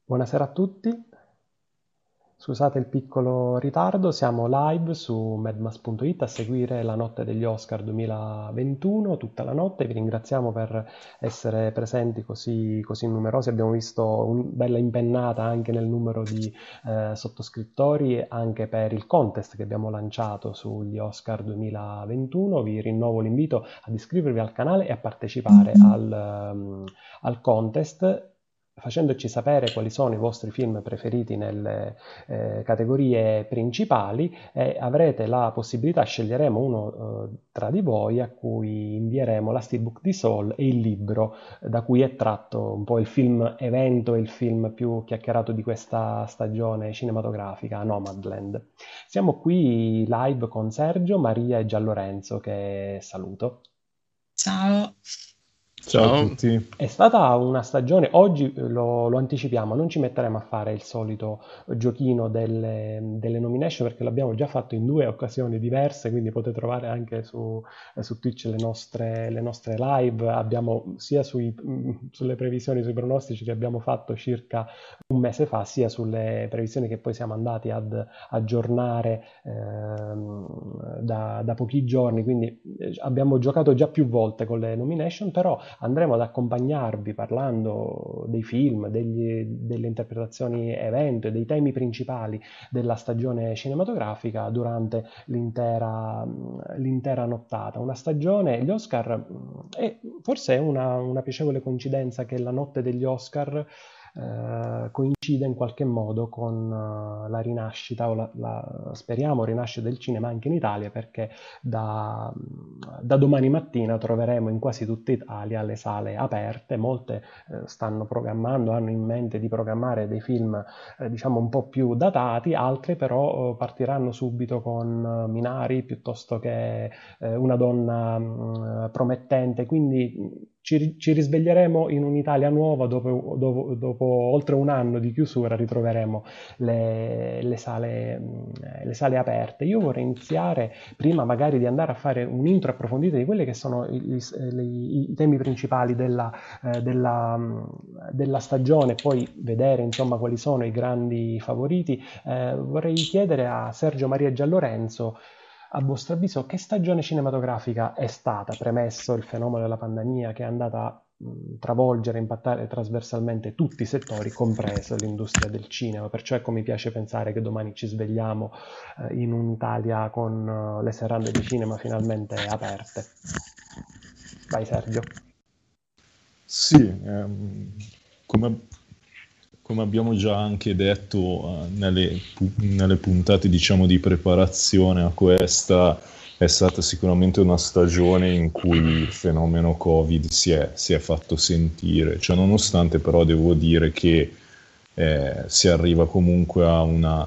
Buonasera a tutti, scusate il piccolo ritardo, siamo live su medmas.it a seguire la notte degli Oscar 2021, tutta la notte, vi ringraziamo per essere presenti così numerosi, abbiamo visto una bella impennata anche nel numero di sottoscrittori, anche per il contest che abbiamo lanciato sugli Oscar 2021, vi rinnovo l'invito ad iscrivervi al canale e a partecipare al contest facendoci sapere quali sono i vostri film preferiti nelle categorie principali e avrete la possibilità, sceglieremo uno tra di voi a cui invieremo la Steelbook di Soul e il libro da cui è tratto un po' il film evento e il film più chiacchierato di questa stagione cinematografica, Nomadland. Siamo qui live con Sergio, Maria e Gianlorenzo che saluto. Ciao. Ciao a Ciao. tutti. È stata una stagione, oggi lo anticipiamo, non ci metteremo a fare il solito giochino delle nomination perché l'abbiamo già fatto in due occasioni diverse, quindi potete trovare anche su Twitch le nostre live, abbiamo sia sulle previsioni, sui pronostici che abbiamo fatto circa un mese fa, sia sulle previsioni che poi siamo andati ad aggiornare da pochi giorni, quindi abbiamo giocato già più volte con le nomination, però andremo ad accompagnarvi parlando dei film, delle interpretazioni evento e dei temi principali della stagione cinematografica durante l'intera nottata. Una stagione, gli Oscar, e forse è una piacevole coincidenza che la notte degli Oscar coincide in qualche modo con la rinascita o speriamo rinascita del cinema anche in Italia, perché da domani mattina troveremo in quasi tutta Italia le sale aperte, molte stanno programmando, hanno in mente di programmare dei film diciamo un po' più datati, altre però partiranno subito con Minari piuttosto che Una donna promettente, quindi ci risveglieremo in un'Italia nuova dopo oltre un anno di chiusura, ritroveremo le sale aperte. Io vorrei iniziare, prima magari di andare a fare un intro approfondito di quelli che sono i temi principali della stagione, poi vedere insomma quali sono i grandi favoriti. Vorrei chiedere a Sergio Maria e Gianlorenzo, a vostro avviso, che stagione cinematografica è stata, premesso il fenomeno della pandemia che è andata a travolgere, impattare trasversalmente tutti i settori, compreso l'industria del cinema? Perciò ecco, mi piace pensare che domani ci svegliamo in un'Italia con le serrande di cinema finalmente aperte. Vai Sergio. Sì, come abbiamo già anche detto nelle puntate diciamo di preparazione a questa, è stata sicuramente una stagione in cui il fenomeno Covid si è fatto sentire, cioè nonostante però devo dire che si arriva comunque a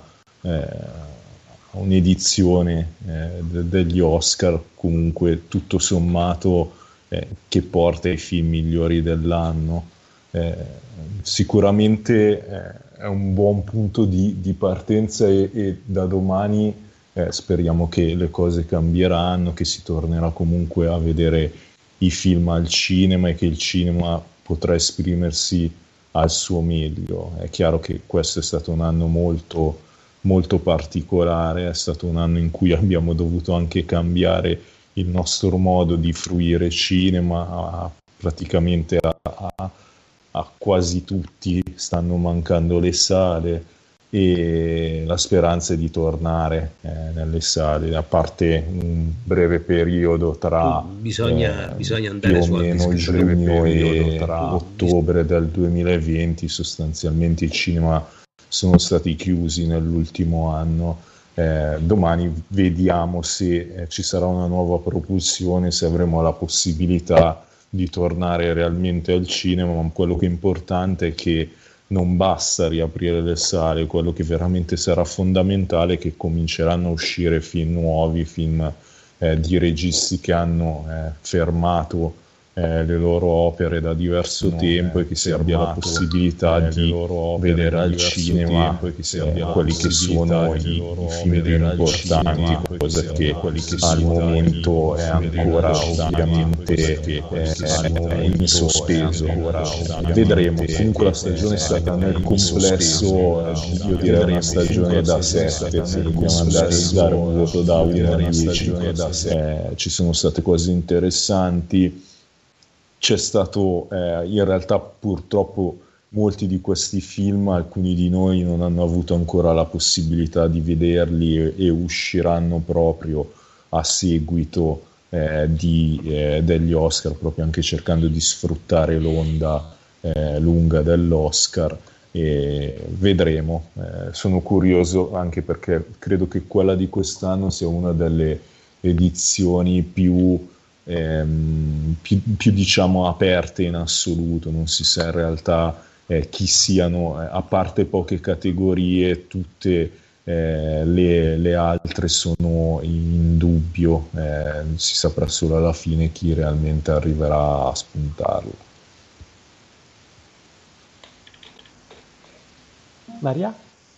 un'edizione degli Oscar comunque tutto sommato che porta i film migliori dell'anno. Sicuramente è un buon punto di partenza e da domani speriamo che le cose cambieranno, che si tornerà comunque a vedere i film al cinema e che il cinema potrà esprimersi al suo meglio. È chiaro che questo è stato un anno molto, molto particolare, è stato un anno in cui abbiamo dovuto anche cambiare il nostro modo di fruire cinema, praticamente a quasi tutti stanno mancando le sale e la speranza è di tornare nelle sale, a parte un breve periodo tra Bisogna andare più o su meno giugno e ottobre del 2020, sostanzialmente i cinema sono stati chiusi nell'ultimo anno. Domani vediamo se ci sarà una nuova propulsione, se avremo la possibilità di tornare realmente al cinema, ma quello che è importante è che non basta riaprire le sale, quello che veramente sarà fondamentale è che cominceranno a uscire film nuovi, film di registi che hanno fermato le loro opere da diverso tempo e che si abbia la possibilità di vedere al cinema quelli che sono i film più importanti, cosa che al momento è ancora ovviamente in sospeso. Vedremo, comunque la stagione è stata nel complesso, io direi una stagione da 7, se dobbiamo andare a dare un voto da 1 a 10, ci sono state cose interessanti. C'è stato, in realtà purtroppo molti di questi film, alcuni di noi non hanno avuto ancora la possibilità di vederli e usciranno proprio a seguito degli Oscar, proprio anche cercando di sfruttare l'onda lunga dell'Oscar. E vedremo, sono curioso anche perché credo che quella di quest'anno sia una delle edizioni più diciamo aperte in assoluto, non si sa in realtà chi siano, a parte poche categorie, tutte le altre sono in dubbio, si saprà solo alla fine chi realmente arriverà a spuntarlo. Maria?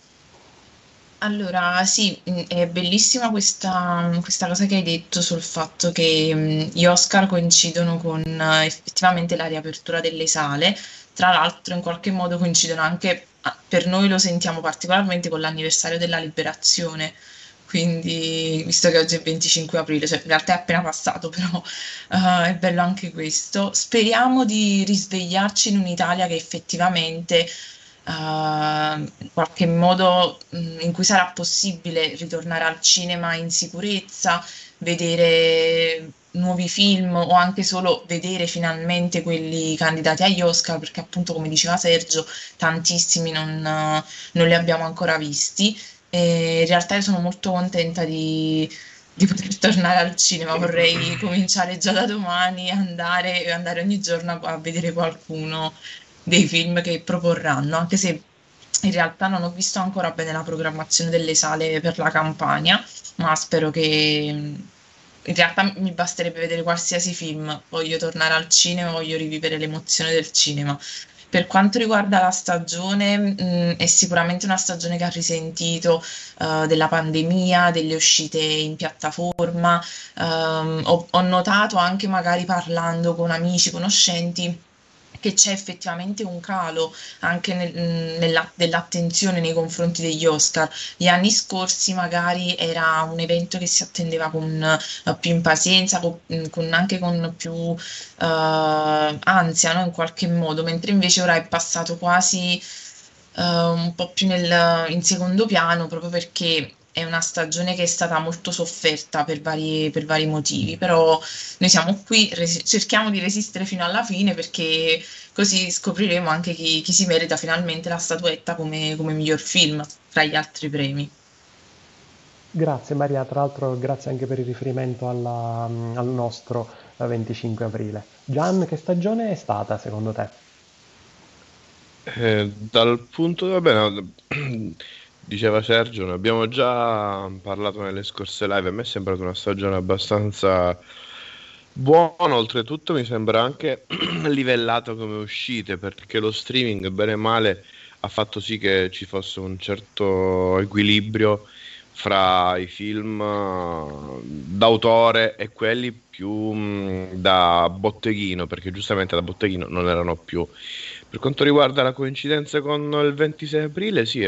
Allora, sì, è bellissima questa cosa che hai detto sul fatto che gli Oscar coincidono con effettivamente la riapertura delle sale. Tra l'altro, in qualche modo coincidono anche, per noi lo sentiamo particolarmente con l'anniversario della Liberazione. Quindi, visto che oggi è 25 aprile, cioè in realtà è appena passato, però è bello anche questo. Speriamo di risvegliarci in un'Italia che effettivamente in qualche modo in cui sarà possibile ritornare al cinema in sicurezza, vedere nuovi film o anche solo vedere finalmente quelli candidati agli Oscar, perché appunto, come diceva Sergio, tantissimi non li abbiamo ancora visti. E in realtà io sono molto contenta di poter tornare al cinema, vorrei cominciare già da domani, andare ogni giorno a vedere qualcuno dei film che proporranno, anche se in realtà non ho visto ancora bene la programmazione delle sale per la Campania, ma spero che in realtà mi basterebbe vedere qualsiasi film, voglio tornare al cinema, voglio rivivere l'emozione del cinema. Per quanto riguarda la stagione, è sicuramente una stagione che ha risentito della pandemia, delle uscite in piattaforma. Ho notato anche magari parlando con amici, conoscenti, che c'è effettivamente un calo anche dell'attenzione nei confronti degli Oscar. Gli anni scorsi magari era un evento che si attendeva con più impazienza, anche con più ansia, no? In qualche modo, mentre invece ora è passato quasi un po' più in secondo piano, proprio perché è una stagione che è stata molto sofferta per vari motivi, però noi siamo qui, cerchiamo di resistere fino alla fine, perché così scopriremo anche chi si merita finalmente la statuetta come miglior film tra gli altri premi. Grazie Maria, tra l'altro grazie anche per il riferimento al nostro 25 aprile. Gian, che stagione è stata secondo te? Dal punto, vabbè, no, diceva Sergio, ne abbiamo già parlato nelle scorse live, a me è sembrata una stagione abbastanza buona, oltretutto mi sembra anche livellato come uscite, perché lo streaming, bene o male, ha fatto sì che ci fosse un certo equilibrio fra i film d'autore e quelli più da botteghino, perché giustamente da botteghino non erano più. Per quanto riguarda la coincidenza con il 26 aprile, sì,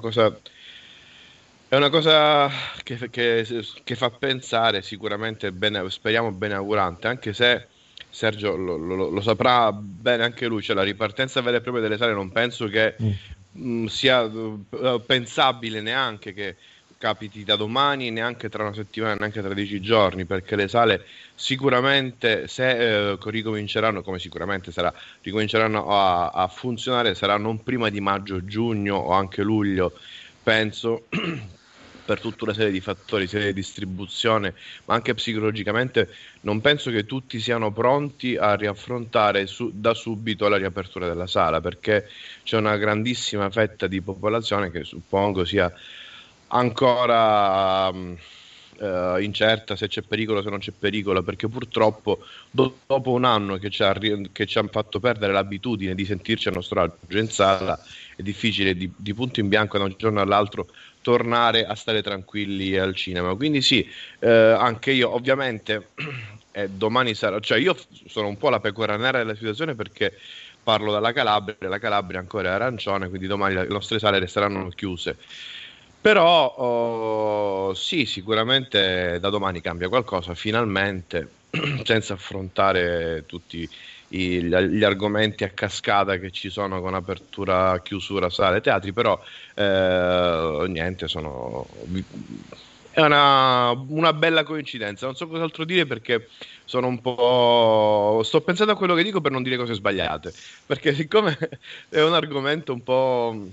è una cosa che fa pensare, sicuramente bene, speriamo bene augurante, anche se Sergio lo saprà bene anche lui, cioè la ripartenza vera e propria delle sale non penso che sia pensabile neanche che capiti da domani, neanche tra una settimana, neanche tra 10 giorni, perché le sale sicuramente, se ricominceranno, come sicuramente sarà, ricominceranno a funzionare, sarà non prima di maggio, giugno o anche luglio, penso, per tutta una serie di fattori, serie di distribuzione, ma anche psicologicamente non penso che tutti siano pronti a riaffrontare da subito la riapertura della sala, perché c'è una grandissima fetta di popolazione che suppongo sia ancora incerta, se c'è pericolo, se non c'è pericolo, perché purtroppo dopo un anno che ci ha fatto perdere l'abitudine di sentirci a nostro agio in sala, è difficile di punto in bianco da un giorno all'altro tornare a stare tranquilli al cinema. Quindi sì, anche io ovviamente domani sarà, cioè io sono un po' la pecora nera della situazione perché parlo dalla Calabria, la Calabria ancora è arancione, quindi domani le nostre sale resteranno chiuse. Però sì, sicuramente da domani cambia qualcosa, finalmente, senza affrontare tutti gli argomenti a cascata che ci sono con apertura, chiusura, sale, teatri, però niente, è una bella coincidenza, non so cos'altro dire perché sono un po'... sto pensando a quello che dico per non dire cose sbagliate, perché siccome è un argomento un po'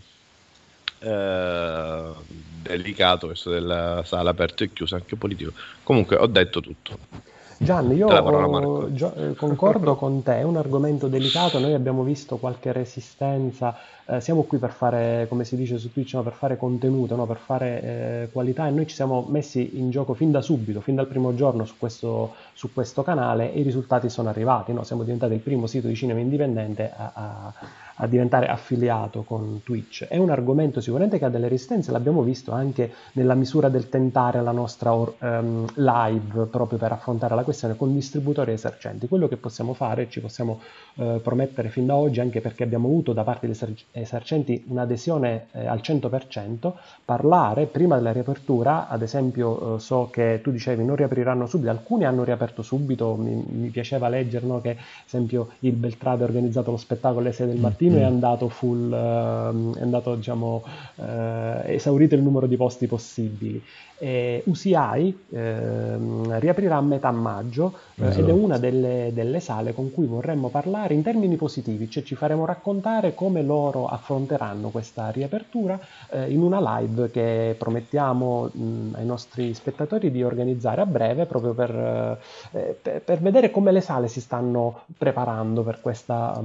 eh, delicato questo della sala aperta e chiusa, anche politico. Comunque ho detto tutto. Gianni, Te la parola, Marco. concordo con te, è un argomento delicato, noi abbiamo visto qualche resistenza, siamo qui per fare, come si dice su Twitch, no, per fare contenuto, no, per fare qualità, e noi ci siamo messi in gioco fin da subito, fin dal primo giorno su questo canale, e i risultati sono arrivati, no? Siamo diventati il primo sito di cinema indipendente a diventare affiliato con Twitch. È un argomento sicuramente che ha delle resistenze, l'abbiamo visto anche nella misura del tentare la nostra live proprio per affrontare la questione con distributori esercenti. Quello che possiamo fare, ci possiamo promettere fin da oggi, anche perché abbiamo avuto da parte degli esercenti un'adesione al 100%, parlare prima della riapertura. Ad esempio so che tu dicevi non riapriranno subito, alcuni hanno riaperto subito, mi piaceva leggere, no, che ad esempio il Beltrade ha organizzato lo spettacolo alle 6 del mattino e è andato diciamo esaurito il numero di posti possibili. UCI riaprirà a metà maggio, ed è una delle sale con cui vorremmo parlare in termini positivi, cioè ci faremo raccontare come loro affronteranno questa riapertura in una live che promettiamo ai nostri spettatori di organizzare a breve, proprio per vedere come le sale si stanno preparando per questa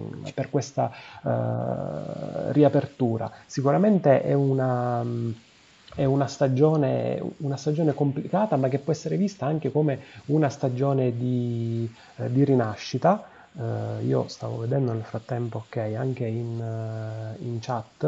riapertura. Sicuramente è una stagione complicata, ma che può essere vista anche come una stagione di rinascita. Io stavo vedendo nel frattempo, ok, anche in chat,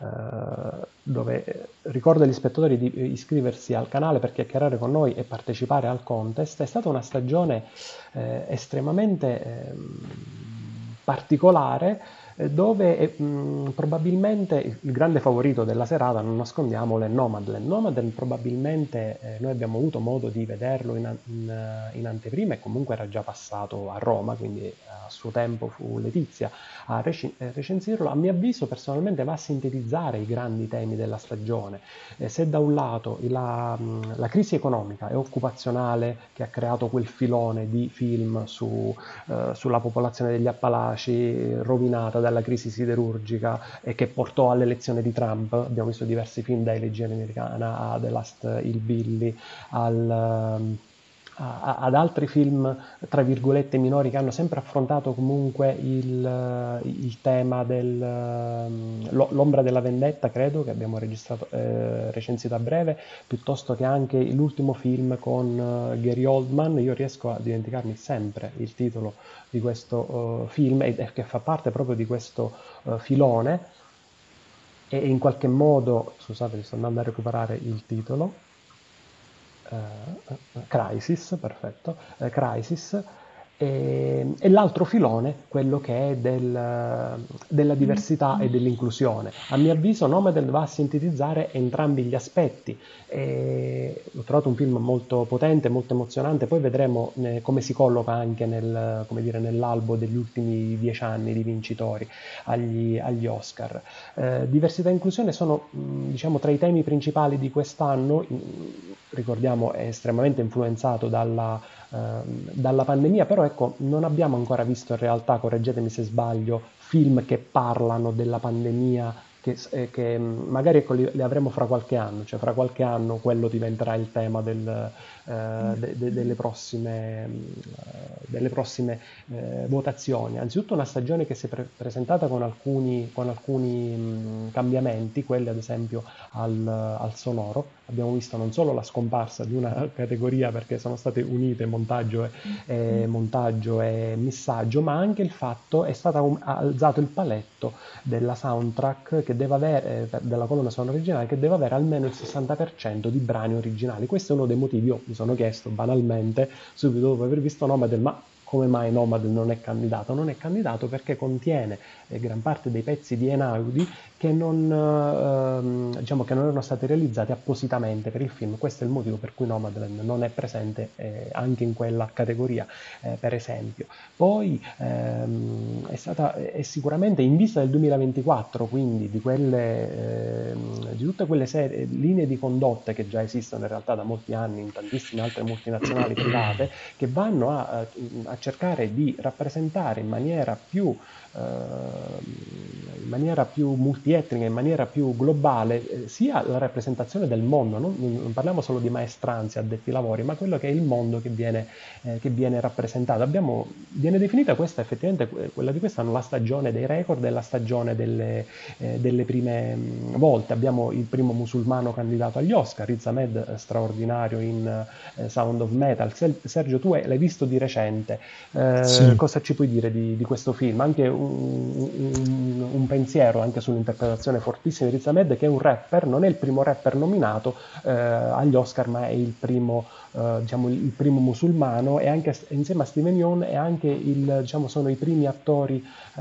dove ricordo agli spettatori di iscriversi al canale per chiacchierare con noi e partecipare al contest. È stata una stagione estremamente particolare, dove probabilmente il grande favorito della serata, non nascondiamolo, è Nomadland. Nomadland probabilmente noi abbiamo avuto modo di vederlo in anteprima, e comunque era già passato a Roma, quindi a suo tempo fu Letizia a recensirlo. A mio avviso personalmente va a sintetizzare i grandi temi della stagione. Se da un lato la crisi economica e occupazionale che ha creato quel filone di film sulla popolazione degli Appalachi rovinata dalla crisi siderurgica e che portò all'elezione di Trump, abbiamo visto diversi film, dai Legione Americana a The Last Hillbilly ad altri film tra virgolette minori, che hanno sempre affrontato comunque il tema l'ombra della vendetta, credo, che abbiamo recensito a breve, piuttosto che anche l'ultimo film con Gary Oldman. Io riesco a dimenticarmi sempre il titolo di questo film, e che fa parte proprio di questo filone, e in qualche modo, scusate, sto andando a recuperare il titolo. Crisis, perfetto, Crisis, e l'altro filone, quello che è della diversità e dell'inclusione. A mio avviso Nomadland va a sintetizzare entrambi gli aspetti, ho trovato un film molto potente, molto emozionante. Poi vedremo come si colloca anche nell'albo degli ultimi 10 anni di vincitori agli Oscar. Diversità e inclusione sono diciamo tra i temi principali di quest'anno. Ricordiamo, è estremamente influenzato dalla pandemia, però ecco, non abbiamo ancora visto in realtà, correggetemi se sbaglio, film che parlano della pandemia che magari ecco, li avremo fra qualche anno, cioè fra qualche anno quello diventerà il tema delle prossime votazioni. Anzitutto una stagione che si è presentata con alcuni cambiamenti, quelli ad esempio al sonoro. Abbiamo visto non solo la scomparsa di una categoria perché sono state unite montaggio e missaggio, ma anche il fatto è stato alzato il paletto della soundtrack che deve avere, della colonna sonora originale, che deve avere almeno il 60% di brani originali. Questo è uno dei motivi. Io mi sono chiesto banalmente, subito dopo aver visto Nomadland, ma come mai Nomadland non è candidato? Non è candidato perché contiene gran parte dei pezzi di Einaudi che diciamo che non erano stati realizzati appositamente per il film. Questo è il motivo per cui Nomadland non è presente anche in quella categoria, per esempio. Poi è sicuramente in vista del 2024, quindi di tutte quelle linee di condotte che già esistono in realtà da molti anni in tantissime altre multinazionali private, che vanno a cercare di rappresentare in maniera più multietnica, in maniera più globale, sia la rappresentazione del mondo, non parliamo solo di maestranze, addetti ai lavori, ma quello che è il mondo che viene rappresentato. Viene definita questa, effettivamente, quella di quest'anno, la stagione dei record e la stagione delle prime volte. Abbiamo il primo musulmano candidato agli Oscar, Riz Ahmed, straordinario in Sound of Metal. Sergio, tu l'hai visto di recente, Sì. cosa ci puoi dire di questo film? Anche un pensiero anche sull'interpretazione fortissima di Riz Ahmed, che è un rapper, non è il primo rapper nominato agli Oscar, ma è il primo musulmano, e anche insieme a Steven Yeun è anche sono i primi attori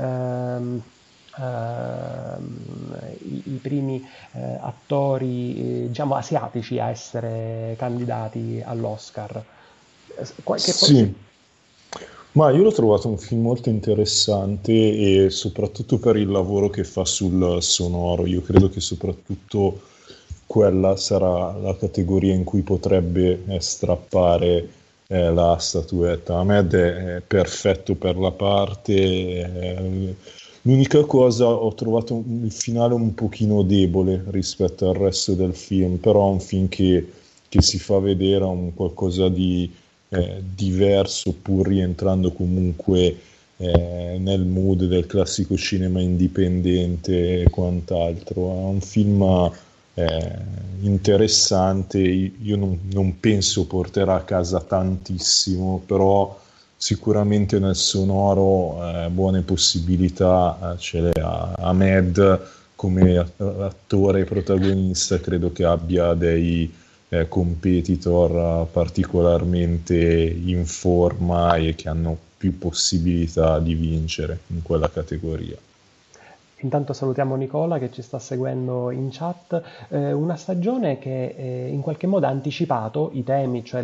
diciamo asiatici a essere candidati all'Oscar. Sì, ma io l'ho trovato un film molto interessante e soprattutto per il lavoro che fa sul sonoro. Io credo che soprattutto quella sarà la categoria in cui potrebbe strappare la statuetta. Ahmed è perfetto per la parte. L'unica cosa, ho trovato il finale un pochino debole rispetto al resto del film, però è un film che si fa vedere un qualcosa di diverso, pur rientrando comunque nel mood del classico cinema indipendente e quant'altro. È un film interessante. Io non penso porterà a casa tantissimo, però sicuramente nel sonoro buone possibilità ce le ha. Ahmed come attore protagonista credo che abbia dei competitor particolarmente in forma e che hanno più possibilità di vincere in quella categoria. Intanto salutiamo Nicola che ci sta seguendo in chat. Una stagione che in qualche modo ha anticipato i temi, cioè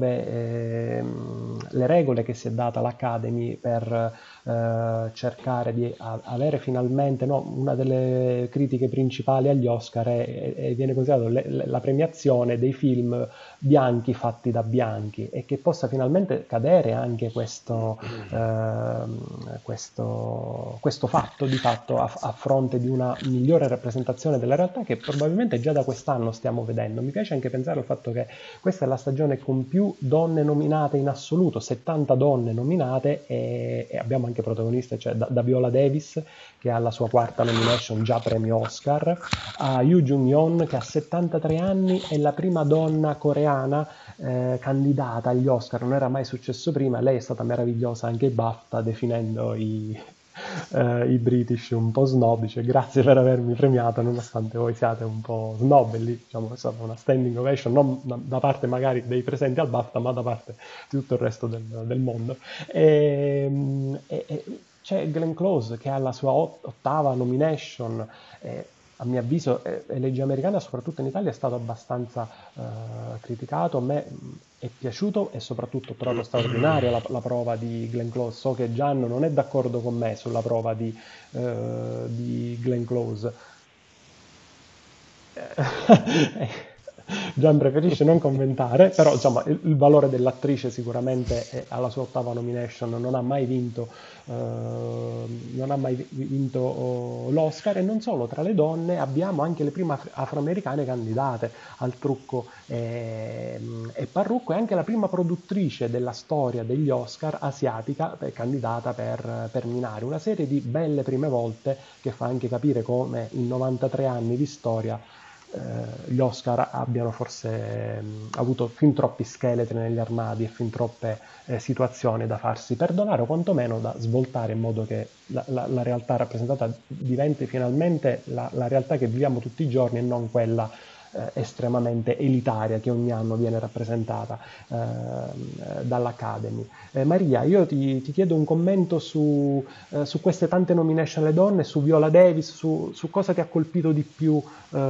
le regole che si è data l'Academy per cercare di avere finalmente, no, una delle critiche principali agli Oscar viene considerato la premiazione dei film bianchi fatti da bianchi, e che possa finalmente cadere anche questo fatto di fatto a fronte di una migliore rappresentazione della realtà, che probabilmente già da quest'anno stiamo vedendo. Mi piace anche pensare al fatto che questa è la stagione con più donne nominate in assoluto, 70 donne nominate, e abbiamo anche protagoniste, cioè da Viola Davis, che ha la sua quarta nomination, già premio Oscar, a Yoo Jung-yeon, che ha 73 anni, è la prima donna coreana candidata agli Oscar. Non era mai successo prima. Lei è stata meravigliosa anche ai BAFTA, definendo i British un po' snob, dice grazie per avermi premiato nonostante voi siate un po' snob, e lì diciamo è stata una standing ovation, non da parte magari dei presenti al BAFTA, ma da parte di tutto il resto del mondo. C'è Glenn Close che ha la sua ottava nomination. A mio avviso, legge americana, soprattutto in Italia, è stato abbastanza criticato. A me è piaciuto, e soprattutto trovo straordinaria la prova di Glenn Close. So che Gian non è d'accordo con me sulla prova di Glenn Close. Gian preferisce non commentare, però insomma il valore dell'attrice sicuramente è alla sua ottava nomination, non ha mai vinto, l'Oscar, e non solo, tra le donne abbiamo anche le prime afroamericane candidate al trucco e parrucco, e anche la prima produttrice della storia degli Oscar asiatica candidata per Minari, una serie di belle prime volte che fa anche capire come in 93 anni di storia gli Oscar abbiano forse avuto fin troppi scheletri negli armadi e fin troppe situazioni da farsi perdonare, o quantomeno da svoltare in modo che la realtà rappresentata diventi finalmente la realtà che viviamo tutti i giorni e non quella estremamente elitaria che ogni anno viene rappresentata dall'Academy. Maria, io ti chiedo un commento su queste tante nomination alle donne, su Viola Davis, su cosa ti ha colpito di più,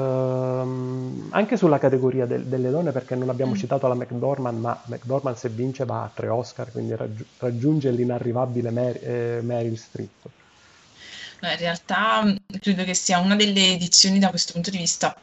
anche sulla categoria delle donne, perché non abbiamo citato la McDormand, ma McDormand se vince va a 3 Oscar, quindi raggiunge l'inarrivabile Meryl Streep. In realtà credo che sia una delle edizioni da questo punto di vista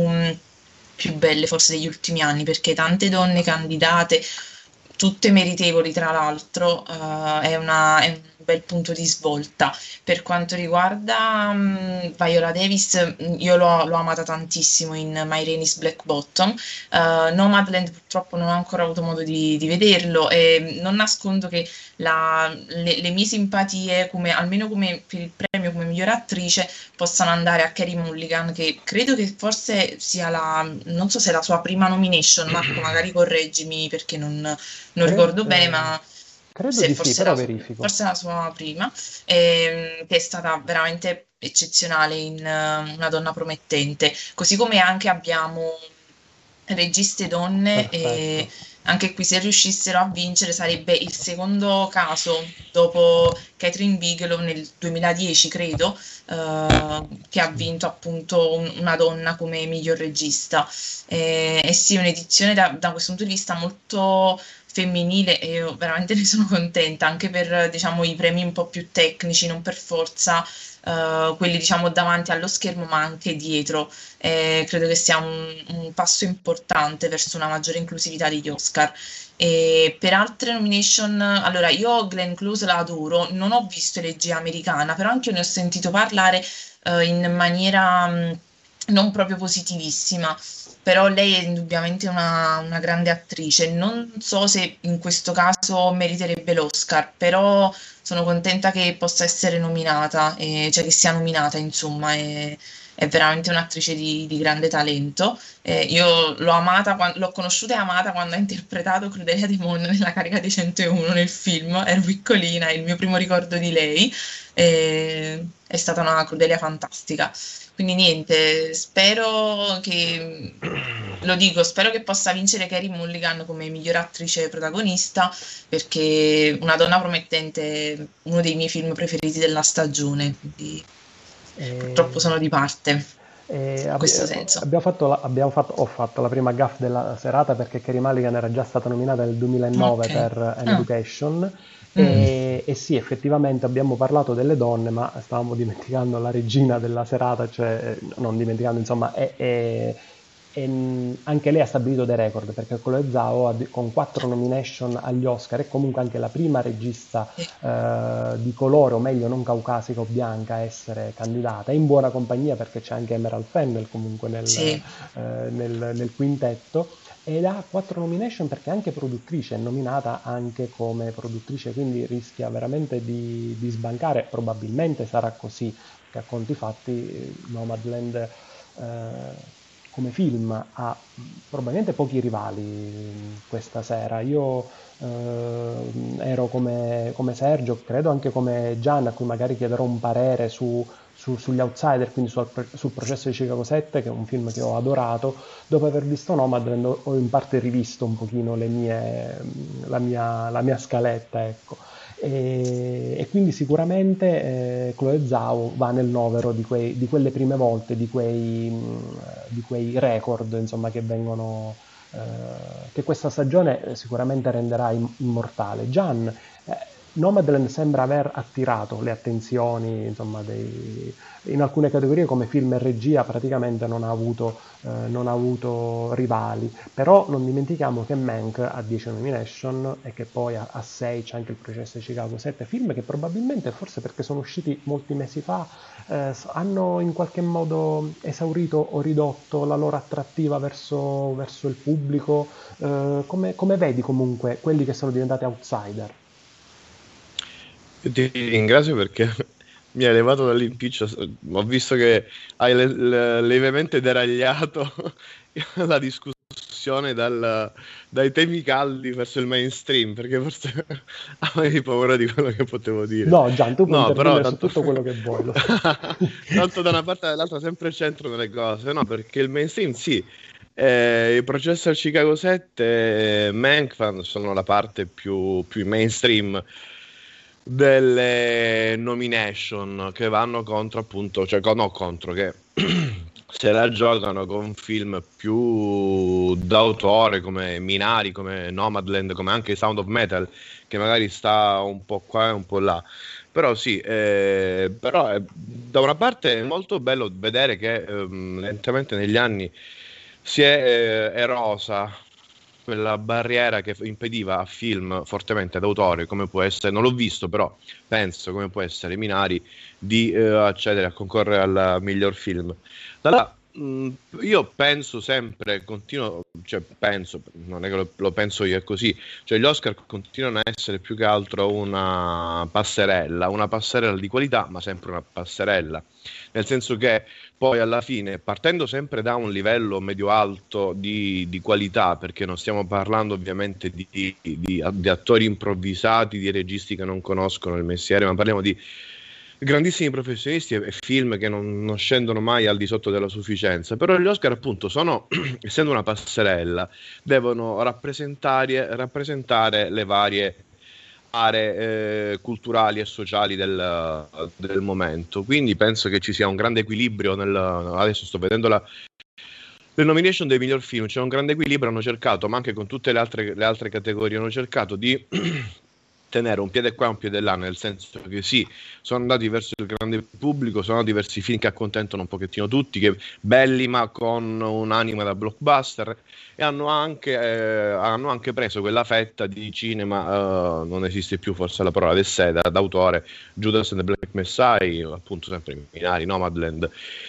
più belle forse degli ultimi anni, perché tante donne candidate, tutte meritevoli tra l'altro, è un bel punto di svolta. Per quanto riguarda Viola Davis, io l'ho amata tantissimo in My Rain is Black Bottom. Nomadland purtroppo non ho ancora avuto modo di vederlo, e non nascondo che le mie simpatie, almeno come per il premio come miglior attrice, possano andare a Carey Mulligan, che credo che forse sia non so se è la sua prima nomination, Marco, magari correggimi perché non ricordo bene, ma credo di sì, però verifico. Forse è la sua prima, che è stata veramente eccezionale in Una donna promettente, così come anche abbiamo registe donne. E anche qui, se riuscissero a vincere, sarebbe il secondo caso dopo Catherine Bigelow nel 2010, credo, che ha vinto appunto una donna come miglior regista. E sì, un'edizione da questo punto di vista molto femminile, e io veramente ne sono contenta, anche per, diciamo, i premi un po' più tecnici, non per forza quelli, diciamo, davanti allo schermo, ma anche dietro. Credo che sia un passo importante verso una maggiore inclusività degli Oscar. E per altre nomination, allora, io Glenn Close la adoro, non ho visto Elegia Americana, però anche io ne ho sentito parlare in maniera non proprio positivissima. Però lei è indubbiamente una grande attrice. Non so se in questo caso meriterebbe l'Oscar, però sono contenta che possa essere nominata, cioè che sia nominata, insomma, è veramente un'attrice di grande talento. Io l'ho conosciuta e amata quando ha interpretato Crudelia De Mon nella carica dei 101 nel film. Ero piccolina, è il mio primo ricordo di lei. È stata una Crudelia fantastica. Quindi niente, spero che possa vincere Carey Mulligan come miglior attrice protagonista, perché Una donna promettente è uno dei miei film preferiti della stagione, quindi purtroppo sono di parte. In questo senso. Ho fatto la prima gaffe della serata, perché Carey Mulligan era già stata nominata nel 2009 per An Education. E sì, effettivamente abbiamo parlato delle donne, ma stavamo dimenticando la regina della serata, cioè non dimenticando, insomma, anche lei ha stabilito dei record, perché Chloe Zhao con 4 nomination agli Oscar è comunque anche la prima regista di colore, o meglio non caucasica o bianca, a essere candidata, in buona compagnia, perché c'è anche Emerald Fennell comunque nel quintetto. Ed ha 4 nomination perché è anche produttrice, è nominata anche come produttrice, quindi rischia veramente di sbancare. Probabilmente sarà così, che a conti fatti Nomadland come film ha probabilmente pochi rivali questa sera. Io ero come Sergio, credo anche come Gian, a cui magari chiederò un parere sugli Outsider, quindi sul Processo di Chicago 7, che è un film che ho adorato. Dopo aver visto Nomadland ho in parte rivisto un pochino la mia scaletta, ecco. E quindi sicuramente Chloe Zhao va nel novero di quelle prime volte, di quei record, insomma, che vengono, che questa stagione sicuramente renderà immortale. Gian, Nomadland sembra aver attirato le attenzioni, insomma, in alcune categorie come film e regia praticamente non ha avuto rivali, però non dimentichiamo che Mank ha 10 nomination e che poi a 6 c'è anche il Processo di Chicago 7, film che probabilmente, forse perché sono usciti molti mesi fa, hanno in qualche modo esaurito o ridotto la loro attrattiva verso il pubblico. Come vedi comunque quelli che sono diventati outsider? Io ti ringrazio perché mi hai levato dall'impiccio. Ho visto che hai lievemente deragliato la discussione dai temi caldi verso il mainstream, perché forse avevi paura di quello che potevo dire. No, Gian, tu puoi No, però intervenire su tutto quello che vuoi, lo sai. tanto da una parte e dall'altra sempre centro nelle cose, no? Perché il mainstream sì, il processo al Chicago 7 e Mank sono la parte più mainstream delle nomination, che vanno contro, appunto, cioè no, contro, che se la giocano con film più d'autore come Minari, come Nomadland, come anche Sound of Metal, che magari sta un po' qua e un po' là. Però sì, però da una parte è molto bello vedere che lentamente negli anni si è erosa quella barriera che impediva a film fortemente d'autore, come può essere, non l'ho visto, però penso come può essere Minari, di accedere a concorrere al miglior film. Io penso sempre, continuo, cioè penso, non è che lo penso io, è così, cioè gli Oscar continuano a essere più che altro una passerella di qualità, ma sempre una passerella, nel senso che poi alla fine, partendo sempre da un livello medio-alto di qualità, perché non stiamo parlando ovviamente di attori improvvisati, di registi che non conoscono il mestiere, ma parliamo di grandissimi professionisti e film che non scendono mai al di sotto della sufficienza. Però gli Oscar, appunto, sono, essendo una passerella, devono rappresentare le varie aree culturali e sociali del momento. Quindi penso che ci sia un grande equilibrio adesso sto vedendo le nomination dei miglior film, c'è un grande equilibrio, hanno cercato, ma anche con tutte le altre categorie, hanno cercato di tenere un piede qua e un piede là, nel senso che sì, sono andati verso il grande pubblico, sono andati verso i film che accontentano un pochettino tutti, che belli ma con un'anima da blockbuster, e hanno anche preso quella fetta di cinema, non esiste più forse la parola del sé, d'autore, Judas and the Black Messiah, appunto sempre Minari, Nomadland.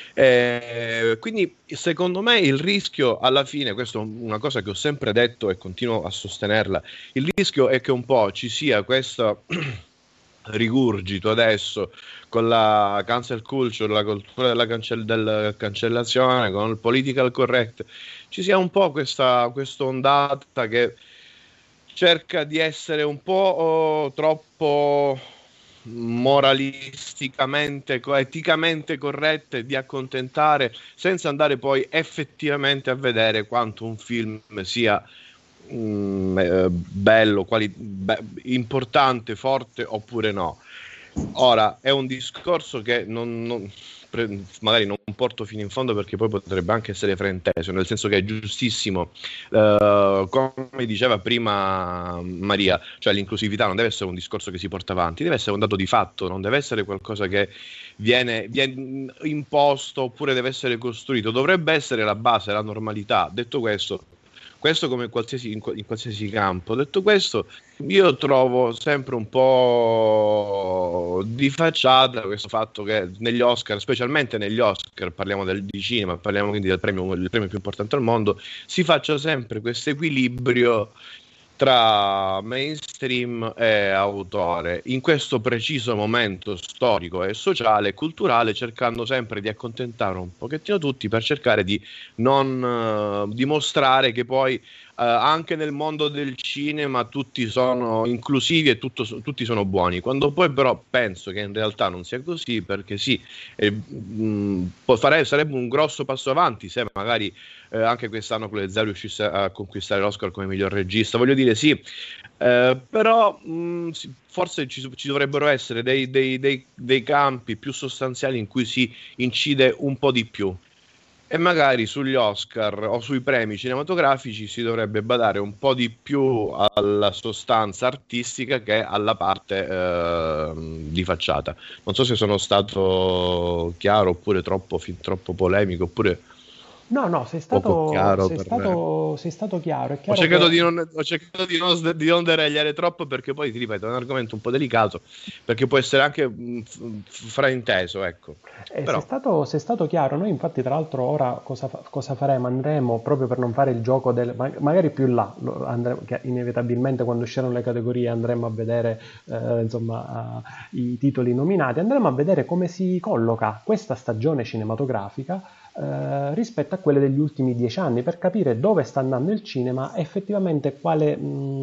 Quindi secondo me il rischio alla fine, questa è una cosa che ho sempre detto e continuo a sostenerla, il rischio è che un po' ci sia questo rigurgito adesso con la cancel culture, la cultura della cancellazione, con il political correct, ci sia un po' questa ondata che cerca di essere un po' troppo moralisticamente, eticamente corrette, di accontentare, senza andare poi effettivamente a vedere quanto un film sia bello, importante, forte oppure no. Ora è un discorso che magari non porto fino in fondo, perché poi potrebbe anche essere frainteso, nel senso che è giustissimo, come diceva prima Maria, cioè l'inclusività non deve essere un discorso che si porta avanti, deve essere un dato di fatto, non deve essere qualcosa che viene imposto oppure deve essere costruito, dovrebbe essere la base, la normalità. Detto questo come in qualsiasi campo. Detto questo, io trovo sempre un po' di facciata questo fatto che negli Oscar, specialmente negli Oscar, parliamo di cinema, parliamo quindi del il premio più importante al mondo, si faccia sempre questo equilibrio tra mainstream e autore in questo preciso momento storico e sociale e culturale, cercando sempre di accontentare un pochettino tutti, per cercare di non dimostrare che poi anche nel mondo del cinema tutti sono inclusivi e tutti sono buoni, quando poi però penso che in realtà non sia così, perché sì, sarebbe un grosso passo avanti se magari anche quest'anno con le Zero riuscisse a conquistare l'Oscar come miglior regista, voglio dire sì, però forse ci dovrebbero essere dei campi più sostanziali in cui si incide un po' di più. e magari sugli Oscar o sui premi cinematografici si dovrebbe badare un po' di più alla sostanza artistica che alla parte di facciata. Non so se sono stato chiaro oppure fin troppo polemico oppure No, poco chiaro per me. sei stato chiaro. È Ho chiaro cercato che di non deragliare troppo perché poi, ti ripeto, è un argomento un po' delicato perché può essere anche frainteso, ecco. Però sei stato chiaro. Noi infatti tra l'altro ora cosa faremo? Andremo proprio per non fare il gioco magari più in là, che inevitabilmente quando usciranno le categorie andremo a vedere insomma i titoli nominati, andremo a vedere come si colloca questa stagione cinematografica rispetto a quelle degli ultimi 10 anni, per capire dove sta andando il cinema, effettivamente quale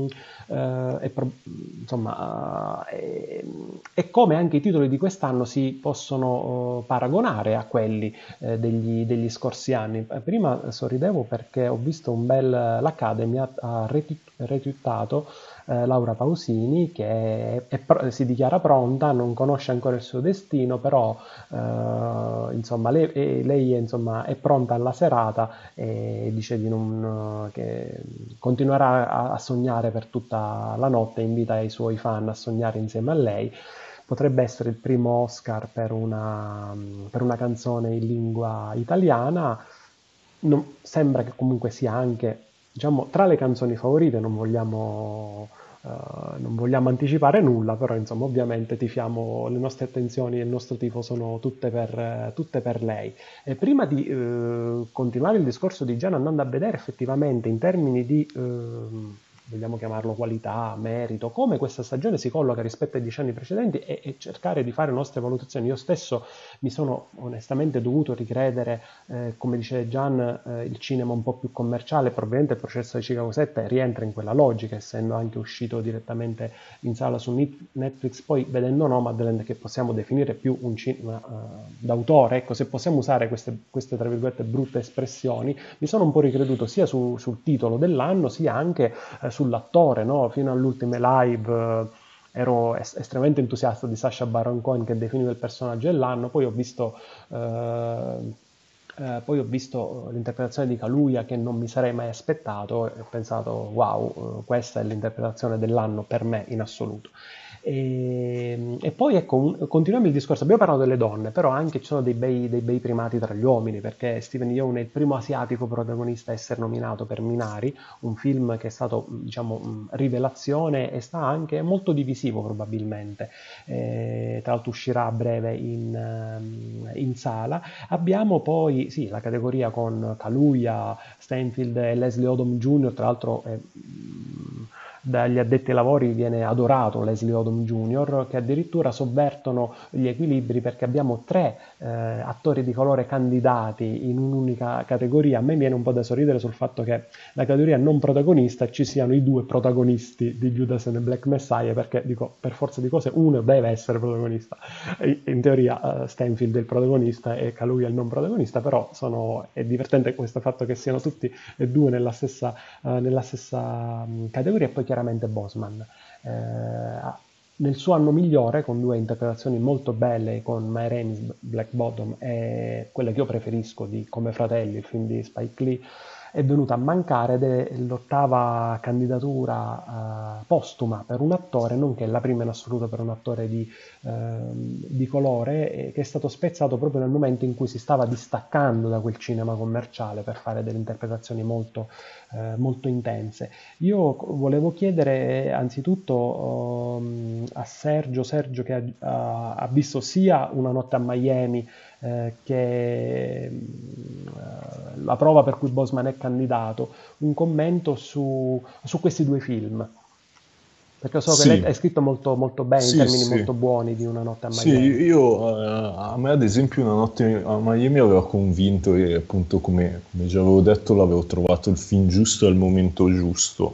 insomma, e come anche i titoli di quest'anno si possono paragonare a quelli degli scorsi anni. Prima sorridevo perché ho visto l'Academy ha retweetato Laura Pausini, che si dichiara pronta, non conosce ancora il suo destino, però insomma, lei insomma, è pronta alla serata e dice che continuerà a sognare per tutta la notte, invita i suoi fan a sognare insieme a lei. Potrebbe essere il primo Oscar per una canzone in lingua italiana. Sembra che comunque sia anche, diciamo, tra le canzoni favorite. Non vogliamo anticipare nulla, però insomma ovviamente tifiamo, le nostre attenzioni e il nostro tifo sono tutte per lei. E prima di continuare il discorso di Gian, andando a vedere effettivamente in termini di vogliamo chiamarlo qualità, merito, come questa stagione si colloca rispetto ai 10 anni precedenti e cercare di fare nostre valutazioni. Io stesso mi sono onestamente dovuto ricredere, come dice Gian, il cinema un po' più commerciale. Probabilmente il Processo di Chicago 7 rientra in quella logica, essendo anche uscito direttamente in sala su Netflix, poi vedendo Nomadland, che possiamo definire più un cinema d'autore, ecco, se possiamo usare queste tra virgolette brutte espressioni. Mi sono un po' ricreduto sia sul titolo dell'anno, sia anche sull'attore, no? Fino all'ultime live ero estremamente entusiasta di Sacha Baron Cohen, che definiva il personaggio dell'anno. Poi ho visto l'interpretazione di Kaluuya, che non mi sarei mai aspettato, e ho pensato wow, questa è l'interpretazione dell'anno per me in assoluto. E poi ecco, continuiamo il discorso. Abbiamo parlato delle donne, però anche ci sono dei bei primati tra gli uomini, perché Steven Yeun è il primo asiatico protagonista a essere nominato per Minari, un film che è stato, diciamo, rivelazione e sta anche molto divisivo probabilmente. Tra l'altro uscirà a breve in sala. Abbiamo poi sì, la categoria con Kaluuya, Stanfield e Leslie Odom Jr., tra l'altro dagli addetti ai lavori viene adorato Leslie Odom Jr., che addirittura sovvertono gli equilibri, perché abbiamo 3 attori di colore candidati in un'unica categoria. A me viene un po' da sorridere sul fatto che la categoria non protagonista ci siano i 2 protagonisti di Judas and the Black Messiah, perché dico, per forza di cose uno deve essere protagonista. In teoria Stanfield è il protagonista e Kaluuya è il non protagonista, però è divertente questo fatto che siano tutti e 2 nella stessa categoria. E poi chiaramente Bosman nel suo anno migliore, con 2 interpretazioni molto belle, con My Rainey's Black Bottom e quella che io preferisco di Come Fratelli, il film di Spike Lee, è venuta a mancare, ed è l'8ª candidatura postuma per un attore, nonché la prima in assoluto per un attore di colore, che è stato spezzato proprio nel momento in cui si stava distaccando da quel cinema commerciale per fare delle interpretazioni molto intense. Io volevo chiedere anzitutto a Sergio che ha visto sia Una notte a Miami che la prova per cui Bosman è candidato, un commento su questi 2 film, perché so che lei è scritto molto, molto bene, in termini molto buoni, di Una notte a Miami. Sì, a me ad esempio Una notte a Miami aveva convinto, e appunto come già avevo detto l'avevo trovato il film giusto al momento giusto,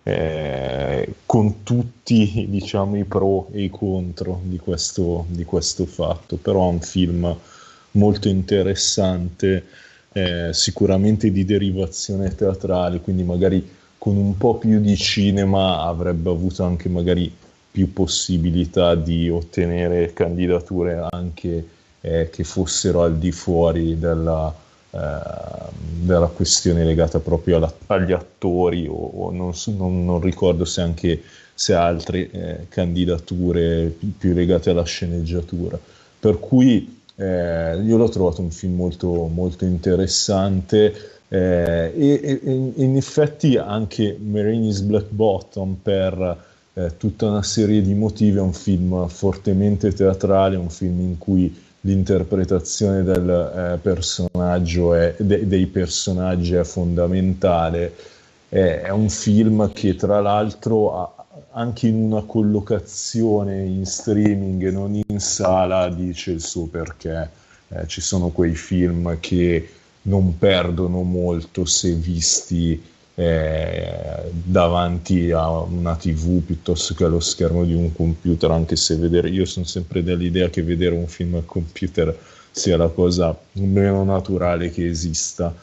con tutti, diciamo, i pro e i contro di questo fatto. Però è un film molto interessante, sicuramente di derivazione teatrale, quindi magari con un po' più di cinema avrebbe avuto anche magari più possibilità di ottenere candidature anche che fossero al di fuori della questione legata proprio agli attori, o non ricordo se anche se altre candidature più legate alla sceneggiatura. Per cui io l'ho trovato un film molto, molto interessante, e in effetti anche Marini's Black Bottom, per tutta una serie di motivi, è un film fortemente teatrale, un film in cui l'interpretazione del personaggio dei personaggi è fondamentale. È un film che tra l'altro anche in una collocazione in streaming e non in sala dice il suo perché. Ci sono quei film che non perdono molto se visti davanti a una TV piuttosto che allo schermo di un computer, anche se io sono sempre dell'idea che vedere un film al computer sia la cosa meno naturale che esista.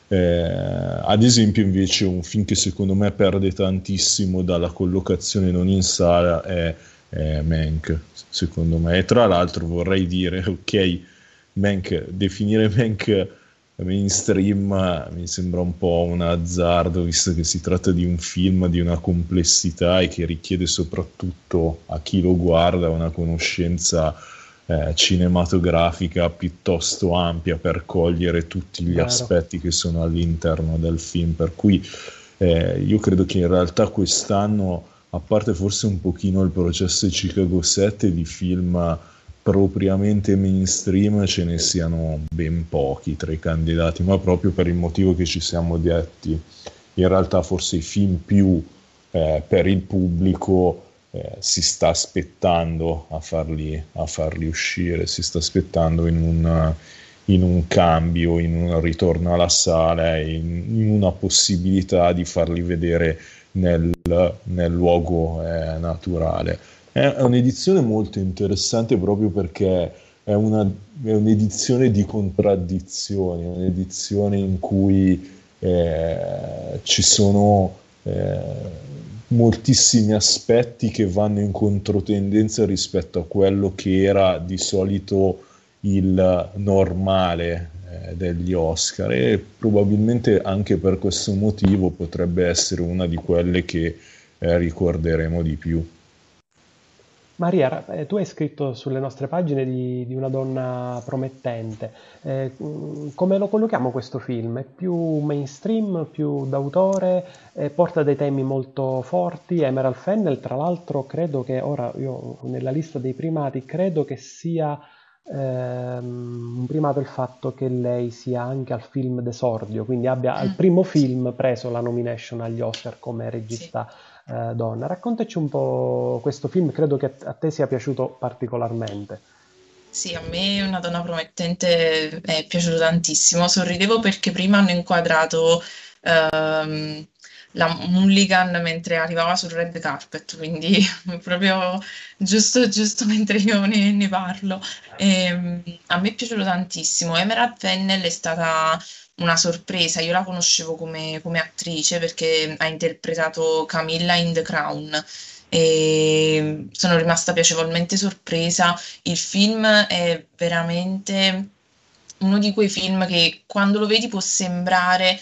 Ad esempio, invece, un film che secondo me perde tantissimo dalla collocazione non in sala è Mank, secondo me. E tra l'altro vorrei dire, ok, definire Mank mainstream mi sembra un po' un azzardo, visto che si tratta di un film di una complessità e che richiede soprattutto a chi lo guarda una conoscenza cinematografica piuttosto ampia per cogliere tutti gli aspetti che sono all'interno del film, per cui io credo che in realtà quest'anno, a parte forse un pochino il processo di Chicago 7, di film propriamente mainstream ce ne siano ben pochi tra i candidati, ma proprio per il motivo che ci siamo detti. In realtà forse i film più per il pubblico si sta aspettando a farli uscire, si sta aspettando in un cambio, in un ritorno alla sala, in una possibilità di farli vedere nel luogo naturale. È un'edizione molto interessante proprio perché è un'edizione di contraddizioni, un'edizione in cui ci sono moltissimi aspetti che vanno in controtendenza rispetto a quello che era di solito il normale degli Oscar, e probabilmente anche per questo motivo potrebbe essere una di quelle che ricorderemo di più. Maria, tu hai scritto sulle nostre pagine di una donna promettente. Come lo collochiamo questo film? È più mainstream, più d'autore, porta dei temi molto forti. Emerald Fennell, tra l'altro, credo che ora io nella lista dei primati credo che sia un primato il fatto che lei sia anche al film d'esordio, quindi abbia al primo film preso la nomination agli Oscar come regista. Sì. Donna, raccontaci un po' questo film, credo che a te sia piaciuto particolarmente. Sì, a me Una donna promettente è piaciuto tantissimo. Sorridevo perché prima hanno inquadrato la Mulligan mentre arrivava sul red carpet, quindi proprio giusto mentre io ne parlo. A me è piaciuto tantissimo. Emerald Fennell è stata una sorpresa. Io la conoscevo come attrice perché ha interpretato Camilla in The Crown e sono rimasta piacevolmente sorpresa. Il film è veramente uno di quei film che quando lo vedi può sembrare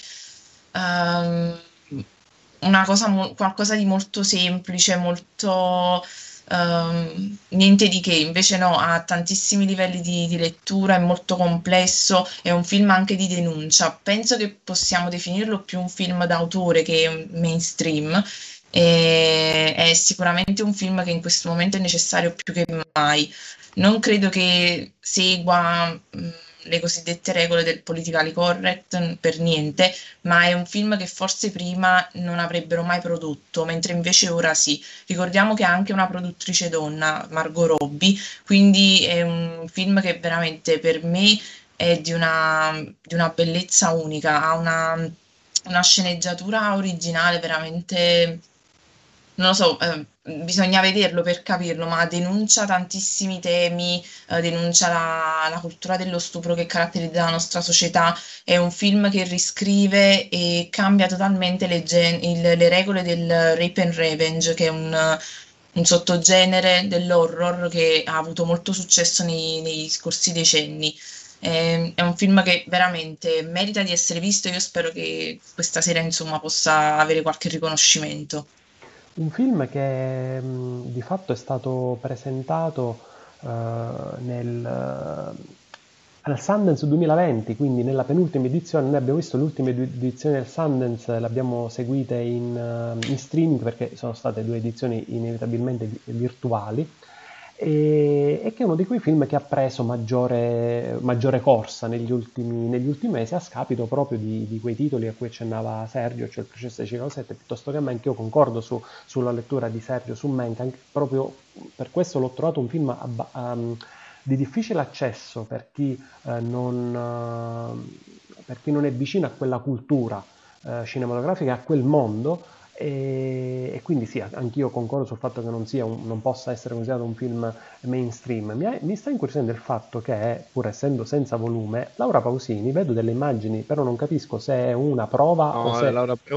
qualcosa di molto semplice, molto niente di che, invece no, ha tantissimi livelli di lettura, è molto complesso, è un film anche di denuncia. Penso che possiamo definirlo più un film d'autore che mainstream. È sicuramente un film che in questo momento è necessario più che mai. Non credo che segua le cosiddette regole del politically correct per niente, ma è un film che forse prima non avrebbero mai prodotto, mentre invece ora sì. Ricordiamo che ha anche una produttrice donna, Margot Robbie, quindi è un film che veramente per me è di una bellezza unica, ha una sceneggiatura originale veramente. Non lo so, bisogna vederlo per capirlo, ma denuncia tantissimi temi, denuncia la cultura dello stupro che caratterizza la nostra società. È un film che riscrive e cambia totalmente le regole del rape and revenge, che è un sottogenere dell'horror che ha avuto molto successo nei scorsi decenni. È un film che veramente merita di essere visto. Io spero che questa sera, insomma, possa avere qualche riconoscimento. Un film che di fatto è stato presentato al Sundance 2020, quindi nella penultima edizione. Noi abbiamo visto le ultime due edizioni del Sundance, le abbiamo seguite in streaming perché sono state due edizioni inevitabilmente virtuali, e che è uno di quei film che ha preso maggiore corsa negli ultimi mesi, a scapito proprio di quei titoli a cui accennava Sergio, cioè il processo di Chicago 7, piuttosto che Mank. Io concordo sulla lettura di Sergio su Mank, anche proprio per questo l'ho trovato un film di difficile accesso per chi non è vicino a quella cultura cinematografica, a quel mondo. E quindi sì, anch'io concordo sul fatto che non possa essere considerato un film mainstream. Mi sta incuriosendo il fatto che, pur essendo senza volume, Laura Pausini, vedo delle immagini, però non capisco se è una prova o No, se...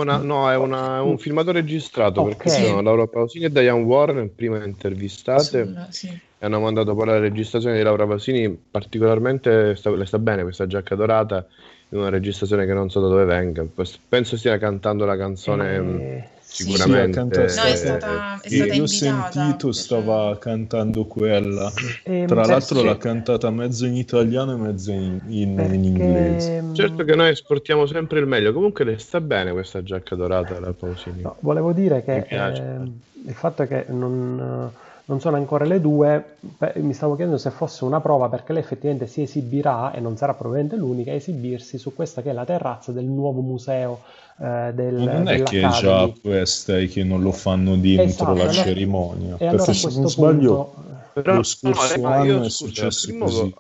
è un filmato registrato, perché ci Ok, sono Laura Pausini e Diane Warren prima intervistate, Sì. e hanno mandato poi la registrazione di Laura Pausini. Particolarmente le sta bene questa giacca dorata, in una registrazione che non so da dove venga. Penso stia cantando la canzone, Sì. Sì, ha sicuramente. cantato, No, è stata l'ho invitata sentito, stava cantando quella. Tra l'altro perché, l'ha cantata mezzo in italiano e mezzo in inglese. perché Certo che noi esportiamo sempre il meglio. Comunque le sta bene questa giacca dorata alla Pausini. no, volevo dire Mi che piace. il fatto è che non sono ancora le due. Mi stavo chiedendo se fosse una prova, perché lei effettivamente si esibirà, e non sarà probabilmente l'unica a esibirsi, su questa che è la terrazza del nuovo museo Ma non è che è già dell'Academy. questa e che non lo fanno dentro Esatto, la cerimonia, e allora perché a se non questo sbaglio punto... Però lo no, scorso io anno è scusa, successo prima così.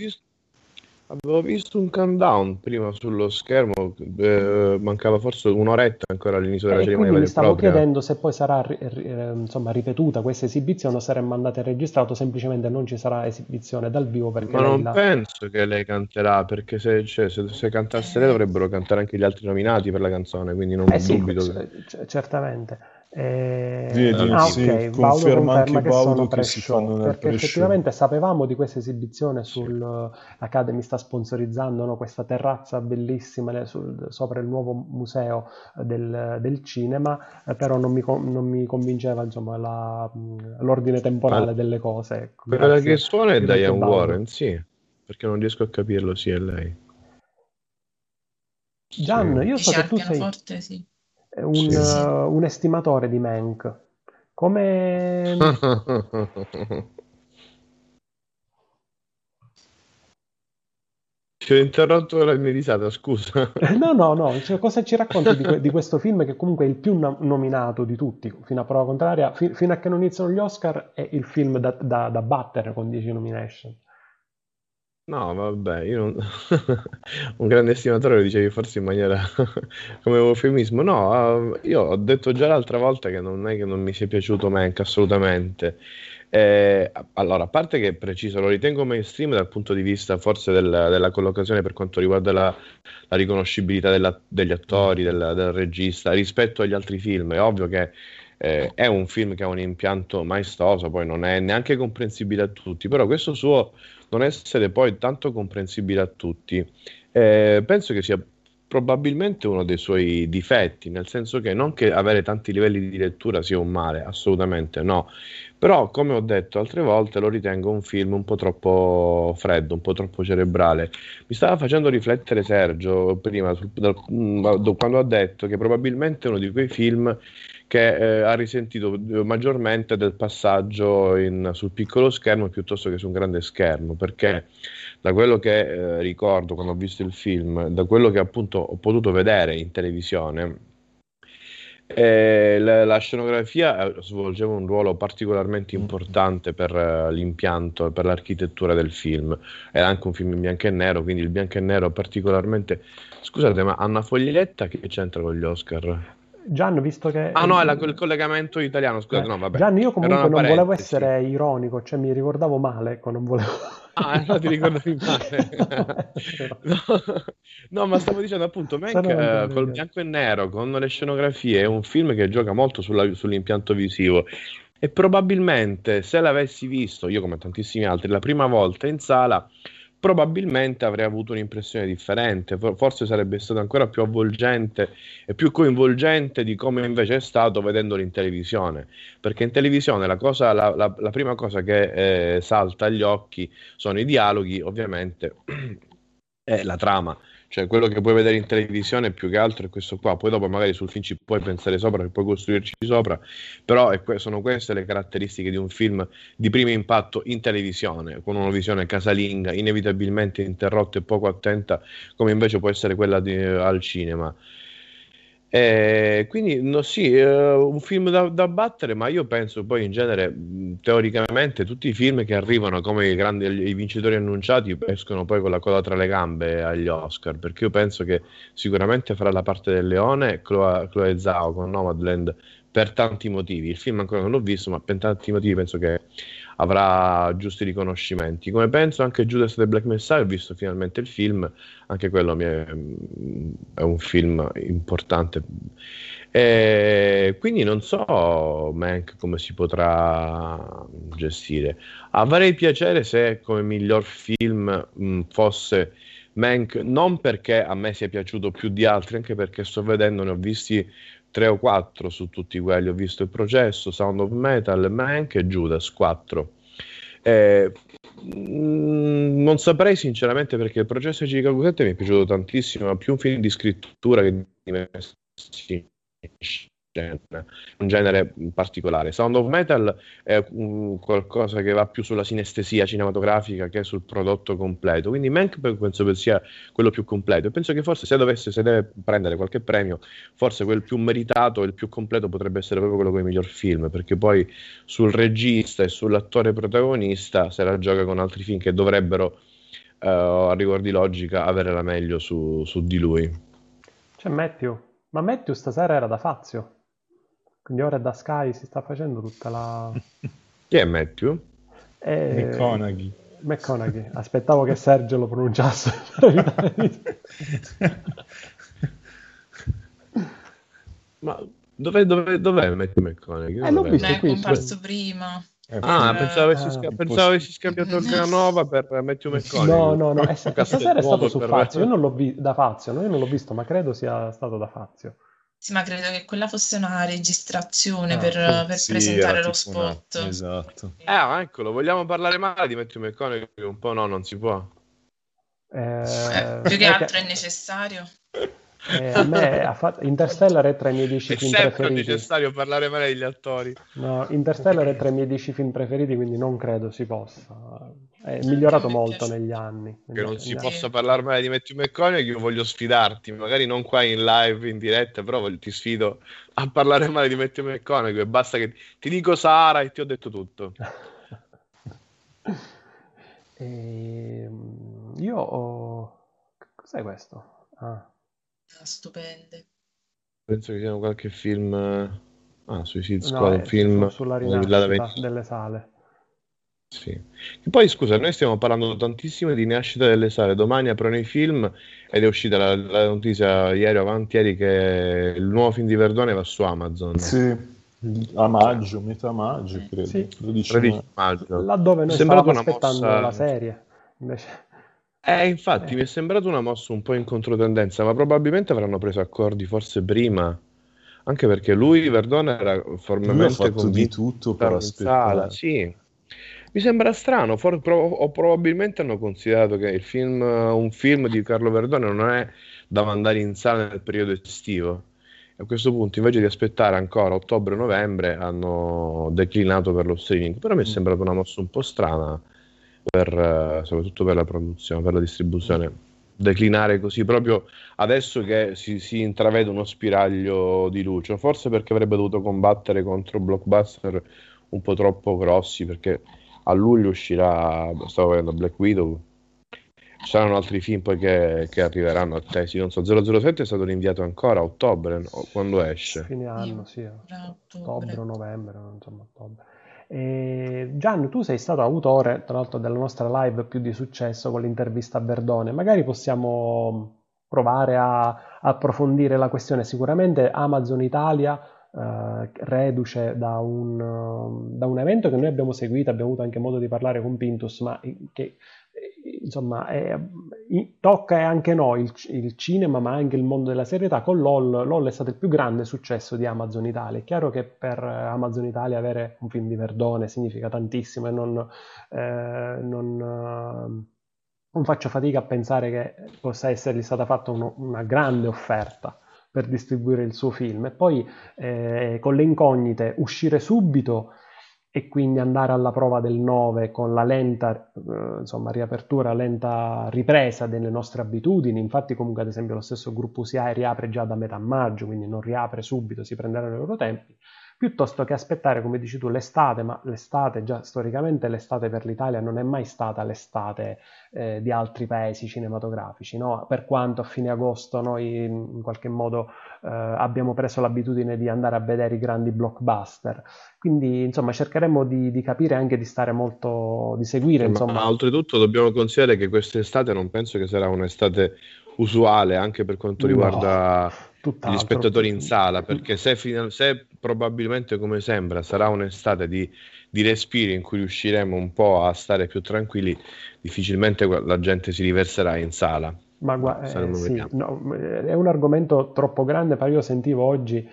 avevo visto un countdown prima sullo schermo, mancava forse un'oretta ancora all'inizio della E cerimonia quindi mi vera e stavo propria. chiedendo se poi sarà insomma, ripetuta questa esibizione, o sarà mandato e registrato, semplicemente non ci sarà esibizione dal vivo perché Ma lei non la... penso che lei canterà, perché se cantasse lei dovrebbero cantare anche gli altri nominati per la canzone, quindi Eh non sì, dubito che... certamente. Vedi, dal vivo. sì, Ok, Baudo conferma conferma anche che sono Baudo che si fanno pre-show, nel perché pre-show. effettivamente sapevamo di questa esibizione Sì. l'Academy sta sponsorizzando, no, questa terrazza bellissima sopra il nuovo museo del cinema, però non mi convinceva, insomma, l'ordine Ma temporale delle cose. Ecco, quella che grazie, suona è grazie Diane Baudo. Warren, sì, perché non riesco a capirlo, sì, è lei. Gian, Sì, io so Dice che al tu sei pianoforte, sì. un, sì. Sì. un estimatore di Mank. Come... Ti ho interrotto la mia risata, scusa. No, no, no, cioè, cosa ci racconti di questo film che comunque è il più nominato di tutti, fino a prova contraria, fino a che non iniziano gli Oscar è il film da battere con 10 nomination. No, vabbè, io non... un grande estimatore lo dicevi forse in maniera come eufemismo. No, io ho detto già l'altra volta che non è che non mi sia piaciuto Mank, assolutamente. Allora, a parte che preciso, lo ritengo mainstream dal punto di vista forse della collocazione per quanto riguarda la riconoscibilità degli attori, del regista rispetto agli altri film. È ovvio che è un film che ha un impianto maestoso, poi non è neanche comprensibile a tutti, però questo suo non essere poi tanto comprensibile a tutti, penso che sia probabilmente uno dei suoi difetti, nel senso che non che avere tanti livelli di lettura sia un male, assolutamente no, però come ho detto altre volte lo ritengo un film un po' troppo freddo, un po' troppo cerebrale. Mi stava facendo riflettere Sergio prima quando ha detto che probabilmente è uno di quei film che ha risentito maggiormente del passaggio sul piccolo schermo piuttosto che su un grande schermo, perché da quello che ricordo quando ho visto il film, da quello che appunto ho potuto vedere in televisione, la scenografia svolgeva un ruolo particolarmente importante per l'impianto, per l'architettura del film. Era anche un film in bianco e nero, quindi il bianco e nero particolarmente... Scusate, ma Anna Foglietta che c'entra con gli Oscar? Gian, visto che... Ah no, è il collegamento italiano, scusate, no, vabbè, Gianni, io era comunque una non volevo parentesi. essere ironico, cioè mi ricordavo male, ecco, non volevo... Ah, no, ti ricordavi male. No, no, ma stavo dicendo appunto, Mank Sono col completamente... bianco e nero, con le scenografie, è un film che gioca molto sull'impianto visivo. E probabilmente se l'avessi visto, io come tantissimi altri, la prima volta in sala, probabilmente avrei avuto un'impressione differente, forse sarebbe stato ancora più avvolgente e più coinvolgente di come invece è stato vedendolo in televisione, perché in televisione la prima cosa che salta agli occhi sono i dialoghi, ovviamente, e la trama. Cioè, quello che puoi vedere in televisione più che altro è questo qua. Poi dopo magari sul film ci puoi pensare sopra, puoi costruirci sopra, però sono queste le caratteristiche di un film di primo impatto in televisione, con una visione casalinga, inevitabilmente interrotta e poco attenta, come invece può essere quella al cinema. Quindi no, sì, un film da battere, ma io penso poi in genere, teoricamente, tutti i film che arrivano come i vincitori annunciati escono poi con la coda tra le gambe agli Oscar, perché io penso che sicuramente farà la parte del leone Chloe Zhao con Nomadland per tanti motivi. Il film ancora non l'ho visto, ma per tanti motivi penso che avrà giusti riconoscimenti. Come penso anche Judas and the Black Messiah, ho visto finalmente il film, anche quello è un film importante. Quindi non so Mank come si potrà gestire. Avrei piacere se come miglior film fosse Mank, non perché a me sia piaciuto più di altri, anche perché sto vedendo, ne ho visti 3 o 4 su tutti quelli. Ho visto Il Processo, Sound of Metal, Mank e Judas 4. Eh, Non saprei sinceramente, perché Il Processo di Chicago 7 mi è piaciuto tantissimo, ma più un film di scrittura che di messa in scena, un genere particolare. Sound of Metal è qualcosa che va più sulla sinestesia cinematografica che sul prodotto completo, quindi Mank penso che sia quello più completo, e penso che forse se deve prendere qualche premio, forse quel più meritato e il più completo potrebbe essere proprio quello con il miglior film, perché poi sul regista e sull'attore protagonista se la gioca con altri film che dovrebbero, a rigor di logica, avere la meglio su di lui. C'è Matthew, ma Matthew stasera era da Fazio, quindi ora è da Sky, si sta facendo tutta la... Chi è Matthew? McConaughey. McConaughey, aspettavo che Sergio lo pronunciasse per evitare di... Ma dov'è Matthew McConaughey? l'ho Dov'è? visto Non è qui comparso prima. Pensavo avessi scambiato Organova per Matthew McConaughey. No, e stasera è stato su Per- Fazio, io non l'ho da Fazio, no, io non l'ho visto, ma credo sia stato da Fazio. Sì, ma credo che quella fosse una registrazione Ah, per Sì, presentare era lo tipo una... spot. Esatto. Eccolo, vogliamo parlare male di Matthew McConaughey? Un po' no, non si può. Più che altro è necessario. A me Interstellar è tra i miei 10 È film sempre preferiti. necessario parlare male degli attori. No, Interstellar è tra i miei 10 film preferiti, quindi non credo si possa. È migliorato Mi è molto piaciuto. negli anni. Che non si Negli anni. possa parlare male di Matthew McConaughey, io voglio sfidarti, magari non qua in live, in diretta, però ti sfido a parlare male di Matthew McConaughey, e basta che ti dico Sara e ti ho detto tutto. Io ho... Cos'è questo? Ah. Stupende. Penso che sia qualche film... Suicide No, Squad, un film sulla della Villata rinascita delle sale. Sì. E poi scusa, noi stiamo parlando tantissimo di nascita delle sale. Domani aprono i film ed è uscita la notizia ieri o avantieri che il nuovo film di Verdone va su Amazon. Sì, a maggio, metà maggio, credo. Sì. 13 maggio. Laddove Mi noi è sembrata stavamo una aspettando mossa... la serie, invece... infatti mi è sembrata una mossa un po' in controtendenza, ma probabilmente avranno preso accordi forse prima, anche perché lui, Verdone, era Lui ha formalmente fatto di convinto tutto di per starlo in sala. aspettare. Sì. Mi sembra strano, o probabilmente hanno considerato che un film di Carlo Verdone non è da mandare in sala nel periodo estivo. E a questo punto, invece di aspettare ancora ottobre-novembre, hanno declinato per lo streaming. Però mi è sembrata una mossa un po' strana, soprattutto per la produzione, per la distribuzione. Declinare così proprio adesso che si intravede uno spiraglio di luce, forse perché avrebbe dovuto combattere contro blockbuster un po' troppo grossi, perché a luglio uscirà, stavo vedendo Black Widow, ci saranno altri film poi che arriveranno a tesi, non so, 007 è stato rinviato ancora a ottobre, quando esce? Fine anno, sì, Era ottobre o novembre, insomma, ottobre. Gian, tu sei stato autore, tra l'altro, della nostra live più di successo con l'intervista a Verdone. Magari possiamo provare a approfondire la questione. Sicuramente Amazon Italia, reduce da un evento che noi abbiamo seguito, abbiamo avuto anche modo di parlare con Pintus, ma che insomma, tocca anche noi il cinema, ma anche il mondo della serietà. Con LOL è stato il più grande successo di Amazon Italia. È chiaro che per Amazon Italia avere un film di Verdone significa tantissimo e non faccio fatica a pensare che possa essergli stata fatta una grande offerta per distribuire il suo film. E poi con Le Incognite uscire subito e quindi andare alla prova del 9 con la lenta riapertura, lenta ripresa delle nostre abitudini. Infatti comunque ad esempio lo stesso gruppo UCI riapre già da metà maggio, quindi non riapre subito, si prenderanno i loro tempi, piuttosto che aspettare, come dici tu, l'estate. Ma l'estate, già storicamente l'estate per l'Italia non è mai stata l'estate di altri paesi cinematografici, no? Per quanto a fine agosto noi in qualche modo abbiamo preso l'abitudine di andare a vedere i grandi blockbuster. Quindi insomma cercheremo di capire, anche di stare molto, di seguire insomma. Ma oltretutto dobbiamo considerare che quest'estate non penso che sarà un'estate usuale anche per quanto riguarda gli spettatori in sala, perché se probabilmente, come sembra, sarà un'estate di respiro in cui riusciremo un po' a stare più tranquilli, difficilmente la gente si riverserà in sala. Ma sì, no, è un argomento troppo grande, però io sentivo oggi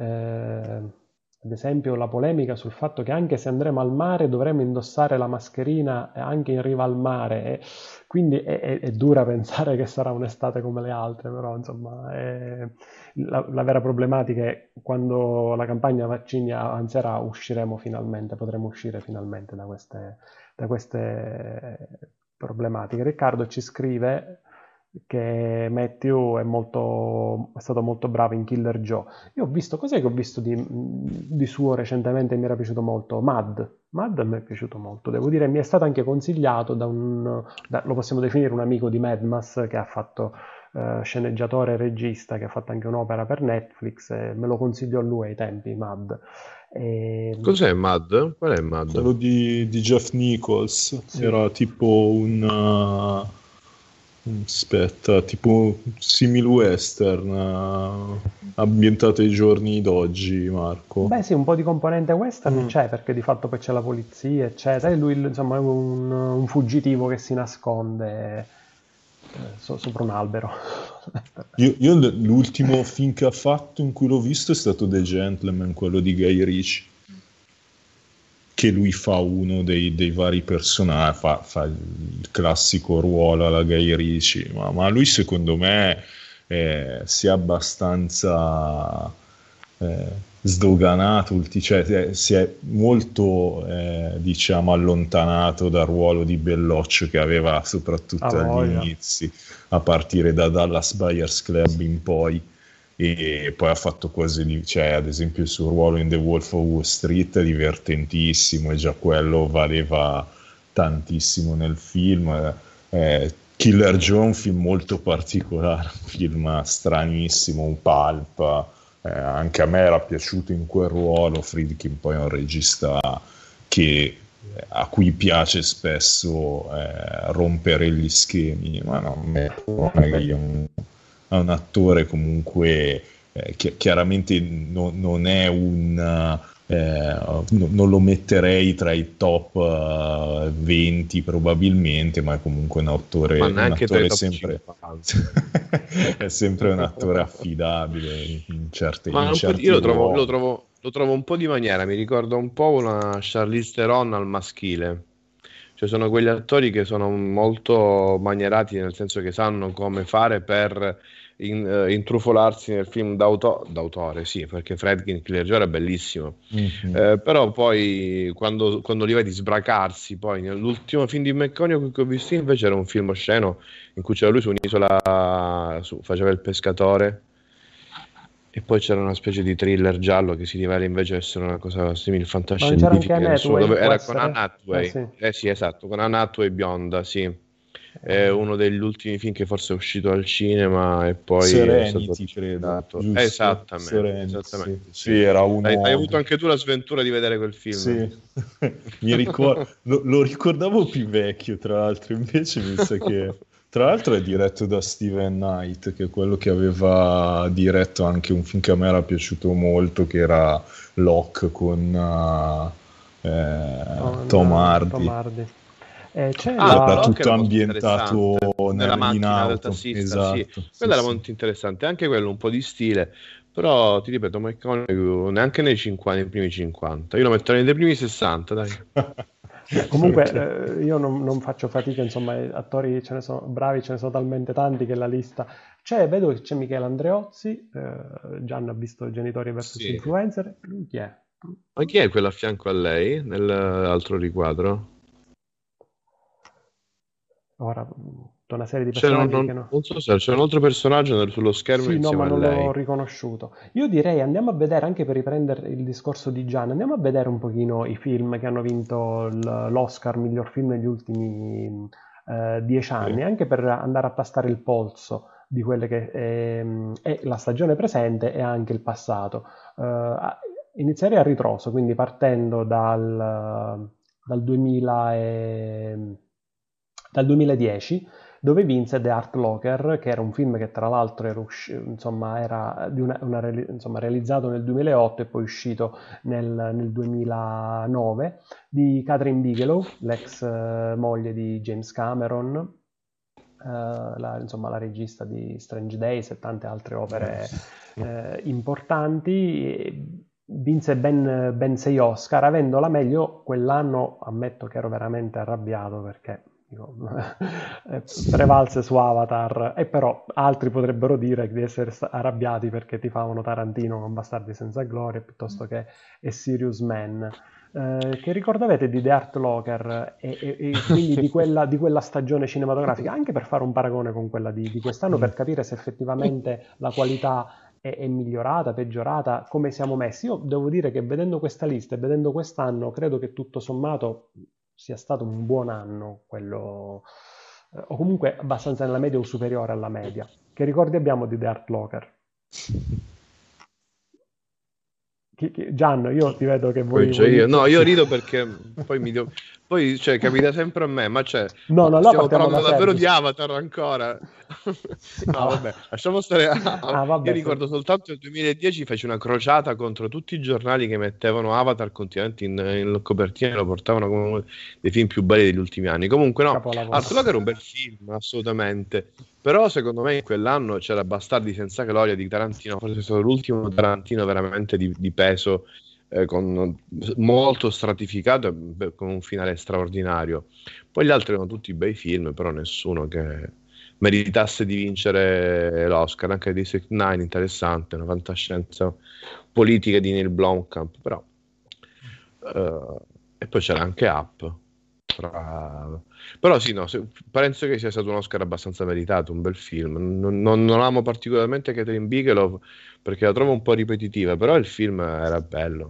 ad esempio la polemica sul fatto che anche se andremo al mare dovremo indossare la mascherina anche in riva al mare, e quindi è dura pensare che sarà un'estate come le altre. Però insomma la vera problematica è quando la campagna vaccini avanzerà, potremo uscire finalmente da queste problematiche. Riccardo ci scrive che Matthew è stato molto bravo in Killer Joe. Io ho visto, cos'è che ho visto di suo recentemente e mi era piaciuto molto? Mad mi è piaciuto molto, devo dire. Mi è stato anche consigliato lo possiamo definire un amico di Madmas, che ha fatto sceneggiatore e regista, che ha fatto anche un'opera per Netflix, e me lo consiglio a lui ai tempi, Mad. Cos'è Mad? Qual è Mad? Quello di Jeff Nichols. Sì. Era tipo tipo simil western ambientato ai giorni d'oggi, Marco. Beh sì, un po' di componente western c'è, perché di fatto poi c'è la polizia, eccetera, e lui insomma è un fuggitivo che si nasconde sopra un albero. Io l'ultimo film che ha fatto in cui l'ho visto è stato The Gentleman, quello di Guy Ritchie, che lui fa uno dei vari personaggi, fa il classico ruolo alla Guy Ritchie, ma lui secondo me si è abbastanza sdoganato, cioè si è molto diciamo allontanato dal ruolo di Bellocchio che aveva soprattutto agli inizi, a partire da Dallas Buyers Club in poi. E poi ha fatto cose cioè ad esempio il suo ruolo in The Wolf of Wall Street è divertentissimo, e già quello valeva tantissimo nel film. Killer Joe è un film molto particolare, un film stranissimo, un pulp, anche a me era piaciuto in quel ruolo. Friedkin poi è un regista a cui piace spesso rompere gli schemi, ma non è che è un attore comunque chiaramente non è non lo metterei tra i top 20 probabilmente, ma è comunque un attore sempre è sempre un attore affidabile in certi io lo trovo un po' di maniera, mi ricorda un po' una Charlize Theron al maschile. Cioè sono quegli attori che sono molto manierati, nel senso che sanno come fare per intrufolarsi nel film d'autore, sì, perché Friedkin Killer Joe è bellissimo. Però poi quando li vedi sbracarsi, poi nell'ultimo film di McConaughey che ho visto invece era un film osceno in cui c'era lui su un'isola, faceva il pescatore, e poi c'era una specie di thriller giallo che si rivela invece essere una cosa simile fantascientifica. Era con Anne Hathaway. Sì, esatto, con Anne Hathaway bionda, sì. È uno degli ultimi film che forse è uscito al cinema e poi Serenity, credo. Esattamente. Sì, era uno... Hai avuto anche tu la sventura di vedere quel film? Sì. Lo ricordavo più vecchio, tra l'altro, invece mi sa che... Tra l'altro è diretto da Steven Knight, che è quello che aveva diretto anche un film che a me era piaciuto molto, che era Locke con Tom Hardy. C'è Era la... tutto era molto ambientato interessante, nella in macchina del auto, tassista, sì, esatto. Sì, quello era sì. molto interessante, anche quello un po' di stile, però ti ripeto, McConaughey neanche nei 50, nei primi 50, io lo metterei nei primi 60, dai. Comunque Ok. io non faccio fatica, insomma, attori ce ne sono bravi, ce ne sono talmente tanti che la lista... vedo che c'è Michele Andreozzi, Gian ha visto Genitori versus Sì. Influencer, lui chi è? Ma chi è quello a fianco a lei, nell'altro riquadro? Ora, tutta una serie di C'era personaggi che no. non so se c'è un altro personaggio sullo schermo Sì, no, ma insieme a non l'ho lei. riconosciuto. Io direi andiamo a vedere, anche per riprendere il discorso di Gian, andiamo a vedere un pochino i film che hanno vinto l'Oscar miglior film negli ultimi 10 anni, Sì. anche per andare a tastare il polso di quelle che è la stagione presente e anche il passato. Inizierei a ritroso, quindi partendo dal dal 2010, dove vinse The Art Locker, che era un film che tra l'altro insomma, era insomma, realizzato nel 2008 e poi uscito nel 2009, di Catherine Bigelow, l'ex moglie di James Cameron, insomma, la regista di Strange Days e tante altre opere importanti. Vinse ben 6 Oscar, avendola meglio quell'anno. Ammetto che ero veramente arrabbiato perché dico, prevalse su Avatar, e però altri potrebbero dire di essere arrabbiati perché tifavano Tarantino con Bastardi senza gloria piuttosto che A Serious Man. Che ricordo avete di The Art Locker e quindi di quella stagione cinematografica, anche per fare un paragone con quella di quest'anno, per capire se effettivamente la qualità è migliorata, peggiorata, come siamo messi? Io devo dire che vedendo questa lista e vedendo quest'anno, credo che tutto sommato sia stato un buon anno, quello, o comunque abbastanza nella media o superiore alla media. Che ricordi abbiamo di The Art Locker? Gian, io ti vedo che Poi c'è vuoi io. No, iniziare. io Sì. rido perché poi cioè, capita sempre a me, ma cioè, No, no, allora stiamo partiamo da parlando davvero Sergio. di Avatar ancora? Sì. No, vabbè, lasciamo stare. Ah, Io vabbè, ricordo soltanto nel 2010 feci una crociata contro tutti i giornali che mettevano Avatar continuamente in copertina e lo portavano come uno dei film più belli degli ultimi anni. Comunque no, capolavoro. Art Locker era un bel film, assolutamente. Però secondo me in quell'anno c'era Bastardi senza gloria di Tarantino, forse è stato l'ultimo Tarantino veramente di peso, molto stratificato e con un finale straordinario. Poi gli altri erano tutti bei film, però nessuno che meritasse di vincere l'Oscar. Anche District 9 interessante, una fantascienza politica di Neil Blomkamp, però e poi c'era anche Up. Però sì, no, penso che sia stato un Oscar abbastanza meritato, un bel film. Non amo particolarmente Catherine Bigelow perché la trovo un po' ripetitiva, però il film era bello.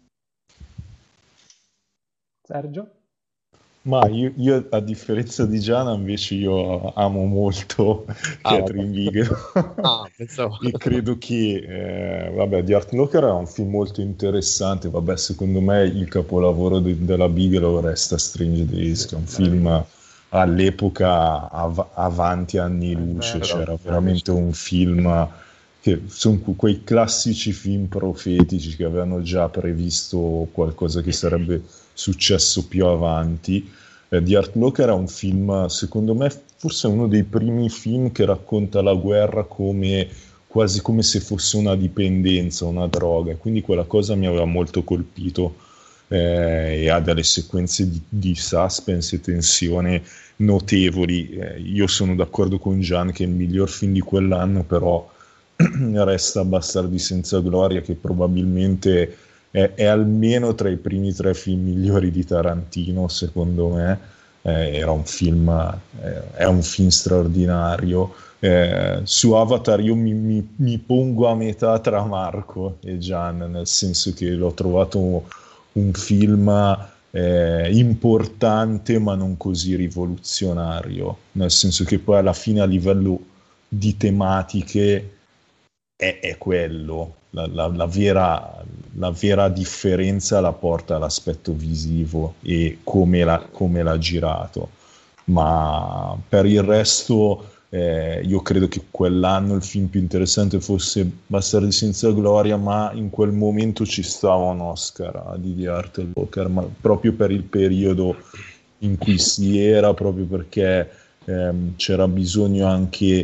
Sergio? Ma io, a differenza di Gianna, invece io amo molto Vabbè. Catherine Bigelow. Pensavo. E credo che, vabbè, The Art Locker è un film molto interessante. Vabbè, secondo me il capolavoro della Bigelow resta Strange Days, che è un film all'epoca avanti anni luce. C'era veramente un film che sono quei classici film profetici che avevano già previsto qualcosa che sarebbe successo più avanti. The Art Locker è un film, secondo me, forse uno dei primi film che racconta la guerra quasi come se fosse una dipendenza, una droga, quindi quella cosa mi aveva molto colpito, e ha delle sequenze di suspense e tensione notevoli. Io sono d'accordo con Gian che è il miglior film di quell'anno, però resta Bastardi senza gloria, che probabilmente è almeno tra i primi 3 film migliori di Tarantino, secondo me. Era un film, è un film straordinario. Su Avatar io mi pongo a metà tra Marco e Gian, nel senso che l'ho trovato un film importante ma non così rivoluzionario, nel senso che poi alla fine a livello di tematiche è quello, la vera differenza la porta all'aspetto visivo e come l'ha girato, ma per il resto io credo che quell'anno il film più interessante fosse Bastardi senza gloria, ma in quel momento ci stava un Oscar di The Art Walker, ma proprio per il periodo in cui si era, proprio perché c'era bisogno anche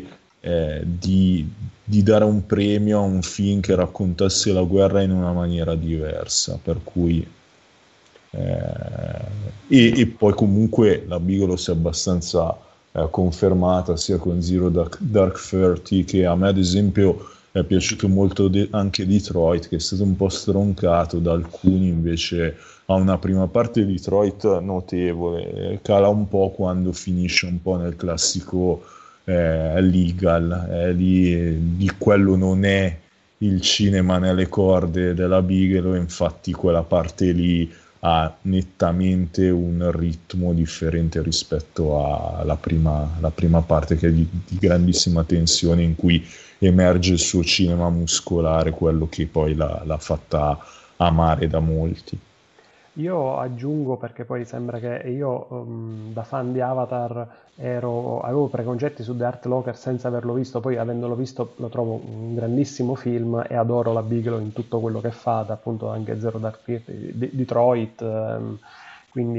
di dare un premio a un film che raccontasse la guerra in una maniera diversa, per cui e poi comunque la Bigelow si è abbastanza confermata sia con Zero Dark Thirty, che a me ad esempio è piaciuto molto anche Detroit, che è stato un po' stroncato da alcuni, invece ha una prima parte di Detroit notevole, cala un po' quando finisce un po' nel classico legal, di quello non è il cinema nelle corde della Bigelow, infatti quella parte lì ha nettamente un ritmo differente rispetto alla prima parte, che è di grandissima tensione, in cui emerge il suo cinema muscolare, quello che poi l'ha fatta amare da molti. Io aggiungo, perché poi sembra che io da fan di Avatar avevo preconcetti su The Hurt Locker senza averlo visto, poi avendolo visto lo trovo un grandissimo film e adoro la Bigelow in tutto quello che fa, appunto anche Zero Dark Thirty, Detroit, quindi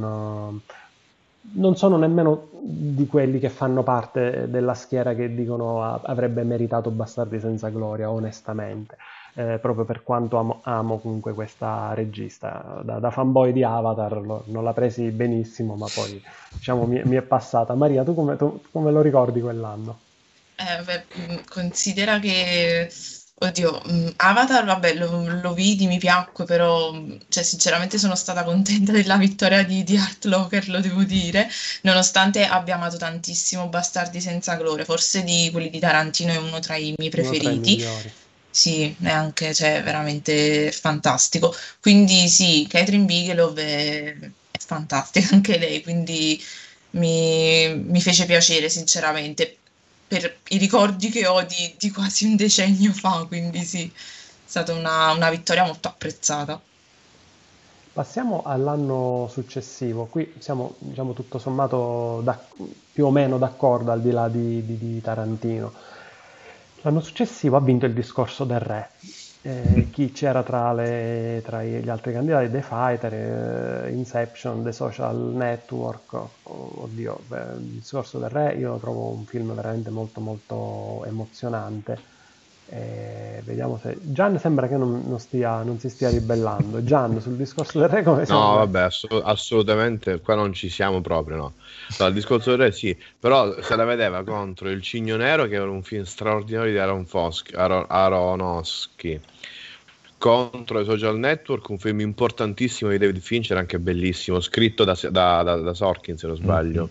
non sono nemmeno di quelli che fanno parte della schiera che dicono avrebbe meritato Bastardi senza gloria, onestamente. Proprio per quanto amo comunque questa regista. Da fanboy di Avatar non l'ha presi benissimo, ma poi diciamo mi è passata. Maria, tu come lo ricordi quell'anno? Considera che, oddio, Avatar, vabbè, lo vidi, mi piacque, però, cioè, sinceramente sono stata contenta della vittoria di Art Locker, lo devo dire, nonostante abbia amato tantissimo Bastardi senza gloria, forse di quelli di Tarantino è uno tra i miei Uno tra i preferiti. migliori. Sì, è anche, cioè, veramente fantastico. Quindi sì, Catherine Bigelow è fantastica anche lei, quindi mi fece piacere, sinceramente, per i ricordi che ho di quasi un decennio fa, quindi sì, è stata una vittoria molto apprezzata. Passiamo all'anno successivo. Qui siamo, diciamo, tutto sommato più o meno d'accordo, al di là di Tarantino. L'anno successivo ha vinto Il discorso del re. Chi c'era tra gli altri candidati? The Fighter, Inception, The Social Network. Oddio, Il discorso del re io lo trovo un film veramente molto molto emozionante. Vediamo se Gian sembra che non si stia ribellando. Gian, sul discorso del re come siamo No, messi? vabbè, assolutamente, qua non ci siamo proprio, no. No, il discorso del re sì, però se la vedeva contro Il Cigno Nero, che era un film straordinario di Aronofsky, contro i Social Network, un film importantissimo di David Fincher, anche bellissimo, scritto da Sorkin, se non sbaglio.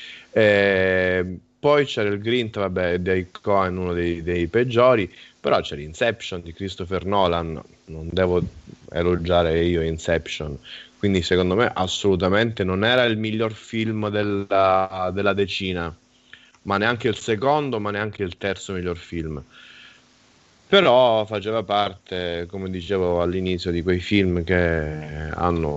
Poi c'era il Grint, vabbè, dei Coen, uno dei peggiori, però c'era Inception di Christopher Nolan, non devo elogiare io Inception, quindi secondo me assolutamente non era il miglior film della decina, ma neanche il secondo, ma neanche il terzo miglior film. Però faceva parte, come dicevo all'inizio, di quei film che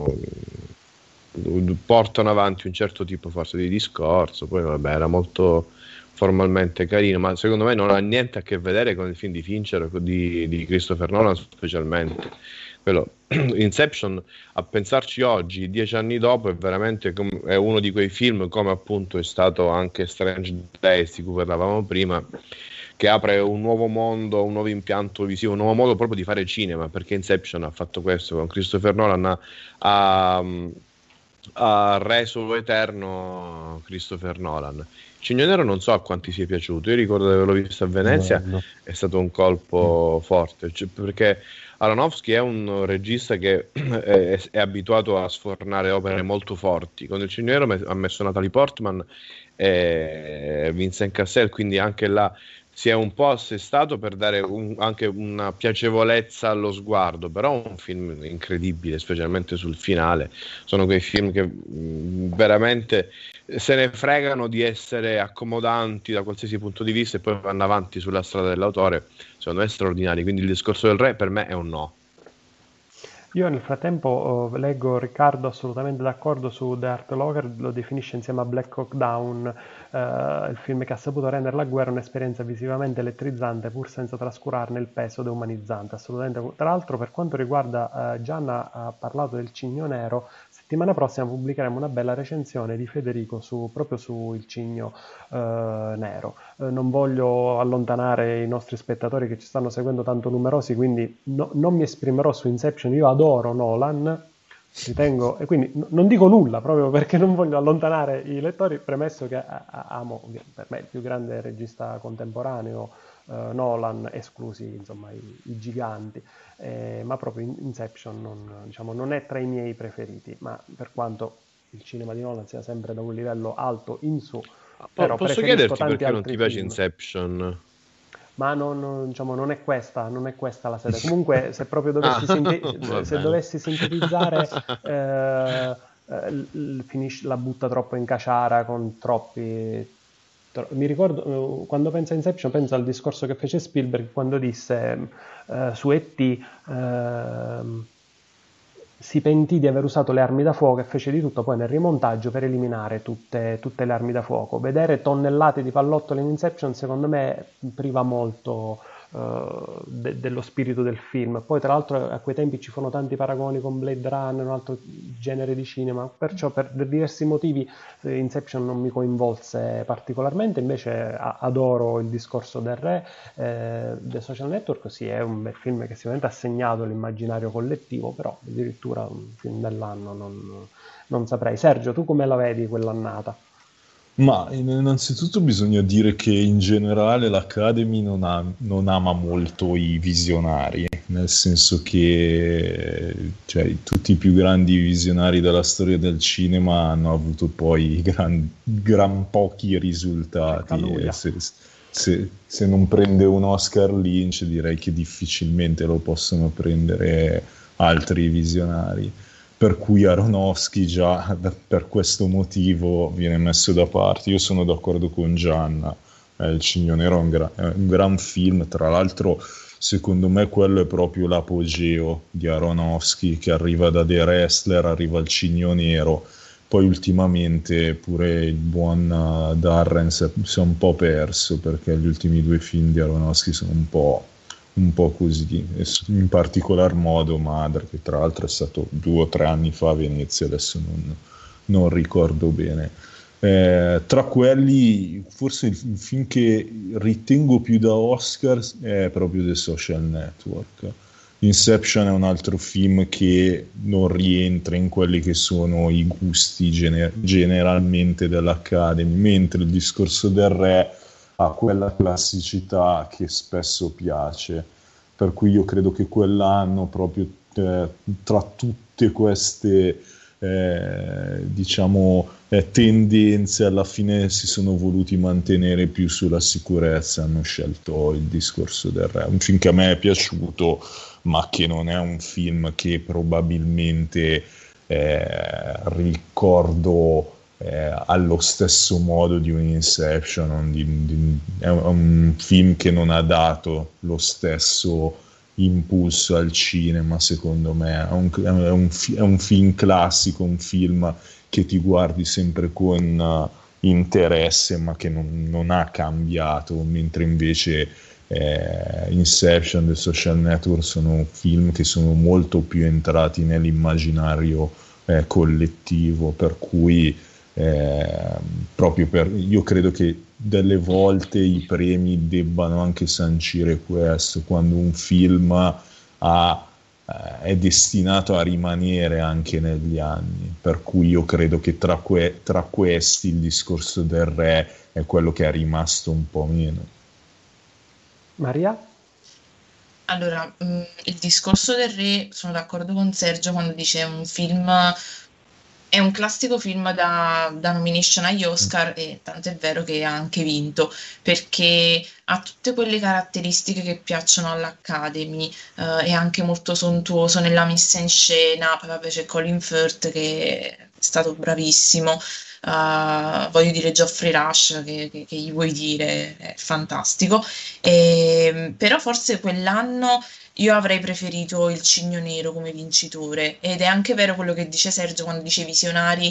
portano avanti un certo tipo forse di discorso. Poi vabbè, era molto formalmente carino, ma secondo me non ha niente a che vedere con il film di Fincher o di Christopher Nolan, specialmente quello. Inception, a pensarci oggi, 10 anni dopo, è veramente è uno di quei film, come appunto è stato anche Strange Days di cui parlavamo prima, che apre un nuovo mondo, un nuovo impianto visivo, un nuovo modo proprio di fare cinema, perché Inception ha fatto questo con Christopher Nolan, ha reso eterno Christopher Nolan. Cigno Nero non so a quanti sia piaciuto, io ricordo di averlo visto a Venezia, No. è stato un colpo forte, perché Aronofsky è un regista che è abituato a sfornare opere molto forti. Con il Cigno Nero ha messo Natalie Portman e Vincent Cassel, quindi anche là si è un po' assestato per dare anche una piacevolezza allo sguardo, però un film incredibile, specialmente sul finale. Sono quei film che veramente se ne fregano di essere accomodanti da qualsiasi punto di vista e poi vanno avanti sulla strada dell'autore. Secondo me è straordinario, quindi Il discorso del re per me è un no. Io nel frattempo leggo Riccardo assolutamente d'accordo su The Art Locker, lo definisce insieme a Black Hawk Down il film che ha saputo rendere la guerra un'esperienza visivamente elettrizzante pur senza trascurarne il peso deumanizzante. Assolutamente. Tra l'altro, per quanto riguarda Gianna, ha parlato del Cigno Nero. Settimana prossima pubblicheremo una bella recensione di Federico proprio su Il Cigno Nero. Non voglio allontanare i nostri spettatori che ci stanno seguendo tanto numerosi, quindi non mi esprimerò su Inception. Io adoro Nolan, ritengo, e quindi non dico nulla proprio perché non voglio allontanare i lettori, premesso che amo, per me, il più grande regista contemporaneo, Nolan, esclusi insomma i giganti, ma proprio Inception diciamo, non è tra i miei preferiti, ma per quanto il cinema di Nolan sia sempre da un livello alto in su, però Posso preferisco chiederti tanti perché non altri ti piace film. Inception? Ma diciamo, non è questa la sede. Comunque, se proprio Ah, va se bene. dovessi sintetizzare, la butta troppo in caciara con mi ricordo, quando penso a Inception, penso al discorso che fece Spielberg quando disse su E.T. Si pentì di aver usato le armi da fuoco e fece di tutto poi nel rimontaggio per eliminare tutte le armi da fuoco. Vedere tonnellate di pallottole in Inception secondo me priva molto dello spirito del film. Poi tra l'altro a quei tempi ci furono tanti paragoni con Blade Runner, un altro genere di cinema, perciò per diversi motivi Inception non mi coinvolse particolarmente, invece adoro Il discorso del re. The Social Network sì, è un bel film che sicuramente ha segnato l'immaginario collettivo, però addirittura un film dell'anno non saprei. Sergio, tu come la vedi quell'annata? Ma innanzitutto bisogna dire che in generale l'Academy non ama molto i visionari, nel senso che cioè, tutti i più grandi visionari della storia del cinema hanno avuto poi gran pochi risultati. Alleluia. Se non prende un Oscar Lynch, direi che difficilmente lo possono prendere altri visionari, per cui Aronofsky già per questo motivo viene messo da parte. Io sono d'accordo con Gianna, Il Cigno Nero è un gran film, tra l'altro secondo me quello è proprio l'apogeo di Aronofsky, che arriva da The Wrestler, arriva al Cigno Nero, poi ultimamente pure il buon Darren si è un po' perso, perché gli ultimi due film di Aronofsky sono un po' così, e in particolar modo Madre, che tra l'altro è stato 2 o 3 anni fa a Venezia, adesso non ricordo bene. Tra quelli, forse il film che ritengo più da Oscar è proprio The Social Network. Inception è un altro film che non rientra in quelli che sono i gusti generalmente dell'Academy, mentre Il discorso del re ha quella classicità che spesso piace, per cui io credo che quell'anno proprio tra tutte queste diciamo tendenze alla fine si sono voluti mantenere più sulla sicurezza, hanno scelto Il discorso del re, un film che a me è piaciuto ma che non è un film che probabilmente ricordo allo stesso modo di un Inception. È un film che non ha dato lo stesso impulso al cinema, secondo me. È un film classico, un film che ti guardi sempre con interesse, ma che non ha cambiato, mentre invece Inception e The Social Network sono film che sono molto più entrati nell'immaginario collettivo, per cui io credo che delle volte i premi debbano anche sancire questo, quando un film è destinato a rimanere anche negli anni, per cui io credo che tra questi Il discorso del re è quello che è rimasto un po' meno. Maria? Allora, il discorso del re, sono d'accordo con Sergio quando dice un film, è un classico film da nomination agli Oscar e tanto è vero che ha anche vinto, perché ha tutte quelle caratteristiche che piacciono all'Academy, è anche molto sontuoso nella messa in scena, poi vabbè c'è Colin Firth che è stato bravissimo. Voglio dire Geoffrey Rush, che gli vuoi dire, è fantastico. Però forse quell'anno io avrei preferito il Cigno Nero come vincitore ed è anche vero quello che dice Sergio quando dice i visionari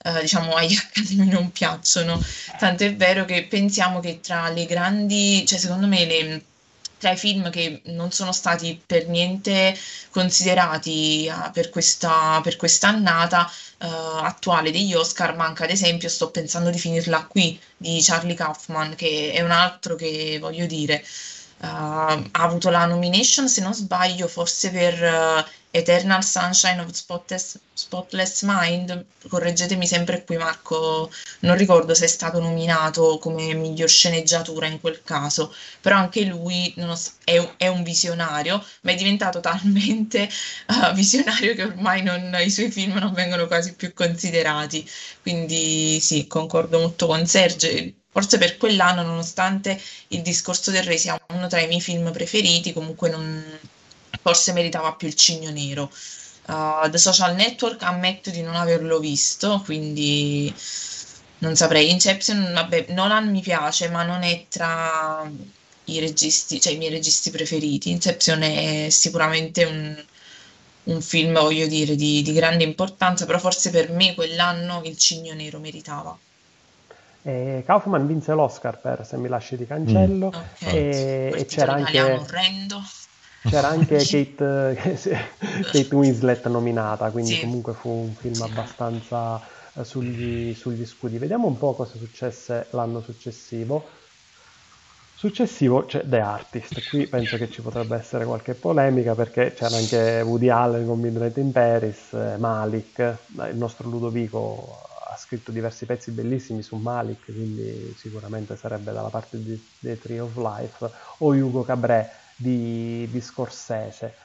diciamo agli Academy non piacciono. Tanto è vero che pensiamo che tra le grandi, cioè secondo me tra i film che non sono stati per niente considerati per quest'annata attuale degli Oscar, manca ad esempio, sto pensando di finirla qui, di Charlie Kaufman, che è un altro che voglio dire, ha avuto la nomination, se non sbaglio, forse per Eternal Sunshine of Spotless Mind, correggetemi sempre qui Marco, non ricordo se è stato nominato come miglior sceneggiatura in quel caso, però anche lui è un visionario, ma è diventato talmente visionario che ormai i suoi film non vengono quasi più considerati. Quindi sì, concordo molto con Sergio. Forse per quell'anno, nonostante Il discorso del re sia uno tra i miei film preferiti, comunque forse meritava più il Cigno Nero. The Social Network ammetto di non averlo visto, quindi non saprei. Inception, vabbè, Nolan mi piace, ma non è tra i registi, cioè i miei registi preferiti. Inception è sicuramente un film, voglio dire, di grande importanza, però forse per me quell'anno il Cigno Nero meritava. Kaufman vinse l'Oscar per Se mi lasci ti cancello, Ok, e quel titolo italiano orrendo. c'era anche Kate Winslet nominata, quindi Sì. comunque fu un film abbastanza sugli scudi. Vediamo un po' cosa successe l'anno successivo. Successivo c'è The Artist. Qui penso che ci potrebbe essere qualche polemica, perché c'era anche Woody Allen con Midnight in Paris, Malik, il nostro Ludovico ha scritto diversi pezzi bellissimi su Malik, quindi sicuramente sarebbe dalla parte di The Tree of Life, o Hugo Cabret di Scorsese.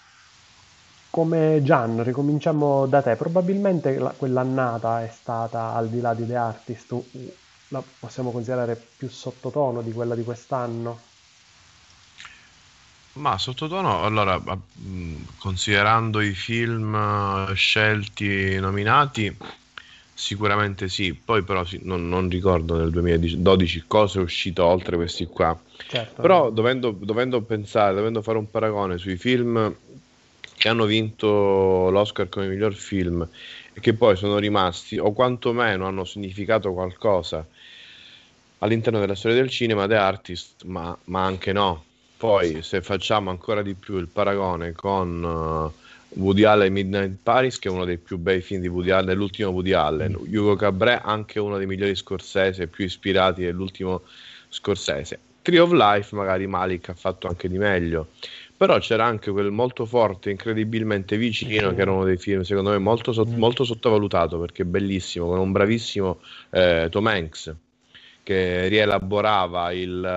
Come Gian, ricominciamo da te. Probabilmente quell'annata è stata, al di là di The Artist, la possiamo considerare più sottotono di quella di quest'anno. Ma sottotono, allora, considerando i film scelti, nominati, sicuramente sì. Poi però non ricordo nel 2012 cosa è uscito oltre questi qua. Certo. Però dovendo pensare, dovendo fare un paragone sui film che hanno vinto l'Oscar come miglior film e che poi sono rimasti, o quantomeno hanno significato qualcosa all'interno della storia del cinema, The Artist, ma anche no. Poi se facciamo ancora di più il paragone con Woody Allen Midnight in Paris, che è uno dei più bei film di Woody Allen, l'ultimo Woody Allen, Hugo Cabret, anche uno dei migliori Scorsese, più ispirati dell'ultimo Scorsese. Tree of Life magari Malik ha fatto anche di meglio, però c'era anche quel molto forte, incredibilmente vicino, che era uno dei film secondo me molto sottovalutato, perché è bellissimo, con un bravissimo Tom Hanks, che rielaborava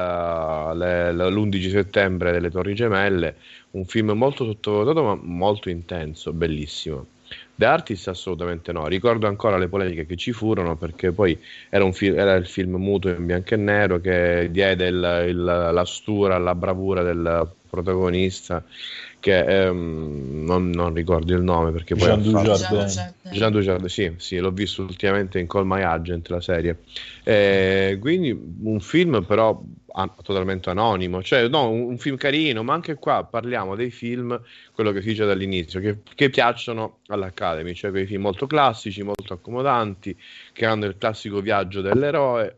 l'11 settembre delle Torri Gemelle, un film molto sottovalutato ma molto intenso, bellissimo. The Artist assolutamente no, ricordo ancora le polemiche che ci furono, perché poi era il film muto in bianco e nero che diede la stura, la bravura del protagonista, che non ricordo il nome, perché poi Jean Dujardin, sì, l'ho visto ultimamente in Call My Agent, la serie, quindi un film però totalmente anonimo, cioè no, un film carino, ma anche qua parliamo dei film, quello che si dice dall'inizio, che piacciono all'Academy, cioè quei film molto classici, molto accomodanti, che hanno il classico viaggio dell'eroe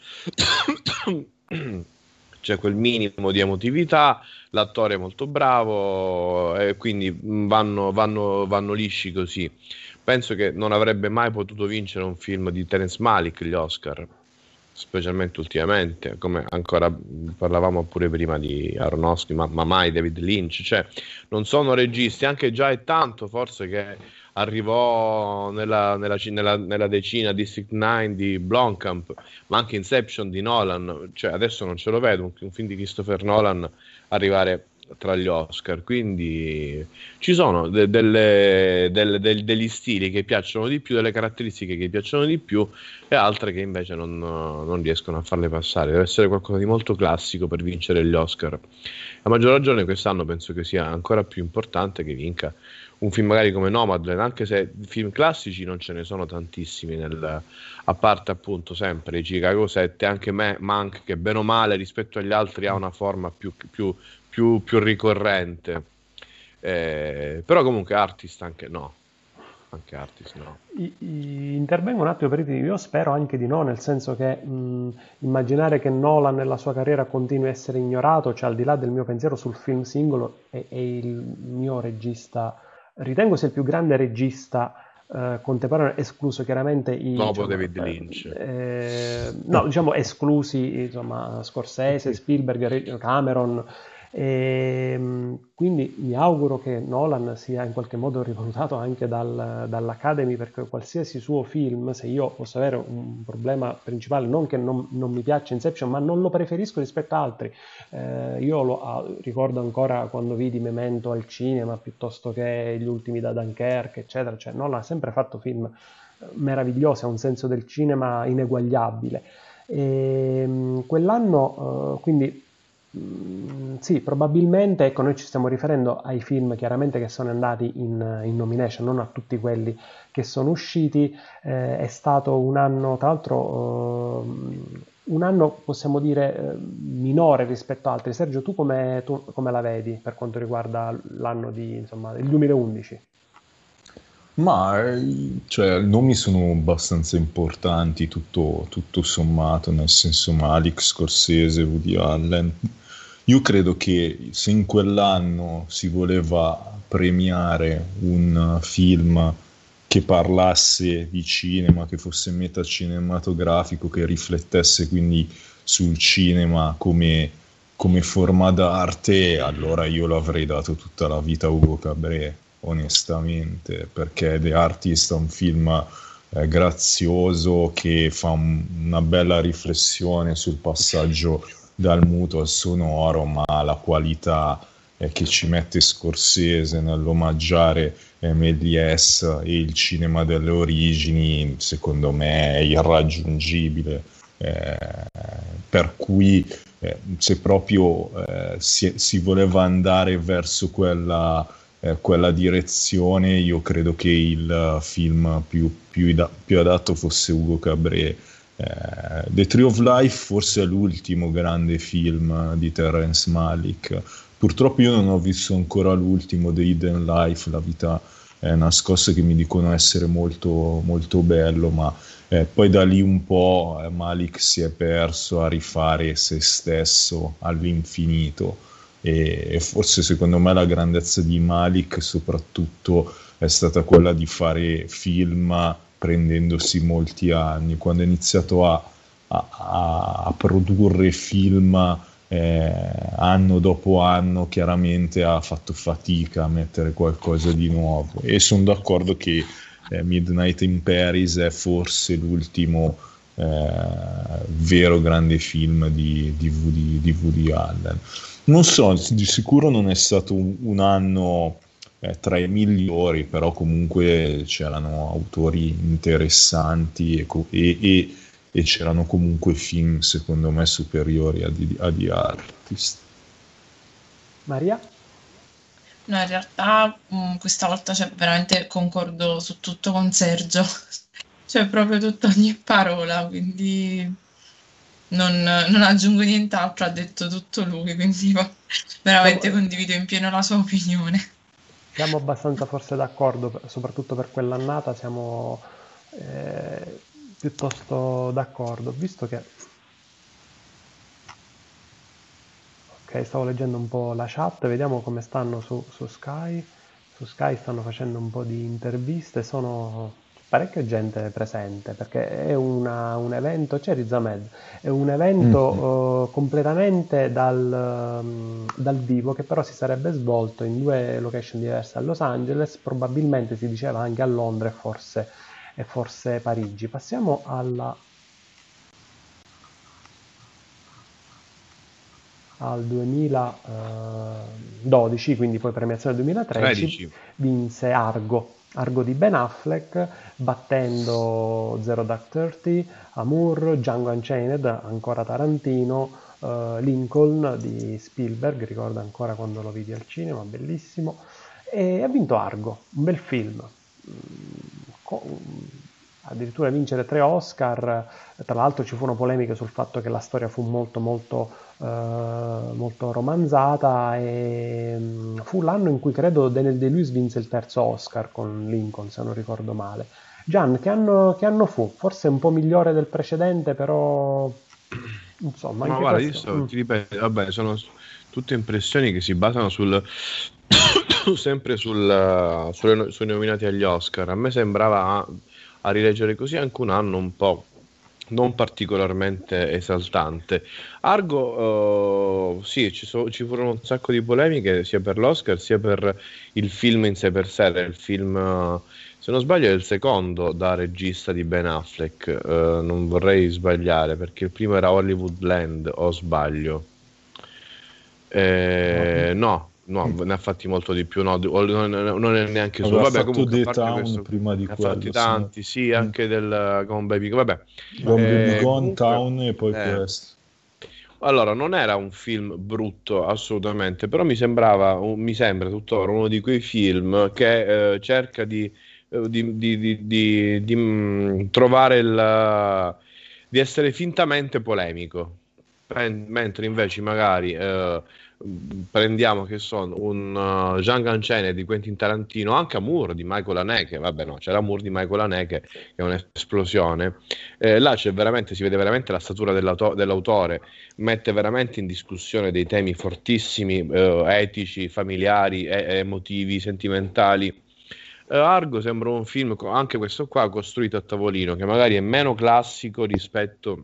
c'è quel minimo di emotività, l'attore è molto bravo, e quindi vanno lisci così. Penso che non avrebbe mai potuto vincere un film di Terence Malick gli Oscar, specialmente ultimamente, come ancora parlavamo pure prima di Aronofsky, ma mai David Lynch, cioè non sono registi, anche già è tanto forse che arrivò nella decina District 9 di Blomkamp, ma anche Inception di Nolan, cioè adesso non ce lo vedo un film di Christopher Nolan arrivare tra gli Oscar, quindi ci sono degli stili che piacciono di più, delle caratteristiche che piacciono di più e altre che invece non riescono a farle passare. Deve essere qualcosa di molto classico per vincere gli Oscar. A maggior ragione quest'anno penso che sia ancora più importante che vinca un film magari come Nomadland, anche se film classici non ce ne sono tantissimi, a parte appunto sempre i Chicago 7, anche Mank, che bene o male rispetto agli altri ha una forma più ricorrente, però comunque Artist anche no. anche Artist no. Intervengo un attimo per dire, io spero anche di no, nel senso che immaginare che Nolan nella sua carriera continui a essere ignorato, cioè al di là del mio pensiero sul film singolo, è il mio regista, ritengo sia il più grande regista contemporaneo, escluso chiaramente Dopo diciamo, David Lynch. no, diciamo esclusi insomma Scorsese, Spielberg, Cameron. Quindi mi auguro che Nolan sia in qualche modo rivalutato anche dall'Academy, perché qualsiasi suo film, se io posso avere un problema principale, non che non mi piace Inception, ma non lo preferisco rispetto a altri. Io ricordo ancora quando vidi Memento al cinema piuttosto che gli ultimi da Dunkerque, eccetera. Cioè, Nolan ha sempre fatto film meravigliosi, ha un senso del cinema ineguagliabile. Quell'anno, quindi sì, probabilmente, ecco, noi ci stiamo riferendo ai film chiaramente che sono andati in nomination, non a tutti quelli che sono usciti. È stato un anno, tra l'altro, un anno possiamo dire minore rispetto ad altri. Sergio, tu come la vedi per quanto riguarda l'anno insomma, il 2011? Ma cioè, nomi sono abbastanza importanti, tutto sommato, nel senso Malik, Scorsese, Woody Allen. Io credo che se in quell'anno si voleva premiare un film che parlasse di cinema, che fosse metacinematografico, che riflettesse quindi sul cinema come forma d'arte, allora io l'avrei dato tutta la vita a Ugo Cabré, onestamente, perché The Artist è un film grazioso che fa una bella riflessione sul passaggio dal muto al sonoro, ma la qualità che ci mette Scorsese nell'omaggiare Méliès e il cinema delle origini, secondo me è irraggiungibile. Per cui se proprio si voleva andare verso quella direzione, io credo che il film più adatto fosse Ugo Cabré. The Tree of Life forse è l'ultimo grande film di Terrence Malick. Purtroppo io non ho visto ancora l'ultimo, The Hidden Life, La vita nascosta, che mi dicono essere molto, molto bello, ma poi da lì un po' Malick si è perso a rifare se stesso all'infinito. E forse secondo me la grandezza di Malick soprattutto è stata quella di fare film prendendosi molti anni. Quando ha iniziato a produrre film anno dopo anno, chiaramente ha fatto fatica a mettere qualcosa di nuovo, e sono d'accordo che Midnight in Paris è forse l'ultimo vero grande film di Woody Allen. Non so, di sicuro non è stato un anno tra i migliori, però comunque c'erano autori interessanti e c'erano comunque film secondo me superiori a The Artist. Maria? No, in realtà questa volta veramente concordo su tutto con Sergio, cioè proprio ogni parola, quindi non aggiungo nient'altro, ha detto tutto lui, quindi veramente condivido in pieno la sua opinione. Siamo abbastanza forse d'accordo, soprattutto per quell'annata siamo piuttosto d'accordo, visto che ok, stavo leggendo un po' la chat, vediamo come stanno su Sky. Su Sky stanno facendo un po' di interviste, sono parecchia gente presente perché è un evento, c'è Rizamed, è un evento completamente dal vivo, che però si sarebbe svolto in due location diverse a Los Angeles, probabilmente si diceva anche a Londra e forse Parigi. Passiamo al 2012, quindi poi premiazione 2013, vinse Argo di Ben Affleck, battendo Zero Dark Thirty, Amour, Django Unchained, ancora Tarantino, Lincoln di Spielberg, ricordo ancora quando lo vidi al cinema, bellissimo, e ha vinto Argo, un bel film. Addirittura vincere 3 Oscar, tra l'altro ci furono polemiche sul fatto che la storia fu molto molto molto romanzata, e fu l'anno in cui credo Daniel Day-Lewis vinse il terzo Oscar con Lincoln, se non ricordo male. Gian, che anno fu? Forse un po' migliore del precedente, però insomma Ma anche guarda, io questo. ti ripeto, vabbè, sono tutte impressioni che si basano sempre sui nominati agli Oscar. A me sembrava a rileggere così anche un anno un po' non particolarmente esaltante. Argo, sì, ci furono un sacco di polemiche sia per l'Oscar sia per il film in sé per sé. Il film, se non sbaglio, è il secondo da regista di Ben Affleck. Non vorrei sbagliare perché il primo era Hollywoodland, o sbaglio? No, no, ne ha fatti molto di più. No, non è neanche suo. Aveva Vabbè, fatto comunque, a The parte Town questo, prima di ne ha fatti quello, se no. tanti, sì, anche del Gone Baby. Vabbè, Gone Baby Gone, comunque, Town e poi eh, questo. allora, non era un film brutto assolutamente, però mi sembra tuttora uno di quei film che cerca di trovare di essere fintamente polemico. Mentre invece magari prendiamo che sono un Django Unchained di Quentin Tarantino, anche Amour di Michael Haneke, vabbè no, c'era Amour di Michael Haneke che è un'esplosione. Là si vede veramente la statura dell'autore, mette veramente in discussione dei temi fortissimi, etici, familiari, emotivi, sentimentali. Argo sembra un film, anche questo qua, costruito a tavolino, che magari è meno classico rispetto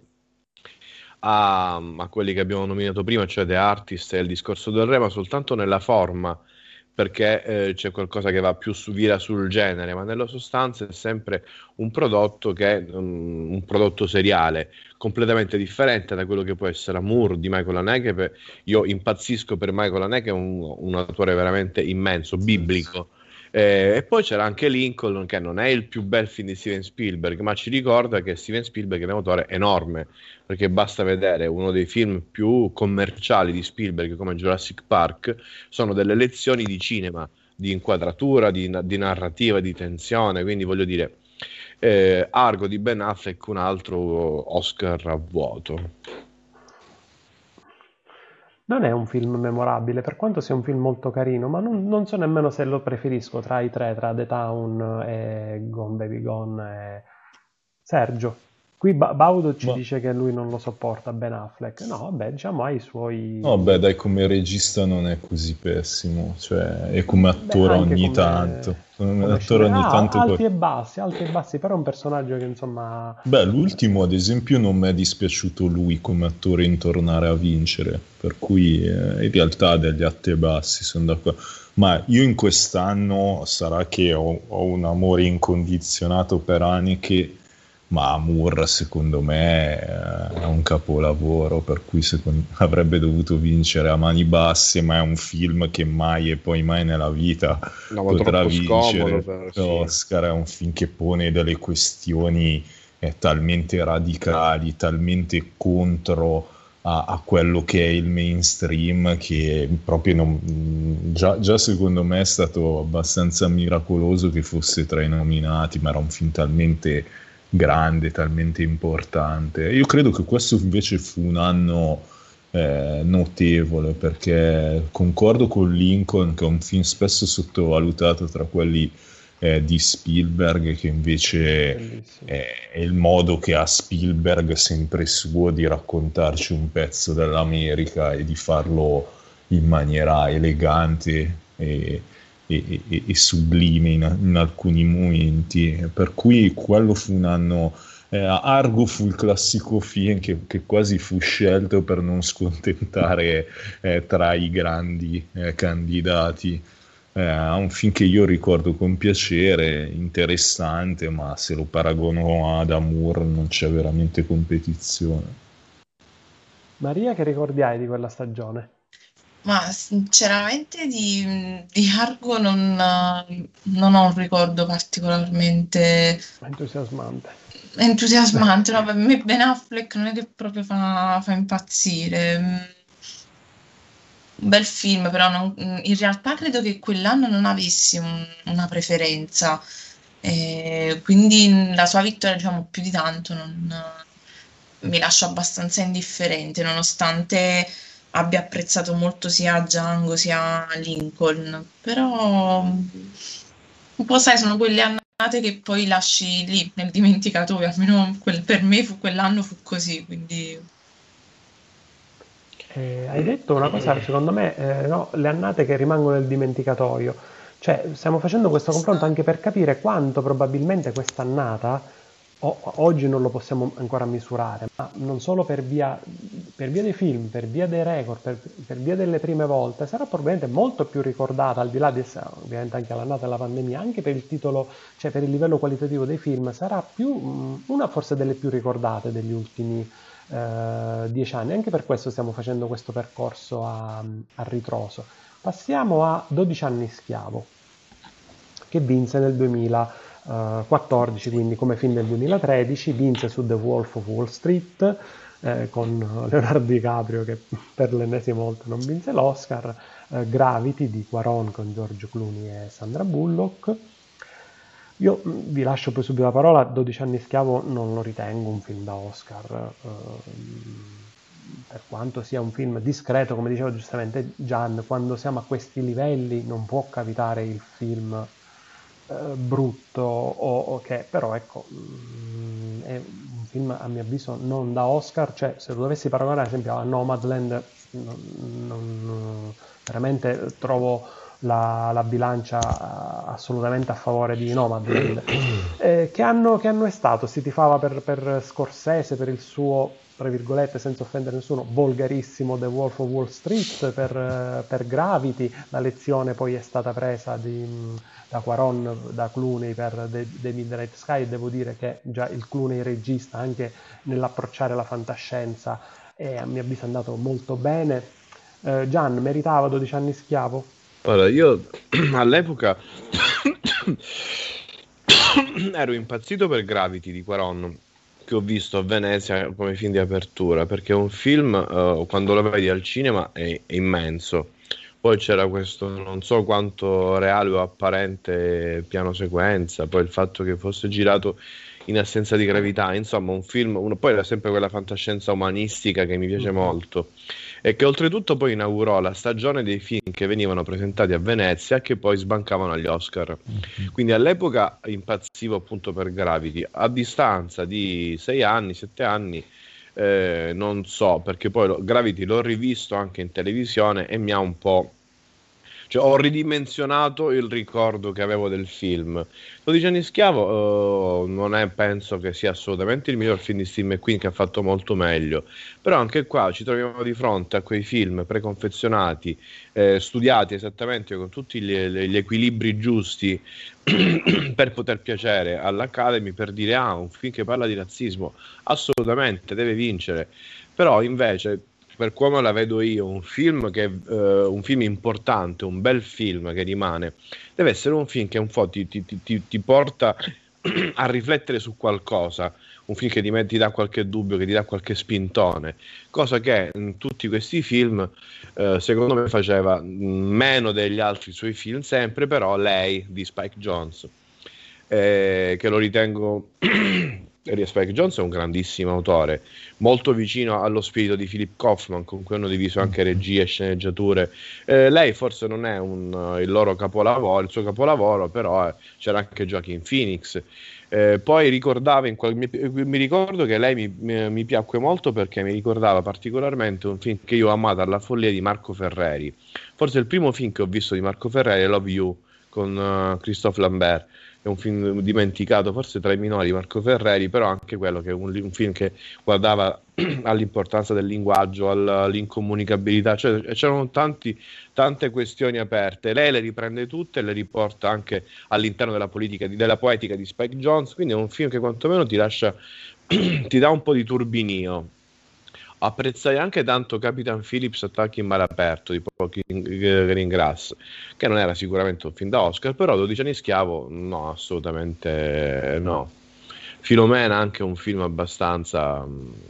a quelli che abbiamo nominato prima, cioè The Artist e Il discorso del re, ma soltanto nella forma, perché c'è qualcosa che va più vira sul genere, ma nella sostanza è sempre un prodotto un prodotto seriale, completamente differente da quello che può essere Amour di Michael Haneke. Io impazzisco per Michael Haneke, è un autore veramente immenso, biblico. E poi c'era anche Lincoln, che non è il più bel film di Steven Spielberg, ma ci ricorda che Steven Spielberg è un autore enorme, perché basta vedere uno dei film più commerciali di Spielberg come Jurassic Park, sono delle lezioni di cinema, di inquadratura, di narrativa, di tensione, quindi voglio dire, Argo di Ben Affleck, un altro Oscar a vuoto. Non è un film memorabile, per quanto sia un film molto carino, ma non so nemmeno se lo preferisco tra i tre, tra The Town e Gone Baby Gone. Sergio, qui Baudo ci Ma dice che lui non lo sopporta Ben Affleck. No, vabbè, diciamo ha i no, beh, suoi... dai, come regista non è così pessimo, cioè, e come Beh, attore anche ogni tanto. Come come attore scena... ogni tanto. alti e bassi, però è un personaggio che insomma... Beh, l'ultimo, ad esempio, non mi è dispiaciuto lui come attore in Tornare a vincere, per cui in realtà ha degli alti e bassi, sono d'accordo. Ma io in quest'anno sarà che ho un amore incondizionato per Haneke, ma Amour secondo me è un capolavoro, per cui avrebbe dovuto vincere a mani basse, ma è un film che mai e poi mai nella vita No, ma potrà troppo scomodo, vincere però, sì. l'Oscar. È un film che pone delle questioni talmente radicali, talmente contro a quello che è il mainstream, che proprio già secondo me è stato abbastanza miracoloso che fosse tra i nominati, ma era un film talmente grande, talmente importante. Io credo che questo invece fu un anno notevole, perché concordo con Lincoln, che è un film spesso sottovalutato tra quelli di Spielberg, che invece Bellissimo. è il modo che ha Spielberg sempre suo di raccontarci un pezzo dell'America e di farlo in maniera elegante e sublime in alcuni momenti, per cui quello fu un anno. Argo fu il classico film che quasi fu scelto per non scontentare tra i grandi candidati. È un film che io ricordo con piacere, interessante, ma se lo paragono ad Amour non c'è veramente competizione. Maria, che ricordi hai di quella stagione? Ma sinceramente di Argo non ho un ricordo particolarmente Entusiasmante. entusiasmante. No, per me Ben Affleck non è che proprio fa impazzire. Un bel film, però in realtà credo che quell'anno non avessi una preferenza, quindi la sua vittoria, diciamo, più di tanto mi lascia abbastanza indifferente, nonostante abbia apprezzato molto sia Django sia Lincoln, però un po' sai, sono quelle annate che poi lasci lì nel dimenticatoio, almeno per me quell'anno fu così, quindi Hai detto una cosa, secondo me, no, le annate che rimangono nel dimenticatoio. Cioè, stiamo facendo questo confronto anche per capire quanto probabilmente questa annata, oggi non lo possiamo ancora misurare, ma non solo per via dei film, per via dei record, per via delle prime volte, sarà probabilmente molto più ricordata, al di là di essere ovviamente anche l'annata della pandemia, anche per il titolo, cioè per il livello qualitativo dei film, sarà più, una forse delle più ricordate degli ultimi 10 anni. Anche per questo stiamo facendo questo percorso a ritroso. Passiamo a 12 anni schiavo, che vinse nel 2014, quindi come film del 2013, vinse su The Wolf of Wall Street, con Leonardo DiCaprio che per l'ennesima volta non vinse l'Oscar, Gravity di Quaron con George Clooney e Sandra Bullock. Io vi lascio poi subito la parola. 12 anni schiavo non lo ritengo un film da Oscar, per quanto sia un film discreto, come diceva giustamente Gian, quando siamo a questi livelli non può capitare il film brutto o che, però ecco, è un film a mio avviso non da Oscar. Cioè, se lo dovessi paragonare ad esempio a Nomadland, veramente trovo la bilancia assolutamente a favore di Nomadland. Che anno è stato? Si tifava per Scorsese, per il suo, tra virgolette, senza offendere nessuno, volgarissimo The Wolf of Wall Street, per Gravity. La lezione poi è stata presa da Quaron, da Clooney per The Midnight Sky. Devo dire che già il Clooney regista, anche nell'approcciare la fantascienza, è a mio avviso andato molto bene. Gian, meritava 12 anni schiavo? Allora, io all'epoca ero impazzito per Gravity di Quaron, che ho visto a Venezia come film di apertura, perché è un film, quando lo vedi al cinema è immenso. Poi c'era questo non so quanto reale o apparente piano sequenza, poi il fatto che fosse girato in assenza di gravità, insomma un film, poi era sempre quella fantascienza umanistica che mi piace molto, e che oltretutto poi inaugurò la stagione dei film che venivano presentati a Venezia e che poi sbancavano agli Oscar. Quindi all'epoca impazzivo appunto per Gravity. A distanza di 6 anni, 7 anni, non so, perché poi Gravity l'ho rivisto anche in televisione e mi ha un po'... Cioè, ho ridimensionato il ricordo che avevo del film. 12 anni schiavo non è, penso che sia assolutamente il miglior film di Steve McQueen, che ha fatto molto meglio, però anche qua ci troviamo di fronte a quei film preconfezionati, studiati esattamente con tutti gli equilibri giusti per poter piacere all'Academy, per dire un film che parla di razzismo assolutamente deve vincere. Però invece, per come la vedo io, un film importante, un bel film che rimane, deve essere un film che un po' ti porta a riflettere su qualcosa, un film che ti dà qualche dubbio, che ti dà qualche spintone, cosa che in tutti questi film secondo me faceva meno degli altri suoi film, sempre però lei di Spike Jonze, che lo ritengo... Spike Jonze è un grandissimo autore, molto vicino allo spirito di Philip Kaufman, con cui hanno diviso anche regie e sceneggiature. Lei forse non è il loro capolavoro, il suo capolavoro, però c'era anche Joaquin Phoenix. Poi ricordava mi ricordo che lei mi piacque molto perché mi ricordava particolarmente un film che io ho amato alla follia di Marco Ferreri. Forse il primo film che ho visto di Marco Ferreri è Love You con Christophe Lambert. È un film dimenticato, forse tra i minori di Marco Ferreri, però anche quello che è un film che guardava all'importanza del linguaggio, all'incomunicabilità, cioè c'erano tante questioni aperte. Lei le riprende tutte e le riporta anche all'interno della poetica di Spike Jonze, quindi è un film che quantomeno ti lascia, ti dà un po' di turbinio. Apprezzai anche tanto Capitan Phillips Attacchi in mare aperto di Paul Greengrass, che non era sicuramente un film da Oscar, però 12 anni schiavo no, assolutamente no. Filomena anche un film abbastanza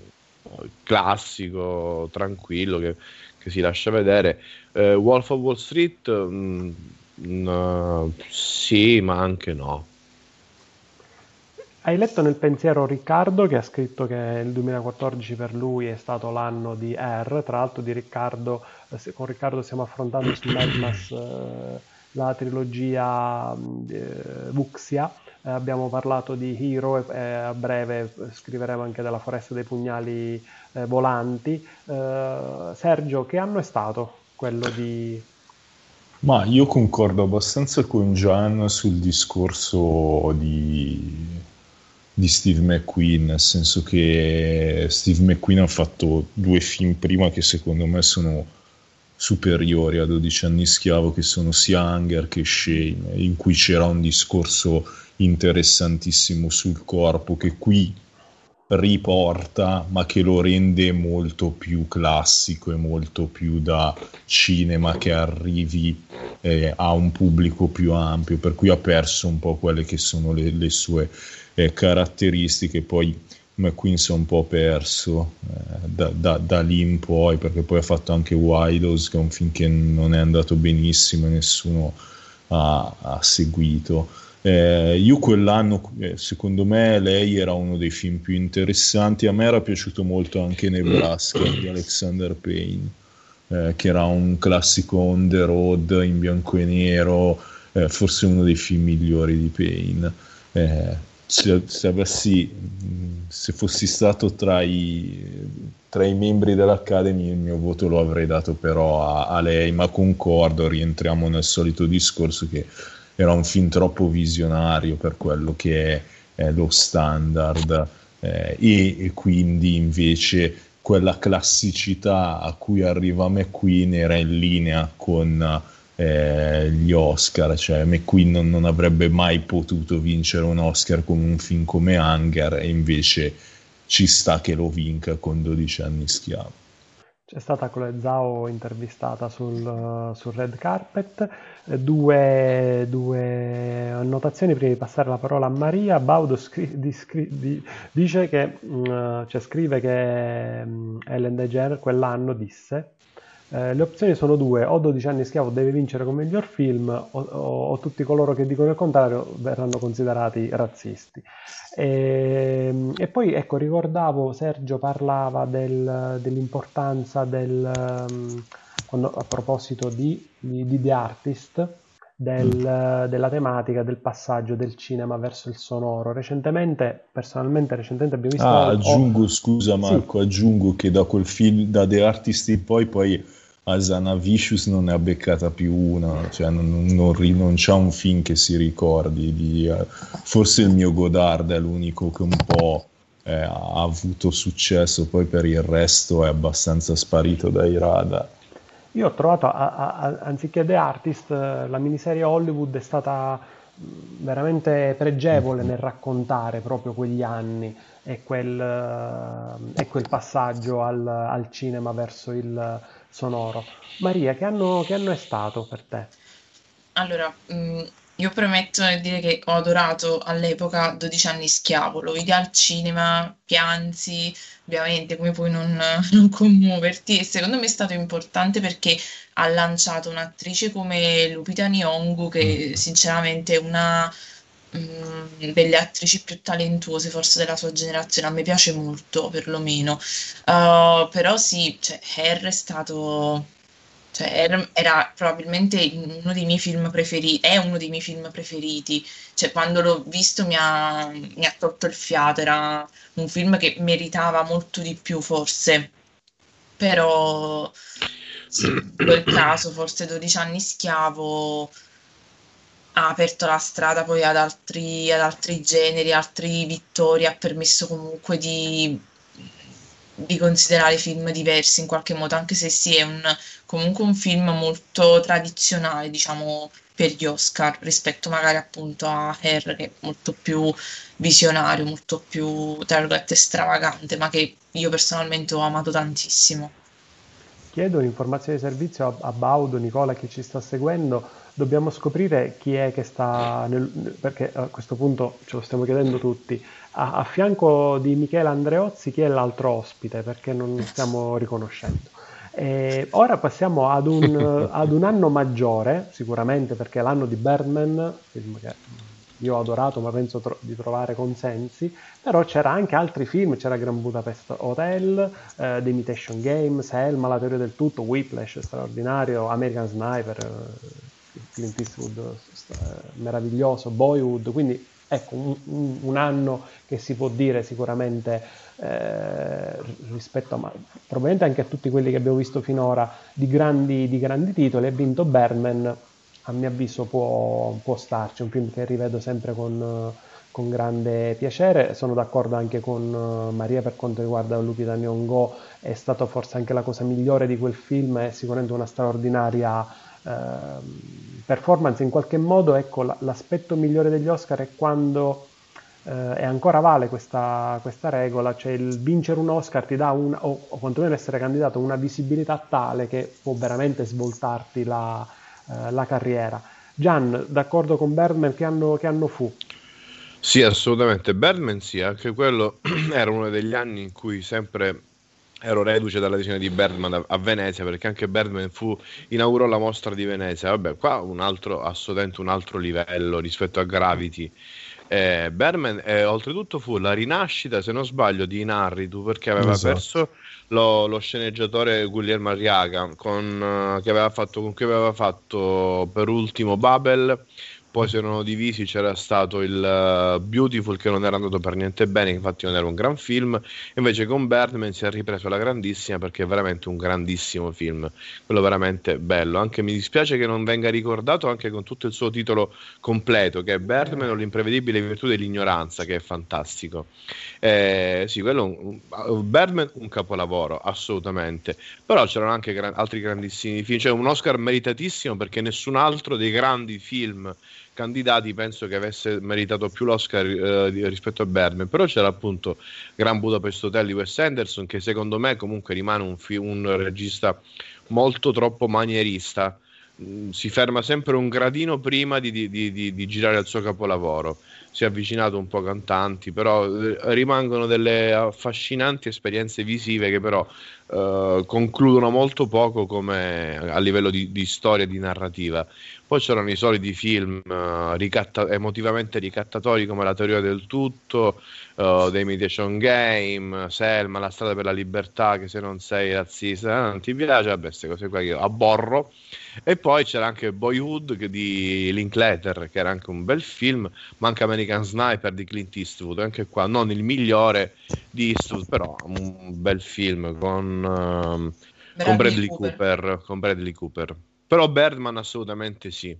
classico, tranquillo, che si lascia vedere. Wolf of Wall Street sì, ma anche no. Hai letto nel pensiero Riccardo che ha scritto che il 2014 per lui è stato l'anno di R, tra l'altro di Riccardo, con Riccardo stiamo affrontando su Madmas la trilogia Wuxia, abbiamo parlato di Hero e a breve scriveremo anche della Foresta dei Pugnali Volanti. Sergio, che anno è stato quello di... Ma io concordo abbastanza con Gian sul discorso di Steve McQueen, nel senso che Steve McQueen ha fatto due film prima che secondo me sono superiori a 12 anni schiavo, che sono sia Hunger che Shame, in cui c'era un discorso interessantissimo sul corpo che qui riporta, ma che lo rende molto più classico e molto più da cinema che arrivi a un pubblico più ampio, per cui ha perso un po' quelle che sono le sue caratteristiche. Poi McQueen si è un po' perso da lì in poi, perché poi ha fatto anche Widows, che è un film che non è andato benissimo e nessuno ha seguito. Io quell'anno, secondo me, lei era uno dei film più interessanti. A me era piaciuto molto anche Nebraska di Alexander Payne, che era un classico on the road in bianco e nero, forse uno dei film migliori di Payne. Se fossi stato tra i membri dell'Academy, il mio voto lo avrei dato però a lei, ma concordo, rientriamo nel solito discorso che era un film troppo visionario per quello che è lo standard, e quindi invece quella classicità a cui arriva McQueen era in linea con gli Oscar, cioè McQueen non avrebbe mai potuto vincere un Oscar con un film come Hunger, e invece ci sta che lo vinca con 12 anni schiavo. C'è stata Chloe Zhao intervistata sul red carpet. Due annotazioni prima di passare la parola a Maria. Baudo dice che, cioè scrive che Ellen DeGeneres quell'anno disse le opzioni sono due: o 12 anni schiavo deve vincere come miglior film, o tutti coloro che dicono il contrario verranno considerati razzisti. E poi ecco, ricordavo, Sergio parlava dell'importanza a proposito di The Artist, della tematica, del passaggio del cinema verso il sonoro. Personalmente recentemente abbiamo visto... Scusa Marco, Sì. aggiungo che da quel film, da The Artist in poi Asana Vicious non ne ha beccata più una, cioè non c'è un film che si ricordi forse il mio Godard è l'unico che un po' ha avuto successo, poi per il resto è abbastanza sparito dai radar. Io ho trovato, anziché The Artist, la miniserie Hollywood è stata veramente pregevole nel raccontare proprio quegli anni e quel passaggio al cinema verso il sonoro. Maria, che anno è stato per te? Allora, io premetto nel dire che ho adorato all'epoca 12 anni schiavo, lo vidi al cinema, piansi, ovviamente, come puoi non commuoverti, e secondo me è stato importante perché ha lanciato un'attrice come Lupita Nyong'o, che sinceramente è una delle attrici più talentuose forse della sua generazione, a me piace molto perlomeno. Però sì, cioè, Hair è stato... Cioè, era probabilmente uno dei miei film preferiti, è uno dei miei film preferiti. Cioè, quando l'ho visto mi ha tolto il fiato, era un film che meritava molto di più, forse. Però, sì, in quel caso, forse 12 anni schiavo ha aperto la strada poi ad altri generi, altri Vittori, ha permesso comunque di considerare film diversi in qualche modo, anche se sì, è comunque un film molto tradizionale, diciamo, per gli Oscar, rispetto magari appunto a Hair, che è molto più visionario, molto più, tra virgolette, stravagante, ma che io personalmente ho amato tantissimo. Chiedo un'informazione di servizio a Baudo, Nicola, che ci sta seguendo. Dobbiamo scoprire chi è che sta, perché a questo punto ce lo stiamo chiedendo tutti. A fianco di Michele Andreozzi, chi è l'altro ospite? Perché non stiamo riconoscendo. E ora passiamo ad un anno maggiore, sicuramente perché è l'anno di Birdman, film che io ho adorato, ma penso di trovare consensi. Però c'era anche altri film, c'era Grand Budapest Hotel, The Imitation Game, Selma, La teoria del tutto, Whiplash, straordinario, American Sniper, Clint Eastwood, meraviglioso, Boyhood, quindi ecco un anno che si può dire sicuramente rispetto probabilmente anche a tutti quelli che abbiamo visto finora di grandi titoli. Ha vinto Birdman, a mio avviso può starci, un film che rivedo sempre con grande piacere. Sono d'accordo anche con Maria per quanto riguarda Lupita Nyong'o, è stato forse anche la cosa migliore di quel film, è sicuramente una straordinaria performance. In qualche modo, ecco, l'aspetto migliore degli Oscar è quando e ancora vale questa regola, cioè il vincere un Oscar ti dà o quantomeno essere candidato a una visibilità tale che può veramente svoltarti la carriera. Gian, d'accordo con Birdman, che anno fu? Sì, assolutamente. Birdman sì, anche quello era uno degli anni in cui sempre ero reduce dalla decina di Birdman a Venezia, perché anche Birdman inaugurò la mostra di Venezia. Vabbè, qua assolutamente un altro livello rispetto a Gravity. Birdman oltretutto fu la rinascita, se non sbaglio, di Inarritu, perché aveva perso lo sceneggiatore Guillermo Arriaga con cui aveva fatto per ultimo Babel. Poi si erano divisi, c'era stato il Beautiful, che non era andato per niente bene, infatti non era un gran film. Invece con Birdman si è ripreso alla grandissima, perché è veramente un grandissimo film, quello veramente bello. Anche mi dispiace che non venga ricordato anche con tutto il suo titolo completo, che è Birdman o l'imprevedibile virtù dell'ignoranza, che è fantastico. Sì, Birdman un capolavoro, assolutamente. Però c'erano anche altri grandissimi film, cioè un Oscar meritatissimo, perché nessun altro dei grandi film candidati penso che avesse meritato più l'Oscar rispetto a Birdman. Però c'era appunto Grand Budapest Hotel di Wes Anderson, che secondo me comunque rimane un regista molto troppo manierista. Si ferma sempre un gradino prima di girare il suo capolavoro. Si è avvicinato un po' a cantanti, però rimangono delle affascinanti esperienze visive che però concludono molto poco come a livello di storia, di narrativa. Poi c'erano i soliti film emotivamente ricattatori, come La teoria del tutto, The Imitation Game, Selma, La strada per la libertà, che se non sei razzista non ti piace, vabbè, queste cose qua che io abborro. E poi c'era anche Boyhood di Linklater, che era anche un bel film, ma anche American Sniper di Clint Eastwood, anche qua non il migliore di Eastwood, però un bel film con Bradley Cooper. Però Birdman assolutamente sì.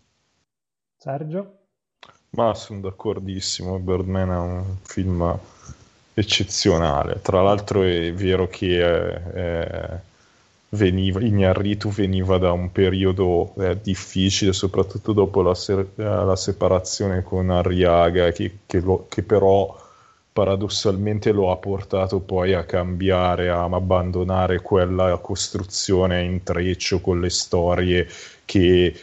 Sergio? Ma sono d'accordissimo, Birdman è un film eccezionale. Tra l'altro è vero che Iñárritu veniva da un periodo difficile, soprattutto dopo la separazione con Arriaga, che però paradossalmente lo ha portato poi a cambiare, a abbandonare quella costruzione a intreccio con le storie che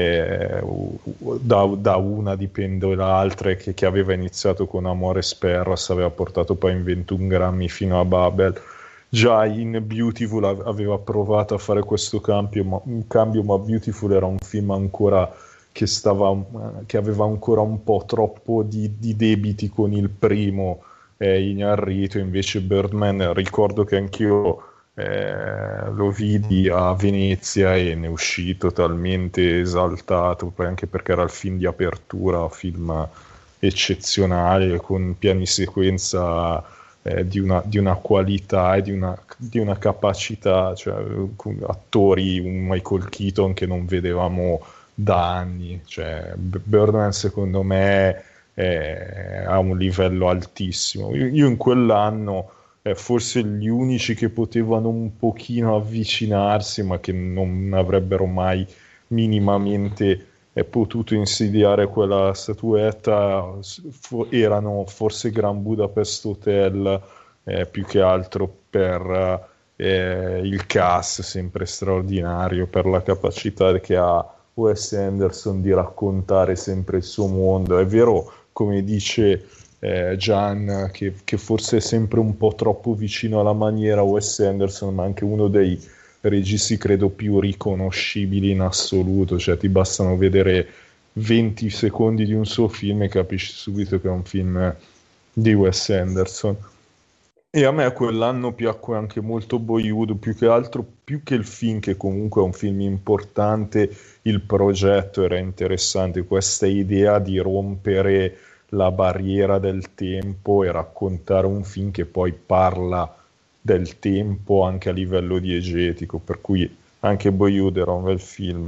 da una dipende l'altra, e che aveva iniziato con Amores Perros, aveva portato poi in 21 grammi fino a Babel. Già in Beautiful aveva provato a fare questo cambio, ma Beautiful era un film ancora che aveva ancora un po' troppo di debiti con il primo Iñárritu. Invece Birdman, ricordo che anch'io lo vidi a Venezia e ne uscì totalmente esaltato, anche perché era il film di apertura, film eccezionale, con piani sequenza di una qualità e di una capacità, cioè con attori, un Michael Keaton che non vedevamo da anni. Cioè Birdman secondo me ha un livello altissimo. Io in quell'anno forse gli unici che potevano un pochino avvicinarsi, ma che non avrebbero mai minimamente potuto insidiare quella statuetta, erano forse Grand Budapest Hotel, più che altro per il cast sempre straordinario, per la capacità che ha Wes Anderson di raccontare sempre il suo mondo. È vero, come dice Gian, che forse è sempre un po' troppo vicino alla maniera Wes Anderson, ma anche uno dei registi credo più riconoscibili in assoluto. Cioè ti bastano vedere 20 secondi di un suo film e capisci subito che è un film di Wes Anderson. E a me quell'anno piacque anche molto Boyhood, più che altro, più che il film, che comunque è un film importante, il progetto era interessante, questa idea di rompere la barriera del tempo e raccontare un film che poi parla del tempo anche a livello diegetico, per cui anche Boyhood era un bel film.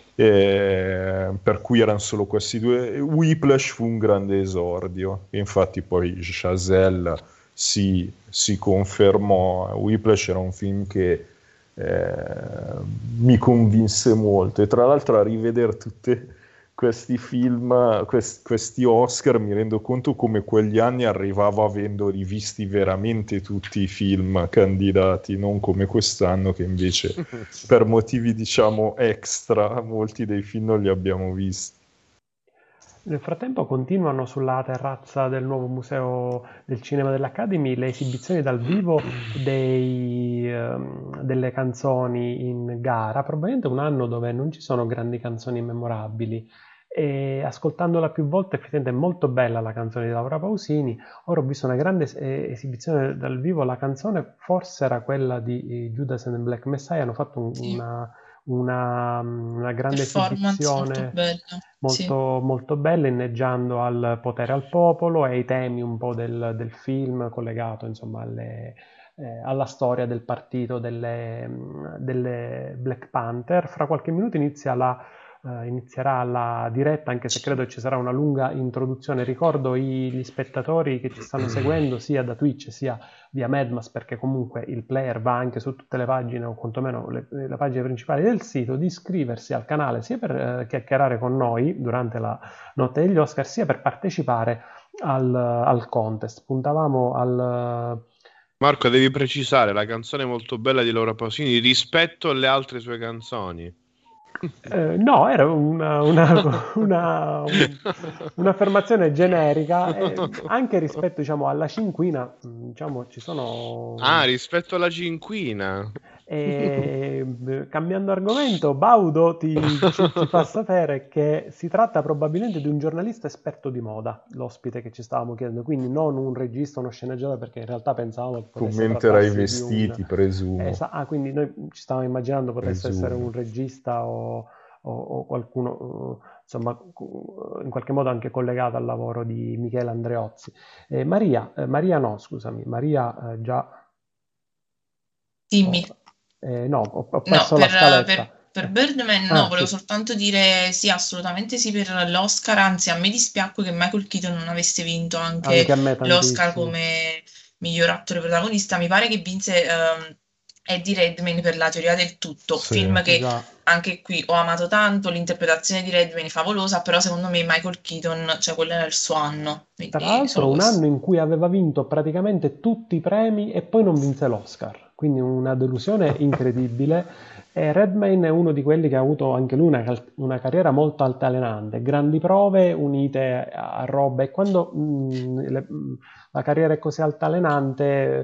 Per cui erano solo questi due. Whiplash fu un grande esordio, e infatti poi Chazelle si confermò. Whiplash era un film che mi convinse molto, e tra l'altro a rivedere tutti questi film, questi Oscar, mi rendo conto come quegli anni arrivavo avendo rivisti veramente tutti i film candidati, non come quest'anno che invece per motivi diciamo extra molti dei film non li abbiamo visti. Nel frattempo continuano sulla terrazza del nuovo museo del cinema dell'Academy le esibizioni dal vivo delle canzoni in gara, probabilmente un anno dove non ci sono grandi canzoni memorabili. E ascoltandola più volte effettivamente è molto bella la canzone di Laura Pausini. Ora ho visto una grande esibizione dal vivo, la canzone forse era quella di Judas and the Black Messiah, hanno fatto Sì, una grande performance molto esibizione bella. Sì. molto, molto bella, inneggiando al potere al popolo e ai temi un po' del film, collegato insomma alla storia del partito delle Black Panther. Fra qualche minuto inizierà la diretta, anche se credo ci sarà una lunga introduzione. Ricordo gli spettatori che ci stanno seguendo sia da Twitch sia via Medmas, perché comunque il player va anche su tutte le pagine, o quantomeno le pagine principali del sito, di iscriversi al canale sia per chiacchierare con noi durante la notte degli Oscar, sia per partecipare al contest. Puntavamo al... Marco, devi precisare la canzone molto bella di Laura Pausini rispetto alle altre sue canzoni. No, era un'affermazione generica, anche rispetto, diciamo, alla cinquina, diciamo, ci sono... Ah, rispetto alla cinquina. Cambiando argomento, Baudo ci fa sapere che si tratta probabilmente di un giornalista esperto di moda, l'ospite che ci stavamo chiedendo, quindi non un regista, uno sceneggiatore, perché in realtà pensavamo che potesse Commenterà i trattarsi di vestiti, presumo. quindi noi ci stavamo immaginando potesse essere Presumo. un regista o qualcuno, insomma, in qualche modo anche collegato al lavoro di Michele Andreozzi. Maria no, scusami, Maria già... Dimmi. ho- no, ho No, perso la scaletta. per Birdman no, Ah, volevo sì. soltanto dire sì, assolutamente sì per l'Oscar, anzi a me dispiace che Michael Keaton non avesse vinto anche Anche a me l'Oscar tantissimo. come miglior attore protagonista. Mi pare che vinse Eddie Redmayne per La teoria del tutto, Sì. film che Già. anche qui ho amato tanto, l'interpretazione di Redmayne è favolosa, però secondo me Michael Keaton, cioè quello era il suo anno, Tra quindi l'altro solo un questo. anno in cui aveva vinto praticamente tutti i premi e poi non vinse l'Oscar, quindi una delusione incredibile. E Redmayne è uno di quelli che ha avuto anche lui una carriera molto altalenante, grandi prove unite a robe, e quando la carriera è così altalenante,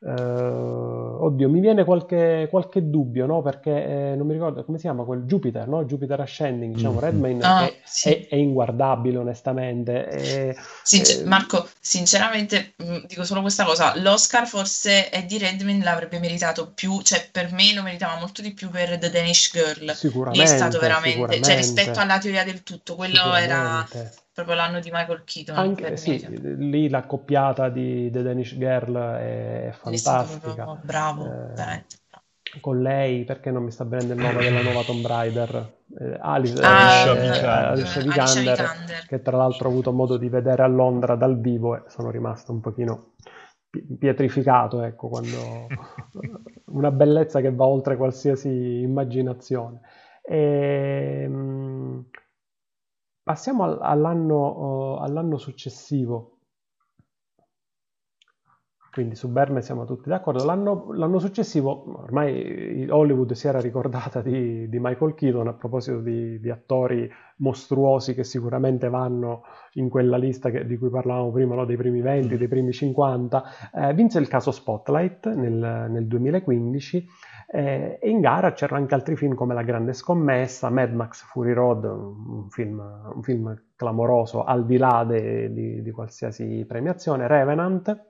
oddio, mi viene qualche dubbio, no? Perché non mi ricordo come si chiama quel Jupiter, no? Jupiter Ascending, diciamo, Mhm. Redmayne Ah, sì. è inguardabile onestamente. Eh, Marco, sinceramente, dico solo questa cosa, l'Oscar forse Eddie Redmayne l'avrebbe meritato più, cioè per me lo meritava molto di più per The Danish Girl. Lì è stato Sicuramente, veramente, cioè rispetto sicuramente, alla teoria del tutto, quello era sicuramente. proprio l'anno di Michael Keaton Anche per me, sì, cioè, lì l'accoppiata di The Danish Girl è lui è stato fantastica. proprio bravo, Eh, veramente bravo. con lei, perché non mi sta venendo il nome della nuova Tomb Raider? Alicia Ah, Vikander. Alicia Alicia Vikander, Vikander. che tra l'altro ho avuto modo di vedere a Londra dal vivo e sono rimasto un pochino pietrificato, ecco, quando una bellezza che va oltre qualsiasi immaginazione. Ehm, Passiamo all'anno successivo. quindi su Verme siamo tutti d'accordo. L'anno successivo, ormai Hollywood si era ricordata di Michael Keaton, a proposito di attori mostruosi che sicuramente vanno in quella lista di cui parlavamo prima, no? Dei primi 20, dei primi 50. Vinse il caso Spotlight nel 2015, e in gara c'erano anche altri film come La Grande Scommessa, Mad Max Fury Road, un film clamoroso al di là di qualsiasi premiazione, Revenant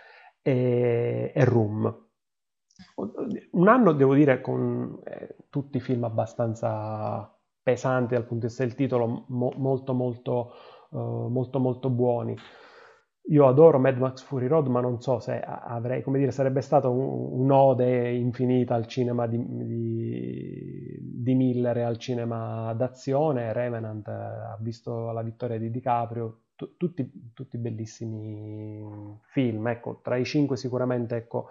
e Room. Un anno, devo dire, con tutti film abbastanza pesanti dal punto di vista del titolo, molto molto buoni. Io adoro Mad Max Fury Road, ma non so se avrei, come dire, sarebbe stato un'ode infinita al cinema di Miller e al cinema d'azione. Revenant ha visto la vittoria di DiCaprio, tutti bellissimi film, ecco, tra i 5 sicuramente, ecco,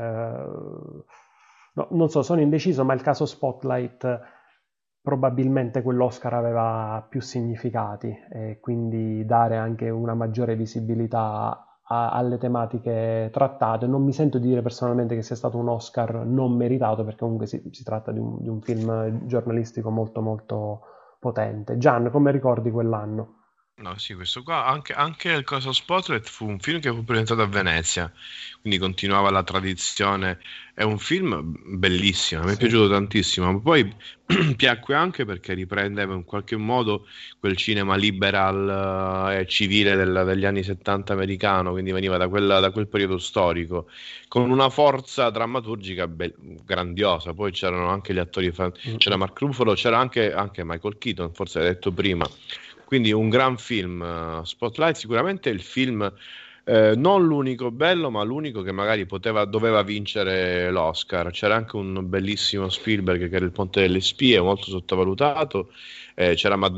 no, non so, sono indeciso, ma il caso Spotlight probabilmente quell'Oscar aveva più significati, e quindi dare anche una maggiore visibilità alle tematiche trattate. Non mi sento di dire personalmente che sia stato un Oscar non meritato, perché comunque si tratta di un film giornalistico molto potente. Gian, come ricordi quell'anno? No, sì, questo qua, anche il Caso Spotlight fu un film che fu presentato a Venezia, quindi continuava la tradizione. È un film bellissimo, mi è piaciuto tantissimo, ma poi piacque anche perché riprendeva in qualche modo quel cinema liberal e civile degli anni 70 americano, quindi veniva da quel periodo storico, con una forza drammaturgica grandiosa. Poi c'erano anche gli attori, c'era Mark Ruffalo, c'era anche Michael Keaton, forse hai detto prima. Quindi un gran film, Spotlight, sicuramente il film, non l'unico bello, ma l'unico che magari doveva vincere l'Oscar. C'era anche un bellissimo Spielberg che era Il Ponte delle Spie, molto sottovalutato. C'era Mad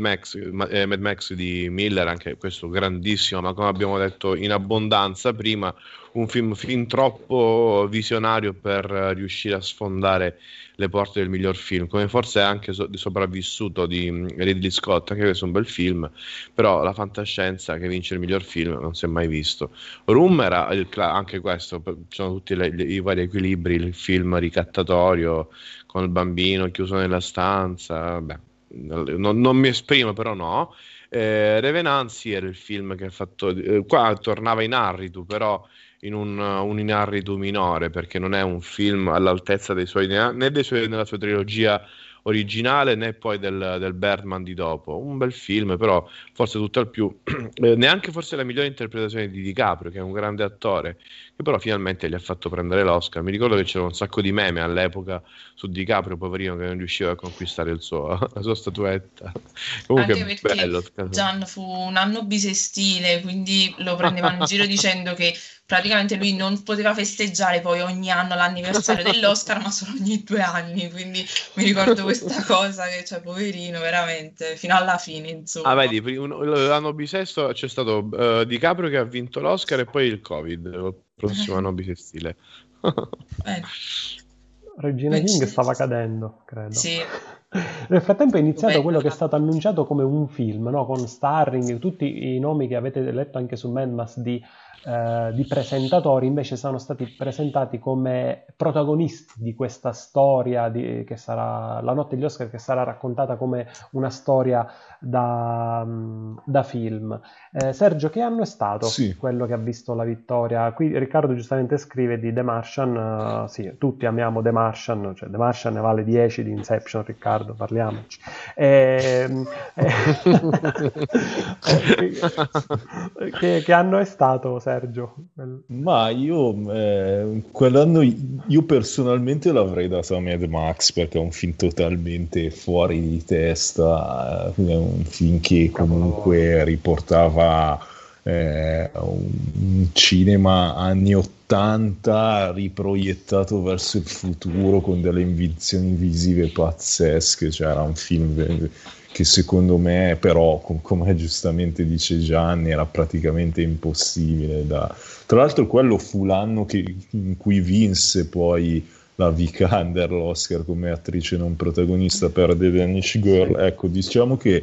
Max di Miller, anche questo grandissimo, ma come abbiamo detto in abbondanza prima, un film fin troppo visionario per riuscire a sfondare le porte del miglior film, come forse anche Sopravvissuto di Ridley Scott, anche questo è un bel film, però la fantascienza che vince il miglior film non si è mai visto. Room era anche questo, ci sono tutti i vari equilibri, il film ricattatorio con il bambino chiuso nella stanza, beh, non mi esprimo, però no. Revenant sì, era il film che ha fatto, qua tornava in Arritu, però in un Inarritu minore, perché non è un film all'altezza dei suoi, né nella sua trilogia originale, né poi del Birdman di dopo. Un bel film, però forse tutt'al più neanche forse la migliore interpretazione di DiCaprio, che è un grande attore, che però finalmente gli ha fatto prendere l'Oscar. Mi ricordo che c'era un sacco di meme all'epoca su DiCaprio, poverino, che non riusciva a conquistare la sua statuetta. Comunque Anche perché bello. Gian fu un anno bisestile, quindi lo prendevano in giro dicendo che praticamente lui non poteva festeggiare poi ogni anno l'anniversario dell'Oscar, ma solo ogni 2 anni, quindi mi ricordo questa cosa, che cioè, poverino, veramente, fino alla fine, insomma. Vedi, l'anno bisesto c'è stato DiCaprio che ha vinto l'Oscar e poi il Covid, il prossimo anno bisestile. Regina King stava cadendo, credo. Sì. Nel frattempo è iniziato quello che è stato annunciato come un film, no? Con starring, tutti i nomi che avete letto anche su Mad Max di presentatori, invece sono stati presentati come protagonisti di questa storia che sarà la notte degli Oscar, che sarà raccontata come una storia da film. Sergio, che anno è stato quello che ha visto la vittoria? Qui Riccardo giustamente scrive di The Martian, sì, tutti amiamo The Martian, cioè The Martian ne vale 10 di Inception, Riccardo, parliamoci. Che anno è stato, Sergio? Ma quell'anno io personalmente l'avrei dato a Mad Max, perché è un film totalmente fuori di testa, un film che comunque riportava un cinema anni 80 riproiettato verso il futuro con delle invenzioni visive pazzesche. Cioè era un film che secondo me però, come giustamente dice Gianni, era praticamente impossibile tra l'altro quello fu l'anno in cui vinse poi la Vikander l'Oscar come attrice non protagonista per The Danish Girl. Ecco, diciamo che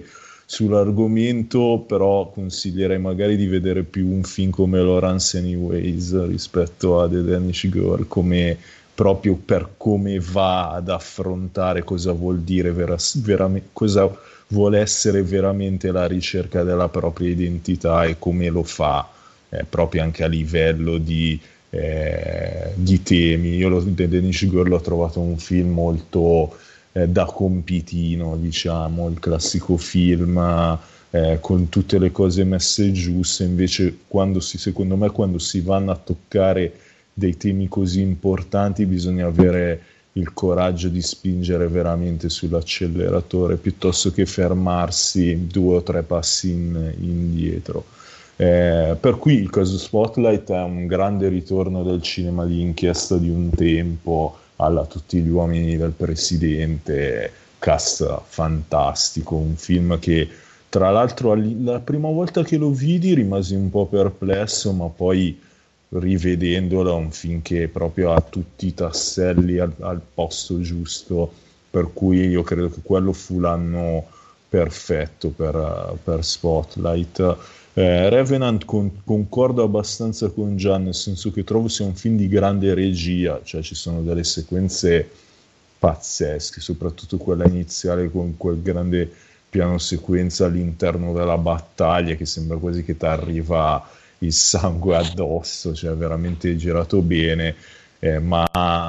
sull'argomento, però consiglierei magari di vedere più un film come Lawrence Anyways rispetto a The Danish Girl, come proprio per come va ad affrontare cosa vuol dire cosa vuole essere veramente la ricerca della propria identità e come lo fa, proprio anche a livello di temi. Io The Danish Girl l'ho trovato un film molto da compitino, diciamo, il classico film con tutte le cose messe giuste. Invece secondo me quando si vanno a toccare dei temi così importanti bisogna avere il coraggio di spingere veramente sull'acceleratore piuttosto che fermarsi 2 o 3 passi indietro. Per cui il caso Spotlight è un grande ritorno del cinema di inchiesta di un tempo, alla Tutti gli uomini del presidente, cast fantastico, un film che tra l'altro la prima volta che lo vidi rimasi un po' perplesso, ma poi rivedendolo è un film che proprio ha tutti i tasselli al posto giusto, per cui io credo che quello fu l'anno perfetto per Spotlight. Revenant concordo abbastanza con Gian, nel senso che trovo sia un film di grande regia, cioè ci sono delle sequenze pazzesche, soprattutto quella iniziale con quel grande piano sequenza all'interno della battaglia che sembra quasi che ti arriva il sangue addosso, cioè veramente girato bene, ma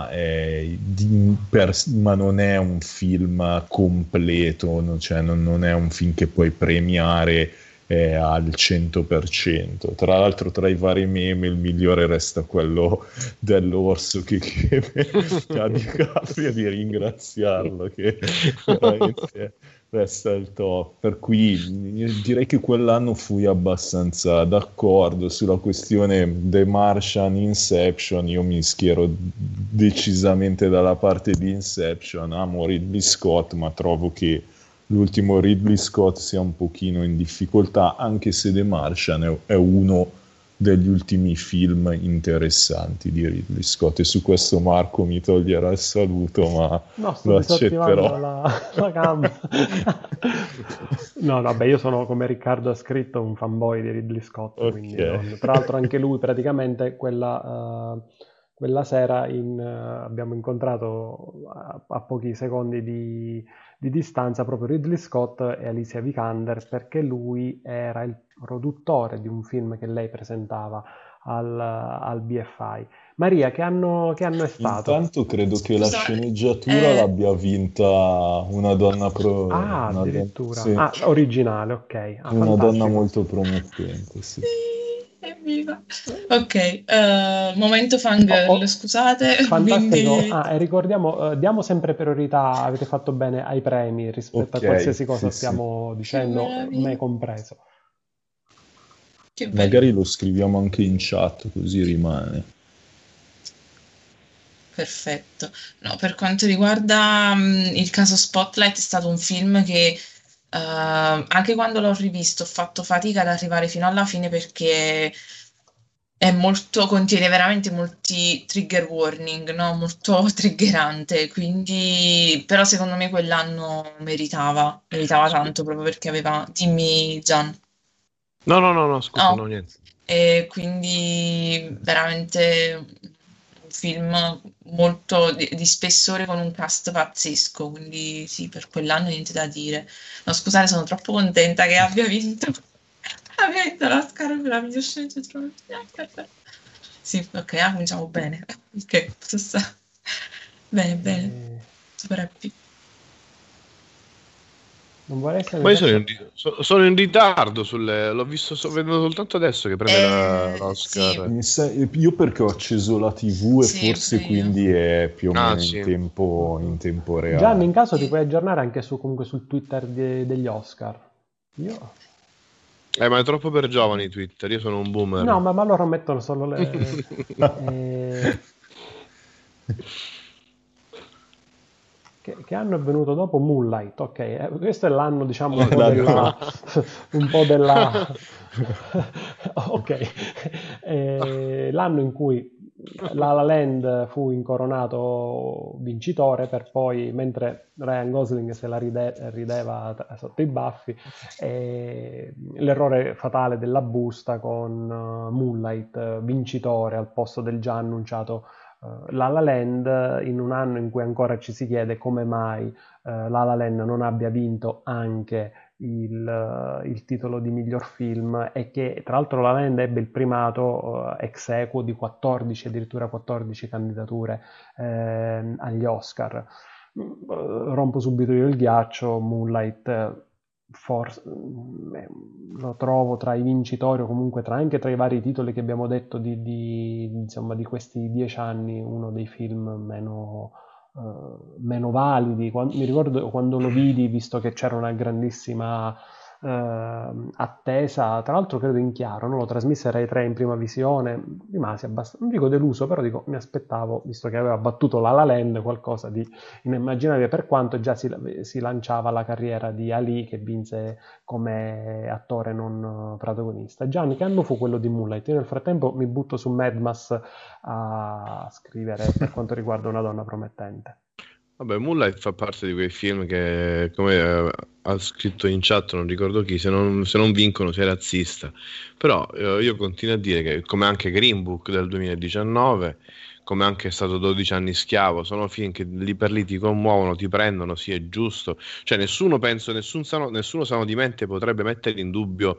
non è un film completo, non è un film che puoi premiare al 100%. Tra l'altro, tra i vari meme il migliore resta quello dell'orso che chiede a DiCaprio di ringraziarlo, che veramente resta il top. Per cui direi che quell'anno fui abbastanza d'accordo sulla questione The Martian, Inception. Io mi schiero decisamente dalla parte di Inception. Amo Ridley Scott, ma trovo che l'ultimo Ridley Scott sia un pochino in difficoltà, anche se The Martian è uno degli ultimi film interessanti di Ridley Scott, e su questo Marco mi toglierà il saluto, ma No, sto lo disattivando accetterò. la cam. No, vabbè, io sono, come Riccardo ha scritto, un fanboy di Ridley Scott, quindi Ok. tra l'altro anche lui praticamente quella sera abbiamo incontrato a pochi secondi di distanza proprio Ridley Scott e Alicia Vikander, perché lui era il produttore di un film che lei presentava al BFI. Maria, che anno è stato? Intanto credo che la Scusa, sceneggiatura l'abbia vinta una donna Ah, una addirittura. sì, Ah, originale, ok. Ah, una donna fantastico. molto promettente, sì. sì, evviva. Ok, momento Oh, fangirl, oh, scusate, fantastico. quindi Ah, e ricordiamo, diamo sempre priorità, avete fatto bene, ai premi rispetto a Ok, qualsiasi cosa sì, sì. stiamo che dicendo, me meraviglia, compreso. che bello. Magari lo scriviamo anche in chat, così rimane. Perfetto. No, per quanto riguarda il caso Spotlight, è stato un film che anche quando l'ho rivisto ho fatto fatica ad arrivare fino alla fine perché contiene veramente molti trigger warning, no? Molto triggerante, quindi però secondo me quell'anno meritava tanto proprio perché aveva. Dimmi, Gian. No, no, no, no, scusa, no, No, niente. e quindi veramente un film molto di spessore con un cast pazzesco, quindi sì, per quell'anno niente da dire. No, scusate, sono troppo contenta che abbia vinto l'Oscar per la miglior sceneggiatura. Sì, ok, cominciamo bene. Ok, posso stare. Bene, bene, Eh, super happy. non vorrei essere Ma io sono in, adesso. sono in ritardo l'ho visto, sto vedendo soltanto adesso che prende Sì, l'Oscar. Io perché ho acceso la TV e sì, pure forse io. quindi è più o Ah, meno sì. in tempo Gianni, in reale. caso ti Sì. puoi aggiornare anche comunque sul Twitter degli Oscar. Io? Ma è troppo per giovani Twitter, io sono un No, boomer. ma loro mettono solo le. eh, che anno è venuto dopo Moonlight? Ok, questo è l'anno, diciamo, un po' della. Un po' della. Ok, l'anno in cui La La Land fu incoronato vincitore per poi, mentre Ryan Gosling se la rideva sotto i baffi, l'errore fatale della busta con Moonlight vincitore al posto del già annunciato La La Land, in un anno in cui ancora ci si chiede come mai La La Land non abbia vinto anche il titolo di miglior film, e che tra l'altro La La Land ebbe il primato ex aequo di 14, addirittura 14 candidature agli Oscar. Rompo subito io il ghiaccio. Moonlight forse lo trovo tra i vincitori, o comunque anche tra i vari titoli che abbiamo detto insomma, di questi 10 anni, uno dei film meno validi. Mi ricordo quando lo vidi, visto che c'era una grandissima attesa, tra l'altro credo in chiaro, no? Lo trasmise Rai 3 in prima visione, rimasi abbastanza, non dico deluso, però dico, mi aspettavo, visto che aveva battuto La La Land, qualcosa di inimmaginabile, per quanto già si lanciava la carriera di Ali, che vinse come attore non protagonista. Gianni, che anno fu quello di Moonlight? Io nel frattempo mi butto su Madmas a scrivere per quanto riguarda Una donna promettente. Vabbè, Moonlight fa parte di quei film che, come ha scritto in chat, non ricordo chi, se non vincono sei razzista. Però io continuo a dire che, come anche Green Book del 2019, come anche è stato 12 anni schiavo, sono film che lì per lì ti commuovono, ti prendono, sì, è giusto. Cioè nessuno sano di mente potrebbe mettere in dubbio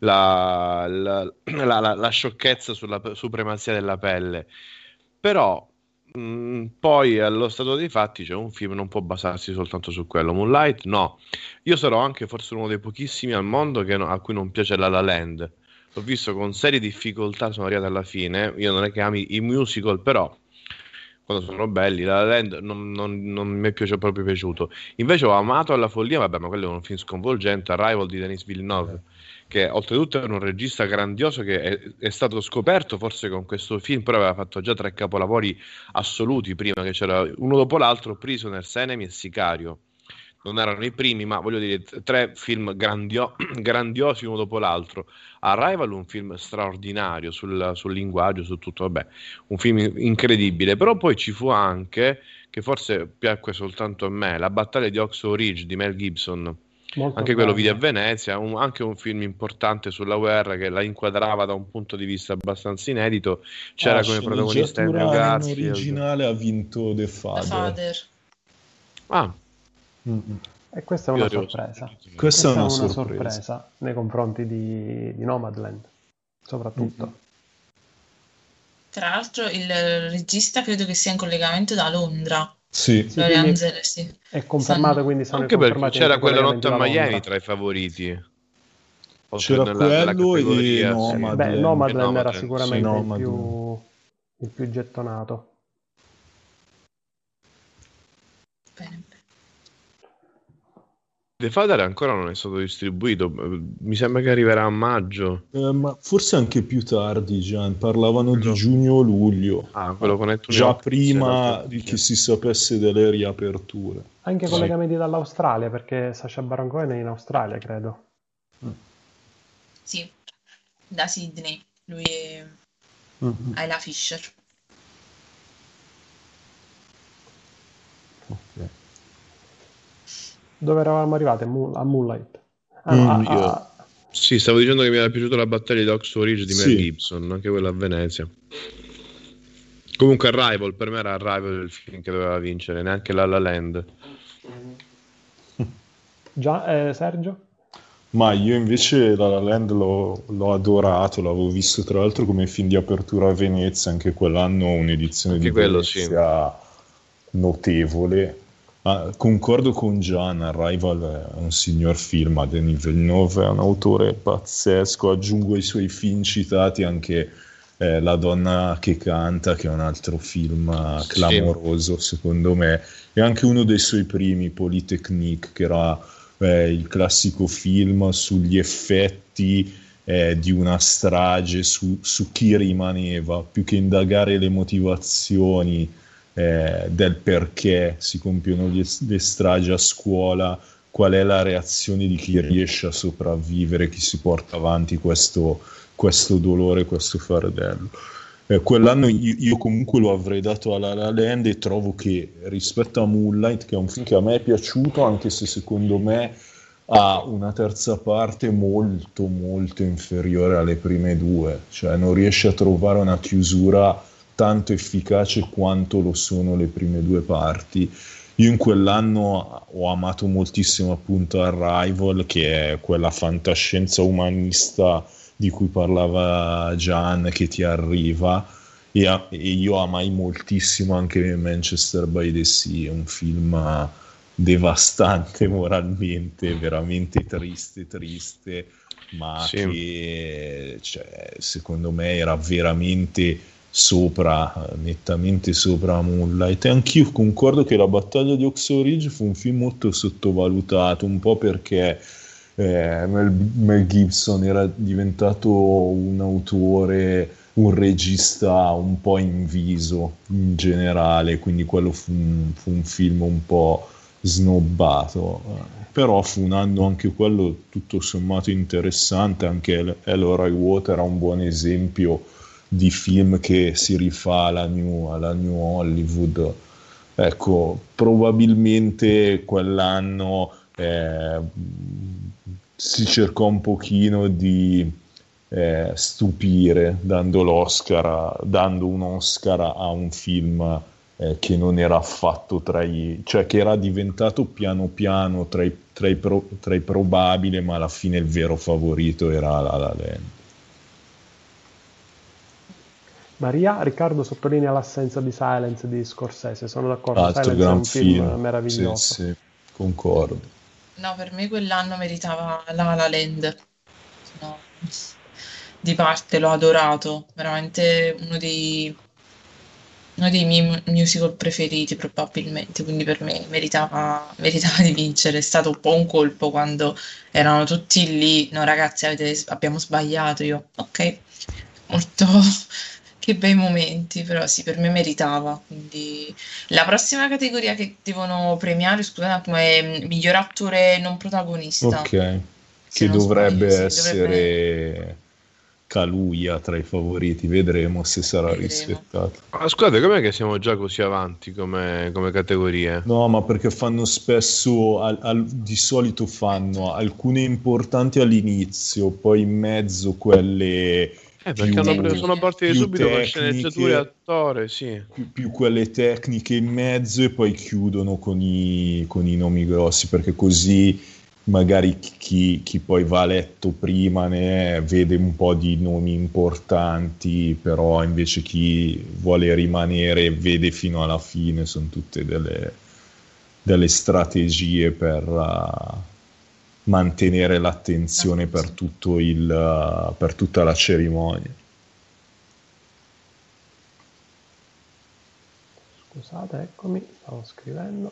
la sciocchezza sulla supremazia della pelle. Però poi allo stato dei fatti, cioè, un film non può basarsi soltanto su quello. Moonlight no, io sarò anche forse uno dei pochissimi al mondo a cui non piace La La Land. L'ho visto con serie difficoltà, sono arrivato alla fine. Io non è che ami i musical, però quando sono belli, La La Land non mi è proprio piaciuto. Invece ho amato alla follia, vabbè, ma quello è un film sconvolgente, Arrival di Denis Villeneuve, che oltretutto è un regista grandioso che è stato scoperto forse con questo film, però aveva fatto già 3 capolavori assoluti prima, che c'era uno dopo l'altro: Prisoners, Enemy e Sicario. Non erano i primi, ma voglio dire, 3 film grandiosi uno dopo l'altro. Arrival, un film straordinario sul linguaggio, su tutto, vabbè, un film incredibile. Però poi ci fu anche, che forse piacque soltanto a me, La battaglia di Oxo Ridge di Mel Gibson. Molto Anche quello vidi a bello. Venezia, anche un film importante sulla guerra che la inquadrava da un punto di vista abbastanza inedito. C'era come protagonista Andrew sceneggiatura in Garfield. originale ha vinto The The Father. Father. Ah, Mm-mm. E questa è io una avevo sorpresa. sentito. Questa è una sorpresa nei confronti di Nomadland, soprattutto. Tra l'altro il regista credo che sia in collegamento da Londra. Sì, Sì, Lorenz, quindi sì. è confermato, quindi sono Anche perché confermati c'era anche i quella collegamenti notte a da Miami Londra. tra i favoriti. Oltre c'era nella quello e categoria, sì. Nomadland. Beh, Nomadland era Nomadland, sicuramente sì, il Nomadland. più gettonato. Bene. The Father ancora non è stato distribuito, mi sembra che arriverà a maggio. Ma forse anche più tardi, Gian. Parlavano Quello- di giugno o luglio. quello con Anthony Già Hopkins prima era- che si sapesse delle riaperture. Anche Sì. collegamenti dall'Australia, perché Sacha Baron Cohen è in Australia, credo. Sì, da Sydney. Lui è Mhm. Ayla Fisher. Ok. Dove eravamo arrivati? A Moonlight. Ah, no, Io- Sì, stavo dicendo che mi era piaciuta La battaglia di Oxo Ridge di Mel Sì. Gibson, anche quella a Venezia. Comunque Arrival, per me era Arrival il film che doveva vincere, neanche La La Land. Sergio? Ma io invece La La Land l'ho adorato, l'avevo visto tra l'altro come film di apertura a Venezia, anche quell'anno un'edizione Anche di quello, Venezia notevole. Ma concordo con Gian, Arrival è un signor film, ma Denis Villeneuve è un autore pazzesco. Aggiungo ai suoi film citati anche La donna che canta, che è un altro film Sì. clamoroso secondo me, e anche uno dei suoi primi, Polytechnique, che era il classico film sugli effetti di una strage, su chi rimaneva, più che indagare le motivazioni del perché si compiono le stragi a scuola, qual è la reazione di chi riesce a sopravvivere, chi si porta avanti questo dolore, questo fardello. Quell'anno io comunque lo avrei dato a La La Land, e trovo che rispetto a Moonlight, che è un film che a me è piaciuto, anche se secondo me ha una terza parte molto molto inferiore alle prime due, cioè non riesce a trovare una chiusura tanto efficace quanto lo sono le prime due parti. Io in quell'anno ho amato moltissimo appunto Arrival, che è quella fantascienza umanista di cui parlava Gian, che ti arriva, e io amai moltissimo anche Manchester by the Sea, un film devastante moralmente, veramente triste, ma Sì. che cioè, secondo me era veramente sopra, nettamente sopra Moonlight. E anch'io concordo che La battaglia di Oxo Ridge fu un film molto sottovalutato, un po' perché Mel Gibson era diventato un autore, un regista un po' inviso in generale, quindi quello fu un film un po' snobbato. Però fu un anno anche quello tutto sommato interessante, anche Elroy Water è un buon esempio di film che si rifà alla New Hollywood. Ecco, probabilmente quell'anno si cercò un pochino di stupire dando dando un Oscar a un film che non era affatto cioè che era diventato piano piano tra i probabili, ma alla fine il vero favorito era La La Land. Maria, Riccardo sottolinea l'assenza di Silence di Scorsese, sono d'accordo, Altro Silence è gran un film film, sì, meraviglioso. sì, concordo. No, per me quell'anno meritava La La Land. No, di parte l'ho adorato, veramente uno dei miei musical preferiti probabilmente, quindi per me meritava di vincere. È stato un po' un colpo quando erano tutti lì, no ragazzi, abbiamo sbagliato, io, ok, molto, che bei momenti, però sì, per me meritava. Quindi la prossima categoria che devono premiare, scusate un attimo, è miglior attore non protagonista, Ok, se che non sbaglio, dovrebbe sì, dovrebbe, essere Kaluuya tra i favoriti, vedremo se sarà vedremo. rispettato. Ma scusate, com'è che siamo già così avanti come categorie? No, ma perché fanno spesso, di solito fanno alcune importanti all'inizio, poi in mezzo quelle Perché sono Tecniche. partiti più subito con sceneggiature e tecniche, attore, sì. più quelle tecniche in mezzo, e poi chiudono con i nomi grossi, perché così magari chi poi va a letto prima ne vede un po' di nomi importanti, però invece chi vuole rimanere vede fino alla fine. Sono tutte delle strategie per mantenere l'attenzione per per tutta la cerimonia. Scusate, eccomi, stavo scrivendo.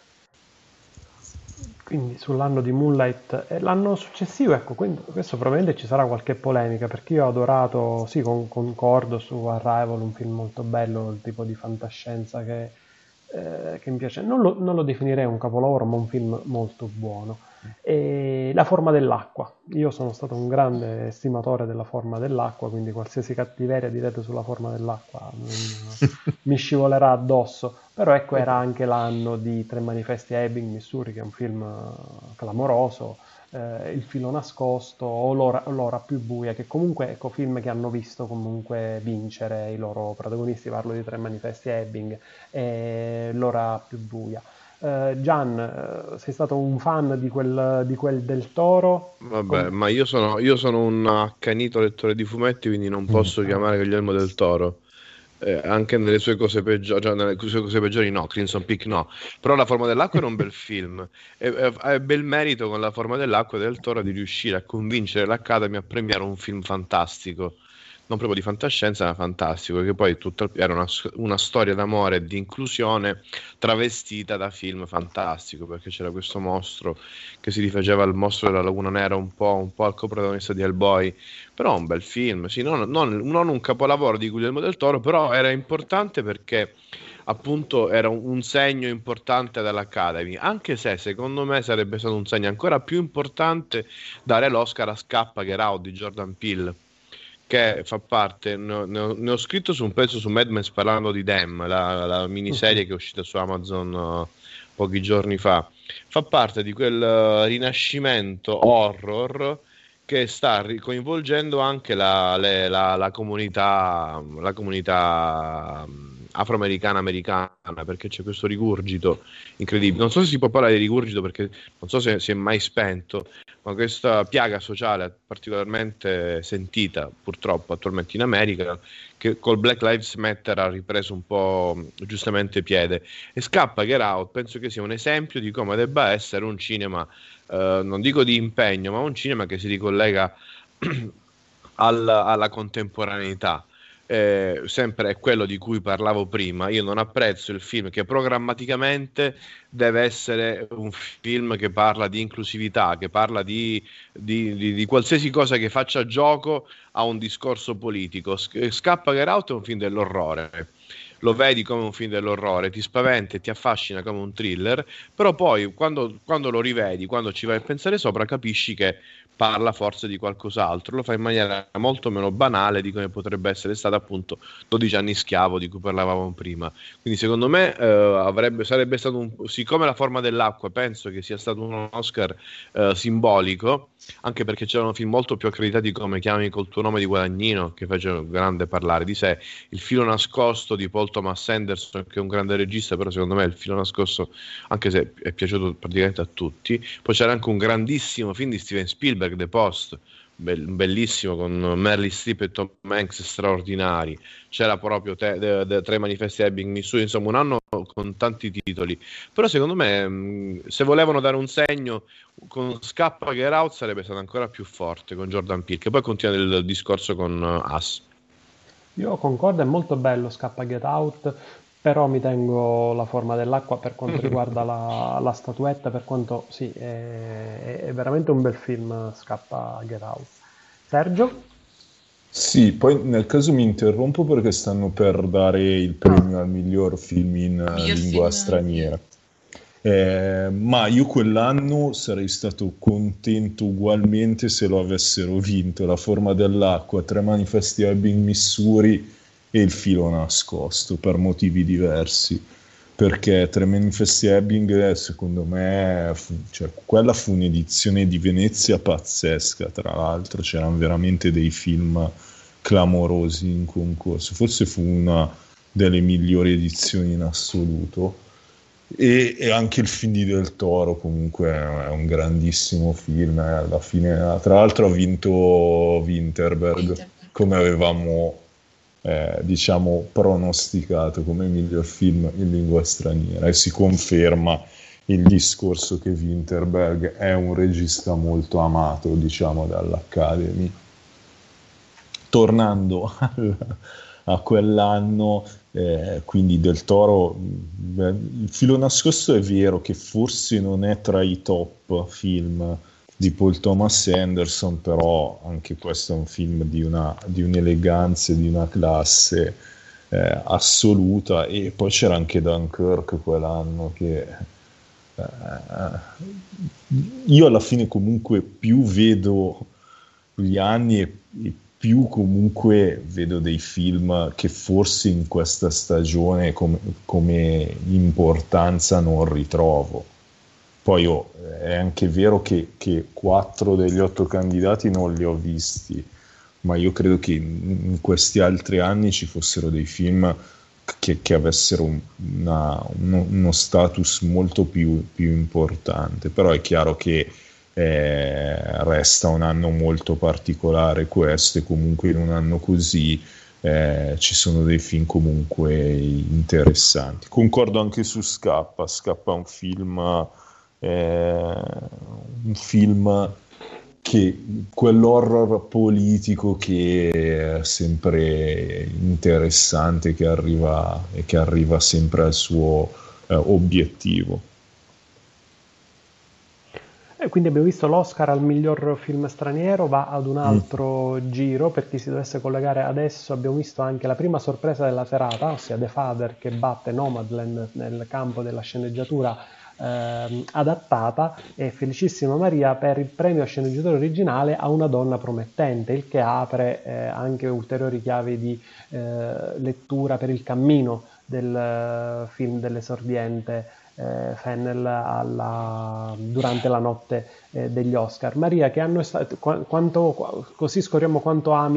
Quindi sull'anno di Moonlight e l'anno successivo, ecco, quindi questo probabilmente ci sarà qualche polemica, perché io ho adorato, sì, concordo su Arrival, un film molto bello, il tipo di fantascienza che mi piace. Non lo definirei un capolavoro, ma un film molto buono. E La forma dell'acqua. Io sono stato un grande estimatore della forma dell'acqua, quindi qualsiasi cattiveria direte sulla forma dell'acqua mi scivolerà addosso. Però ecco, era anche l'anno di Tre manifesti a Ebbing, Missouri, che è un film clamoroso, Il filo nascosto, o L'ora più buia, che comunque, ecco, film che hanno visto comunque vincere i loro protagonisti. Parlo di Tre manifesti a Ebbing e L'ora più buia. Gian, sei stato un fan di quel del Toro? Vabbè, ma io sono un accanito lettore di fumetti, quindi non posso chiamare Guillermo del Toro. Anche nelle sue cose peggiori, cioè nelle sue cose peggiori no, Crimson Peak no. Però La forma dell'acqua era un bel film. È bel merito con La forma dell'acqua del Toro di riuscire a convincere l'Academy a premiare un film fantastico. Non proprio di fantascienza, ma fantastico, che poi era una storia d'amore e di inclusione travestita da film fantastico, perché c'era questo mostro che si rifaceva al mostro della Laguna Nera, un po' al coprotagonista di Hellboy. Però un bel film, sì, non un capolavoro di Guillermo del Toro, però era importante perché appunto era un segno importante dall'Academy, anche se secondo me sarebbe stato un segno ancora più importante dare l'Oscar a Scappa, Get Out di Jordan Peele, che fa parte, ne ho scritto su un pezzo su Mad Men parlando di Them, la miniserie che è uscita su Amazon pochi giorni fa. Fa parte di quel rinascimento horror che sta coinvolgendo anche la comunità afroamericana americana, perché c'è questo rigurgito incredibile. Non so se si può parlare di rigurgito, perché non so se si è mai spento, ma questa piaga sociale particolarmente sentita purtroppo attualmente in America, che col Black Lives Matter ha ripreso un po' giustamente piede, e Scappa Get Out penso che sia un esempio di come debba essere un cinema, non dico di impegno, ma un cinema che si ricollega alla contemporaneità. Sempre è quello di cui parlavo prima. Io non apprezzo il film che programmaticamente deve essere un film che parla di inclusività, che parla di qualsiasi cosa che faccia gioco a un discorso politico. Scappa Get Out è un film dell'orrore. Lo vedi come un film dell'orrore, ti spaventa e ti affascina come un thriller, però poi quando lo rivedi, quando ci vai a pensare sopra, capisci che parla forse di qualcos'altro, lo fa in maniera molto meno banale di come potrebbe essere stato appunto 12 anni schiavo di cui parlavamo prima. Quindi secondo me sarebbe stato siccome La forma dell'acqua penso che sia stato un Oscar simbolico, anche perché c'erano film molto più accreditati come Chiamami col tuo nome di Guadagnino, che fece grande parlare di sé, Il filo nascosto di Paul Thomas Anderson, che è un grande regista, però secondo me Il filo nascosto, anche se è piaciuto praticamente a tutti. Poi c'era anche un grandissimo film di Steven Spielberg, The Post, bellissimo, con Meryl Streep e Tom Hanks straordinari. C'era proprio Tre manifesti di Ebbing, Missouri, insomma un anno con tanti titoli. Però secondo me se volevano dare un segno con Scappa Get Out sarebbe stato ancora più forte con Jordan Peele, che poi continua il discorso con Us. Io concordo, è molto bello Scappa Get Out, però mi tengo La forma dell'acqua per quanto riguarda la statuetta, per quanto sì, è veramente un bel film Scappa Get Out. Sergio? Sì, poi nel caso mi interrompo perché stanno per dare il premio al miglior film in Miglior lingua film, straniera. Ma io quell'anno sarei stato contento ugualmente se lo avessero vinto La forma dell'acqua, Tre manifesti a Ebbing, Missouri e Il filo nascosto, per motivi diversi. Perché Tre manifesti a Ebbing, secondo me, quella fu un'edizione di Venezia pazzesca, tra l'altro c'erano veramente dei film clamorosi in concorso, forse fu una delle migliori edizioni in assoluto. E anche il film di Del Toro comunque è un grandissimo film, alla fine tra l'altro ha vinto Winterberg, come avevamo diciamo pronosticato come miglior film in lingua straniera, e si conferma il discorso che Winterberg è un regista molto amato, diciamo, dall'Academy. Tornando a quell'anno, quindi Del Toro, Il filo nascosto è vero che forse non è tra i top film di Paul Thomas Anderson, però anche questo è un film di un'eleganza, di una classe assoluta. E poi c'era anche Dunkirk quell'anno che io alla fine comunque più vedo gli anni e più comunque vedo dei film che forse in questa stagione come importanza non ritrovo. Poi è anche vero che 4 degli 8 candidati non li ho visti, ma io credo che in questi altri anni ci fossero dei film che avessero uno status molto più importante. Però è chiaro che resta un anno molto particolare questo, e comunque in un anno così ci sono dei film comunque interessanti. Concordo anche su Scappa è un film che quell'horror politico che è sempre interessante, che arriva sempre al suo obiettivo. E quindi abbiamo visto l'Oscar al miglior film straniero, va ad un altro giro. Per chi si dovesse collegare adesso, abbiamo visto anche la prima sorpresa della serata, ossia The Father, che batte Nomadland nel campo della sceneggiatura adattata, e Felicissima Maria per il premio a sceneggiatore originale a una donna promettente, il che apre anche ulteriori chiavi di lettura per il cammino del film dell'esordiente Fennell durante la notte degli Oscar. Maria, che anno è stato, così scopriamo quanto ami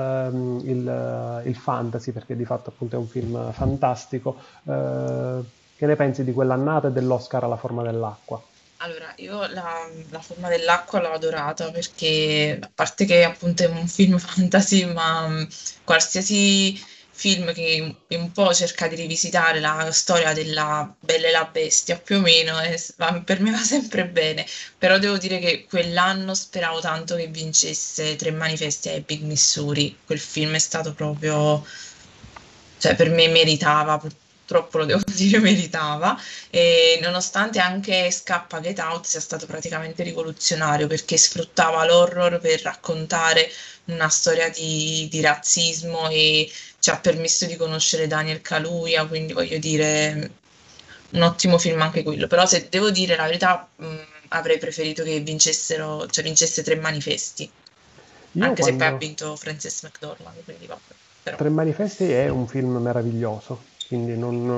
il fantasy, perché di fatto appunto è un film fantastico. Che ne pensi di quell'annata e dell'Oscar alla forma dell'acqua? Allora, io la forma dell'acqua l'ho adorata perché, a parte che appunto è un film fantasy, ma qualsiasi film che un po' cerca di rivisitare la storia della Bella e la Bestia, più o meno, per me va sempre bene. Però devo dire che quell'anno speravo tanto che vincesse Tre manifesti a Ebbing, Missouri. Quel film è stato proprio, cioè per me meritava, purtroppo lo devo dire, meritava, e nonostante anche Scappa Get Out sia stato praticamente rivoluzionario perché sfruttava l'horror per raccontare una storia di razzismo e ci ha permesso di conoscere Daniel Kaluuya, quindi voglio dire un ottimo film anche quello, però se devo dire la verità avrei preferito che vincesse Tre manifesti, Io anche se poi ha quando vinto Frances McDormand, quindi vabbè, però. Tre manifesti è un film meraviglioso, quindi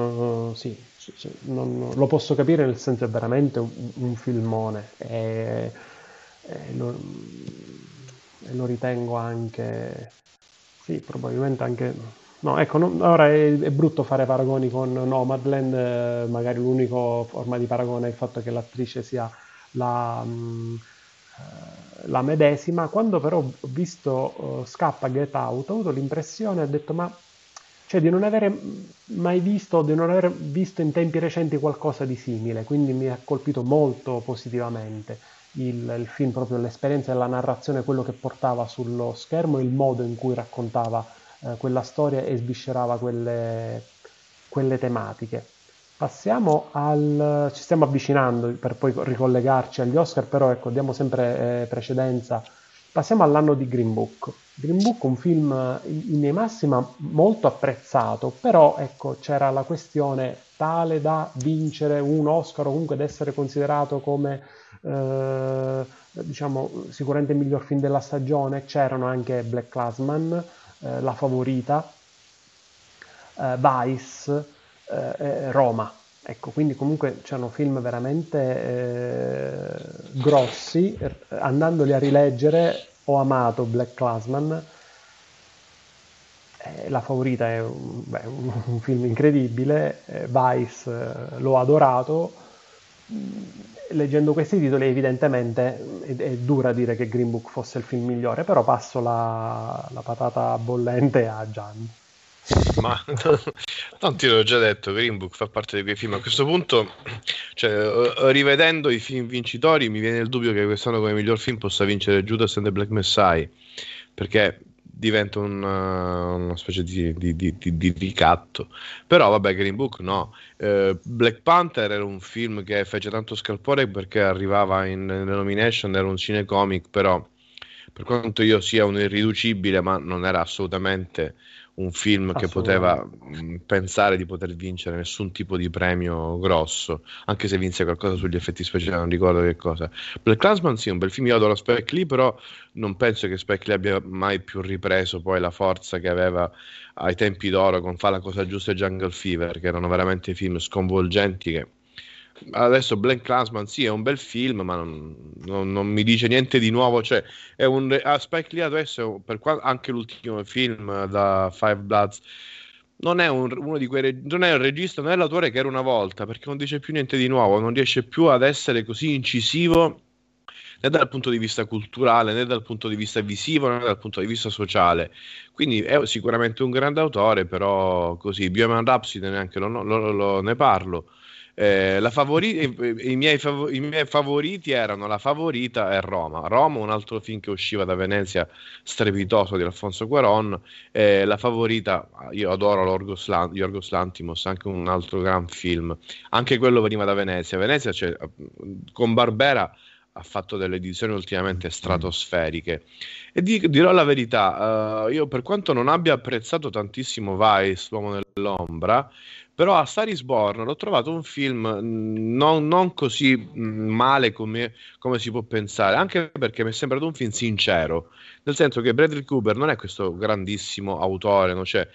lo posso capire, nel senso è veramente un filmone, lo, e lo ritengo anche, sì, probabilmente anche, no, ecco, ora è brutto fare paragoni con Nomadland, magari l'unico forma di paragone è il fatto che l'attrice sia la, la medesima. Quando però ho visto Scappa Get Out, ho avuto l'impressione, ho detto, ma cioè di non avere mai visto, di non aver visto in tempi recenti qualcosa di simile, quindi mi ha colpito molto positivamente il film, proprio l'esperienza della narrazione, quello che portava sullo schermo, il modo in cui raccontava quella storia e sviscerava quelle tematiche. Ci stiamo avvicinando per poi ricollegarci agli Oscar, però ecco, diamo sempre precedenza. Passiamo all'anno di Green Book. Green Book, un film in linea massima molto apprezzato, però ecco, c'era la questione tale da vincere un Oscar o comunque da essere considerato come diciamo sicuramente il miglior film della stagione. C'erano anche Black Klansman, La Favorita, Vice, Roma. Ecco, quindi comunque c'erano film veramente grossi. Andandoli a rileggere ho amato Black Klansman. La Favorita è un film incredibile, Vice l'ho adorato. Leggendo questi titoli evidentemente è dura dire che Green Book fosse il film migliore, però passo la patata bollente a Gian. Ma tanti l'ho già detto, Green Book fa parte di quei film. A questo punto, cioè, rivedendo i film vincitori, mi viene il dubbio che quest'anno come miglior film possa vincere Judas and the Black Messiah, perché diventa una specie di ricatto. Però vabbè, Green Book no. Black Panther era un film che fece tanto scalpore perché arrivava in nomination, era un cinecomic, però per quanto io sia un irriducibile, ma non era assolutamente un film che poteva pensare di poter vincere nessun tipo di premio grosso, anche se vinse qualcosa sugli effetti speciali, non ricordo che cosa. Black Klansman sì, un bel film, io adoro Spike Lee, però non penso che Spike Lee abbia mai più ripreso poi la forza che aveva ai tempi d'oro con Fa la cosa giusta e Jungle Fever, che erano veramente film sconvolgenti che adesso Black Klansman sì è un bel film, ma non mi dice niente di nuovo. Cioè è Spike Lee adesso, anche l'ultimo film da Five Bloods non è uno di quei non è il regista, non è l'autore che era una volta, perché non dice più niente di nuovo, non riesce più ad essere così incisivo né dal punto di vista culturale, né dal punto di vista visivo, né dal punto di vista sociale. Quindi è sicuramente un grande autore, però così Bohemian Rhapsody neanche ne parlo. I miei favoriti erano La Favorita e Roma. Roma, un altro film che usciva da Venezia, strepitoso, di Alfonso Cuarón. La Favorita, io adoro Yorgos Lanthimos, anche un altro gran film. Anche quello veniva da Venezia. Venezia, con Barbera ha fatto delle edizioni ultimamente stratosferiche. E dirò la verità, io per quanto non abbia apprezzato tantissimo Vice, L'uomo nell'ombra, però a Star is Born l'ho trovato un film non così male come si può pensare, anche perché mi è sembrato un film sincero, nel senso che Bradley Cooper non è questo grandissimo autore, no? Cioè,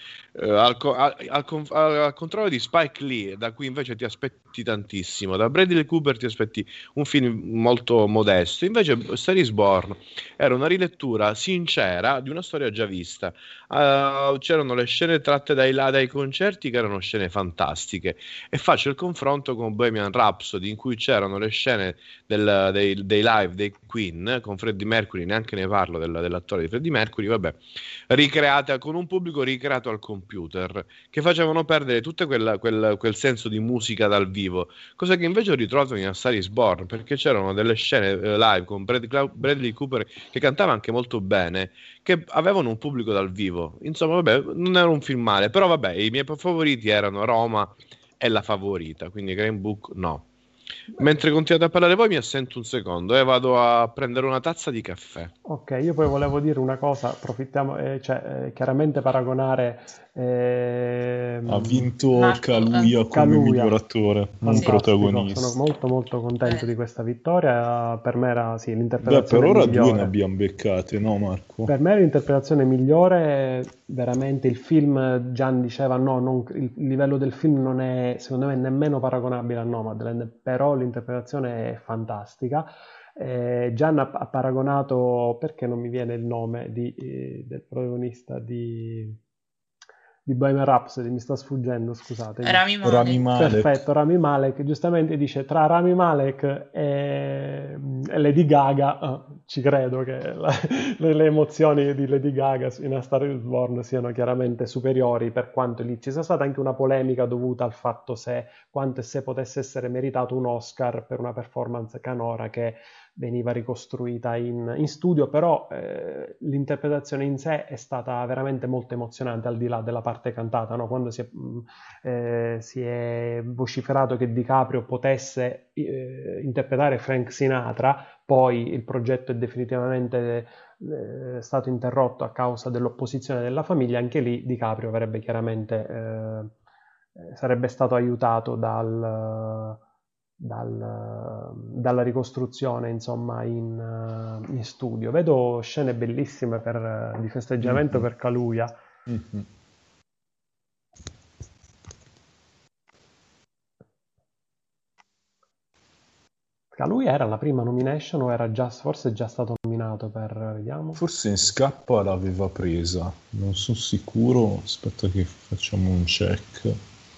al contrario di Spike Lee, da cui invece ti aspetti tantissimo, da Bradley Cooper ti aspetti un film molto modesto, invece Star is Born era una rilettura sincera di una storia già vista. C'erano le scene tratte dai concerti che erano scene fantastiche, e faccio il confronto con Bohemian Rhapsody, in cui c'erano le scene dei live dei Queen con Freddie Mercury, neanche ne parlo dell'attore di Freddie Mercury, vabbè, ricreata con un pubblico ricreato al computer, che facevano perdere tutto quel senso di musica dal vivo, cosa che invece ho ritrovato in A Star is Born, perché c'erano delle scene live con Bradley Cooper che cantava anche molto bene, che avevano un pubblico dal vivo. Insomma, vabbè, non era un film male, però vabbè, i miei favoriti erano Roma e La Favorita, quindi Green Book no. Mentre continuate a parlare voi mi assento un secondo e vado a prendere una tazza di caffè. Ok, io poi volevo dire una cosa, approfittiamo, chiaramente paragonare Ha vinto Marco, Kaluuya come Kaluuya, miglior attore, non fantastico, protagonista. sono molto molto contento di questa vittoria, per me era sì, Beh, per l'interpretazione ora due ne migliore. abbiamo beccate, no Marco? Per me l'interpretazione migliore, veramente il film, Gian diceva no, il livello del film non è secondo me nemmeno paragonabile a Nomadland, però l'interpretazione è fantastica. Gian ha paragonato, perché non mi viene il nome del protagonista di Bohemian Rhapsody, mi sta sfuggendo, scusatemi. Rami Rami Malek. Malek. Perfetto, Rami Malek giustamente dice tra Rami Malek e Lady Gaga, ci credo che le emozioni di Lady Gaga in A Star is Born siano chiaramente superiori, per quanto lì ci sia stata anche una polemica dovuta al fatto quanto e se potesse essere meritato un Oscar per una performance canora che veniva ricostruita in studio, però l'interpretazione in sé è stata veramente molto emozionante, al di là della parte cantata, no? Quando si è vociferato che DiCaprio potesse interpretare Frank Sinatra, poi il progetto è definitivamente stato interrotto a causa dell'opposizione della famiglia, anche lì DiCaprio avrebbe chiaramente sarebbe stato aiutato dalla ricostruzione, insomma, in studio. Vedo scene bellissime di festeggiamento per Kaluuya. Mhm. Kaluuya era la prima nomination o era forse già stato nominato vediamo? Forse in Scappa l'aveva presa, non sono sicuro, aspetta che facciamo un check.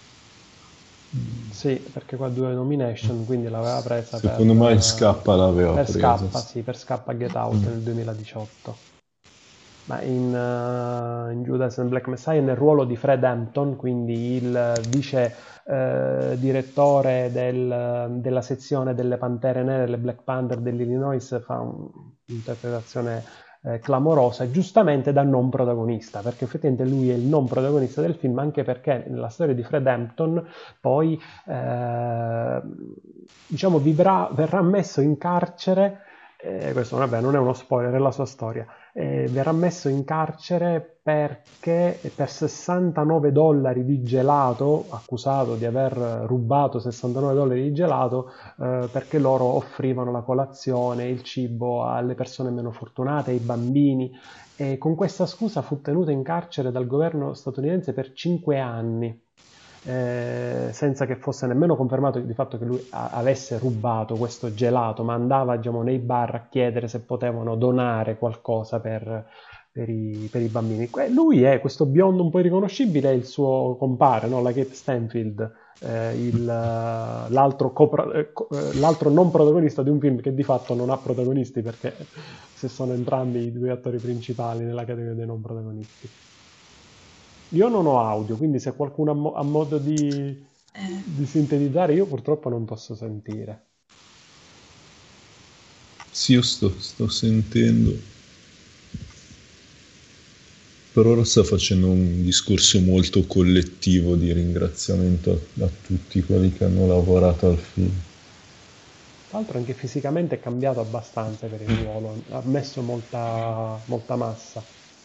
Sì, perché qua 2 nomination, quindi l'aveva presa Secondo me in Scappa l'aveva per presa. Scappa, sì, per Scappa Get Out nel 2018. Ma in Judas and Black Messiah nel ruolo di Fred Hampton, quindi il vice direttore della sezione delle Pantere Nere, le Black Panther dell'Illinois, fa un'interpretazione clamorosa, e giustamente da non protagonista, perché effettivamente lui è il non protagonista del film, anche perché nella storia di Fred Hampton poi diciamo verrà messo in carcere, questo vabbè, non è uno spoiler, è la sua storia, verrà messo in carcere perché per $69 di gelato, accusato di aver rubato $69 di gelato, perché loro offrivano la colazione, il cibo alle persone meno fortunate, ai bambini, e con questa scusa fu tenuto in carcere dal governo statunitense per 5 anni. Senza che fosse nemmeno confermato di fatto che lui avesse rubato questo gelato, ma andava, diciamo, nei bar a chiedere se potevano donare qualcosa per i bambini. Lui è questo biondo un po' irriconoscibile, è il suo compare, no? La Kate Stanfield, l'altro non protagonista di un film che di fatto non ha protagonisti, perché se sono entrambi i 2 attori principali nella categoria dei non protagonisti. Io non ho audio, quindi se qualcuno ha modo di sintetizzare, io purtroppo non posso sentire. Sì, io sto sentendo. Per ora sta facendo un discorso molto collettivo di ringraziamento a tutti quelli che hanno lavorato al film. Tra l'altro anche fisicamente è cambiato abbastanza per il ruolo, ha messo molta massa.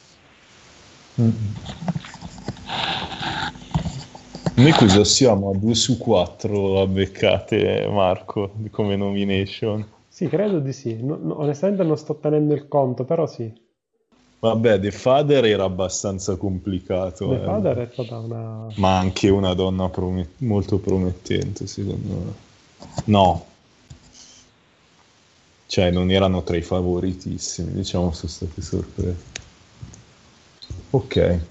Noi cosa siamo? A 2 su 4 a beccate, Marco, come nomination. Sì, credo di sì. Onestamente non sto tenendo il conto, però sì. Vabbè, The Father era abbastanza complicato, The Father è stata una... ma anche una donna molto promettente, secondo me. No, cioè non erano tra i favoritissimi, diciamo, sono stati sorpresi. Ok.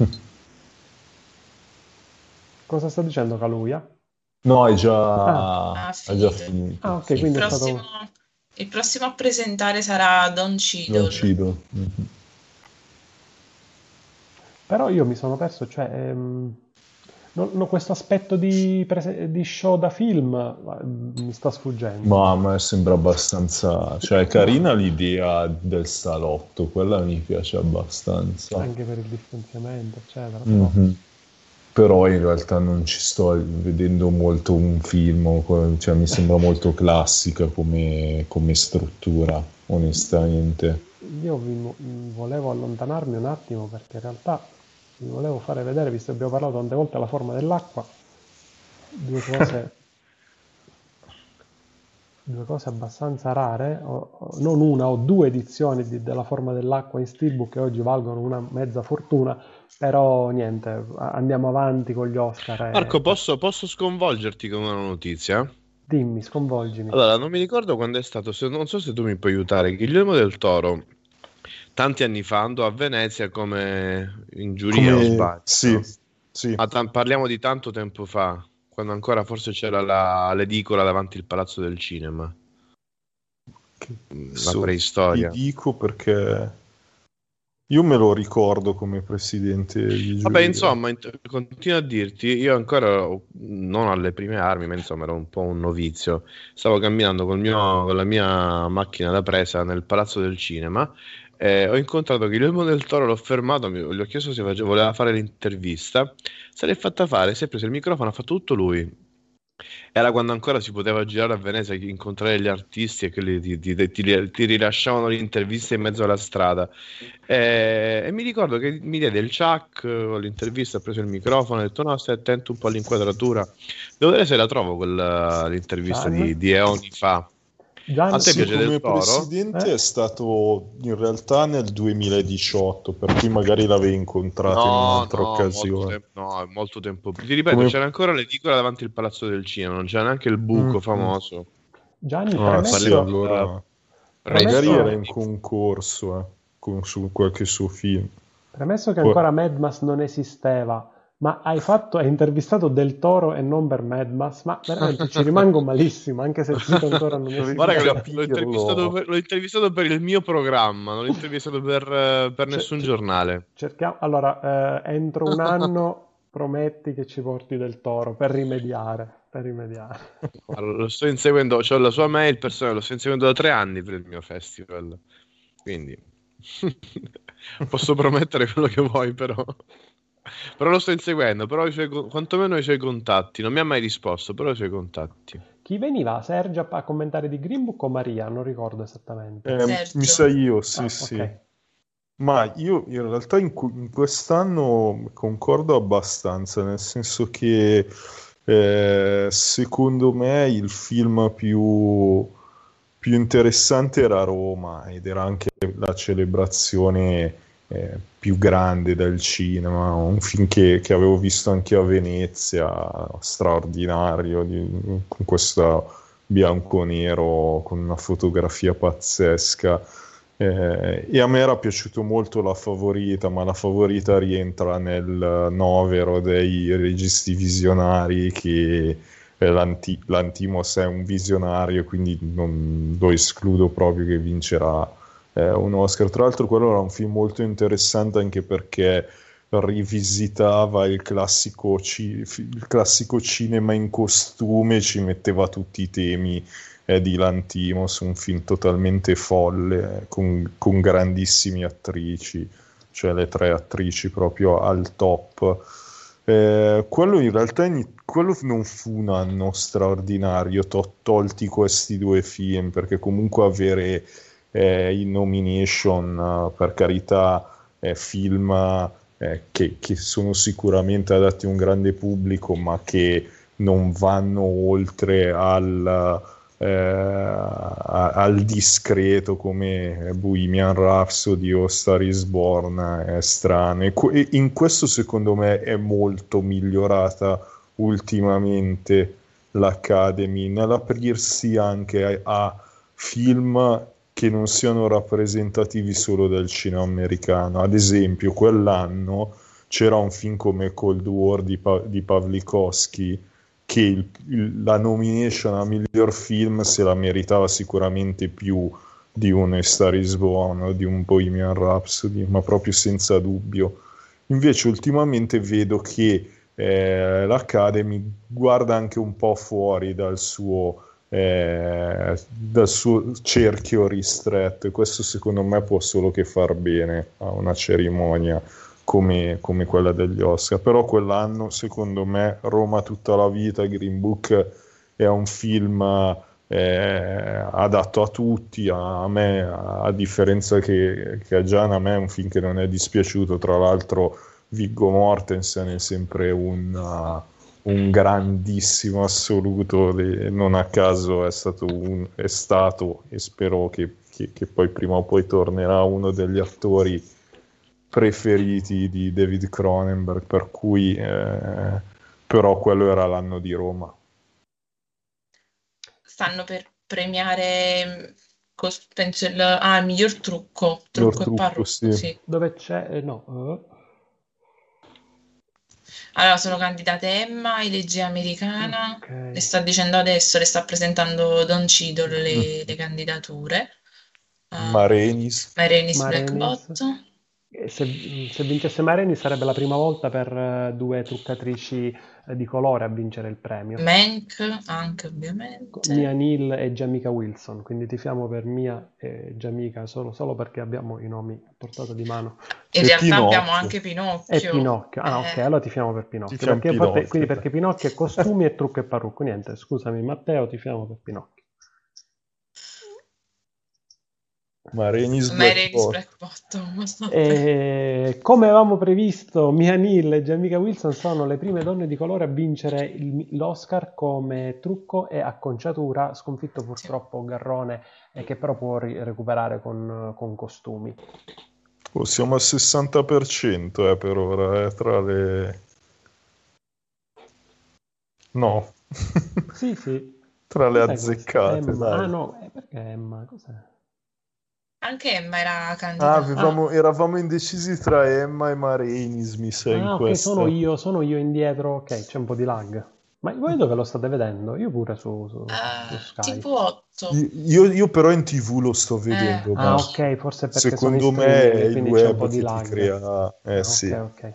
Cosa sta dicendo Kaluuya? No, è Ah, già finito. finito. Ah, ok, Sì. quindi è Prossimo- stato... il prossimo a presentare sarà Don Non Cheadle. cido. Mhm. Però io mi sono perso, cioè... questo aspetto di show da film mi sta sfuggendo. Ma a me sembra abbastanza, cioè è carina l'idea del salotto, quella mi piace abbastanza. Anche per il distanziamento, eccetera. Però... Mhm. Però in realtà non ci sto vedendo molto un film, cioè mi sembra molto classica come struttura, onestamente. Io volevo allontanarmi un attimo perché in realtà vi volevo fare vedere, visto che abbiamo parlato tante volte della forma dell'acqua, due cose, due cose abbastanza rare, non una, ho due edizioni della forma dell'acqua in steelbook che oggi valgono una mezza fortuna, però niente, andiamo avanti con gli Oscar. Marco, posso sconvolgerti con una notizia? Dimmi, sconvolgimi. Allora, non mi ricordo quando è stato, non so se tu mi puoi aiutare. Guillermo del Toro, tanti anni fa, andò a Venezia come in giuria, o sbaglio, Sì, no? sì. Ma parliamo di tanto tempo fa, quando ancora forse c'era l'edicola davanti al Palazzo del Cinema, la Ti preistoria. dico perché io me lo ricordo come presidente di Vabbè, giuria. insomma, continuo a dirti, io ancora non alle prime armi, ma insomma ero un po' un novizio. Stavo camminando con la mia macchina da presa nel Palazzo del Cinema e ho incontrato Guillermo del Toro, l'ho fermato, gli ho chiesto se voleva fare l'intervista. Se l'è fatta fare, si è preso il microfono, ha fatto tutto lui. Era quando ancora si poteva girare a Venezia, incontrare gli artisti e che ti rilasciavano l'intervista in mezzo alla strada. E mi ricordo che mi diede il chuck all'intervista, ha preso il microfono, ha detto no, stai attento un po' all'inquadratura. Devo vedere se la trovo l'intervista Gian? di eoni fa. A Gian? te Sì, piace come del Toro? presidente è stato in realtà nel 2018, per cui magari l'avevi incontrato in No, un'altra occasione. molto tempo. Ti ripeto, Come... c'era ancora l'edicola davanti al Palazzo del Cinema, non c'era neanche il buco Mm. famoso. Gianni, Ah, sì, premesso, Parliamo allora Rai magari era in premesso, concorso su qualche suo film. premesso che Poi- ancora Madmas non esisteva, ma hai intervistato Del Toro e non per Madmas, ma veramente ci rimango malissimo, anche se il sito ancora non Guarda che esiste. l'ho intervistato per il mio programma, non l'ho intervistato per Ce- nessun ce- giornale. Allora, entro un anno prometti che ci porti Del Toro per rimediare, per rimediare. Allora, lo sto inseguendo, ho la sua mail personale, lo sto inseguendo da 3 anni per il mio festival. Quindi posso promettere quello che vuoi, però. Però lo sto inseguendo, però quantomeno i suoi contatti. Non mi ha mai risposto, però i suoi contatti. Chi veniva? Sergio a commentare di Green Book o Maria? Non ricordo esattamente. Mi Sergio. sa io, sì, Ah, sì. ok. Ma io in realtà in quest'anno concordo abbastanza, nel senso che secondo me il film più interessante era Roma ed era anche la celebrazione più grande del cinema, un film che avevo visto anche a Venezia, straordinario, con questo bianco-nero, con una fotografia pazzesca. E a me era piaciuto molto La Favorita, ma La Favorita rientra nel novero dei registi visionari che l'Antimos è un visionario, quindi non lo escludo proprio che vincerà un Oscar. Tra l'altro quello era un film molto interessante anche perché rivisitava il classico cinema in costume, ci metteva tutti i temi di Lantimos, un film totalmente folle, con grandissime attrici, cioè le tre attrici proprio al top. Quello in realtà quello non fu un anno straordinario, tolti questi due film, perché comunque avere in nomination, per carità, film che sono sicuramente adatti a un grande pubblico, ma che non vanno oltre al discreto come Bohemian Rhapsody o Star is Born, è strano. E in questo secondo me è molto migliorata ultimamente l'Academy nell'aprirsi anche a film che non siano rappresentativi solo del cinema americano. Ad esempio, quell'anno c'era un film come Cold War di Pawlikowski che la nomination a miglior film se la meritava sicuramente più di un A Star is Born o di un Bohemian Rhapsody, ma proprio senza dubbio. Invece ultimamente vedo che l'Academy guarda anche un po' fuori dal suo cerchio ristretto, e questo secondo me può solo che far bene a una cerimonia come quella degli Oscar. Però quell'anno secondo me Roma tutta la vita, Green Book, è un film adatto a tutti. A me, a differenza che a Gian, a me è un film che non è dispiaciuto. Tra l'altro Viggo Mortensen è sempre un grandissimo assoluto, non a caso è stato e spero che poi prima o poi tornerà uno degli attori preferiti di David Cronenberg, per cui però quello era l'anno di Roma. Stanno per premiare, penso, il miglior trucco Lor e trucco, parrucco, sì. sì. Dove c'è? No. Allora, sono candidate Emma, Elegia Americana, Ok. le sta dicendo adesso, le sta presentando Don Cheadle le candidature. Ma Renis, Marenis Black Marenis. Bottom. Se vincesse Marenis sarebbe la prima volta per due truccatrici di colore a vincere il premio. Mank, anche Mia ovviamente. Neal e Jamaica Wilson, quindi tifiamo per Mia e Jamaica solo perché abbiamo i nomi a portata di mano. In e realtà abbiamo Pinocchio. anche E Pinocchio. Pinocchio. Ah, ok, allora tifiamo per Pinocchio. Tifiamo Perché, Pinocchio, quindi dai. perché Pinocchio è costumi e trucco e parrucco. Niente, scusami Matteo, tifiamo per Pinocchio. Ma Renis Black Marenis Bottom. Black Bottom. E come avevamo previsto, Mia Neal e Jamaica Wilson sono le prime donne di colore a vincere l'Oscar come trucco e acconciatura, sconfitto purtroppo Garrone, che però può recuperare con costumi. Siamo al 60% per ora, tra le... No. Sì, sì. Tra le Cos'è questo? azzeccate, Emma. dai. Ah no, perché Emma? Cos'è? Anche Emma era candidata. Eravamo indecisi tra Emma e Ma Renis, mi sa, in Ok, sono questa. io indietro. Ok, c'è un po' di lag. Ma voi dove lo state vedendo? Io pure su Sky. TV8. Io però in TV lo sto vedendo, ma Ah, ok, forse perché sono in secondo me è streaming, il quindi c'è un po' web di che ti lag. crea... Ah, sì. ok.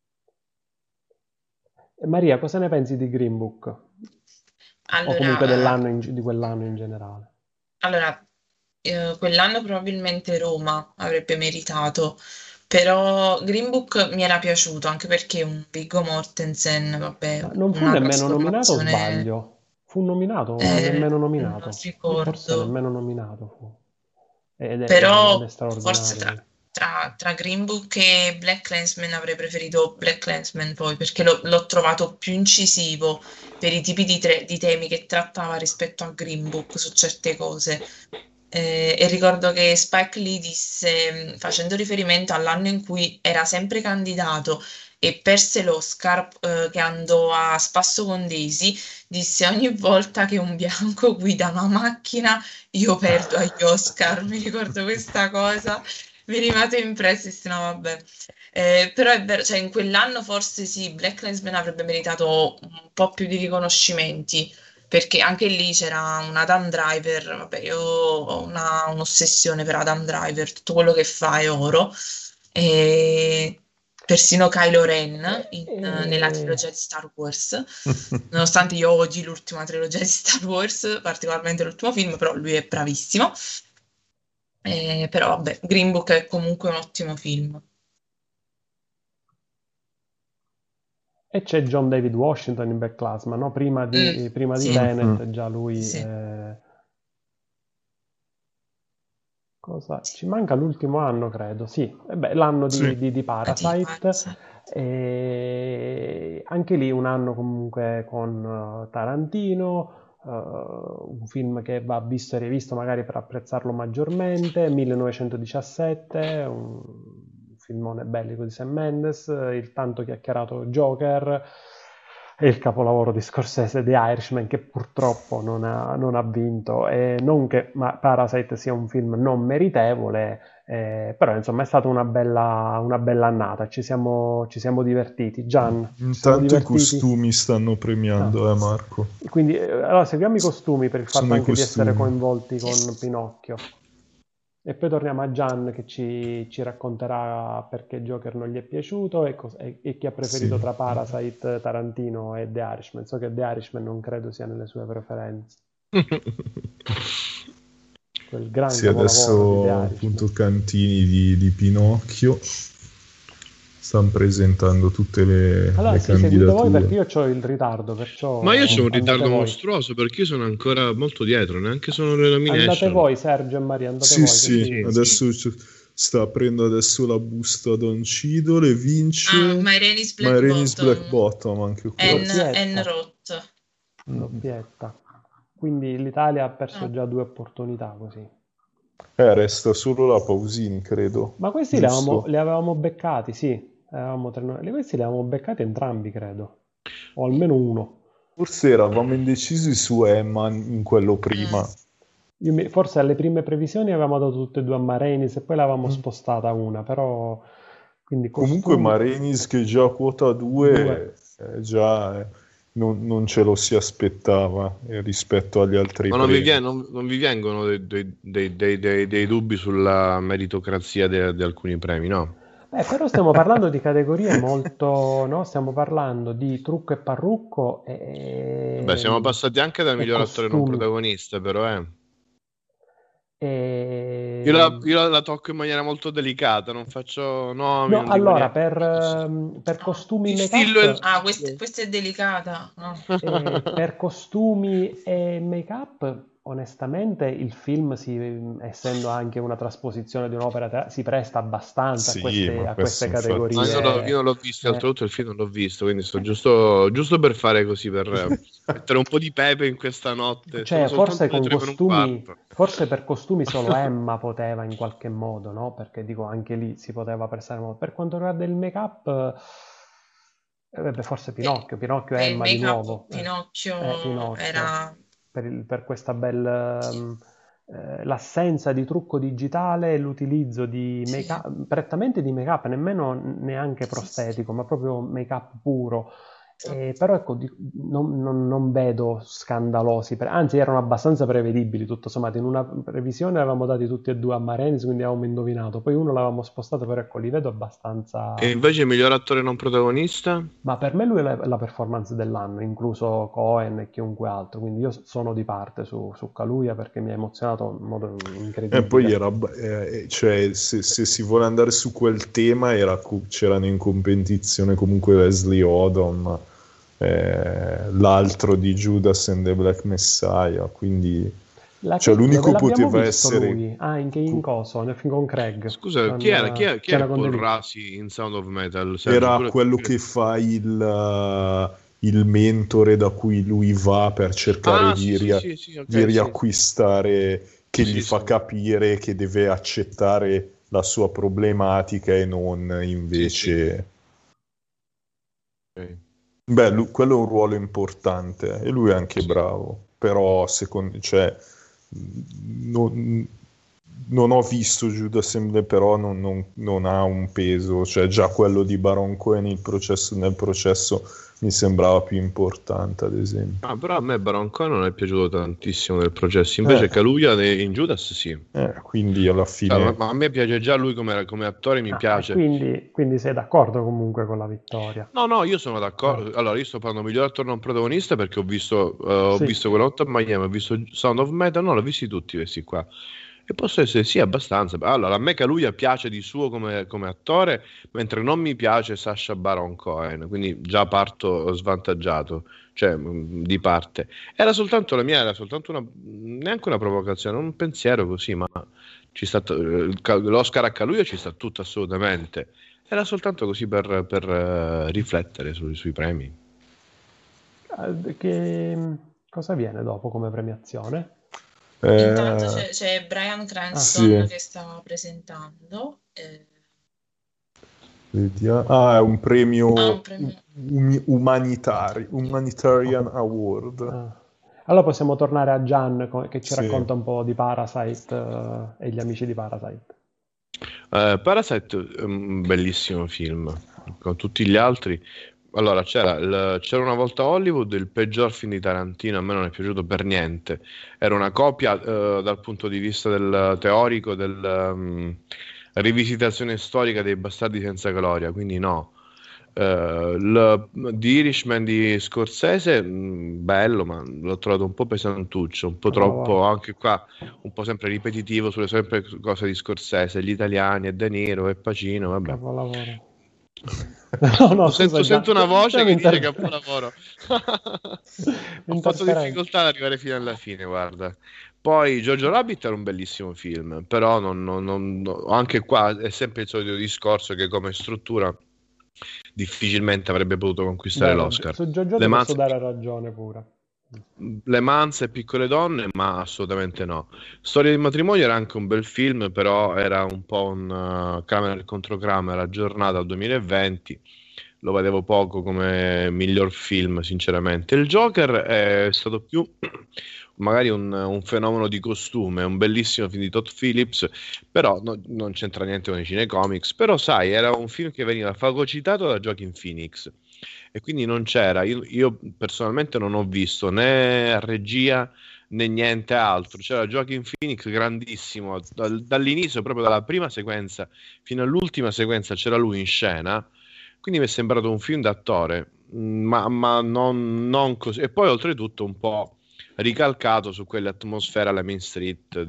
E Maria, cosa ne pensi di Green Book? O comunque Allora, di quell'anno in generale? allora, quell'anno probabilmente Roma avrebbe meritato, però Green Book mi era piaciuto anche perché un Viggo Mortensen, Ma vabbè, non fu una nemmeno nominato o trasformazione, sbaglio? Fu nominato o nemmeno non nominato? Forse ricordo. nemmeno nominato fu. Ed è Però forse straordinario. tra Green Book e Black Clansman avrei preferito Black Clansman poi, perché l'ho trovato più incisivo per i tipi di temi che trattava rispetto a Green Book su certe cose. E ricordo che Spike Lee disse, facendo riferimento all'anno in cui era sempre candidato e perse l'Oscar, che andò a spasso con Daisy, disse ogni volta che un bianco guida una macchina io perdo agli Oscar, mi ricordo questa cosa, mi rimase impressa e dissi, no vabbè. Però è vero, cioè in quell'anno forse sì, Black Lives Matter avrebbe meritato un po' più di riconoscimenti, perché anche lì c'era un Adam Driver, vabbè io ho un'ossessione per Adam Driver, tutto quello che fa è oro, e persino Kylo Ren nella E- trilogia di Star Wars. Nonostante io odi l'ultima trilogia di Star Wars, particolarmente l'ultimo film, però lui è bravissimo. Però vabbè, Green Book è comunque un ottimo film. E c'è John David Washington in Black Clansman, no? Prima di sì. Tenet, già lui... Sì. Ci manca l'ultimo anno, credo, sì. E beh, l'anno Sì. di Parasite. Parasite. E anche lì un anno comunque con Tarantino, un film che va visto e rivisto magari per apprezzarlo maggiormente, 1917, un filmone bellico di Sam Mendes, il tanto chiacchierato Joker e il capolavoro di Scorsese, The Irishman, che purtroppo non ha vinto. E non che Parasite sia un film non meritevole, però insomma è stata una bella annata, ci siamo divertiti. Gian, ci siamo Intanto i divertiti? costumi stanno premiando, Marco. Quindi allora seguiamo i costumi per il fatto Sono i anche di essere costumi. coinvolti con Pinocchio. E poi torniamo a Gian che ci racconterà perché Joker non gli è piaciuto e chi ha preferito Sì. tra Parasite, Tarantino e The Irishman. So che The Irishman non credo sia nelle sue preferenze. Quel gran Sì, capolavoro adesso di The Irishman. appunto Cantini di Pinocchio stanno presentando tutte le Allora sì, seguite voi candidature. perché io ho il ritardo, perciò Ma io c'ho un andate ritardo voi. mostruoso perché io sono ancora molto dietro, neanche sono le Andate nomination. voi, Sergio e Maria, andate Sì, voi. sì, Così. adesso sta aprendo adesso la busta Don Cidole, vince My Rainey's Black My Rainey's Bottom. Black Bottom, anche quello. Anne Roth. Doppietta. Quindi l'Italia ha perso già 2 opportunità così. Resta solo la Pausini, credo. Ma questi Giusto? li avevamo beccati, sì. Questi li avevamo beccati entrambi, credo. O almeno uno. Forse eravamo indecisi su Emma in quello prima. Forse alle prime previsioni avevamo dato tutte e due a Marenis e poi l'avevamo spostata una, però... Quindi Comunque Marenis che già quota 2 già non ce lo si aspettava rispetto agli altri Ma premi. non vi vengono dei dubbi sulla meritocrazia di alcuni premi, no? Però stiamo parlando di categorie molto, no? Stiamo parlando di trucco e parrucco e... Beh, siamo passati anche dal miglior attore non costumi. protagonista, però E... Io la tocco in maniera molto delicata, non faccio nomi, No, non dico allora, niente. per costumi e Distillo make-up... Questa è delicata. No. Per costumi e make-up, onestamente, il film, essendo anche una trasposizione di un'opera, si presta abbastanza a queste categorie. Io non l'ho visto, oltretutto il film non l'ho visto, quindi sto giusto per fare così, per mettere un po' di pepe in questa notte. Cioè, forse per costumi solo Emma poteva in qualche modo, no? Perché dico, anche lì si poteva prestare molto. Per quanto riguarda il make-up... forse Pinocchio è Emma di nuovo. Pinocchio era... Per questa bella... l'assenza di trucco digitale e l'utilizzo di make-up, prettamente di make-up, nemmeno neanche prostetico, ma proprio make-up puro. Però ecco, non vedo scandalosi, anzi erano abbastanza prevedibili tutto sommato. In una previsione avevamo dati tutti e due a Marenis, quindi avevamo indovinato, poi uno l'avevamo spostato, però ecco, li vedo abbastanza... E invece il miglior attore non protagonista? Ma per me lui è la performance dell'anno, incluso Cohen e chiunque altro, quindi io sono di parte su Kaluuya perché mi ha emozionato in modo incredibile. E poi cioè, se si vuole andare su quel tema, c'erano in competizione comunque Leslie Odom, l'altro di Judas and the Black Messiah, quindi l'unico poteva essere lui? In coso, nel film con Craig. Scusa, chi era Paul Rasi in Sound of Metal? Era quello che fa il mentore da cui lui va per cercare di riacquistare, che gli fa capire che deve accettare la sua problematica e non invece... Okay. Beh, quello è un ruolo importante e lui è anche bravo, però secondo non ho visto Judas and the, però non ha un peso, cioè già quello di Baron Cohen nel processo mi sembrava più importante, ad esempio. Però a me Baron Cohen non è piaciuto tantissimo nel processo, invece Kaluuya in Judas sì. Quindi alla fine... ma a me piace già lui come attore, mi piace. Quindi sei d'accordo comunque con la vittoria? No, io sono d'accordo. Allora, io sto parlando miglior attore non protagonista perché ho visto quella notte a Miami, ho visto Sound of Metal, no, l'ho visti tutti questi qua. E posso essere sì, abbastanza. Allora, a me Kaluuya piace di suo come attore, mentre non mi piace Sacha Baron Cohen, quindi già parto svantaggiato, cioè di parte. Era soltanto neanche una provocazione, un pensiero così, ma ci sta, l'Oscar a Kaluuya ci sta tutto assolutamente. Era soltanto così per riflettere sui premi. Cosa viene dopo come premiazione? Intanto c'è Bryan Cranston sì. che stava presentando. È un premio un premio. Humanitarian Award. Allora possiamo tornare a Gian che ci Sì. racconta un po' di Parasite e gli amici di Parasite. Parasite è un bellissimo film, con tutti gli altri. Allora, c'era una volta Hollywood, il peggior film di Tarantino, a me non è piaciuto per niente. Era una copia dal punto di vista del teorico del rivisitazione storica dei Bastardi senza gloria, quindi no. The Irishman di Scorsese, bello, ma l'ho trovato un po' pesantuccio, un po' troppo, anche qua un po' sempre ripetitivo sulle sempre cose di Scorsese, gli italiani e De Niro e Pacino, vabbè. Capolavoro. Sento una voce che dice capolavoro. Ho fatto difficoltà ad arrivare fino alla fine, guarda. Poi Jojo Rabbit era un bellissimo film, però anche qua è sempre il solito discorso che come struttura difficilmente avrebbe potuto conquistare l'Oscar. Su Jojo ti posso dare ragione pure. Le Manze e Piccole Donne, ma assolutamente no. Storia di matrimonio era anche un bel film, però era un po' un Kramer contro Kramer aggiornato al 2020. Lo vedevo poco come miglior film, sinceramente. Il Joker è stato più magari un fenomeno di costume, un bellissimo film di Todd Phillips, però non c'entra niente con i cinecomics. Però sai, era un film che veniva fagocitato da Joaquin Phoenix e quindi non c'era, io personalmente non ho visto né regia né niente altro, c'era Joaquin Phoenix grandissimo, dall'inizio, proprio dalla prima sequenza fino all'ultima sequenza c'era lui in scena, quindi mi è sembrato un film d'attore, ma non così, e poi oltretutto un po' ricalcato su quell'atmosfera alla Main Street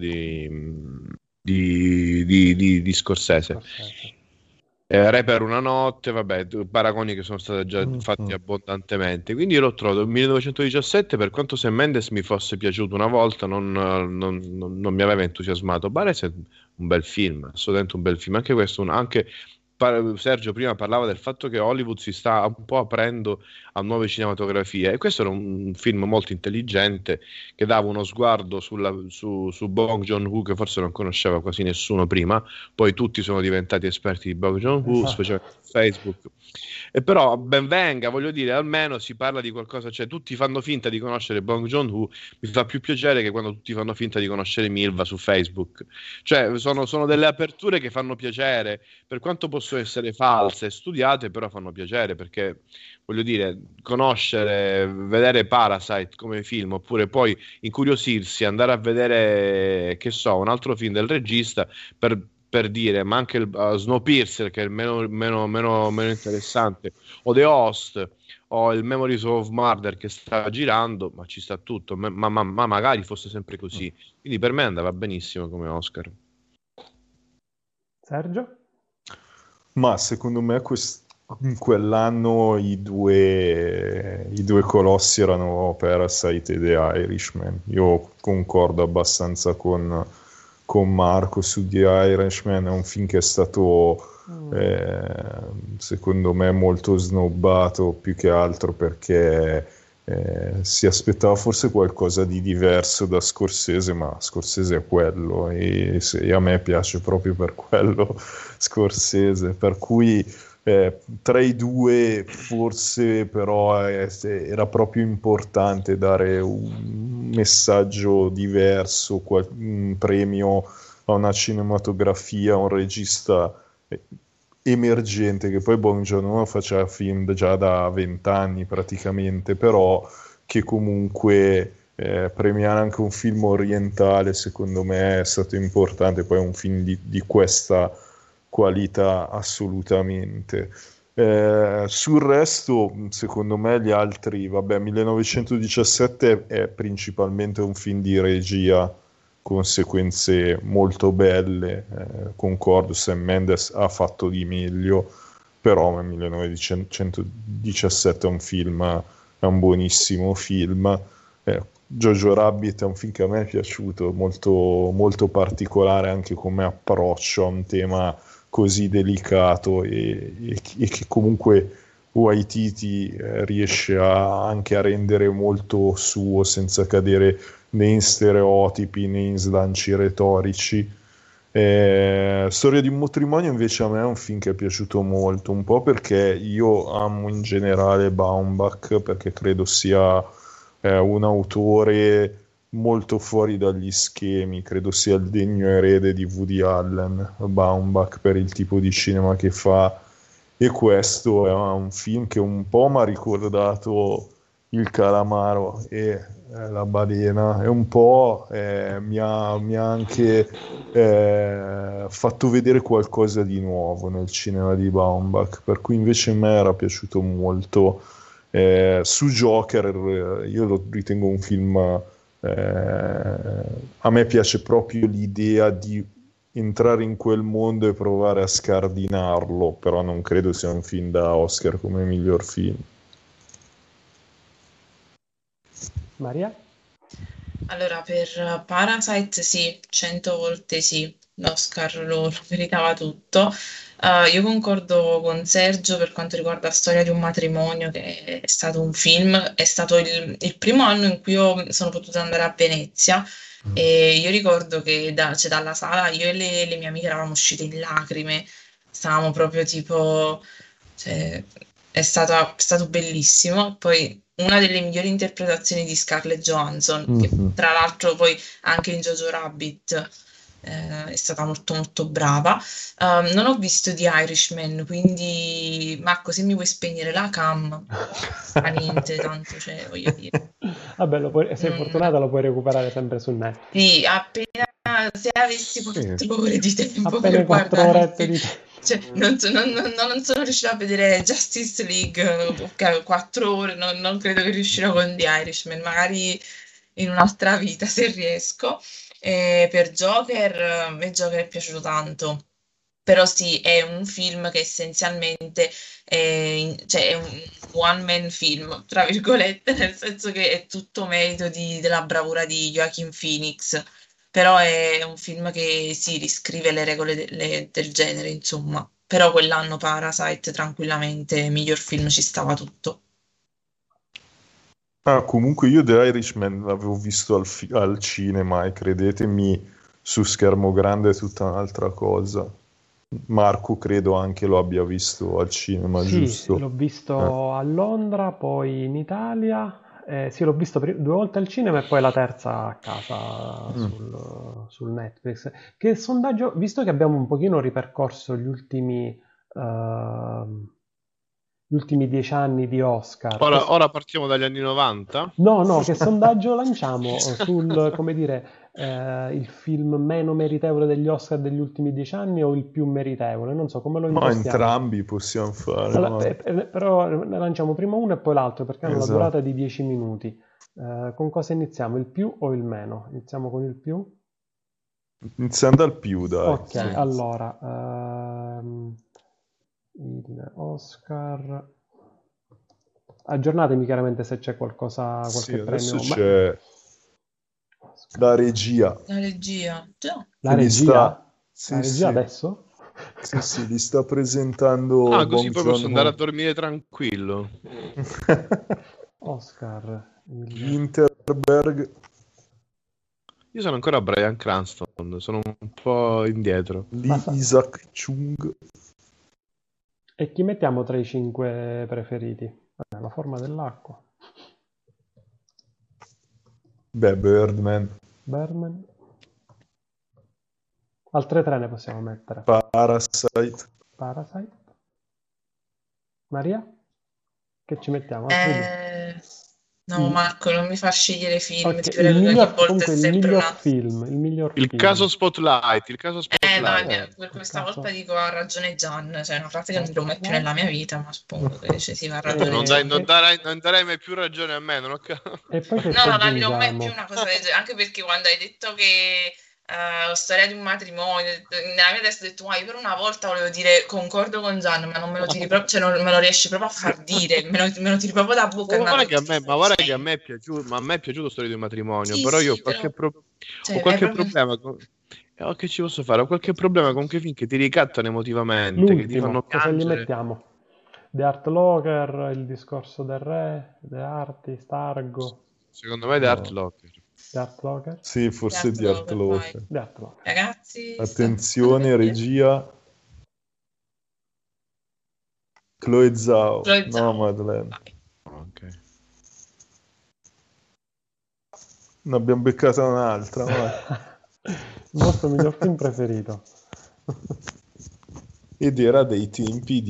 di Scorsese. Re per una notte, vabbè, paragoni che sono stati già fatti abbondantemente. Quindi io l'ho trovato il 1917, per quanto Sam Mendes mi fosse piaciuto una volta, non mi aveva entusiasmato. Pare un bel film, assolutamente un bel film. Anche questo, Sergio prima parlava del fatto che Hollywood si sta un po' aprendo a nuove cinematografie e questo era un film molto intelligente che dava uno sguardo su Bong Joon-ho che forse non conosceva quasi nessuno prima, poi tutti sono diventati esperti di Bong Joon-ho, specialmente su Facebook. E però ben venga, voglio dire, almeno si parla di qualcosa, cioè tutti fanno finta di conoscere Bong Joon-ho, mi fa più piacere che quando tutti fanno finta di conoscere Milva su Facebook, cioè sono delle aperture che fanno piacere, per quanto possono essere false, studiate, però fanno piacere, perché voglio dire, conoscere, vedere Parasite come film, oppure poi incuriosirsi, andare a vedere, che so, un altro film del regista per dire, ma anche Snowpiercer, che è il meno interessante, o The Host, o il Memories of Murder che sta girando, ma ci sta tutto, ma magari fosse sempre così. Quindi per me andava benissimo come Oscar. Sergio? Ma secondo me in quell'anno i due colossi erano Parasite e The Irishman. Io concordo abbastanza con Marco su The Irishman. È un film che è stato secondo me molto snobbato, più che altro perché si aspettava forse qualcosa di diverso da Scorsese, ma Scorsese è quello e a me piace proprio per quello Scorsese, per cui tra i due forse però era proprio importante dare un messaggio diverso, un premio a una cinematografia, a un regista emergente, che poi Bong Joon-ho faceva film già da 20 anni praticamente, però che comunque premiare anche un film orientale secondo me è stato importante, poi è un film di questa qualità assolutamente. Sul resto secondo me gli altri, vabbè, 1917 è principalmente un film di regia conseguenze molto belle, concordo, Sam Mendes ha fatto di meglio, però 1917 è un film, è un buonissimo film. Jojo Rabbit è un film che a me è piaciuto, molto, molto particolare anche come approccio a un tema così delicato e che comunque Waititi riesce anche a rendere molto suo senza cadere né in stereotipi né in slanci retorici. Storia di un matrimonio invece a me è un film che è piaciuto molto, un po' perché io amo in generale Baumbach, perché credo sia un autore molto fuori dagli schemi, credo sia il degno erede di Woody Allen, Baumbach, per il tipo di cinema che fa, e questo è un film che un po' mi ha ricordato Il calamaro e la balena, e un po' mi ha anche fatto vedere qualcosa di nuovo nel cinema di Baumbach, per cui invece a me era piaciuto molto. Su Joker io lo ritengo un film, a me piace proprio l'idea di entrare in quel mondo e provare a scardinarlo, però non credo sia un film da Oscar come miglior film. Maria? Allora, per Parasite sì, 100 volte sì, l'Oscar lo meritava tutto. Io concordo con Sergio per quanto riguarda Storia di un matrimonio, che è stato un film, è stato il primo anno in cui io sono potuta andare a Venezia e io ricordo che cioè, dalla sala io e le mie amiche eravamo uscite in lacrime, stavamo proprio tipo, cioè, è stato bellissimo. Poi una delle migliori interpretazioni di Scarlett Johansson, che tra l'altro poi anche in Jojo Rabbit è stata molto molto brava. Non ho visto The Irishman, quindi Marco, se mi vuoi spegnere la cam, fa niente, tanto, cioè, voglio dire. Vabbè, sei Non- fortunata, lo puoi recuperare sempre su Netflix. Sì, appena se avessi Sì. 4 ore di tempo Appena per 4 guardare un orette film, di cioè, non sono riuscita a vedere Justice League, ok, 4 ore, non credo che riuscirò con The Irishman, magari in un'altra vita se riesco. Per Joker, a me Joker è piaciuto tanto. Però sì, è un film che essenzialmente cioè, è un one man film, tra virgolette, nel senso che è tutto merito della bravura di Joaquin Phoenix, però è un film che si riscrive le regole del genere, insomma. Però quell'anno Parasite tranquillamente, miglior film ci stava tutto. Comunque io The Irishman l'avevo visto al cinema e credetemi, su schermo grande è tutta un'altra cosa. Marco credo anche lo abbia visto al cinema, Sì, giusto? l'ho visto a Londra, poi in Italia. Sì, l'ho visto 2 volte al cinema e poi la terza a casa Mm. sul Netflix. Che sondaggio, visto che abbiamo un pochino ripercorso gli ultimi 10 anni di Oscar, Ora partiamo dagli anni 90. no, no, che sondaggio lanciamo sul, come dire, il film meno meritevole degli Oscar degli ultimi 10 anni o il più meritevole? Non so, come lo Ma impostiamo? entrambi possiamo fare, Allora, ma... però ne lanciamo prima uno e poi l'altro perché hanno la durata Esatto. di 10 minuti. Con cosa iniziamo? Il più o il meno? Iniziamo con il più? Iniziando dal più, dai. Ok, Sì. allora, il Oscar. Aggiornatemi chiaramente se c'è qualcosa, Sì, qualche adesso premio. c'è Oscar. la regia La regia, già. La che li sta... regia? La Sì, regia sì, adesso? sì, sì, li sta presentando Ah, così Bong poi posso andare a Joon-ho. dormire tranquillo. Oscar. Winterberg Io sono ancora Bryan Cranston, sono un po' indietro. Ma Lee Isaac-Chung. E chi mettiamo tra i 5 preferiti? Vabbè, la forma dell'acqua. Beh, Birdman, Berman. Altre 3 ne possiamo mettere. Parasite. Parasite. Maria? Che ci mettiamo? Altri due. Eh, No, Marco, non mi far scegliere film, Ok, ti prego, che ogni volta è comunque il sempre miglior una... film, il miglior Il film. caso Spotlight, il caso No, Spotlight. per il questa caso- volta dico ha ragione Gian, cioè è una frase che non dirò mai più nella mia vita, ma suppongo che ci sia ragione Non, Gian. non darai mai più ragione a me, non ho E poi che No, ci non la dirò mai più aggiungiamo? una cosa del genere, anche perché quando hai detto che storia di un matrimonio, nella mia testa ho detto, ma io per una volta volevo dire concordo con Gian, ma non me lo tiri proprio, cioè non me lo riesci proprio a far dire, me lo tiri proprio da bocca e mi ha Guarda che a rotto me, il ma guarda che a cuore. me è piaciuto, ma a me è piaciuto Storia di un matrimonio, Sì, però io ho sì, però, ho cioè, è qualche proprio... problema con... che ci posso fare? Ho qualche problema con quei film che ti ricattano emotivamente, che ti fanno L'ultimo, cosa gli piangere. mettiamo? The Art Locker, Il discorso del re, The Artist, Argo, Secondo me è The Art No. Locker. The Art Locker? Sì, forse di Art Vai. Locker. The Art Locker. Ragazzi, Attenzione, regia. Chloe Zhao. Chloe No, Zhao. Madeleine. Vai. Ok. Ne abbiamo beccata un'altra. Vai. Il vostro miglior film preferito? Ed era dei tempi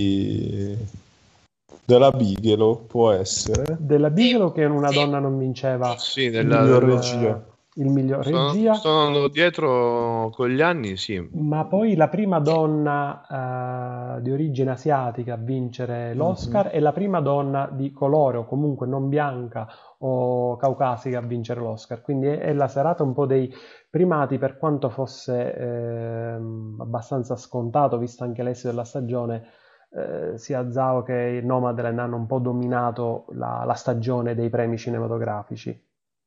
della Bigelow, può essere. Della Bigelow che una Sì. donna non vinceva Sì, Il miglior il, regia. il miglior regia, sto andando dietro con gli anni, sì. ma poi la prima donna di origine asiatica a vincere l'Oscar e la prima donna di colore o comunque non bianca o caucasica a vincere l'Oscar. Quindi è la serata un po' dei primati, per quanto fosse abbastanza scontato, visto anche l'esito della stagione. Sia Zhao che Nomadland hanno un po' dominato la stagione dei premi cinematografici.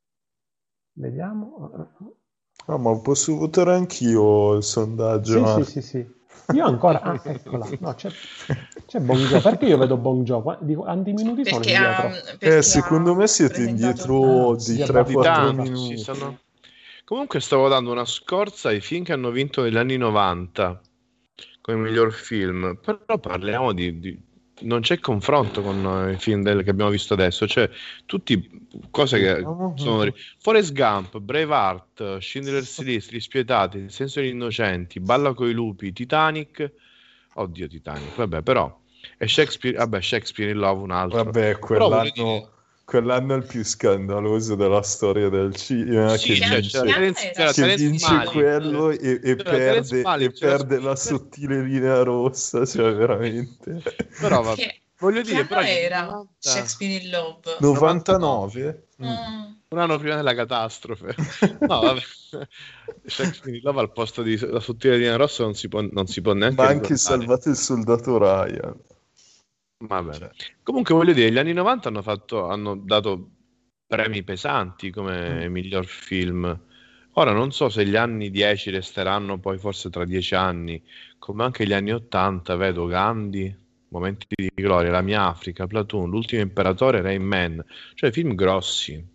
Vediamo. Ah, ma posso votare anch'io il sondaggio, Sì, Marco? sì. Io ancora... Ah, eccola. No, c'è Bong Joon. Perché io vedo Bong Joon? Quanti minuti sono Perché indietro? perché Secondo me siete presentato indietro Ah, di sì, 3-4 Di tanto, minuti. Comunque stavo dando una scorza ai film che hanno vinto negli anni 90 come miglior film, però parliamo non c'è confronto con i film che abbiamo visto adesso, cioè tutti cose che sono... Forrest Gump, Braveheart, Schindler's List, Gli Spietati, Il senso degli innocenti, Balla coi lupi, Titanic, oddio Titanic, vabbè però, e Shakespeare in Love un altro. Vabbè, Però voglio dire, quell'anno è il più scandaloso della storia del cinema, sì, che vince, c'era che Terence vince Malick, quello e c'era Terence perde, Malick, e c'era perde la sottile linea rossa, cioè veramente. però vabbè, che voglio dire, anno però gli anni era 90, Shakespeare in Love? 99? un anno prima della catastrofe. No, vabbè. Shakespeare in Love al posto di La sottile linea rossa non si può neanche Ma anche ricordare. Salvate il soldato Ryan. Vabbè. Comunque voglio dire, gli anni 90 hanno dato premi pesanti come miglior film. Ora non so se gli anni 10 resteranno poi forse tra 10 anni, come anche gli anni 80, vedo Gandhi, Momenti di gloria, La mia Africa, Platoon, L'ultimo imperatore, Rain Man, cioè film grossi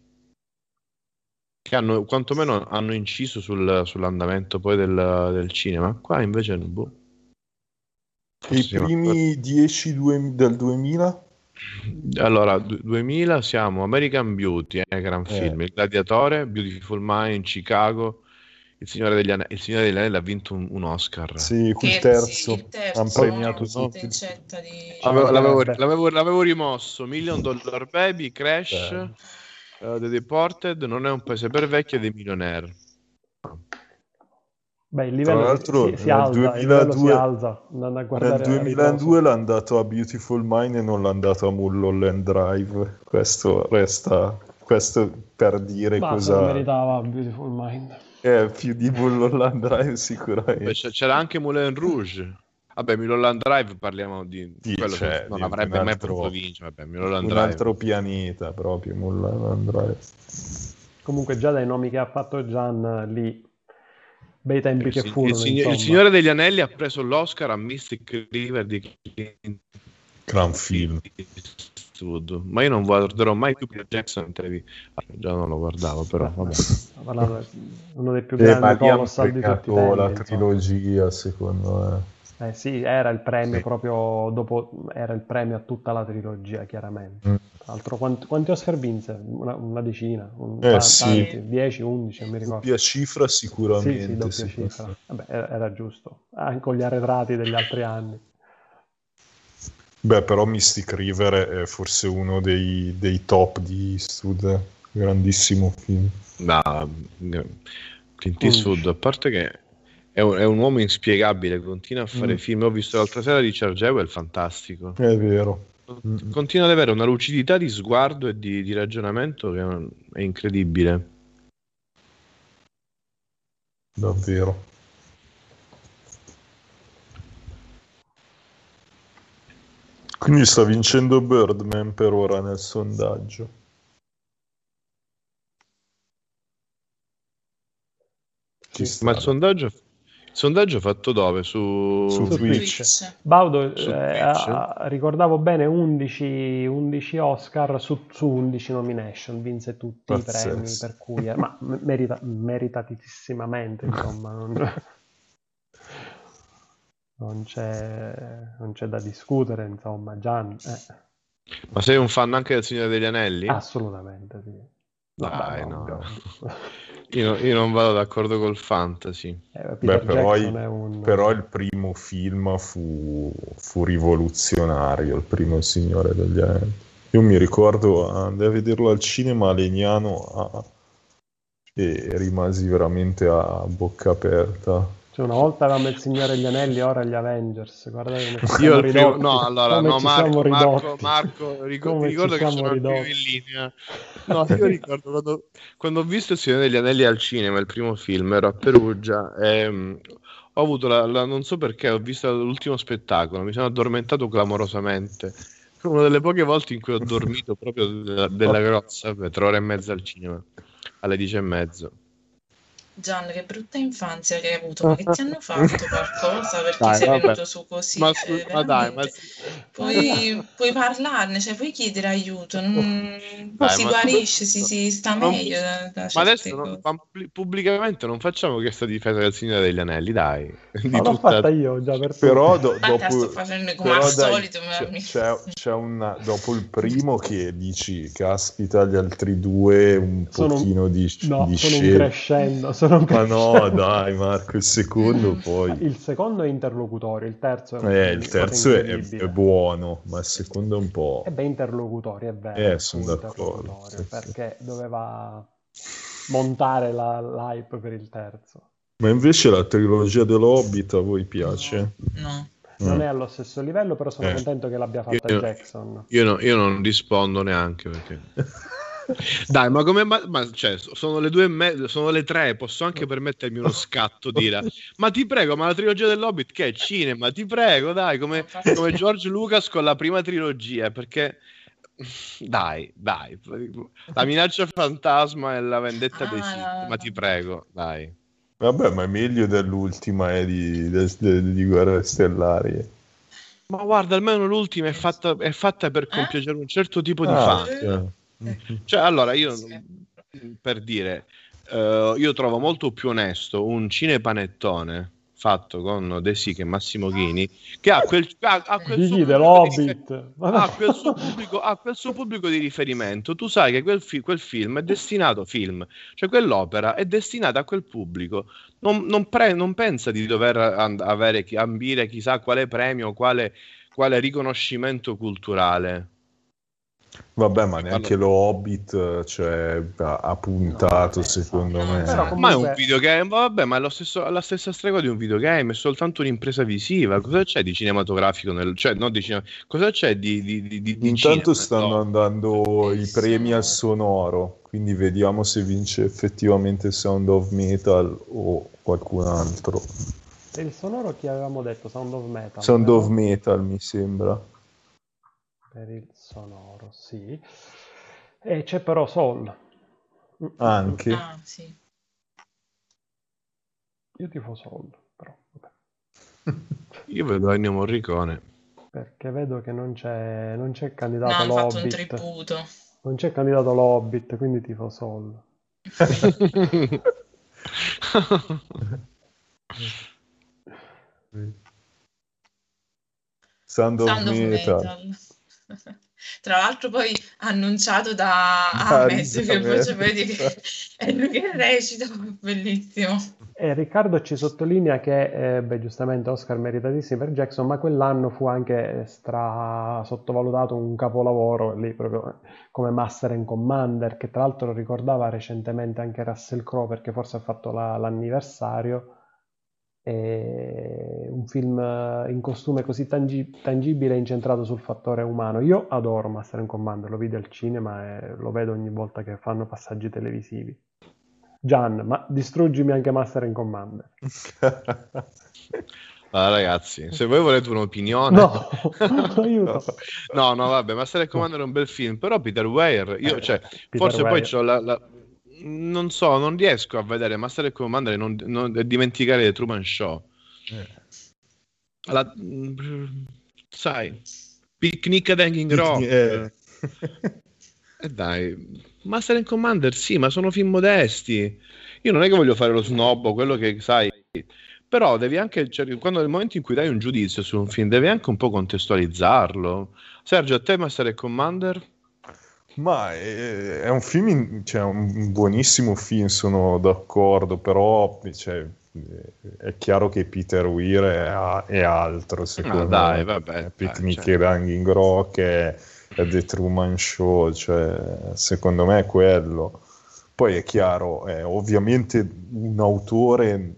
che hanno quantomeno hanno inciso sull'andamento poi del cinema. Qua invece boh. E i primi 10 del 2000? Allora, 2000 siamo American Beauty, gran film, Il Gladiatore, Beautiful Mind, Chicago, Il Signore degli Anelli ha vinto un Oscar. Sì, il terzo. Hanno premiato tutti. tutti. L'avevo rimosso. Million Dollar Baby, Crash, The Deported, Non è un paese per vecchi e The Millionaire. Beh, il Tra livello l'altro si nel alza, il livello si 2002, alza, andando a nel guardare a 2002 ritroso. l'hanno dato a Beautiful Mind e non l'hanno dato a Mulholland Drive. Questo per dire Ma se lo cosa meritava Beautiful Mind. è più di Mulholland Drive sicuramente. Beh, c'era anche Moulin Rouge. Vabbè, Mulholland Drive parliamo di Sì, quello, cioè, non di avrebbe un mai altro- potuto vincere. Vabbè, Mulholland Un Drive. altro pianeta proprio Mulholland Drive. Comunque già dai nomi che ha fatto Gian lì, bei tempi che Il furono, insomma. Signore degli Anelli ha preso l'Oscar a Mystic River di Clint Gran film. Eastwood. Ma io non guarderò mai più Peter Jackson in TV. Già non lo guardavo, però vabbè. Ha parlato di uno dei più Ma grandi lì hanno colossal di tutti i premiato tempi, la insomma. trilogia, secondo me. Sì, era il premio Sì. proprio dopo, era il premio a tutta la trilogia, chiaramente. Tra l'altro, quanti Oscar vinse? Una decina, Sì. tanti, 10, 11, non mi ricordo. Doppia cifra Sì, sicuramente. doppia secondo cifra. me. Vabbè, era giusto, anche con gli arretrati degli altri anni. Beh, però Mystic River è forse uno dei top di Eastwood, grandissimo film. Clint Eastwood, a parte che è un uomo inspiegabile, continua a fare film. Ho visto l'altra sera Richard Jewell, fantastico. È vero. Continua ad avere una lucidità di sguardo e di ragionamento che è incredibile. Davvero. Quindi sta vincendo Birdman per ora nel sondaggio. Ma il sondaggio fatto dove? Su Twitch. Baudo, Su Twitch? ricordavo bene 11 Oscar su 11 nomination, vinse tutti i premi, per cui ma meritatissimamente, insomma, non c'è da discutere, insomma, Gian. Ma sei un fan anche del Signore degli Anelli? Assolutamente sì. Dai, no. Io non vado d'accordo col fantasy. Però il primo film fu rivoluzionario, il primo Il Signore degli Anelli. Io mi ricordo, andai a vederlo al cinema a Legnano e rimasi veramente a bocca aperta. Cioè, una volta avevamo il Signore degli Anelli, ora gli Avengers. Guardate come ci siamo ridotti. Marco, ricordo che sono più in linea. No, io ricordo quando ho visto il Signore degli Anelli al cinema, il primo film, ero a Perugia e ho avuto non so perché, ho visto l'ultimo spettacolo, mi sono addormentato clamorosamente. Una delle poche volte in cui ho dormito proprio della grozza, per 3 ore e mezza al cinema, alle 10:30. Gian, che brutta infanzia che hai avuto, ma che ti hanno fatto qualcosa perché sei venuto su così? Puoi parlarne, cioè puoi chiedere aiuto, si guarisce, si sta meglio. Ma adesso pubblicamente non facciamo questa difesa del Signore degli Anelli, dai. Ma l'ho fatta io già per però dopo sto facendo come al solito. C'è dopo il primo che dici, caspita, gli altri due un pochino di sono un crescendo. Ma no, dai Marco, il secondo poi... Il secondo è interlocutorio, il terzo è il terzo è buono, ma il secondo è un po'... interlocutorio, è vero. Sono d'accordo. Perché doveva montare l'hype per il terzo. Ma invece la trilogia dell'Hobbit a voi piace? No. Non è allo stesso livello, però sono contento che l'abbia fatta Jackson. Io non rispondo neanche perché... Dai, ma cioè, sono le 2:30, sono le 3, posso anche permettermi uno scatto di là. Ma ti prego, ma la trilogia dell'Hobbit che è cinema? Ti prego, dai, come George Lucas con la prima trilogia, perché dai, la minaccia fantasma e la vendetta dei Sith, ma ti prego, dai. Vabbè, ma è meglio dell'ultima di Guerre Stellari. Ma guarda, almeno l'ultima è fatta per compiacere un certo tipo di fan. Cioè, allora, io per dire, io trovo molto più onesto un cinepanettone fatto con De Sica e Massimo Ghini, che ha quel suo pubblico di riferimento. Tu sai che quel film è destinato cioè quell'opera è destinata a quel pubblico. Non pensa di dover ambire chissà quale premio, quale riconoscimento culturale. Vabbè, ma neanche lo Hobbit ha puntato, secondo me. Comunque... Ma è un videogame, vabbè, ma è la stessa strega di un videogame, è soltanto un'impresa visiva. Cosa c'è di cinematografico cosa c'è di Intanto cinema, stanno andando i premi al sonoro, quindi vediamo se vince effettivamente Sound of Metal o qualcun altro. E il sonoro chi avevamo detto? Sound of Metal? Sound of Metal, mi sembra. Per il sonoro, sì. E c'è però Soul. Anche. Sì. Io tifo Soul, però. Io vedo Ennio Morricone. Perché vedo che non c'è candidato l'Hobbit. Hanno fatto un tributo. Non c'è candidato l'Hobbit, quindi tifo Soul. Sound of Metal. Tra l'altro poi annunciato da Ames, che poi vedi che è lui che recita, bellissimo. E Riccardo ci sottolinea che, beh, giustamente Oscar meritatissimi per Jackson, ma quell'anno fu anche stra sottovalutato un capolavoro lì proprio come Master and Commander, che tra l'altro ricordava recentemente anche Russell Crowe perché forse ha fatto l'anniversario. È un film in costume così tangibile e incentrato sul fattore umano. Io adoro Master and Commander, lo vidi al cinema e lo vedo ogni volta che fanno passaggi televisivi. Gian, ma distruggimi anche Master and Commander. Allora, ragazzi, se voi volete un'opinione, No, aiuto. no, vabbè, Master and Commander è un bel film, però Peter Weir, io, cioè, Peter forse poi Weir. c'ho non so, non riesco a vedere Master and Commander e dimenticare The Truman Show. Sai, Picnic ad Hanging Rock. Dai, Master and Commander sì, ma sono film modesti. Io non è che voglio fare lo snobbo, quello che sai, però devi anche, cioè, quando nel momento in cui dai un giudizio su un film, devi anche un po' contestualizzarlo. Sergio, a te Master and Commander? Ma è un film, cioè un buonissimo film, sono d'accordo, però cioè, è chiaro che Peter Weir è altro, secondo dai, me. vabbè, Picnic cioè. at Hanging Rock è The Truman Show, cioè, secondo me è quello. Poi è chiaro, ovviamente un autore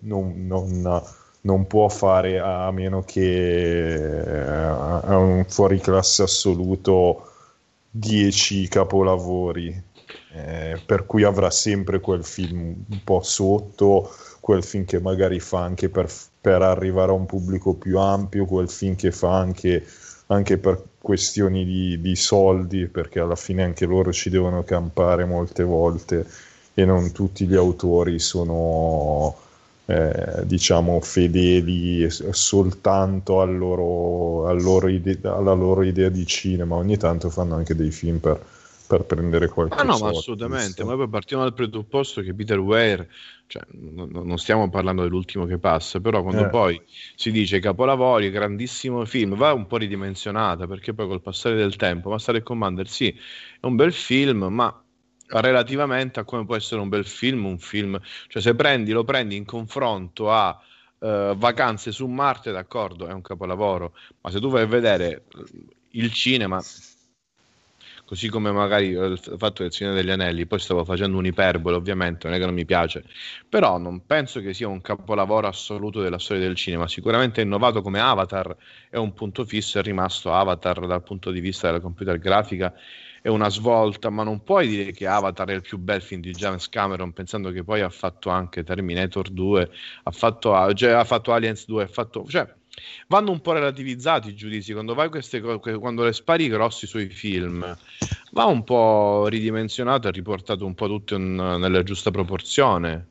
non può fare a meno che a un fuoriclasse assoluto 10 capolavori, per cui avrà sempre quel film un po' sotto, quel film che magari fa anche per arrivare a un pubblico più ampio, quel film che fa anche per questioni di soldi, perché alla fine anche loro ci devono campare molte volte e non tutti gli autori sono diciamo fedeli soltanto alla loro idea di cinema. Ogni tanto fanno anche dei film per prendere qualche No, ma soldo, assolutamente, visto? ma poi partiamo dal presupposto che Peter Weir, cioè, non stiamo parlando dell'ultimo che passa, però quando poi si dice capolavori, grandissimo film, va un po' ridimensionata, perché poi col passare del tempo, Master and Commander sì, è un bel film, ma relativamente a come può essere un bel film, cioè se lo prendi in confronto a Vacanze su Marte, d'accordo, è un capolavoro, ma se tu vai a vedere il cinema, così come magari il fatto del Signore degli Anelli, poi stavo facendo un'iperbole ovviamente, non è che non mi piace, però non penso che sia un capolavoro assoluto della storia del cinema. Sicuramente è innovato come Avatar, è un punto fisso, è rimasto Avatar dal punto di vista della computer grafica, è una svolta, ma non puoi dire che Avatar è il più bel film di James Cameron, pensando che poi ha fatto anche Terminator 2, ha fatto Aliens 2, cioè vanno un po' relativizzati i giudizi quando vai quando le spari grossi sui film, va un po' ridimensionato e riportato un po' tutto nella giusta proporzione.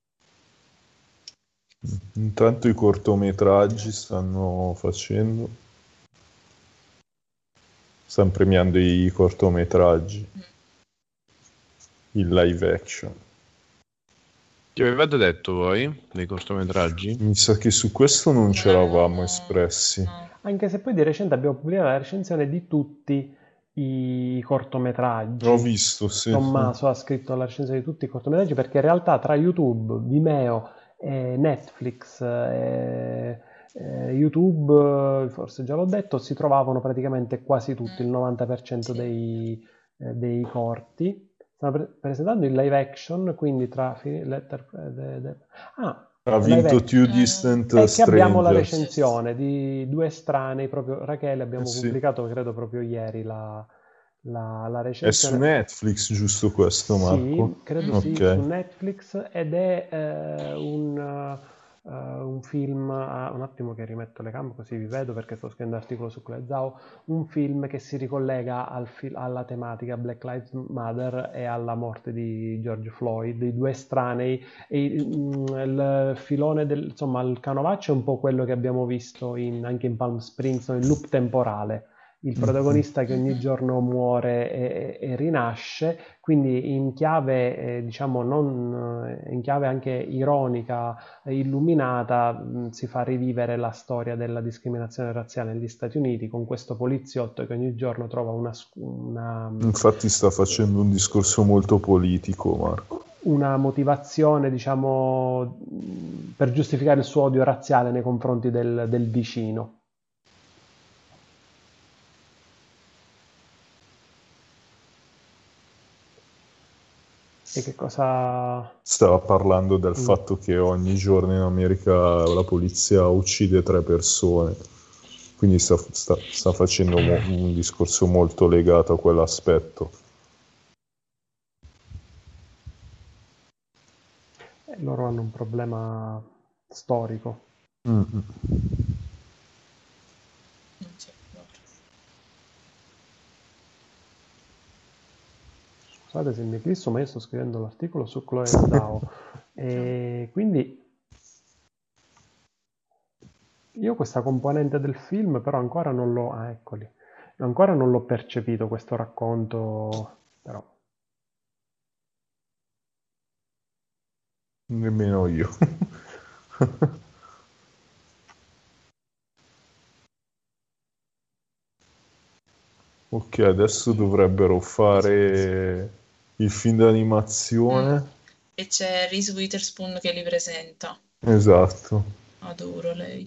Intanto i cortometraggi stanno premiando i cortometraggi, il live action. Che avevate detto voi dei cortometraggi? Mi sa che su questo non ci eravamo espressi. Anche se poi di recente abbiamo pubblicato la recensione di tutti i cortometraggi. L'ho visto, sì. Tommaso ha scritto la recensione di tutti i cortometraggi perché in realtà tra YouTube, Vimeo, Netflix, YouTube, forse già l'ho detto, si trovavano praticamente quasi tutti, il 90% dei corti. Stanno presentando il live action, quindi tra ha vinto Two Distant e che Strangers. abbiamo la recensione di Due Estranei, proprio Rachele, abbiamo sì. pubblicato credo proprio ieri la recensione. È su Netflix, giusto questo, Marco? Sì, credo sì, su Netflix, ed è un film, un attimo che rimetto le cam così vi vedo perché sto scrivendo l'articolo su Clezao, un film che si ricollega alla tematica Black Lives Matter e alla morte di George Floyd, dei due estranei, e il filone insomma il canovaccio è un po' quello che abbiamo visto anche in Palm Springs, il loop temporale. Il protagonista che ogni giorno muore e rinasce, quindi in chiave, diciamo, in chiave anche ironica, illuminata, si fa rivivere la storia della discriminazione razziale negli Stati Uniti con questo poliziotto che ogni giorno trova una... Infatti sta facendo un discorso molto politico, Marco. una motivazione, diciamo, per giustificare il suo odio razziale nei confronti del vicino. E che cosa... Stava parlando del Mm. fatto che ogni giorno in America la polizia uccide 3 persone, quindi sta facendo un discorso molto legato a quell'aspetto. Loro hanno un problema storico. Mm. Non so. Scusate se mi eclisso, ma io sto scrivendo l'articolo su Chloe Zhao. E quindi io questa componente del film però ancora non l'ho... Ah, eccoli. Ancora non l'ho percepito questo racconto, però... Nemmeno io. Ok, adesso dovrebbero fare il film d'animazione. E c'è Reese Witherspoon che li presenta. Esatto. Adoro lei.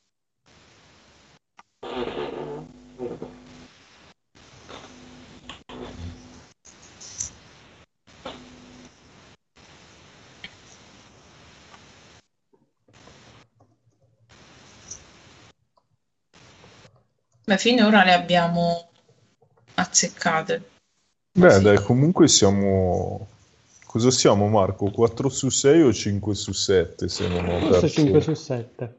Beh, finora le abbiamo azzeccate. Beh, Sì. dai, comunque siamo... Cosa siamo, Marco? 4 su 6 o 5 su 7, se non ho Forse perso? 5 su 7.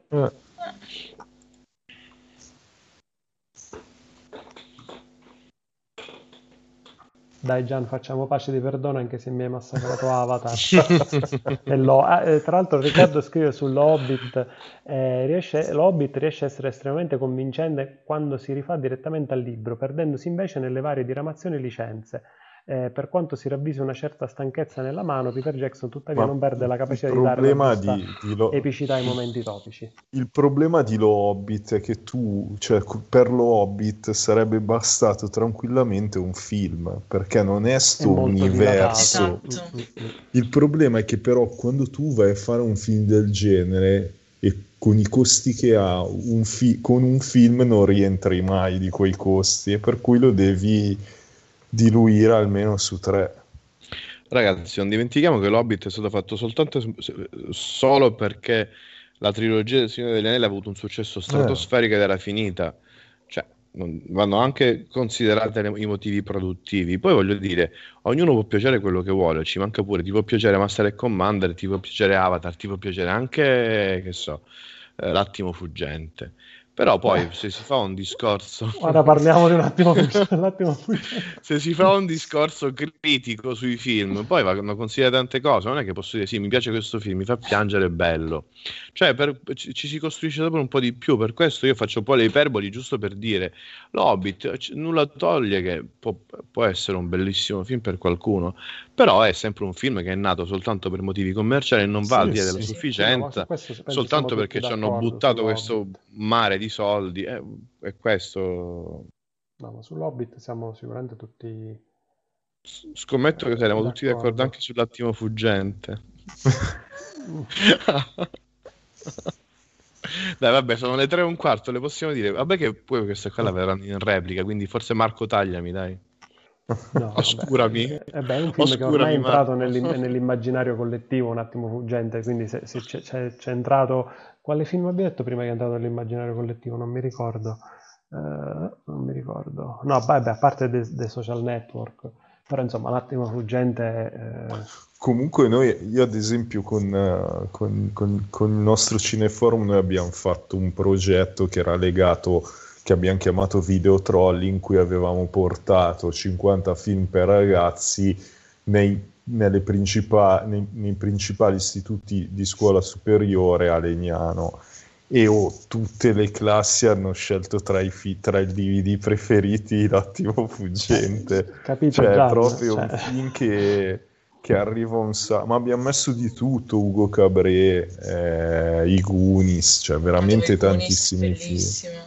Dai Gian, facciamo pace di perdono anche se mi hai massacrato Avatar. Tra l'altro Riccardo scrive sull'Hobbit, l'Hobbit riesce a essere estremamente convincente quando si rifà direttamente al libro, perdendosi invece nelle varie diramazioni e licenze. Per quanto si ravvisi una certa stanchezza nella mano, Peter Jackson tuttavia Ma non perde la il capacità di dare la problema giusta di epicità ai momenti topici. il problema di Lo Hobbit è che cioè, per Lo Hobbit sarebbe bastato tranquillamente un film, perché non è È sto molto universo. dilatato. Esatto. Il problema è che però quando tu vai a fare un film del genere e con i costi che ha, con un film non rientri mai di quei costi e per cui lo devi diluire almeno su 3. Ragazzi, non dimentichiamo che l'Hobbit è stato fatto solo perché la trilogia del Signore degli Anelli ha avuto un successo stratosferico ed era finita. Cioè, vanno anche considerate i motivi produttivi. Poi voglio dire, ognuno può piacere quello che vuole, ci manca pure, ti può piacere Master e Commander, ti può piacere Avatar, ti può piacere anche, che so, L'attimo fuggente. Però poi se si fa un discorso Ora parliamo di un attimo, se si fa un discorso critico sui film, poi vanno considerate tante cose. Non è che posso dire sì, mi piace questo film, mi fa piangere, è bello. Cioè, ci si costruisce sempre un po' di più. Per questo io faccio un po' le iperboli, giusto per dire l'Hobbit nulla toglie che può essere un bellissimo film per qualcuno, però è sempre un film che è nato soltanto per motivi commerciali e non va al Sì, di là della sì. sufficienza, penso siamo soltanto tutti perché ci hanno d'accordo buttato questo sull'Hobbit. mare di soldi. È questo. No, ma sull'Hobbit siamo sicuramente tutti Scommetto che saremo tutti d'accordo d'accordo. anche sull'attimo fuggente. Dai, vabbè, sono le 3:15, le possiamo dire. Vabbè che poi questa qua la verranno in replica, quindi forse Marco tagliami, dai. No, Oscurami. vabbè, è un film che Oscurami, ormai è entrato Marco. nell'immaginario collettivo, un attimo fuggente, quindi se c'è entrato... Quale film abbiamo detto prima che è entrato nell'immaginario collettivo? Non mi ricordo. Non mi ricordo. No, vabbè, a parte dei social network, però insomma, l'attimo fuggente... Comunque io ad esempio con il nostro Cineforum noi abbiamo fatto un progetto che era legato, che abbiamo chiamato Video Troll, in cui avevamo portato 50 film per ragazzi nei principali istituti di scuola superiore a Legnano. E tutte le classi hanno scelto tra i DVD preferiti L'attimo fuggente. capito Cioè, è Gian? proprio Cioè, un film che arriva un sacco. Ma abbiamo messo di tutto, Ugo Cabré, i Goonies, cioè veramente Goonies, tantissimi film. bellissimo.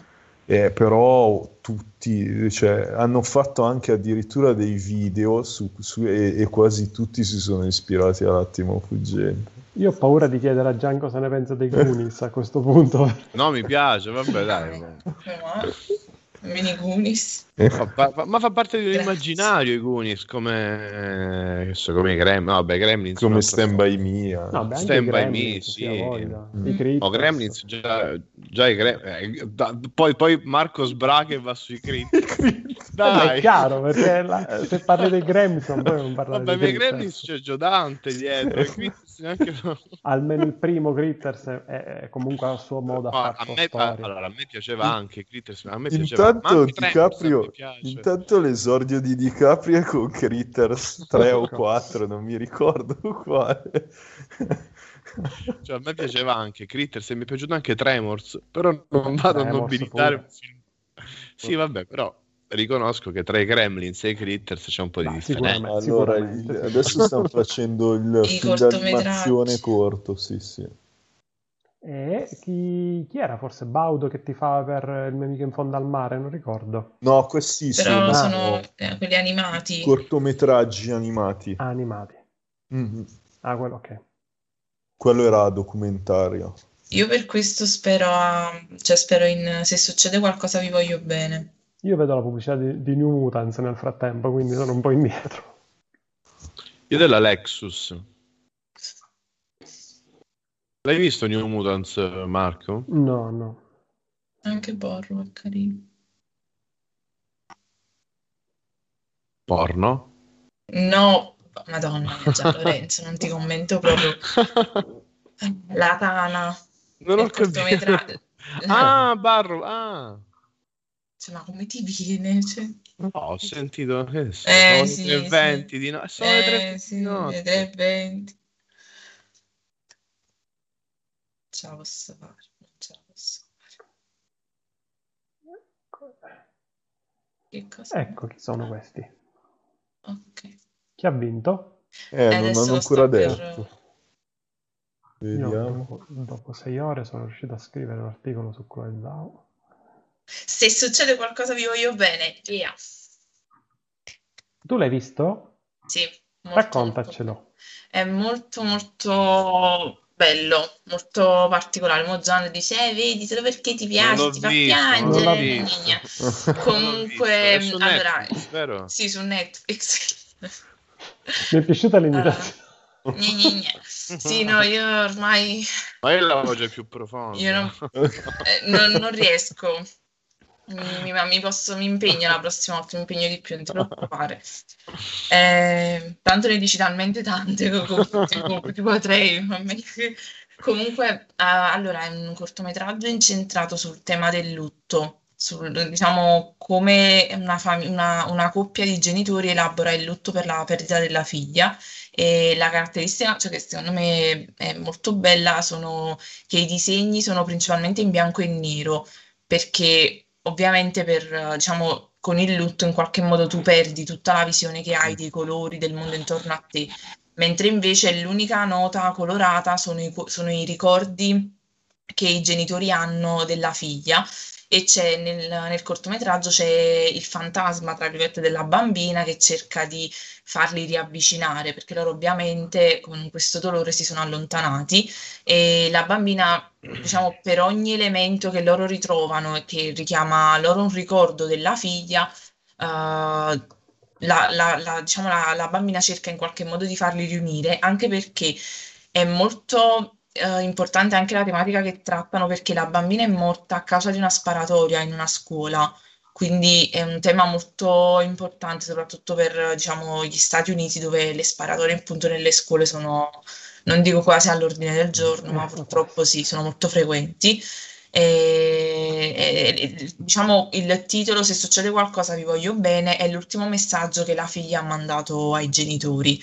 Però tutti, cioè, hanno fatto anche addirittura dei video e quasi tutti si sono ispirati all'Attimo fuggente. Io ho paura di chiedere a Gian cosa ne pensa dei Goonies a questo punto. No, mi piace, vabbè, dai. Mini Goonies. Ma fa parte dell'immaginario i Goonies, come i Gremlins. No, vabbè, Gremlins come Stand By Me. No, beh, Stand By Gremlins, Me, sì. I Critters. Gremlins già i Gremlins. Poi Marco sbraga e va sui Critters. Dai. È chiaro, perché se parli dei Gremlins non puoi non parlare Vabbè, dei nei Gremlins c'è Giodante dietro, i Critters neanche... Almeno il primo Critters è comunque a suo modo ha fatto storia. Allora, a me piaceva anche Critters, a me piaceva. Intanto l'esordio di DiCaprio è con Critters 3 o 4, non mi ricordo quale. Cioè, a me piaceva anche Critters e mi è piaciuto anche Tremors, però non vado a nobilitare un film. Sì, vabbè, però riconosco che tra i Gremlins e i Critters c'è un po' di differenza. Allora, adesso stanno facendo il film d'animazione corto, sì. E chi era forse Baudo che ti fa per Il mio amico in fondo al mare? Non ricordo. No, questi però sono quelli animati. Cortometraggi animati. Animati. Mm-hmm. Quello ok. Quello era documentario. Io per questo spero in Se succede qualcosa vi voglio bene. Io vedo la pubblicità di New Mutants nel frattempo, quindi sono un po' indietro. Io della Lexus. L'hai visto New Mutants, Marco? No. Anche Borro è carino. Porno? No, Madonna mia, Gian Lorenzo, non ti commento proprio. La Tana. Non ho capito. Barro, Cioè, ma come ti viene? Cioè... No, ho sentito che sono le sì, 3:20 di notte. Sono le 3:20 di notte. Le 3:20. Ce la posso fare, non ce la posso fare. Che cosa? Ecco chi sono questi. Ok. Chi ha vinto? Non hanno ancora detto. Vediamo. Dopo 6 ore sono riuscito a scrivere un articolo su Chloe Zhao. Se succede qualcosa vi voglio bene, via. Tu l'hai visto? Sì. Raccontacelo. Molto. È molto molto bello, molto particolare. Mo Gian dice, vedi, solo perché ti piace, ti fa piangere. Comunque, allora, vero? Sì, su Netflix. Mi è piaciuta l'imitazione. Sì, no, io ormai... Ma io l'avevo già più profonda. Io non riesco. Mi impegno la prossima volta, mi impegno di più, non ti preoccupare. Tanto ne dici talmente tante, ti potrei... Comunque, allora, è un cortometraggio incentrato sul tema del lutto, diciamo, come una coppia di genitori elabora il lutto per la perdita della figlia. E la caratteristica, cioè, che secondo me è molto bella, sono che i disegni sono principalmente in bianco e nero, perché ovviamente diciamo, con il lutto in qualche modo tu perdi tutta la visione che hai dei colori del mondo intorno a te, mentre invece l'unica nota colorata sono i ricordi che i genitori hanno della figlia. E c'è nel cortometraggio c'è il fantasma, tra virgolette, della bambina che cerca di farli riavvicinare, perché loro ovviamente con questo dolore si sono allontanati e la bambina, diciamo, per ogni elemento che loro ritrovano e che richiama loro un ricordo della figlia, diciamo, la bambina cerca in qualche modo di farli riunire, anche perché è molto... importante anche la tematica che trattano, perché la bambina è morta a causa di una sparatoria in una scuola, quindi è un tema molto importante soprattutto per, diciamo, gli Stati Uniti, dove le sparatorie appunto nelle scuole sono, non dico quasi all'ordine del giorno, ma purtroppo sì, sono molto frequenti. Diciamo il titolo Se succede qualcosa vi voglio bene è l'ultimo messaggio che la figlia ha mandato ai genitori.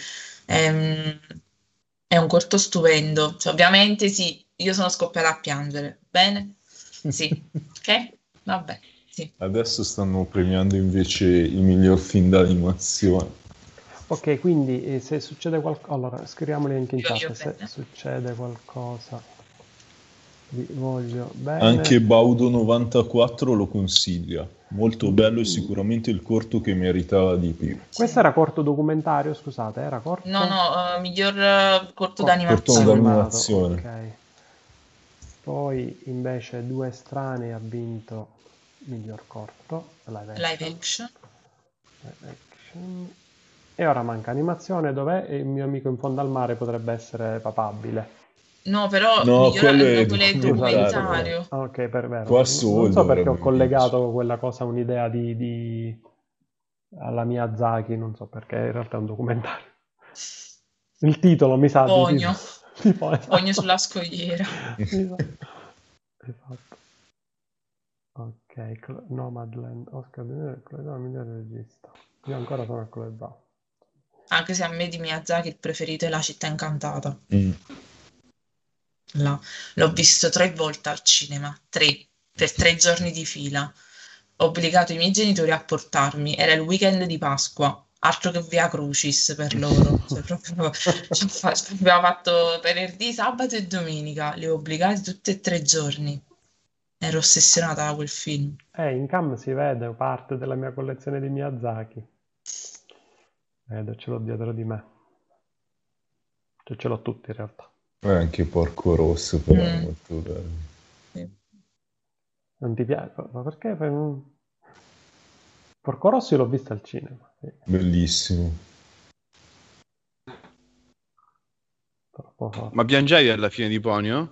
È un corto stupendo, cioè, ovviamente sì, io sono scoppiata a piangere, bene? Sì, ok? Vabbè, sì. Adesso stanno premiando invece il miglior film d'animazione. Ok, quindi se succede qualcosa... Allora, scriviamoli anche in chat, se succede qualcosa Vi voglio bene. Anche Baudo 94 lo consiglia, molto bello e sicuramente il corto che meritava di più. Questo era corto documentario, scusate, era corto? No, miglior corto Corto d'animazione. d'animazione. Ok. Poi invece Due Estranei ha vinto miglior corto, Live action. E ora manca animazione, dov'è? E il mio amico in fondo al mare potrebbe essere papabile. No, però No, miglior quello è quello è il documentario. documentario. Ah, ok, per vero. Qua Non solo so perché ho dovrebbe collegato quella cosa a un'idea alla Miyazaki, non so perché in realtà è un documentario. Il titolo mi sa Pogno. tipo, esatto. Pogno sulla scogliera. Esatto. Ok, Nomadland, Oscar il migliore regista. Io ancora sono a Kurosawa. Anche se a me di Miyazaki il preferito è La città incantata. L'ho visto 3 volte al cinema, 3, per 3 giorni di fila. Ho obbligato i miei genitori a portarmi, era il weekend di Pasqua, altro che Via Crucis per loro. Cioè, proprio, abbiamo fatto venerdì, sabato e domenica, li ho obbligati tutti e 3 giorni. Ero ossessionata da quel film. In cam si vede parte della mia collezione di Miyazaki. Vedo, ce l'ho dietro di me. Cioè, ce l'ho tutti in realtà. Anche Porco Rosso però è molto bello. Sì. Non ti piace? Ma perché? Porco Rosso io l'ho visto al cinema. Sì. Bellissimo. Troppo forte. Ma piangevi alla fine di Ponyo?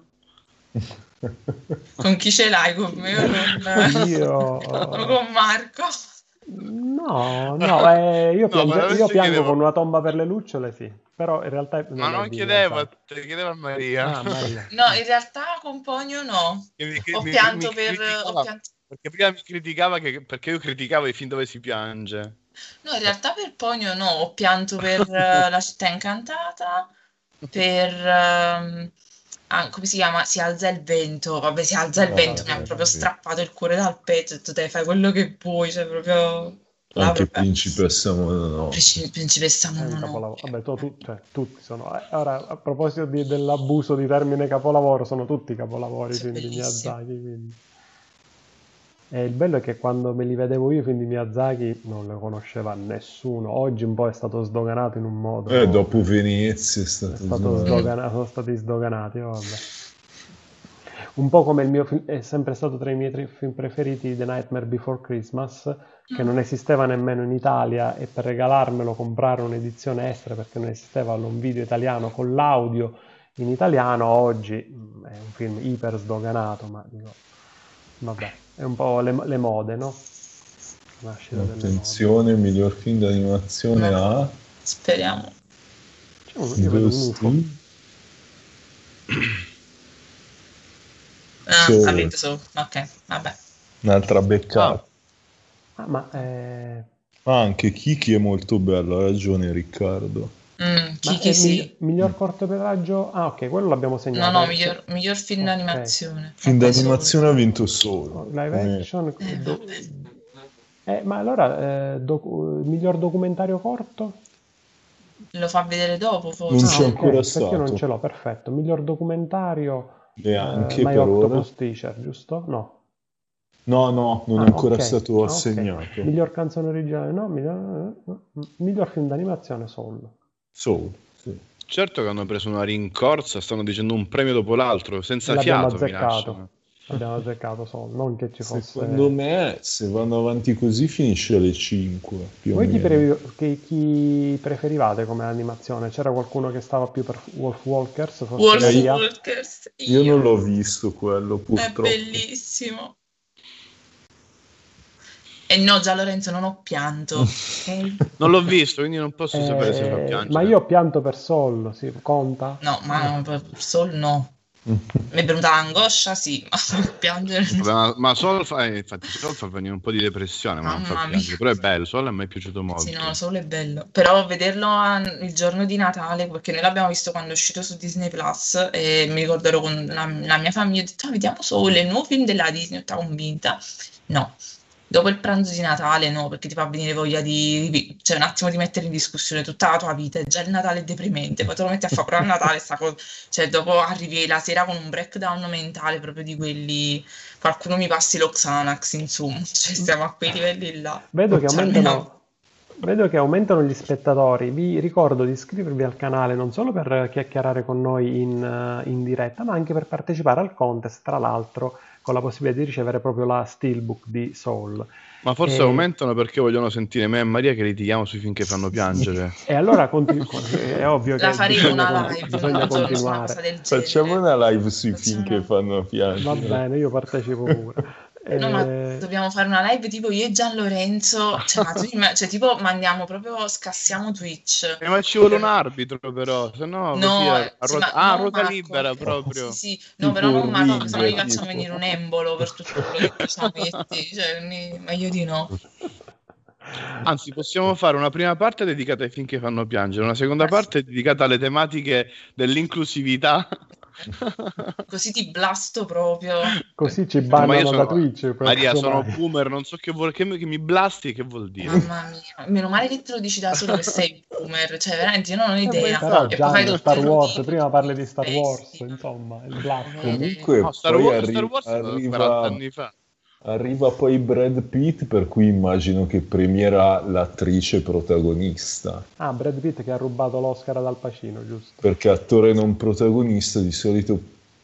Con chi ce l'hai? Con me o con Marco? No, io piango con Una tomba per le lucciole, sì. Però in realtà ma non chiedevo, te chiedevo a Maria. Maria. No, in realtà con Pogno no. Ho pianto perché prima mi criticava perché io criticavo i film dove si piange. No, in realtà per Pogno no, ho pianto per La città incantata, per come si chiama? Si alza il vento. Vabbè, Si alza il vento, mi ha proprio strappato il cuore dal petto. Ho detto, dai, fai quello che vuoi, cioè proprio. Anche Principessa Mononoke. Principessa Mononoke. Vabbè, tutti sono. Ora, a proposito dell'abuso di termine capolavoro, sono tutti capolavori i film di Miyazaki. Quindi. E il bello è che quando me li vedevo io i film di Miyazaki non le conosceva nessuno. Oggi un po' è stato sdoganato in un modo. Dopo Venezia è stato sdoganato, sono stati sdoganati, vabbè. Un po' come il mio film, è sempre stato tra i miei 3 film preferiti, The Nightmare Before Christmas, che non esisteva nemmeno in Italia e per regalarmelo comprare un'edizione estera perché non esisteva un video italiano con l'audio in italiano. Oggi è un film iper sdoganato, ma dico, vabbè, è un po' le mode, no? Attenzione, il miglior film d'animazione a... Speriamo. Io vedo un UFO. Ha vinto solo. Ok, vabbè. Un'altra beccata. Anche Kiki è molto bello, ha ragione Riccardo. Kiki sì. Miglior cortometraggio? Ah, ok, quello l'abbiamo segnato. No, miglior film d'animazione. Film d'animazione ha vinto solo. Live action. Ma allora, miglior documentario corto? Lo fa vedere dopo, forse. Non c'è ancora stato. Perché io non ce l'ho, perfetto. Miglior documentario... Neanche My per Octopus ora. Teacher, giusto? No. No, non è ancora stato assegnato. Okay. Miglior canzone originale, no. Miglior film d'animazione, Soul, sì. Certo che hanno preso una rincorsa, stanno dicendo un premio dopo l'altro, senza fiato. Abbiamo azzeccato Soul, non che ci fosse... Secondo me, se vanno avanti così, finisce alle 5. Voi chi preferivate come animazione? C'era qualcuno che stava più per Wolf Walkers? Walkers, io non l'ho visto quello, purtroppo. È bellissimo. E no, già Lorenzo, non ho pianto. Okay? Non l'ho visto, quindi non posso sapere se fa piangere. Ma io ho pianto per Soul, sì, conta? No, ma per Soul no. Mi è venuta l'angoscia, sì, ma per piangere ma Soul infatti Soul fa venire un po' di depressione, ma non fa piangere. Però è bello, Soul a me è piaciuto molto. Sì, no, Soul è bello. Però vederlo il giorno di Natale, perché noi l'abbiamo visto quando è uscito su Disney Plus, e mi ricordo ero con la mia famiglia, ho detto, vediamo Soul, il nuovo film della Disney, ho convinta. No. Dopo il pranzo di Natale, no, perché ti fa venire voglia cioè un attimo di mettere in discussione tutta la tua vita, e già il Natale è deprimente, poi te lo metti a fare però a Natale sta cosa, cioè dopo arrivi la sera con un breakdown mentale proprio di quelli, qualcuno mi passi lo Xanax, insomma, cioè stiamo a quei livelli là. Vedo che Cioè, aumentano gli spettatori. Vi ricordo di iscrivervi al canale non solo per chiacchierare con noi in diretta, ma anche per partecipare al contest, tra l'altro con la possibilità di ricevere proprio la Steelbook di Soul. Ma forse aumentano perché vogliono sentire me e Maria che litighiamo sui film che fanno piangere. E allora è ovvio la che faremo una live, bisogna continuare. Facciamo una live sui film che fanno piangere. Va bene, io partecipo pure. No, ma dobbiamo fare una live tipo io e Gian Lorenzo, cioè tipo mandiamo proprio, scassiamo Twitch. Ma ci vuole un arbitro però, se no ruota libera proprio. Sì, no, però non Marco, se no gli facciamo venire un embolo per tutto quello che facciamo cioè, meglio di no. Anzi, possiamo fare una prima parte dedicata ai film che fanno piangere, una seconda parte dedicata alle tematiche dell'inclusività. Così ti blasto proprio. Così ci bannano da Twitch. Maria, sono boomer, non so che mi blasti, che vuol dire? Mamma mia, meno male che te lo dici da solo che sei boomer, cioè veramente io non ho idea. Però già Star Wars, prima parli di Star Wars, insomma, il blast. Comunque no, Star Wars arriva 40 anni fa. Arriva poi Brad Pitt, per cui immagino che premierà l'attrice protagonista. Ah, Brad Pitt che ha rubato l'Oscar ad Al Pacino, giusto? Perché attore non protagonista di solito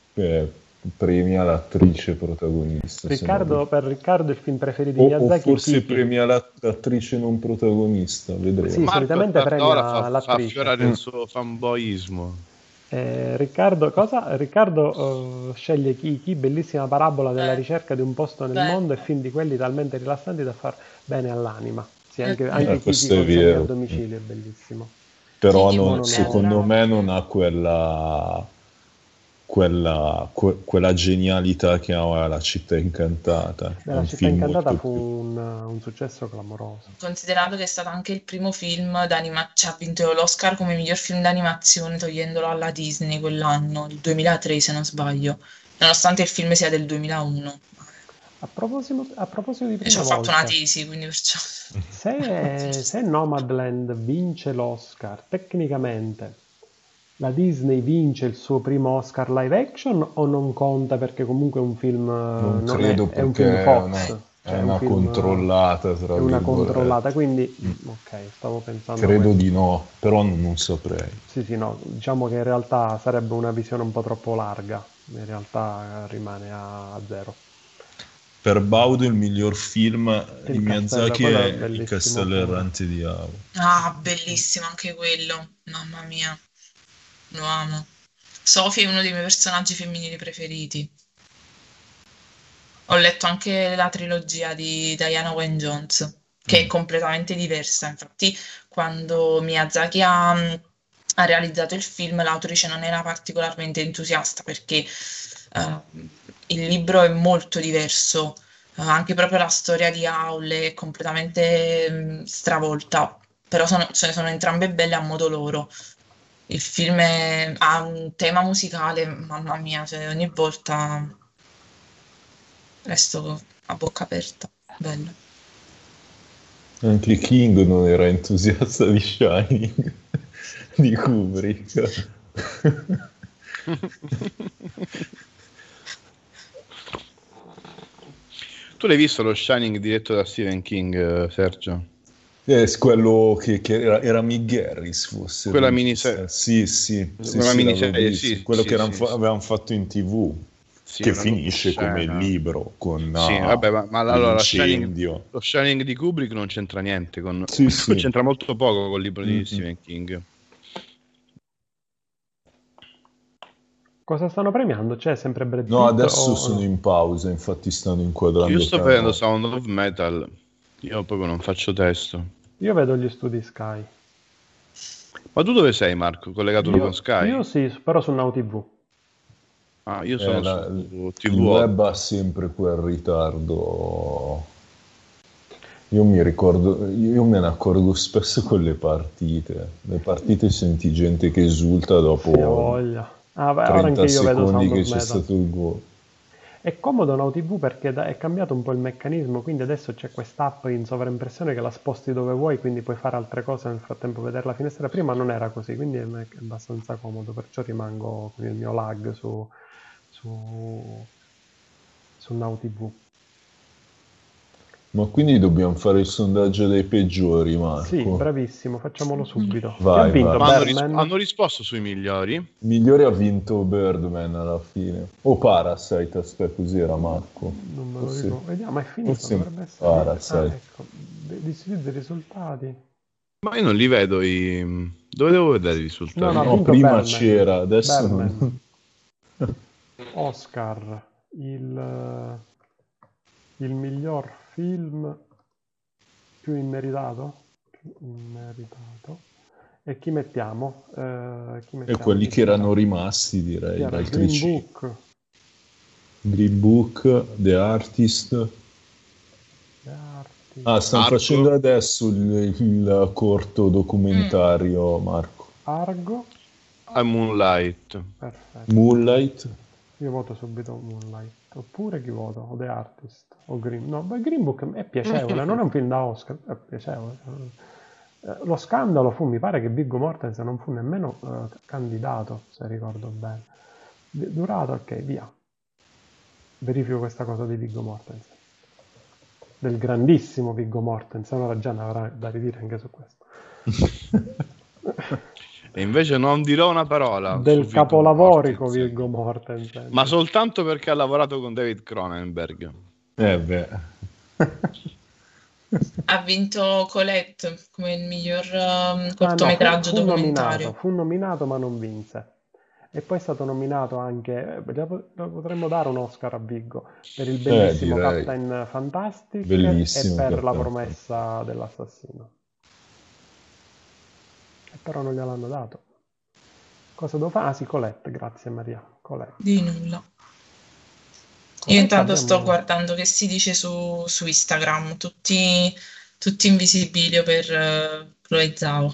premia l'attrice protagonista. Per Riccardo il film preferito di Miyazaki o forse Kiki. Premia l'attrice non protagonista, vedremo. Sì, solitamente premia l'attrice. Fa affiorare il suo fanboismo. Riccardo sceglie Kiki, bellissima parabola della ricerca di un posto nel mondo, e film di quelli talmente rilassanti da far bene all'anima. Sì, anche Kiki consegna a domicilio è bellissimo. Però secondo me non ha quella genialità che ha La città incantata. La città incantata fu un successo clamoroso. Considerato che è stato anche il primo film cioè ha vinto l'Oscar come miglior film d'animazione, togliendolo alla Disney quell'anno, il 2003 se non sbaglio, nonostante il film sia del 2001. A proposito di prima ci ho fatto volta, una tesi, quindi perciò. Se Nomadland vince l'Oscar, tecnicamente la Disney vince il suo primo Oscar live action o non conta perché comunque è un film è un film Fox? È una controllata, tra è una controllata, quindi ok, stavo pensando. Credo di no, però non saprei. Sì, no, diciamo che in realtà sarebbe una visione un po' troppo larga, in realtà rimane a zero. Per Baudo il miglior film di Miyazaki è Il castello errante di Ao. Ah, bellissimo anche quello, mamma mia, lo amo. Sophie è uno dei miei personaggi femminili preferiti. Ho letto anche la trilogia di Diana Wynne Jones, che è completamente diversa. Infatti, quando Miyazaki ha realizzato il film, l'autrice non era particolarmente entusiasta perché il libro è molto diverso. Anche proprio la storia di Howl è completamente stravolta, però sono entrambe belle a modo loro. Il film ha un tema musicale, mamma mia, cioè ogni volta resto a bocca aperta, bello. Anche King non era entusiasta di Shining di Kubrick. Tu l'hai visto lo Shining diretto da Stephen King, Sergio? Quello che era Mick Garris, forse. Quella miniserie. Sì. Quella miniserie, sì. Quello che avevano fatto in TV. Sì, che finisce come il libro con vabbè, ma allora lo Shining di Kubrick non c'entra niente c'entra molto poco col libro di Stephen King. Cosa stanno premiando? C'è sempre Brad Pitt? No, adesso sono in pausa, infatti stanno inquadrando. Io sto vedendo Sound of Metal, io proprio non faccio testo. Io vedo gli studi Sky. Ma tu dove sei, Marco? Collegato con Sky? Io sì, però su Now TV. Ah, io sono su TV. Il web ha sempre quel ritardo. Io mi ricordo, io me ne accorgo spesso con le partite senti gente che esulta dopo 30 ora anche io vedo secondi Sound che of c'è Metal. stato il gol. È comodo Now TV perché è cambiato un po' il meccanismo, quindi adesso c'è quest'app in sovraimpressione che la sposti dove vuoi, quindi puoi fare altre cose nel frattempo vedere la finestra. Prima non era così, quindi è abbastanza comodo, perciò rimango con il mio lag su, su Now TV. Ma quindi dobbiamo fare il sondaggio dei peggiori, Marco? Sì, bravissimo, facciamolo subito. Vai, Chi ha vinto? vai. Ma Birdman? hanno risposto sui migliori? Il migliore ha vinto Birdman alla fine. O Parasite, aspetta, così era Marco. Non me lo Forse- ricordo. Vediamo, è finito, forse dovrebbe essere. Parasite. Ecco, distribuite i risultati. Ma io non li vedo Dove devo vedere i risultati? No, no, No, vinto prima Birdman. c'era, adesso Birdman. non... Oscar, il miglior film più immeritato. E chi mettiamo? E quelli che erano rimasti, direi, Chi era? altri Green cinque. Book. Green Book, The Artist. The Artist. Ah, stanno Argo. facendo adesso il corto documentario, Marco. Argo. A Moonlight. Perfetto. Moonlight. Io voto subito Moonlight. Oppure chi voto? O The Artist. O Green... No, beh, Green Book è piacevole, non è un film da Oscar, è piacevole. Lo scandalo fu, mi pare che Viggo Mortensen non fu nemmeno candidato, se ricordo bene. Durato, ok, via. Verifico questa cosa di Viggo Mortensen. Del grandissimo Viggo Mortensen, ora già ne avrà da ridire anche su questo. E invece non dirò una parola Del su Viggo capolavorico Mortensen. Viggo Mortensen. Ma soltanto perché ha lavorato con David Cronenberg. Beh. Ha vinto Colette come il miglior No, cortometraggio documentario. fu nominato ma non vinse. E poi è stato nominato anche, lo potremmo dare un Oscar a Viggo, per il bellissimo direi. Captain Fantastic Bellissimo e per Captain La promessa dell'assassino. E però non gliel'hanno dato. Cosa devo fare? Ah sì, Colette, grazie Maria. Colette. Di nulla. Colette Io intanto abbiamo- sto guardando che si dice su Instagram, tutti in visibilio per Chloe Zhao.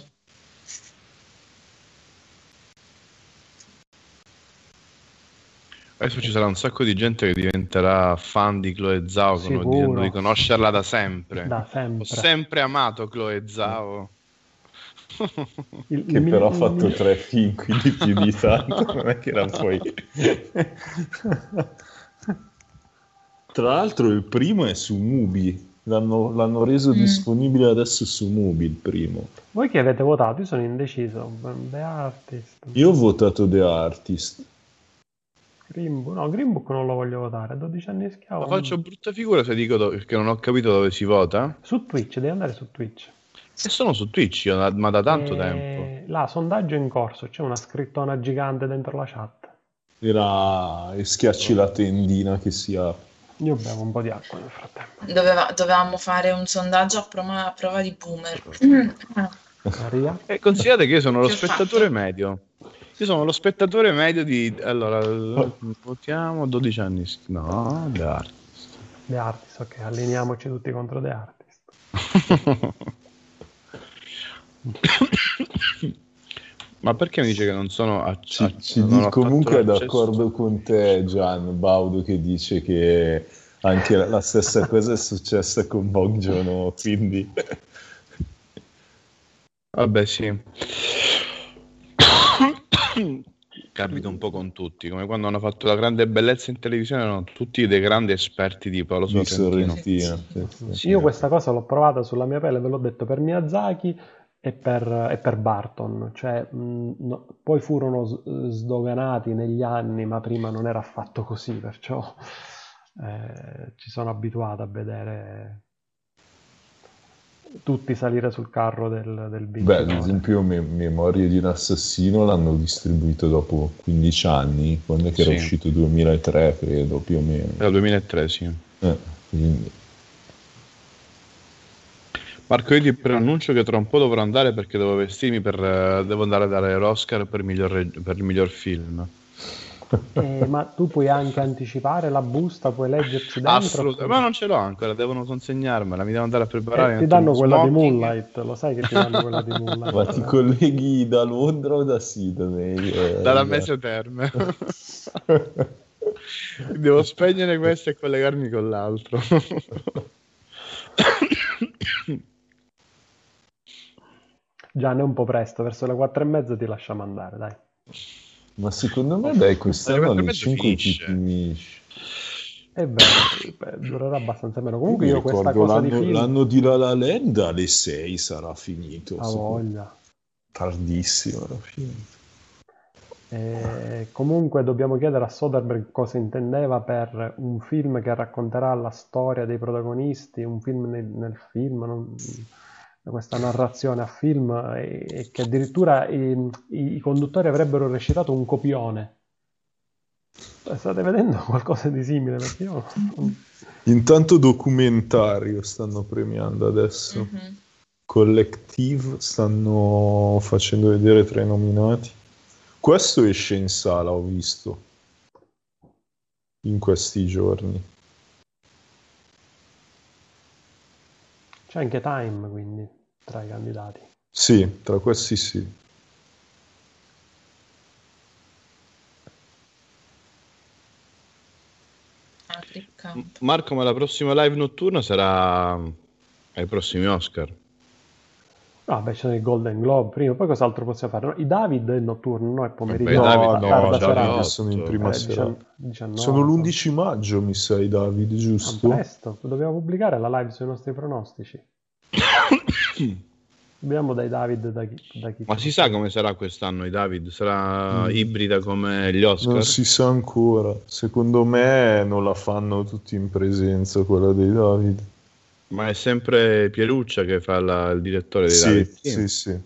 Adesso ci sarà un sacco di gente che diventerà fan di Chloe Zhao Sicuro. dicendo di conoscerla da sempre. Da Ho sempre. sempre amato Chloe Zhao. Che però ha fatto 3 film, quindi più di tanto, non è che era poi... Tra l'altro il primo è su Mubi, l'hanno reso disponibile adesso su Mubi il primo. Voi che avete votato? Io sono indeciso. The Artist. Io ho votato The Artist. Green Book. No, Green Book non lo voglio votare. 12 anni schiavo. Ma faccio brutta figura se dico che non ho capito dove si vota? Su Twitch, devi andare su Twitch. E sono su Twitch, ma da tanto tempo. Là, sondaggio in corso, c'è una scrittona gigante dentro la chat. Era e schiacci la tendina che si apre. Io bevo un po' di acqua nel frattempo. Dovevamo fare un sondaggio a prova di boomer. Maria? E considerate che io sono lo Che ho spettatore fatto? medio. Io sono lo spettatore medio di... Allora, votiamo 12 anni. No, The Artist. The Artist, ok, alleniamoci tutti contro The Artist. Ma perché mi dice che non sono Comunque è d'accordo con te Gian Baudo che dice che anche la stessa cosa è successa con Bong Joon-ho, quindi Vabbè, sì. Capita un po' con tutti, come quando hanno fatto La grande bellezza in televisione, erano tutti dei grandi esperti di Paolo di Sorrentino. Sorrentino. Sì. Io questa cosa l'ho provata sulla mia pelle, ve l'ho detto, per Miyazaki e per Barton. Cioè, poi furono sdoganati negli anni, ma prima non era affatto così, perciò ci sono abituato a vedere tutti salire sul carro del Beh, vincitore. ad esempio Memorie di un assassino l'hanno distribuito dopo 15 anni, quando è che era Sì. uscito? 2003 credo, più o meno. Era 2003, sì. Quindi... Marco, io ti preannuncio che tra un po' dovrò andare perché devo vestirmi devo andare a dare l'Oscar per il miglior film. Ma tu puoi anche anticipare la busta, puoi leggerci dentro. Assolutamente, ma non ce l'ho ancora, devono consegnarmela, mi devo andare a preparare. Ti danno quella di smoking. Moonlight, lo sai che ti danno quella di Moonlight. Ma ti colleghi da Londra o da Sydney? Dalla Mesoterme. Devo spegnere questo e collegarmi con l'altro. Gianni, è un po' presto, verso le 4:30 ti lasciamo andare, dai. Ma secondo me, dai, quest'anno alle 5 ti finisce. finisce. È vero, durerà abbastanza meno. Comunque Mi io questa ricordo cosa di film... l'anno di La La Land alle 6 sarà finito. Ha voglia. Tardissimo era finito. Comunque dobbiamo chiedere a Soderbergh cosa intendeva per un film che racconterà la storia dei protagonisti, un film nel film, questa narrazione a film, e che addirittura i conduttori avrebbero recitato un copione. State vedendo qualcosa di simile? Perché io... Intanto documentario stanno premiando adesso. Mhm. Collective stanno facendo vedere 3 nominati. Questo esce in sala, ho visto, in questi giorni. C'è anche Time, quindi, tra i candidati. Sì, tra questi sì. Clip Camp. Marco, ma la prossima live notturna sarà ai prossimi Oscar. Ah, beh, c'è il Golden Globe prima, poi cos'altro possiamo fare? No, i David è notturno, no? È pomeriggio, Vabbè, David, No, tarda no, serata. David sono in prima serata. 19, Sono l'11 maggio, mi sai, David, giusto? presto, dobbiamo pubblicare la live sui nostri pronostici. Abbiamo dai David da chi Ma si sa come sarà quest'anno i David? Sarà ibrida come gli Oscar? Non si sa ancora. Secondo me non la fanno tutti in presenza, quella dei David. Ma è sempre Pieruccia che fa il direttore dei Sì, David. sì.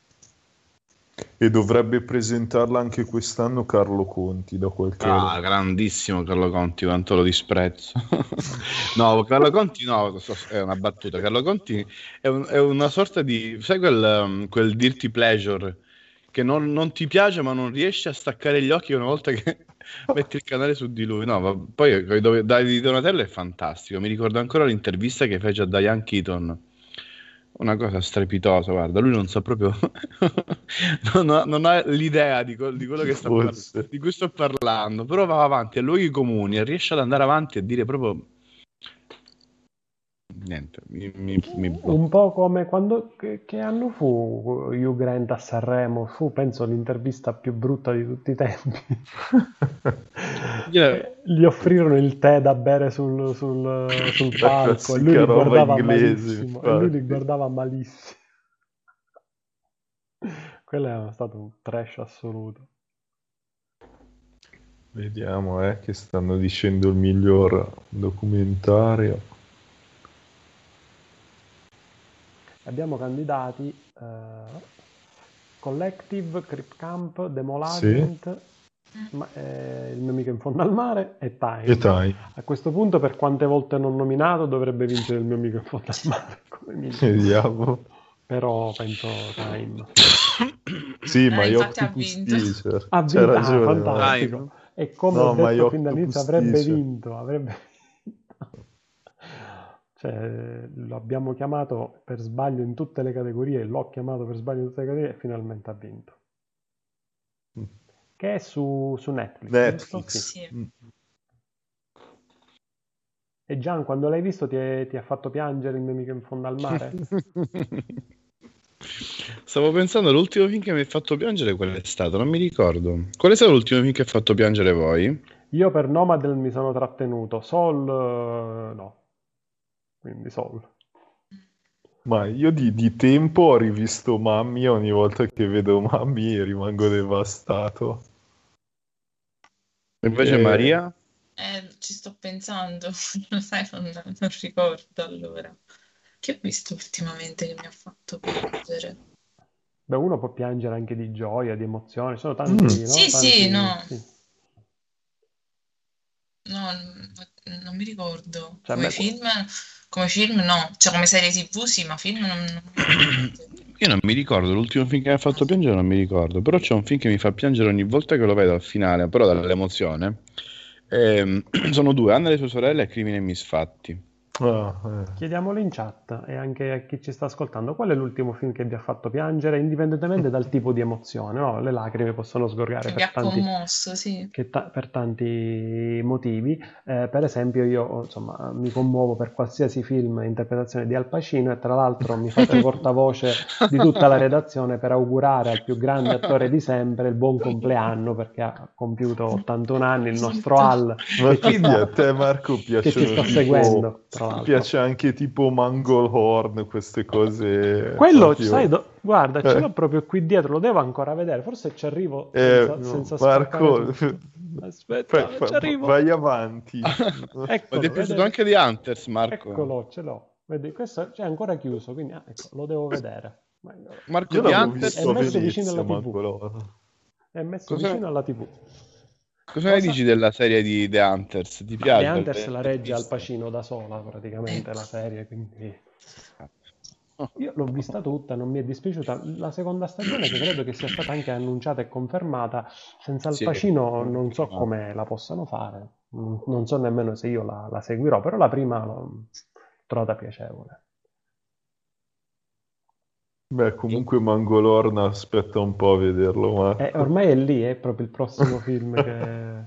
E dovrebbe presentarla anche quest'anno Carlo Conti, da quel che... Ah, grandissimo Carlo Conti, quanto lo disprezzo. No, Carlo Conti no, è una battuta. Carlo Conti è una sorta di... Sai quel guilty pleasure che non ti piace ma non riesci a staccare gli occhi una volta che metti il canale su di lui. No, ma poi Davide Donatello è fantastico. Mi ricordo ancora l'intervista che fece a Diane Keaton. Una cosa strepitosa, guarda, lui non sa proprio, non ha l'idea di quello che di cui sto parlando, però va avanti a luoghi comuni e riesce ad andare avanti e dire proprio niente. Un po' come quando, che anno fu Hugh Grant a Sanremo? Fu, penso, l'intervista più brutta di tutti i tempi. Gli offrirono il tè da bere sul palco e lui li guardava malissimo. Quello è stato un trash assoluto. Vediamo, che stanno dicendo il miglior documentario. Abbiamo candidati Collective, Crip Camp, Demolagent, Il mio amico in fondo al mare e Time. A questo punto, per quante volte non nominato, dovrebbe vincere Il mio amico in fondo al mare come Vediamo. Però penso Time. Sì, ma io ha vinto. Ha vinto, fantastico. Time. E come ho detto fin dall'inizio, avrebbe vinto. Cioè, lo abbiamo chiamato per sbaglio in tutte le categorie, l'ho chiamato per sbaglio in tutte le categorie e finalmente ha vinto. Che è su Netflix. Giusto? Sì. E Gian, quando l'hai visto ti ha fatto piangere Il mio amico in fondo al mare? Stavo pensando all'ultimo film che mi ha fatto piangere, qual è stato? Non mi ricordo. Qual è stato l'ultimo film che ha fatto piangere voi? Io per Nomadland mi sono trattenuto, Soul no. Quindi Soul. Ma io di tempo ho rivisto Mammi, ogni volta che vedo Mammi rimango devastato. Invece Maria? Ci sto pensando, lo sai, non ricordo allora. Che ho visto ultimamente che mi ha fatto piangere? Beh, uno può piangere anche di gioia, di emozione, sono tanti, no? Sì, no. Sì. No, non mi ricordo. Cioè, come film no. Cioè come serie TV sì, ma film non Io non mi ricordo, l'ultimo film che mi ha fatto piangere non mi ricordo, però c'è un film che mi fa piangere ogni volta che lo vedo al finale, però dall'emozione. Sono 2, Anna e le sue sorelle e Crimini e misfatti. Chiediamolo in chat e anche a chi ci sta ascoltando, qual è l'ultimo film che vi ha fatto piangere, indipendentemente dal tipo di emozione, no? Le lacrime possono sgorgare Che vi ha commosso, sì. per tanti motivi. Per esempio, io insomma, mi commuovo per qualsiasi film interpretazione di Al Pacino e tra l'altro mi fate portavoce di tutta la redazione per augurare al più grande attore di sempre il buon compleanno perché ha compiuto 81 anni il nostro Esatto. Al Ma che ci quindi a sta, te, Marco, che ci piacciono sta tipo... seguendo, tra Ti l'altro. piace anche tipo Manglehorn, queste cose Quello, sai, proprio... guarda, ce l'ho Eh, proprio qui dietro, lo devo ancora vedere, forse ci arrivo senza spaccare Marco, tutto. Aspetta, ci arrivo. vai avanti. Ma ti è Eccolo, piaciuto vede? anche di Hunters, Marco? Eccolo, ce l'ho. Vedi, questo c'è ancora chiuso, quindi ecco, lo devo vedere. Marco Io di l'avevo È Hunters? visto a messo vicino Venezia, alla TV. Manglehorn. È messo Cosa, vicino alla TV. cosa ne Cosa? dici della serie di The Hunters? Ti Ma The piace? Hunters la L'hai regge Al vista? Pacino da sola, praticamente, la Ecco. serie, quindi... Oh, Io l'ho vista tutta, non mi è dispiaciuta. La seconda stagione, che credo che sia stata anche annunciata e confermata, senza Al sì, Pacino non so confermato. come la possano fare. Non so nemmeno se io la seguirò, però la prima l'ho trovata piacevole. Beh, comunque Manglehorn aspetta un po' a vederlo, E Marco. ormai è lì, è proprio il prossimo film che...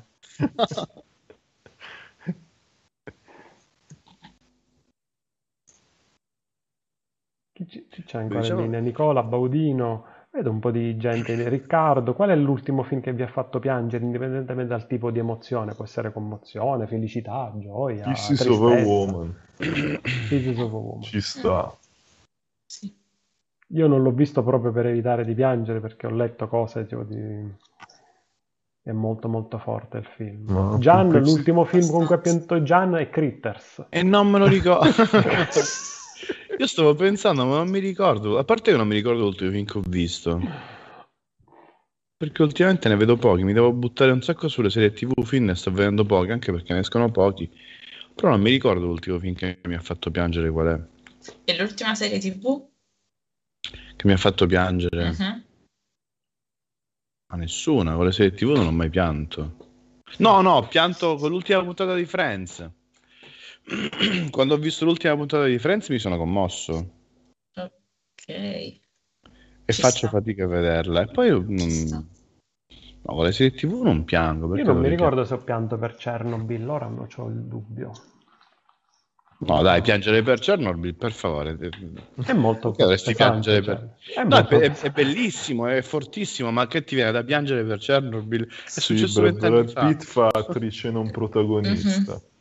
Chi c'è ancora in Diciamo, linea? Nicola, Baudino, vedo un po' di gente. Riccardo, qual è l'ultimo film che vi ha fatto piangere, indipendentemente dal tipo di emozione? Può essere commozione, felicità, gioia, Pieces of a tristezza. Woman. Pieces of a Woman. Ci sta. Sì. Io non l'ho visto proprio per evitare di piangere perché ho letto cose tipo di... È molto molto forte il film. Ma Gian, pensi... l'ultimo film con cui ha Abbastanza. pianto Gian è Critters. e non me lo ricordo. Io stavo pensando, ma non mi ricordo. A parte che non mi ricordo l'ultimo film che ho visto. Perché ultimamente ne vedo pochi. Mi devo buttare un sacco sulle serie TV, film ne sto vedendo pochi, anche perché ne escono pochi. Però non mi ricordo l'ultimo film che mi ha fatto piangere qual è. E l'ultima serie TV? Che mi ha fatto piangere. Mhm. Ma nessuna, con le serie TV non ho mai pianto. No, ho pianto con l'ultima puntata di Friends. Quando ho visto l'ultima puntata di Friends mi sono commosso Ok, e ci faccio sta, fatica a vederla. E poi ci sta. no, con le serie TV non piango, Io perché non mi dovrei ricordo se piangere? ho pianto per Chernobyl, ora non ho il dubbio. No, dai, piangere per Chernobyl, per favore. È molto Perché dovresti pesante, piangere cioè. per... È No, molto è pesante. bellissimo, è fortissimo, ma che ti viene da piangere per Chernobyl? È Sì, successo 20 anni Brad fa. Pitt fa attrice non Mhm. protagonista.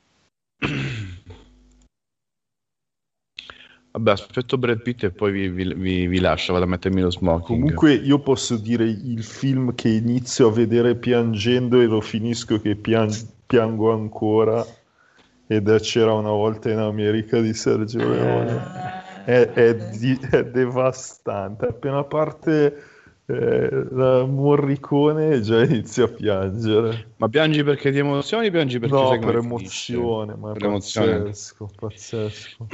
Vabbè, aspetto Brad Pitt e poi vi lascio, vado a mettermi lo smoking. Comunque io posso dire il film che inizio a vedere piangendo e lo finisco che piango ancora ed è C'era una volta in America di Sergio Leone. È devastante. Appena parte la Morricone già inizio a piangere. Ma piangi perché ti emozioni, piangi perché No, sai per come finisce? emozione, ma è Per emozione anche. pazzesco, pazzesco.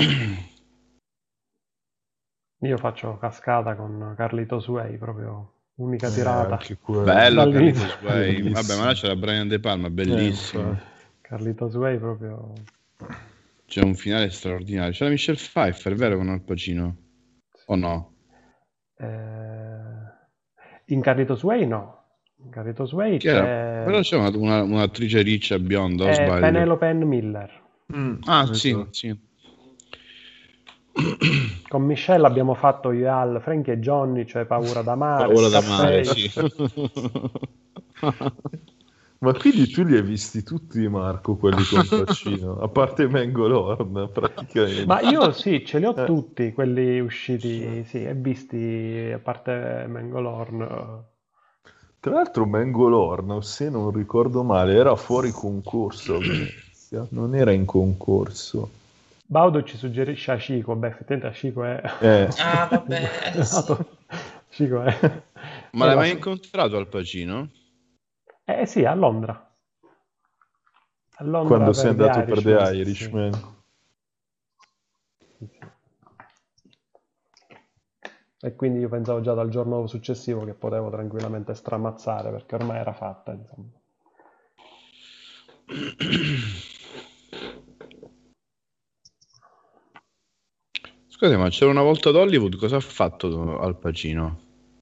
Io faccio cascata con Carlitos Way, proprio unica tirata Anche quello. Bello dall'inizio. Carlitos Way. Vabbè, ma là Bellissimo. c'era Brian De Palma, bellissimo. Infatti. Carlitos Way proprio... C'è un finale straordinario. C'era Michelle Pfeiffer, vero, con Al Pacino? O no? In Carlitos Way no. In Carlitos Way Chi era? c'è Però c'è un'attrice riccia bionda, o sbaglio? Penelope Miller. Ah, sì, Esatto. sì. Con Michelle abbiamo fatto io e Al, Frankie e Johnny, cioè Paura da mare, Paura da mare, Scarface. sì. Ma quindi tu li hai visti tutti, Marco, quelli con Pacino, a parte Manglehorn, praticamente. Ma io sì, ce li ho Eh, tutti, quelli usciti, sì, e visti, a parte Mangalorn. Tra l'altro Manglehorn, se non ricordo male, era fuori concorso a Venezia, non era in concorso. Baudo ci suggerisce Ashiko, beh, effettivamente Ashiko è... Ah, vabbè, sì. Ashiko Ma è l'hai la... mai incontrato Al Pacino? Sì, a Londra. A Londra Quando sei per The andato per The Irishman, sì. Irishman. Sì, sì. E quindi io pensavo già dal giorno successivo che potevo tranquillamente stramazzare perché ormai era fatta, insomma. Scusa, ma c'era una volta ad Hollywood, cosa ha fatto Al Pacino?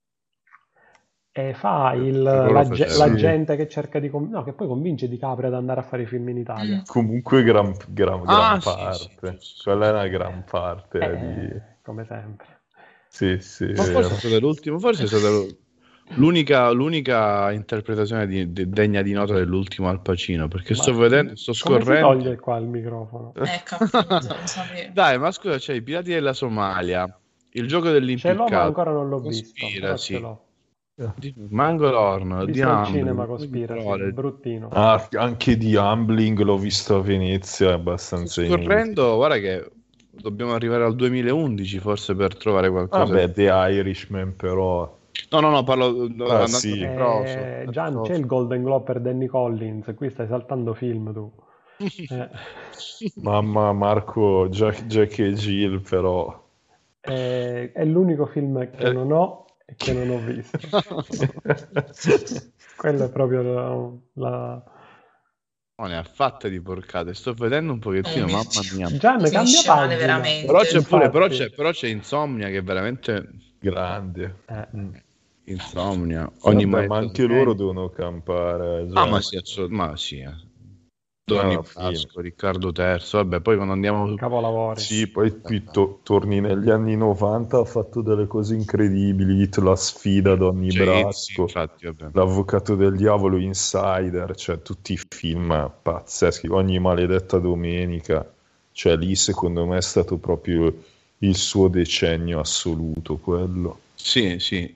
E fa Quello la faceva. gente che cerca di... no, che poi convince DiCaprio ad andare a fare i film in Italia. Comunque gran Ah, sì, parte. giusto, Quella è una giusto. gran parte di... Come sempre. Sì, sì, Ma è forse è vero. stata l'ultima, forse è stata l'unica interpretazione degna di nota dell'ultimo Al Pacino, perché sto vedendo, sto Come si scorrendo. toglie qua il microfono? Ecco, appunto, non sapevo. Dai, ma scusa, c'è i Pirati della Somalia, il gioco Ce l'ho, ma dell'impiccato, ancora non l'ho visto, però ce Conspiracy, l'ho. Mangolorn, Visto al cinema Conspiracy, Humbling, bruttino. Anche di Humbling l'ho visto a Venezia, è abbastanza inutile. scorrendo, guarda che dobbiamo arrivare al 2011 forse per trovare qualcosa. Vabbè, The Irishman però... No, parlo andando sì. a ritroso. Già non c'è il Golden Globe per Danny Collins, qui stai saltando film tu. Mamma Marco, Jack e Jill però... È l'unico film che non ho e che non ho visto. Quello è proprio la... No, ne ha fatte di porcate. Sto vedendo un pochettino, mio mamma Dio. mia. Già ne cambia Finisce male pagina. veramente. Però c'è pure, Infatti. però c'è Insomnia che è veramente Grande. Insomnia. Vabbè, Ogni ma anche loro devono campare. ma sì. Donny Brasco, Riccardo Terzo, vabbè, poi quando andiamo... Capolavori. Sì, poi qui torni negli anni 90, ha fatto delle cose incredibili, La sfida, Donny Brasco, infatti, vabbè. L'avvocato del diavolo, Insider, cioè tutti i film pazzeschi, ogni maledetta domenica, cioè lì secondo me è stato proprio il suo decennio assoluto quello. Sì.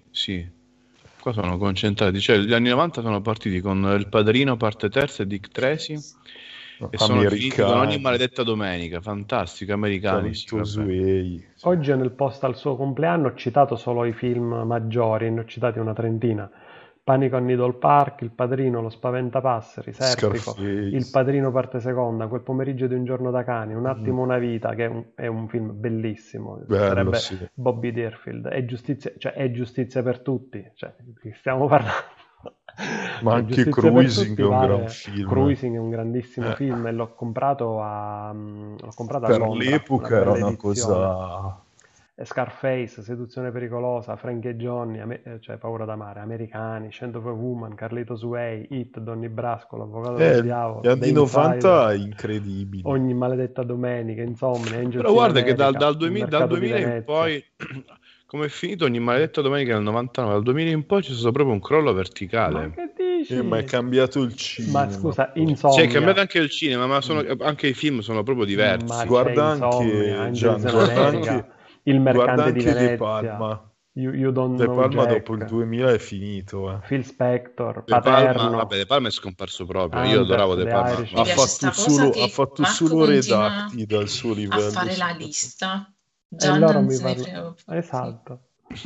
Qua sono concentrati, cioè gli anni 90 sono partiti con Il Padrino parte terza e Dick Tracy e sono finiti con Ogni maledetta domenica, fantastico, americani. Oggi nel post al suo compleanno ho citato solo i film maggiori, ne ho citati una trentina. Panico a Needle Park, Il Padrino, Lo Spaventapasseri, Serpico, Il Padrino parte seconda, Quel pomeriggio di un giorno da cani, Un attimo una vita, che è un film bellissimo, bello, sarebbe Bobby Deerfield, è giustizia per tutti, cioè stiamo parlando. Ma anche Cruising è un gran film. Cruising è un grandissimo film e l'ho comprato a per Londra, l'epoca era una cosa... Scarface, Seduzione pericolosa, Frank e Johnny, cioè Paura da mare, Americani, Scent of a Woman, Carlitos Way, Hit, Donny Brasco, L'avvocato del diavolo, gli anni 90 incredibili. Ogni maledetta domenica, Insomnia, Angel però guarda America, che dal 2000 in poi come è finito Ogni maledetta domenica nel 99, dal 2000 in poi c'è stato proprio un crollo verticale. Ma che dici? Ma è cambiato il cinema. Ma scusa, Insomnia. Sì, è cambiato anche il cinema, ma anche i film sono proprio diversi. Ma guarda anche Gian, Il mercante di anche Venezia. De Palma. You Don't De Know Palma Jack. dopo il 2000 è finito. Phil Spector, De Palma, Paterno. vabbè, De Palma è scomparso proprio. Anders, Io adoravo De The Palma. Irish. Ma Ha fatto solo redatti dal suo livello. A fare la lista. Già loro mi parlano. Esatto.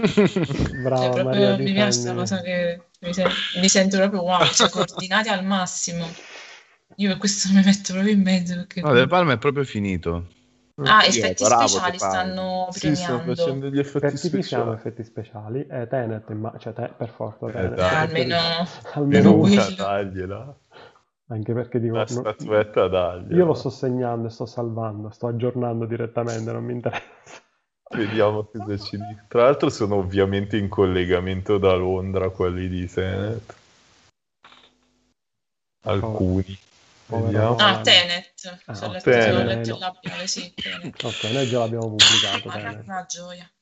Brava, cioè, Maria, mi piace questa cosa che mi sento proprio wow, cioè, coordinati al massimo. Io per questo mi metto proprio in mezzo perché... No, De Palma è proprio finito. Effetti speciali stanno premiando. Sì, stanno facendo gli effetti speciali. Siamo effetti speciali. Tenet, cioè per forza Tenet. Almeno una tagliela. Anche perché dico... Aspetta, dagli. Io lo sto segnando e sto salvando, sto aggiornando direttamente, non mi interessa. Vediamo cosa ci dice. Tra l'altro sono ovviamente in collegamento da Londra quelli di Tenet. Alcuni. Vediamo. Tenet. Ho letto il labiale, sì. Tenet. Ok, noi già l'abbiamo pubblicato. Una gioia.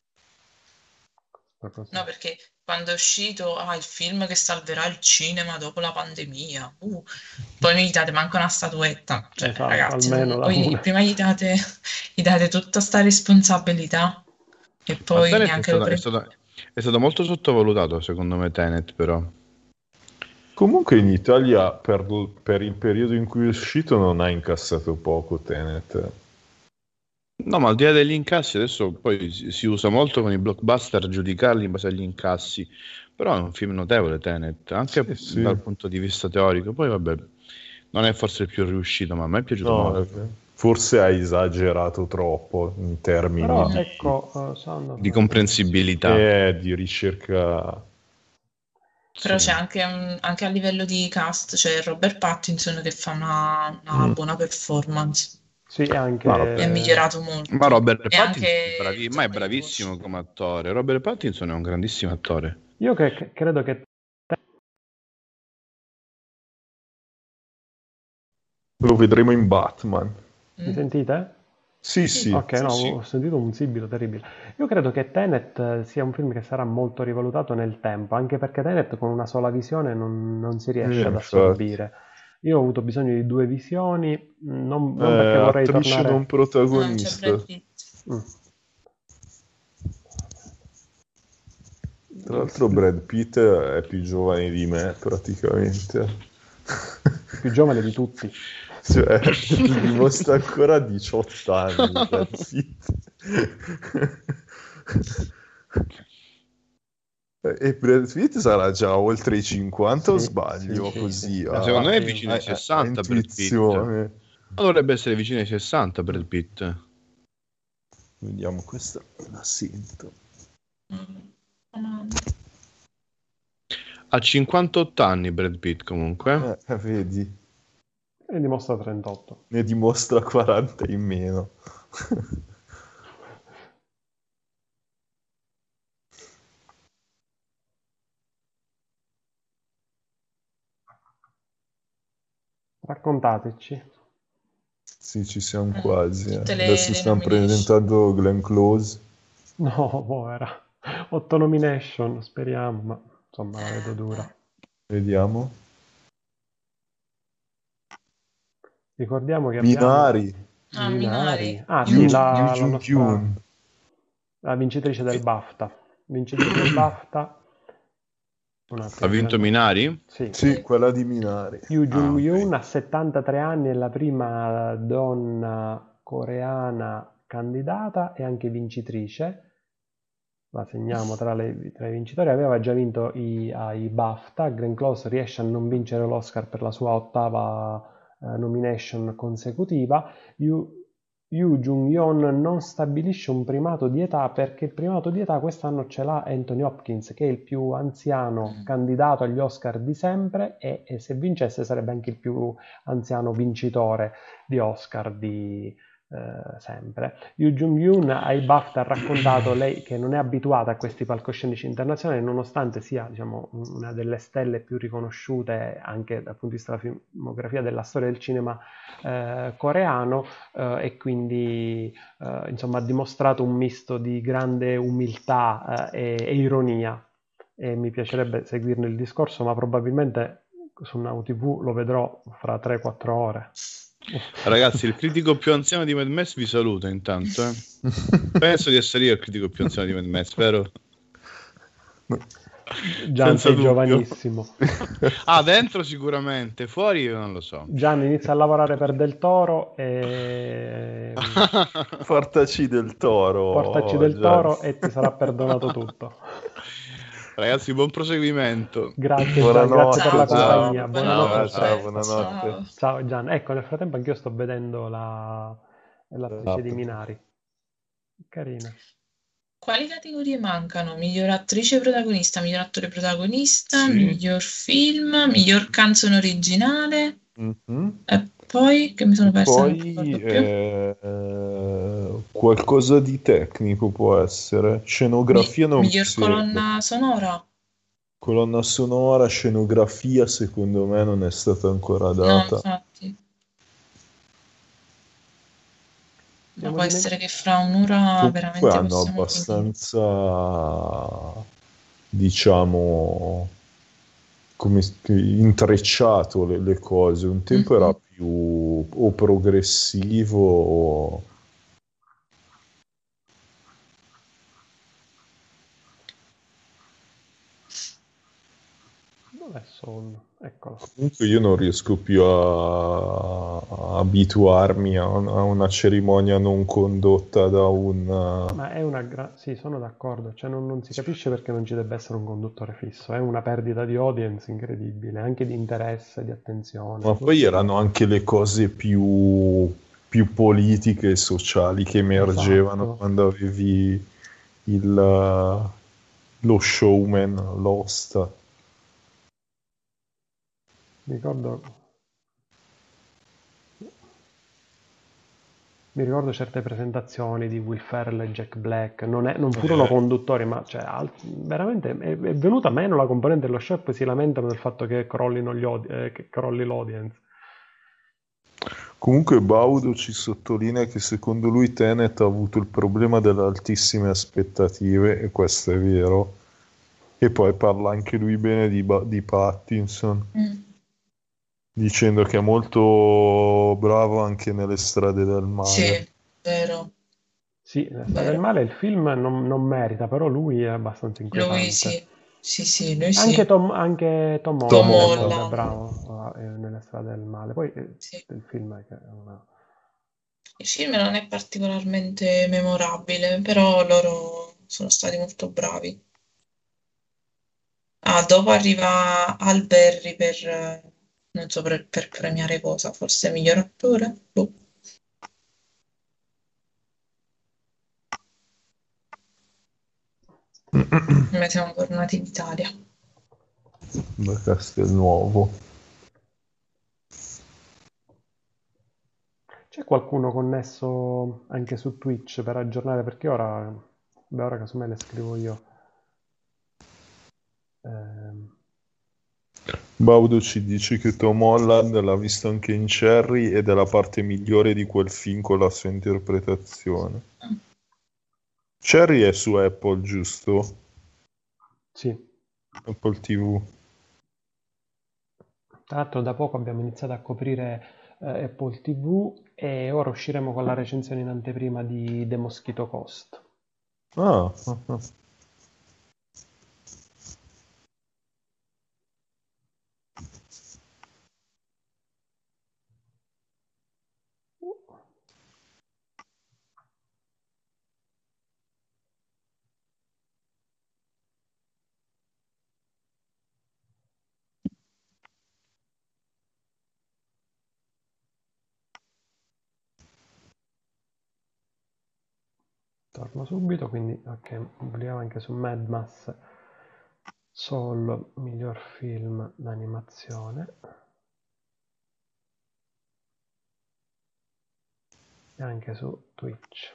No, perché quando è uscito il film che salverà il cinema dopo la pandemia, poi mi date manco una statuetta, cioè, esatto, ragazzi, poi prima gli date tutta sta responsabilità e poi neanche è stato molto sottovalutato secondo me Tenet, però comunque in Italia per il periodo in cui è uscito non ha incassato poco Tenet. No, ma al di là degli incassi, adesso poi si usa molto con i blockbuster giudicarli in base agli incassi, però è un film notevole Tenet, anche dal punto di vista teorico. Poi vabbè, non è forse il più riuscito, ma a me è piaciuto molto. Forse ha esagerato troppo in termini di comprensibilità. Di ricerca. Però c'è anche a livello di cast, c'è Robert Pattinson che fa una buona performance. Sì, e anche... è migliorato molto. Ma Robert E Pattinson anche ma è insomma, bravissimo come attore. Robert Pattinson è un grandissimo attore. Io credo che... Lo vedremo in Batman. Mi sentite? Sì, Sì. sì. Ok, no, sì. ho sentito un sibilo terribile. Io credo che Tenet sia un film che sarà molto rivalutato nel tempo, anche perché Tenet con una sola visione non si riesce ad Infatti. assorbire. Io ho avuto bisogno di due visioni, non perché vorrei Attrice non tornare... No, c'è protagonista. Brad Pitt. Mm. Tra l'altro Brad Pitt è più giovane di me, praticamente. Più giovane di tutti. Cioè, dimostra ancora 18 anni, Brad Pitt. E Brad Pitt sarà già oltre i 50 o Sì, sbaglio? sì, Così, sì. Secondo me è Infatti, vicino ai a 60 Brad Pitt. intuizione. Ma dovrebbe essere vicino ai 60 Brad Pitt. Vediamo, questa la sento. Ha 58 anni Brad Pitt comunque. Vedi, e dimostra 38. ne dimostra 40 in meno. Raccontateci. Sì, ci siamo quasi. Tutte Adesso le stiamo nomination. presentando Glenn Close. No, povera. 8 nomination, speriamo, ma insomma la vedo dura. Vediamo. Ricordiamo che abbiamo... Minari. Ah, Minari. Ah Yu, sì, Yu la Jung nostra... Yoon. La vincitrice del BAFTA. Vincitrice del BAFTA. Un Ha attimo. vinto Minari? Sì. Sì, quella di Minari. Yu Ah, ok. Jung-yoon a 73 anni è la prima donna coreana candidata e anche vincitrice. La segniamo tra i vincitori. Aveva già vinto ai BAFTA. Glenn Close riesce a non vincere l'Oscar per la sua ottava nomination consecutiva. Yu Jung-yeon non stabilisce un primato di età perché il primato di età quest'anno ce l'ha Anthony Hopkins, che è il più anziano candidato agli Oscar di sempre e se vincesse sarebbe anche il più anziano vincitore di Oscar di sempre. Yu Jung-yoon ai BAFTA ha raccontato lei che non è abituata a questi palcoscenici internazionali nonostante sia, diciamo, una delle stelle più riconosciute anche dal punto di vista della filmografia della storia del cinema coreano e quindi insomma ha dimostrato un misto di grande umiltà e ironia e mi piacerebbe seguirne il discorso ma probabilmente su Now TV lo vedrò fra 3-4 ore. Ragazzi, il critico più anziano di Mad Max vi saluta intanto. Penso di essere io il critico più anziano di Mad Max, vero? Gian, Senza sei dubbio. giovanissimo. Ah, dentro sicuramente, fuori io non lo so. Gian inizia a lavorare per Del Toro e Portaci del Toro. portaci Del Gian. Toro e ti sarà perdonato tutto. Ragazzi, buon proseguimento. Grazie Gian, Buonanotte, grazie per la ciao. compagnia. Buonanotte a Ciao, te. buonanotte. Ciao Gian. Ecco, nel frattempo anch'io sto vedendo l'attrice di Minari. Carina. Quali categorie mancano? Miglior attrice protagonista, miglior attore protagonista, Sì. miglior film, miglior canzone originale. Mhm. E poi, che mi sono persa, non Poi ricordo più. qualcosa di tecnico può essere. Scenografia non mi Miglior sembra. colonna sonora? Colonna sonora, scenografia, secondo me non è stata ancora No, data. infatti. Ma Abbiamo può dimen- essere che fra un'ora Comunque veramente hanno possiamo finire. abbastanza, diciamo, intrecciato le cose. Un tempo era più o progressivo o... Dov'è Soul? Eccolo. Comunque io non riesco più a abituarmi a una cerimonia non condotta da un... Ma è Sì, sono d'accordo, cioè non si capisce perché non ci debba essere un conduttore fisso, è una perdita di audience incredibile, anche di interesse, di attenzione. Ma poi erano anche le cose più politiche e sociali che emergevano Esatto. quando avevi lo showman, l'host. Mi ricordo Mi ricordo certe presentazioni di Will Ferrell e Jack Black, non furono conduttori, ma cioè, veramente è venuta meno la componente dello show e si lamentano del fatto che che crolli l'audience. Comunque Baudo ci sottolinea che secondo lui Tenet ha avuto il problema delle altissime aspettative, e questo è vero, e poi parla anche lui bene di Pattinson, dicendo che è molto bravo anche nelle strade del male. Sì, vero. Sì, La strada del male il film non merita, però lui è abbastanza inquietante. Lui sì, lui Anche sì. Tom Tom Holland è Holland. bravo nelle strade del male. Poi Sì. il film è che è una... Il film non è particolarmente memorabile, però loro sono stati molto bravi. Ah, dopo arriva Al Berry non so per premiare cosa, forse miglior attore? Boh. Noi siamo tornati in Italia. Da Castelnuovo. C'è qualcuno connesso anche su Twitch per aggiornare? Perché ora casomai le scrivo io. Baudo ci dice che Tom Holland l'ha visto anche in Cherry ed è la parte migliore di quel film con la sua interpretazione. Cherry è su Apple, giusto? Sì. Apple TV. Tra l'altro da poco abbiamo iniziato a coprire Apple TV e ora usciremo con la recensione in anteprima di The Mosquito Coast. Ah. Torno subito, quindi ok, vogliamo anche su Mad Max Soul, miglior film d'animazione. E anche su Twitch.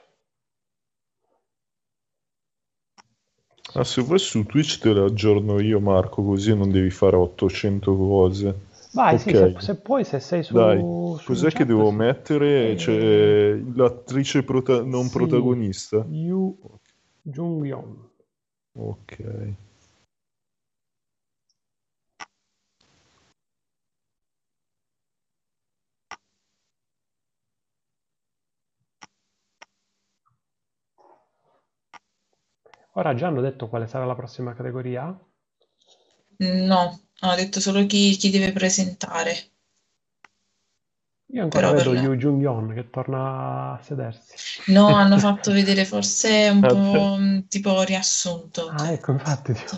Ah, se vuoi su Twitch te le aggiorno io, Marco, così non devi fare 800 cose. Vai, Ok. sì, se puoi, se sei Dai, sulla cos'è che chat, devo sì. mettere? C'è l'attrice non Sì, protagonista? Yoo Jung-yeon. Ok. Ora già hanno detto quale sarà la prossima categoria? No, hanno detto solo chi deve presentare, Io ancora però per vedo me. Yoo Jung-yeon che torna a sedersi. No, hanno fatto vedere forse un po' tipo riassunto, Ah, cioè. ecco, infatti, Sì.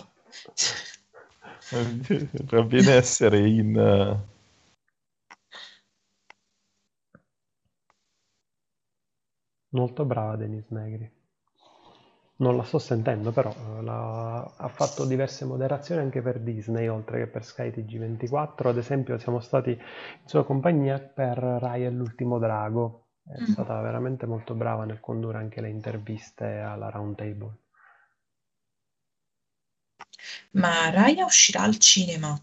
Va bene essere molto brava Denise Negri. Non la sto sentendo, però ha fatto diverse moderazioni anche per Disney, oltre che per Sky TG24. Ad esempio, siamo stati in sua compagnia per Raya e l'ultimo drago. È stata veramente molto brava nel condurre anche le interviste alla Round Table. Ma Raya uscirà al cinema?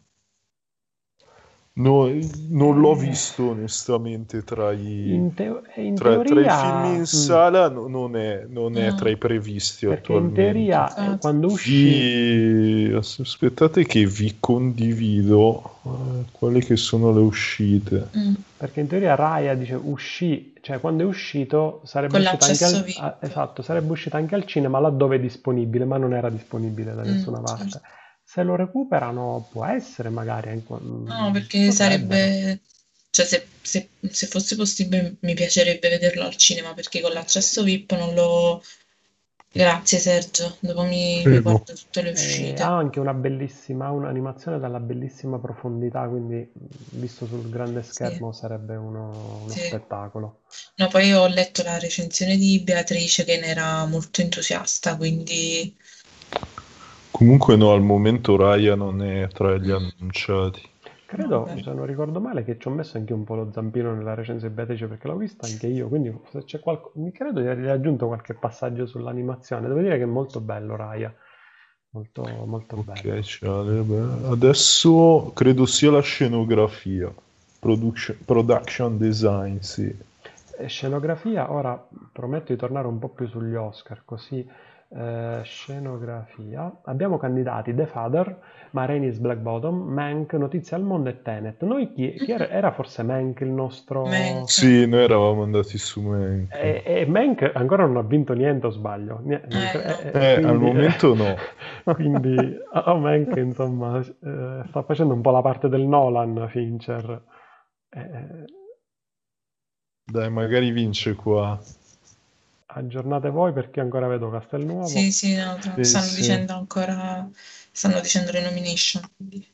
No, non l'ho visto onestamente tra i In tra i film teoria, in sala, non è tra i previsti perché in attualmente. teoria quando uscì, Aspettate che vi condivido quelle che sono le uscite. perché in teoria Raya dice uscì, cioè quando è uscito sarebbe Con uscita anche l'accesso VIP. esatto, sarebbe uscita anche al cinema laddove è disponibile, ma non era disponibile da nessuna parte. Certo. Se lo recuperano può essere magari No, perché potrebbero. sarebbe. Cioè, se fosse possibile mi piacerebbe vederlo al cinema, perché con l'accesso VIP non lo. Grazie Sergio, dopo mi Prego. guardo tutte le uscite. Ha anche ha un'animazione dalla bellissima profondità, quindi visto sul grande Sì, schermo sarebbe uno sì. spettacolo. No, poi ho letto la recensione di Beatrice che ne era molto entusiasta, quindi. Comunque no, al momento Raya non è tra gli annunciati. Credo, Vabbè. se non ricordo male, che ci ho messo anche un po' lo zampino nella recensione di Beatrice perché l'ho vista anche io, quindi se c'è mi credo di aver aggiunto qualche passaggio sull'animazione. Devo dire che è molto bello, Raya, molto, molto Ok, bello. Ciale, beh, adesso credo sia la scenografia, production design, sì. Scenografia, ora prometto di tornare un po' più sugli Oscar, così scenografia. Abbiamo candidati The Father, Ma Rainey's Black Bottom, Mank, Notizie al Mondo e Tenet. Noi chi era? Era forse Mank il nostro... Mank. Sì, noi eravamo andati su Mank. E Mank ancora non ha vinto niente, o sbaglio? No. Al Quindi, momento no. quindi Mank, insomma, sta facendo un po' la parte del Nolan, Fincher. Eh, Dai, magari vince qua. aggiornate voi perché io ancora vedo Sì, Castelnuovo. sì, no, Sì, stanno sì. dicendo ancora, stanno dicendo le nomination. Quindi.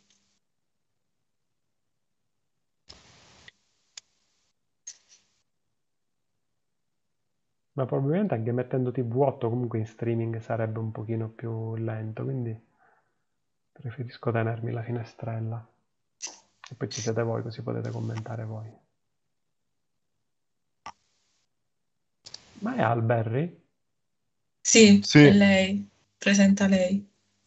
Ma probabilmente anche mettendo TV8 comunque in streaming sarebbe un pochino più lento, quindi preferisco tenermi la finestrella. E poi ci siete voi così potete commentare voi. Ma è Alberry? Sì, è Sì, lei, presenta lei.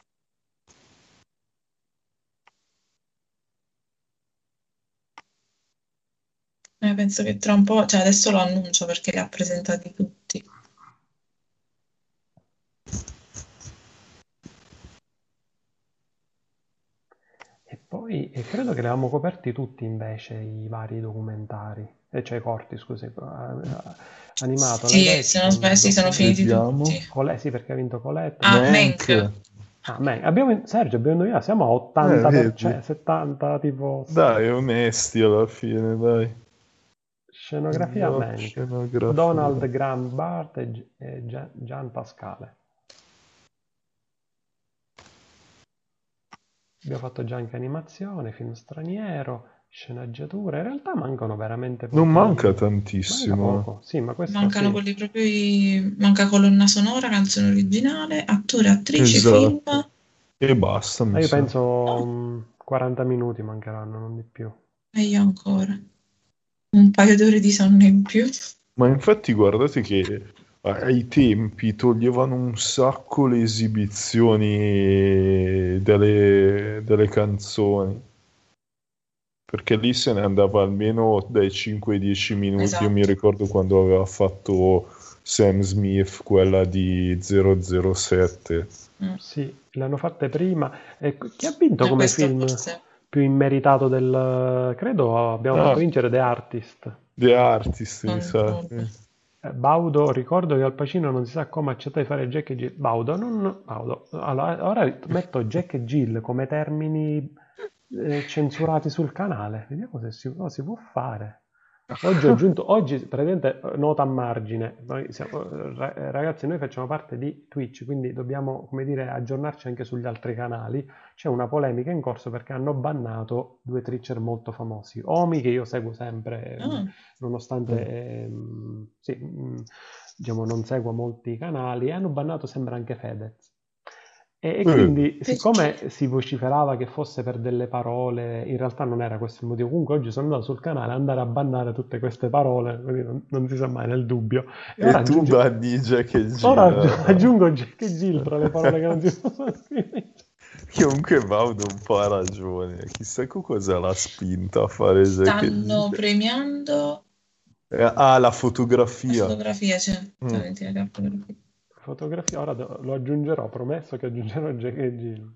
Penso che tra un po', cioè adesso lo annuncio perché li ha presentati tutti. E poi credo che li avevamo coperti tutti invece i vari documentari, cioè i corti, scusi, animato, live Sì, se non action, sbaglio, sì, sono finiti vediamo. tutti. Sì, perché ha vinto Colette. Ah, Mank. Mank. Ah, Sergio, abbiamo indovinato, siamo a Vedi. 80%, 70 tipo Dai, onesti alla fine, dai. scenografia Miglior Mank. scenografia. Donald Graham Bart e Gian Pascale. Abbiamo fatto già anche animazione, film straniero, sceneggiatura. In realtà mancano veramente Non manca pochi. Manca tantissimo. poco, sì, ma questo Mancano sì. quelli proprio manca colonna sonora, canzone originale, attore, attrice, film. Esatto. E basta, Ma mi io sa. penso 40 minuti mancheranno, non di più. Meglio ancora. Un paio d'ore di sonno in più. Ma infatti guardate che ai tempi toglievano un sacco le esibizioni delle canzoni, perché lì se ne andava almeno dai 5 ai 10 minuti. Io mi Esatto. ricordo quando aveva fatto Sam Smith quella di 007. Mm. Sì, le hanno fatte prima. E chi ha vinto come Questo film forse più immeritato del... Credo abbiamo fatto Ah, vincere The Artist. The Artist, mi non sa. ricordo. Baudo, ricordo che Al Pacino non si sa come accetta di fare Jack e Jill. Baudo, non... Baudo. Allora, ora metto Jack e Jill come termini censurati sul canale. Vediamo se si può fare. Oggi ho aggiunto, oggi praticamente nota a margine, ragazzi, noi facciamo parte di Twitch, quindi dobbiamo, come dire, aggiornarci anche sugli altri canali. C'è una polemica in corso perché hanno bannato due Twitcher molto famosi. Omi, che io seguo sempre, Ah, nonostante sì, diciamo, non segua molti canali, e hanno bannato sembra anche Fedez. E quindi, perché? siccome si vociferava che fosse per delle parole, in realtà non era questo il motivo. Comunque, oggi sono andato sul canale a andare a bannare tutte queste parole, quindi non si sa mai nel dubbio. E E tu banni Jack e ora Jill. aggiungo Jack e Jill tra le parole che non si possono scrivere. Comunque Vaudo un po' ha ragione. Chissà cosa l'ha spinta a fare Jack e Stanno Jill. premiando Ah, la la fotografia. fotografia, cioè, Mm. la fotografia. Fotografia, ora lo aggiungerò, promesso che aggiungerò Jack e Jill.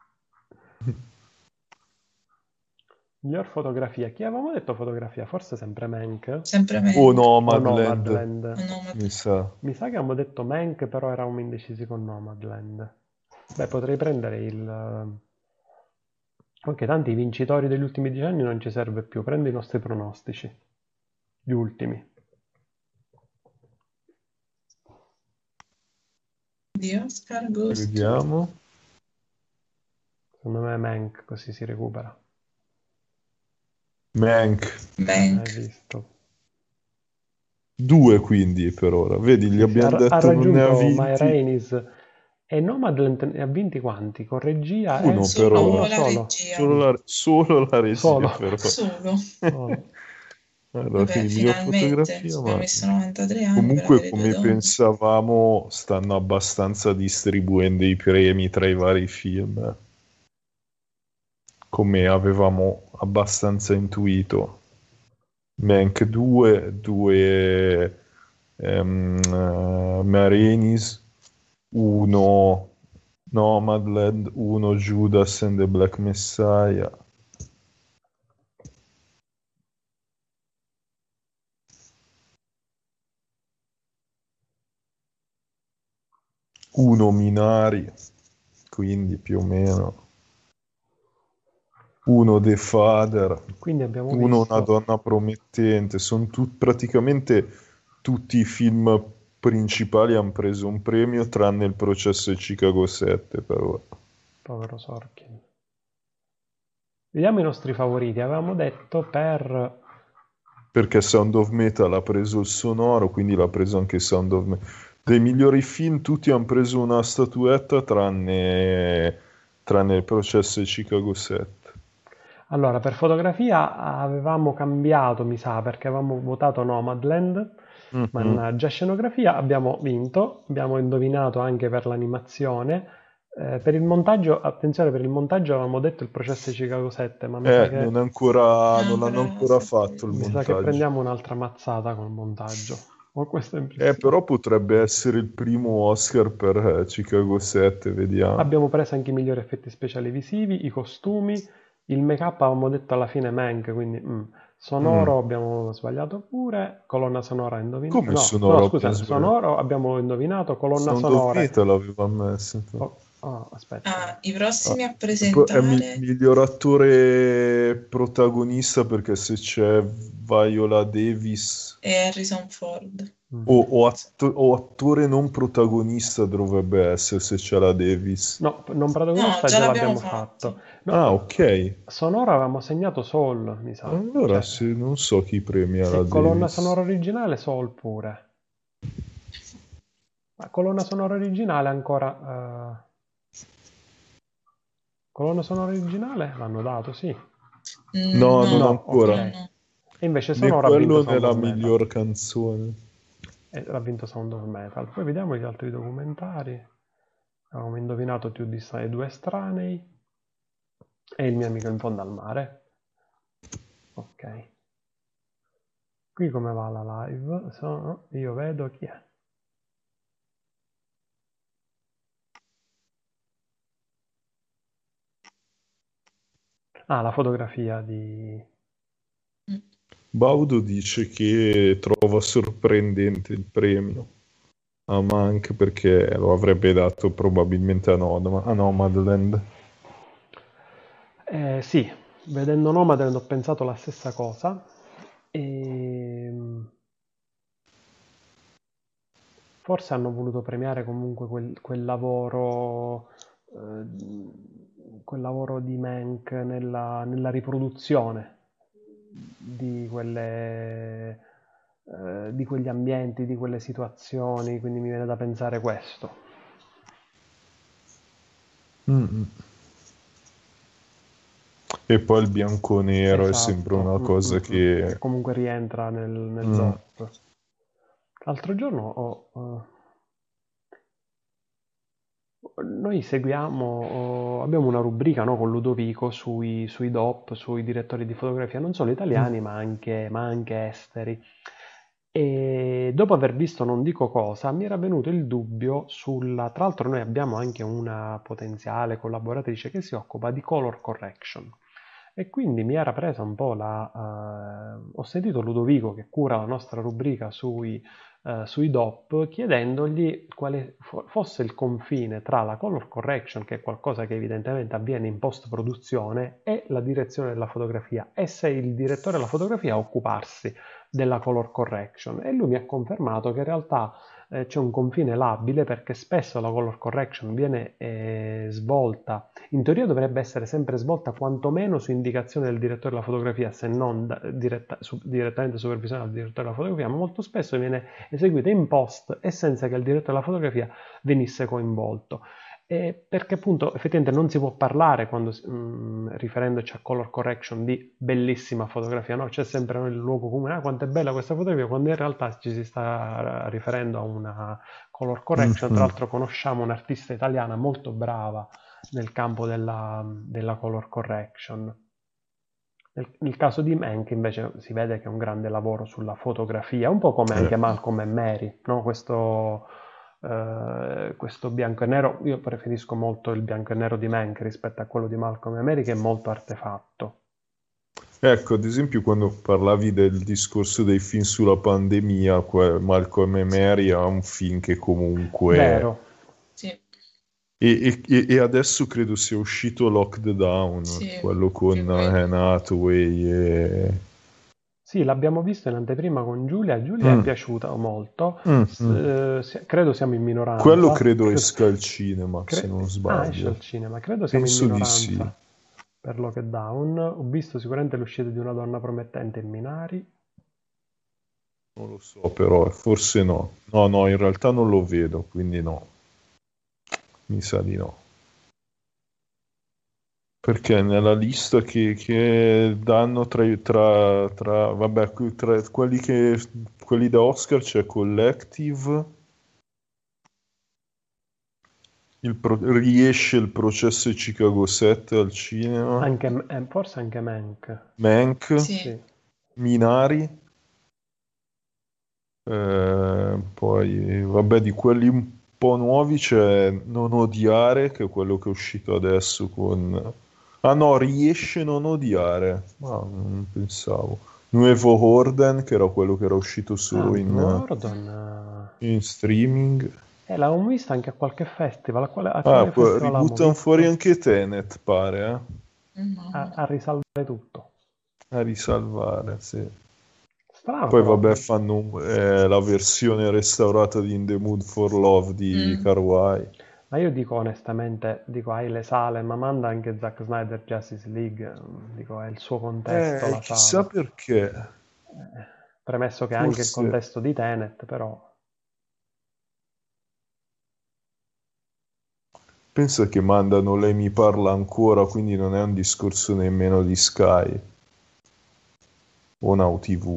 Miglior fotografia. Chi avevamo detto fotografia? Forse sempre Mank? Sempre O Mank. O Nomadland, Nomadland? Ah, no, ma mi sa. Mi sa che avevamo detto Mank, però eravamo indecisi con Nomadland. Beh, potrei prendere il... Ok, tanti i vincitori degli ultimi 10 anni non ci serve più. Prendi i nostri pronostici. Gli ultimi. di Oscar Ghost. Vediamo. Secondo me Mank, così si recupera. Mank. Mank. Hai visto? 2 quindi per ora. Vedi, gli Sì, sì, abbiamo ha detto non ne ha raggiunto My vinti. Rainey's E Nomadland ha vinti quanti? Con regia e Uno Solo però, uno la solo? regia, solo la regia Solo. però. solo. Solo. Allora, Vabbè, quindi miglior finalmente, fotografia, ci abbiamo ma messo 93 anni per comunque avere due come donne. pensavamo stanno abbastanza distribuendo i premi tra i vari film, come avevamo abbastanza intuito. Mank 2, 2 Marines, 1 Nomadland, 1 Judas and the Black Messiah. Uno Minari, quindi più o meno. Uno The Father, Quindi abbiamo uno Una visto, donna promettente. Sono praticamente tutti i film principali hanno preso un premio, tranne il processo di Chicago 7, però. povero Sorkin. Vediamo i nostri favoriti. Avevamo detto per... Perché Sound of Metal ha preso il sonoro, quindi l'ha preso anche Sound of Metal. Dei migliori film tutti hanno preso una statuetta tranne il processo di Chicago 7. Allora, per fotografia avevamo cambiato, mi sa, perché avevamo votato Nomadland. Mhm. Mannaggia, scenografia abbiamo vinto, abbiamo indovinato anche per l'animazione. Per il montaggio, attenzione, per il montaggio avevamo detto il processo di Chicago 7, ma Non Non non hanno ancora ancora fatto il mi sa che montaggio. prendiamo un'altra mazzata col montaggio. Ho questa impressione. Però potrebbe essere il primo Oscar per Chicago 7, vediamo. Abbiamo preso anche i migliori effetti speciali visivi, i costumi, il make-up avevamo detto alla fine Mank, quindi Mm. sonoro abbiamo sbagliato pure, colonna sonora indovinato, Come no, no sonoro abbiamo scusa, sbagliato? sonoro abbiamo indovinato, colonna Sound of sonore, Metal aveva messo. aspetta, I Ah, prossimi a e poi è presentare miglior attore protagonista perché se c'è Viola Davis è Harrison Ford. Mhm. o attore non protagonista dovrebbe essere se c'è la Davis. No, non No, protagonista già già l'abbiamo l'abbiamo fatto, fatto. no, Ah, ok. sonoro avevamo segnato Soul, mi sa, Allora cioè, se non so chi premia la e colonna sonora Davis. originale Soul pure. Ma colonna sonora originale ancora... colonna sonora originale l'hanno dato, sì. No, non No, No, ok. ancora. no. E invece Né sonora ha vinto quello né Sound la of Metal. miglior canzone. E ha vinto Sound of Metal. Poi vediamo gli altri documentari. Avevamo indovinato più di due estranei. E il mio amico in fondo al mare. Ok. Qui come va la live? Io vedo chi è. Ah, la fotografia di... Mm. Baudo dice che trova sorprendente il premio a Mank perché lo avrebbe dato probabilmente a Nomadland. Sì, vedendo Nomadland ho pensato la stessa cosa. E... Forse hanno voluto premiare comunque quel lavoro di Mank nella riproduzione di quegli ambienti, di quelle situazioni, quindi mi viene da pensare questo. Mm. E poi il bianco-nero è sempre Esatto, una cosa che che... comunque rientra nel Mm. DOP. L'altro giorno noi abbiamo una rubrica, no, con Ludovico sui DOP, sui direttori di fotografia, non solo italiani, ma anche esteri. E dopo aver visto non dico cosa, mi era venuto il dubbio tra l'altro noi abbiamo anche una potenziale collaboratrice che si occupa di color correction. E quindi mi era presa un po' ho sentito Ludovico che cura la nostra rubrica sui DOP, chiedendogli quale fosse il confine tra la color correction, che è qualcosa che evidentemente avviene in post-produzione, e la direzione della fotografia, e se il direttore della fotografia occuparsi della color correction. E lui mi ha confermato che in realtà c'è un confine labile perché spesso la color correction viene svolta, in teoria dovrebbe essere sempre svolta quantomeno su indicazione del direttore della fotografia, se non direttamente supervisionata dal direttore della fotografia, ma molto spesso viene eseguita in post e senza che il direttore della fotografia venisse coinvolto. perché appunto effettivamente non si può parlare quando, riferendoci a color correction, di bellissima fotografia, no? C'è sempre il luogo comune, quanto è bella questa fotografia, quando in realtà ci si sta riferendo a una color correction. Tra Mhm. l'altro conosciamo un'artista italiana molto brava nel campo della color correction. Nel caso di Mank invece si vede che è un grande lavoro sulla fotografia, un po' come Eh, anche Malcolm e Mary, no? Questo bianco e nero, io preferisco molto il bianco e nero di Mank rispetto a quello di Malcolm e Mary, che è molto artefatto. Ecco, ad esempio, quando parlavi del discorso dei film sulla pandemia, Malcolm e Mary è un film che comunque... Vero. Sì, E adesso credo sia uscito Lockdown, sì, quello che con vero. Anne Hathaway e... Sì, l'abbiamo visto in anteprima con Giulia, a Giulia è Mm, piaciuta molto. mm. Credo siamo in Quello minoranza. credo esca al cinema, se non Esce sbaglio. al cinema, credo siamo in Penso di sì. minoranza per Lockdown. Ho visto sicuramente l'uscita di Una donna promettente in Minari. Non lo so, però forse no. No, no, in realtà non lo vedo, quindi no. Mi sa di no. Perché nella lista che danno vabbè, tra quelli da Oscar c'è Collective, riesce il processo di Chicago 7 al cinema, Forse anche Mank. Mank, Sì, Sì. Minari, poi vabbè di quelli un po' nuovi c'è Non odiare, che è quello che è uscito adesso con... Ah no, riesce non odiare, ma non pensavo. Nuevo Orden, che era quello che era uscito Ah, solo Gordon. in streaming. L'avevamo visto anche a qualche festival. A quale festival l'avevamo Ributtano fuori visto? anche Tenet, pare, mamma A risalvare tutto. A risalvare, sì. Strano Poi però. vabbè fanno la versione restaurata di In the Mood for Love di mia. Karwai. Ma io dico onestamente, dico, hai le sale, ma manda anche Zack Snyder Justice League, dico, è il suo contesto, la Chissà sala. perché. Premesso che ha anche il Forse contesto di Tenet, però. pensa che mandano Lei mi parla ancora, quindi non è un discorso nemmeno di Sky o Now TV.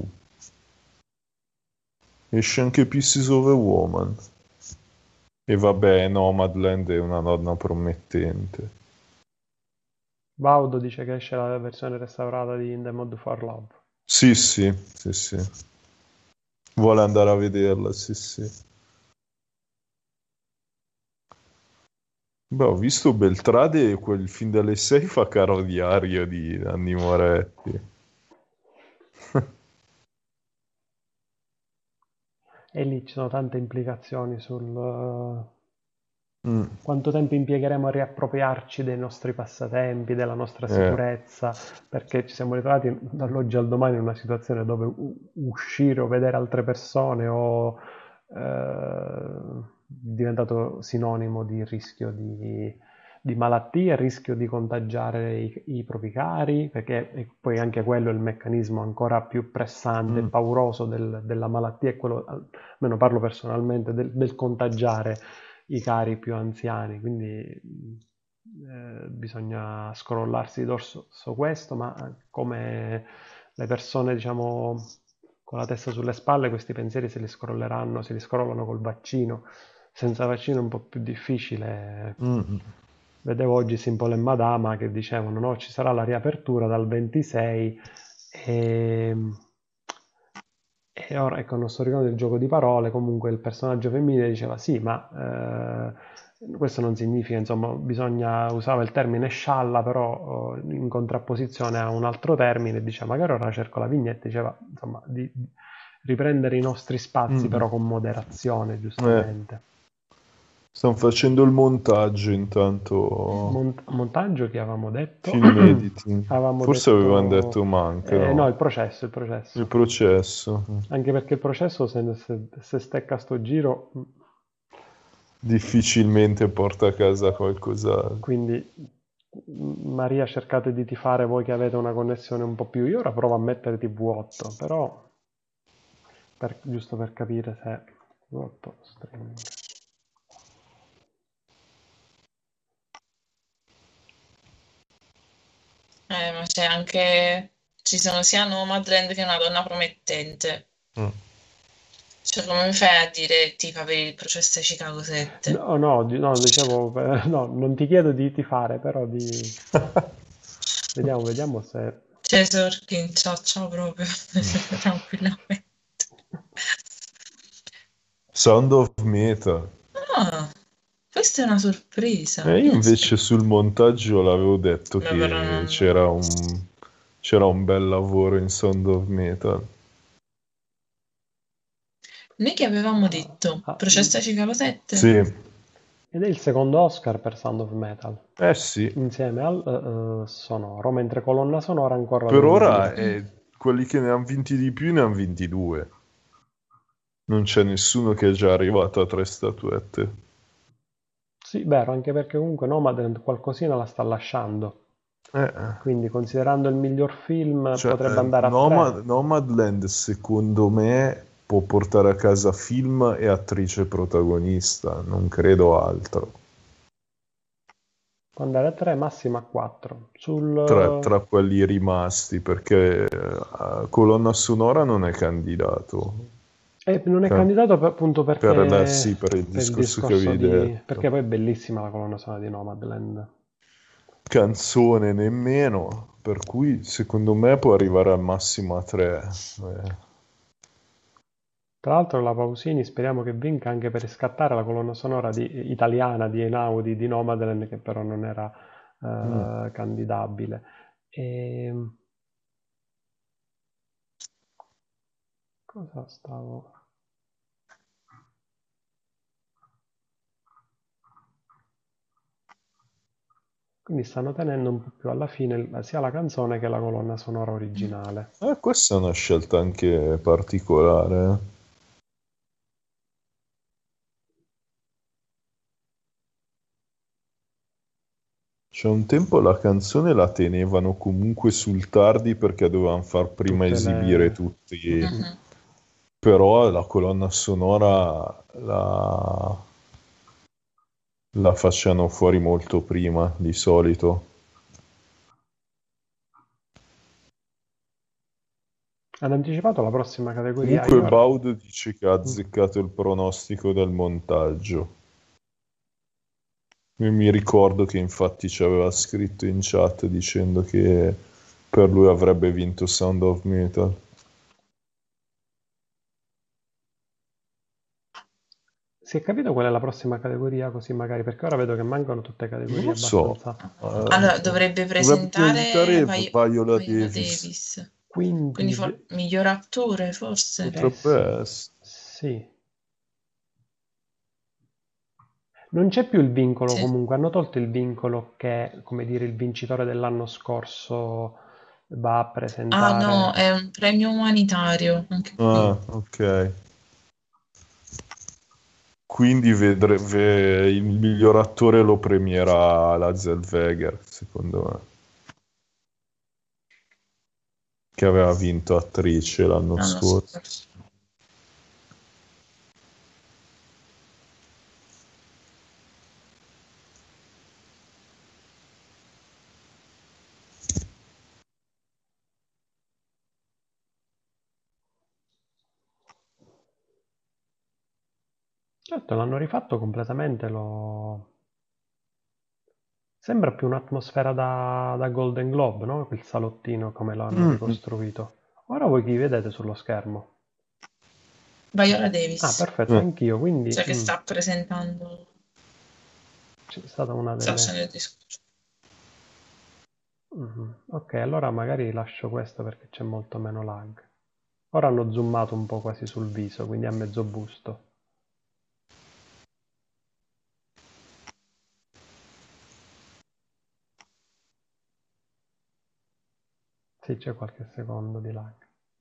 Esce anche Pieces of a Woman. E vabbè, Nomadland è una donna promettente. Baudo dice che esce la versione restaurata di In the Mood for Love. Sì, sì, sì, sì. Vuole andare a vederla, sì, sì. Beh, ho visto Beltrade e quel film delle 6 fa caro diario di Nanni Moretti. E lì ci sono tante implicazioni sul Mm, quanto tempo impiegheremo a riappropriarci dei nostri passatempi, della nostra eh, sicurezza, perché ci siamo ritrovati dall'oggi al domani in una situazione dove uscire o vedere altre persone o diventato sinonimo di rischio di malattie, rischio di contagiare i propri cari, perché poi anche quello è il meccanismo ancora più pressante e mm. pauroso della malattia, è quello, almeno parlo personalmente, del contagiare i cari più anziani, quindi bisogna scrollarsi di dorso su questo, ma come le persone, diciamo, con la testa sulle spalle, questi pensieri se li scrollano col vaccino. Senza vaccino è un po' più difficile. Mm. Vedevo oggi Simple e Madama che dicevano no, ci sarà la riapertura dal 26 e, e ora, ecco, non sto ricordando il gioco di parole, comunque il personaggio femminile diceva sì, ma questo non significa, insomma, usava il termine scialla, però in contrapposizione a un altro termine, diceva magari ora cerco la vignetta, diceva, insomma, di riprendere i nostri spazi, Mm. però con moderazione, Eh, giustamente. stanno facendo il montaggio intanto, Montaggio che avevamo detto? film editing. Avevamo Forse avevano detto... detto Mank, no, no? il Il processo. processo. Anche perché il processo, se stecca sto giro, Difficilmente porta a casa qualcos'altro. quindi Maria, cercate di tifare voi che avete una connessione un po' più. Io ora provo a mettere TV8, però giusto per capire se TV8 streaming. Ma c'è anche... Ci sono sia Nomadland che Una donna promettente. Mm. Cioè, come mi fai a dire ti fa per il processo ai Chicago 7? No, no, no, dicevo, no, non ti chiedo di fare, però di... Vediamo se... Cioè, Sorkin, ciao proprio, tranquillamente. Sound of Metal. Ah, questa è una sorpresa, Io pensa. invece sul montaggio l'avevo detto Beh, però che non... c'era un bel lavoro in Sound of Metal. Noi che avevamo detto? ah, Processo a Chicago 7? Sì, ed è il secondo Oscar per Sound of Metal, eh sì. insieme al sonoro, mentre colonna sonora ancora Per devo ora dire. quelli che ne hanno vinti di più ne hanno vinti due. Non c'è nessuno che è già arrivato a 3 statuette. Sì, vero, anche perché comunque Nomadland qualcosina la sta lasciando, Eh. quindi considerando il miglior film Cioè, potrebbe andare a tre. Nomadland secondo me può portare a casa film e attrice protagonista, non credo altro. Può andare a 3, massimo a 4. Tra quelli rimasti, perché colonna sonora non è candidato. Non è Ca- candidato appunto Sì, per il per il discorso che discorso avevi di... detto. perché poi è bellissima la colonna sonora di Nomadland. Canzone nemmeno, per cui secondo me può arrivare al massimo a 3. Tra l'altro la Pausini speriamo che vinca anche per riscattare la colonna sonora italiana di Einaudi di Nomadland che però non era Mm. candidabile. E... cosa stavo... Quindi stanno tenendo un po' più alla fine sia la canzone che la colonna sonora originale. Questa è una scelta anche particolare. C'è un tempo la canzone la tenevano comunque sul tardi perché dovevano far prima Tutte esibire le... tutti, Mhm. però la colonna sonora la facciano fuori molto prima di solito. Hanno anticipato la prossima categoria. Comunque Io... Baud dice che ha azzeccato il pronostico del montaggio. Io mi ricordo che infatti ci aveva scritto in chat dicendo che per lui avrebbe vinto Sound of Metal. Si è capito qual è la prossima categoria? Così magari, perché ora vedo che mancano tutte Non categorie lo so. abbastanza... Allora, dovrebbe Dovrebbe presentare presentare Viola Viola Davis. Davis. Quindi Quindi miglior attore, forse? sì, Potrebbe essere. sì. Non c'è più il vincolo Sì. comunque, hanno tolto il vincolo che, come dire, il vincitore dell'anno scorso va a Ah, no, presentare. è un premio umanitario, anche qui. Ah, ok. Quindi il miglior attore lo premierà la Zellweger, secondo me, che aveva vinto attrice l'anno L'anno scorso. scorso. Certo, l'hanno rifatto completamente, sembra più un'atmosfera da Golden Globe, no? Quel salottino come lo hanno Mm. ricostruito. Ora voi chi vedete sullo schermo? Viola Ah, Davis, perfetto, Eh, anch'io, quindi cioè che sta presentando c'è stata una sta delle... facendo il discorso. Mhm. Ok, allora magari lascio questo perché c'è molto meno lag. Ora hanno zoomato un po' quasi sul viso, quindi a mezzo busto. Sì, c'è qualche secondo di lag.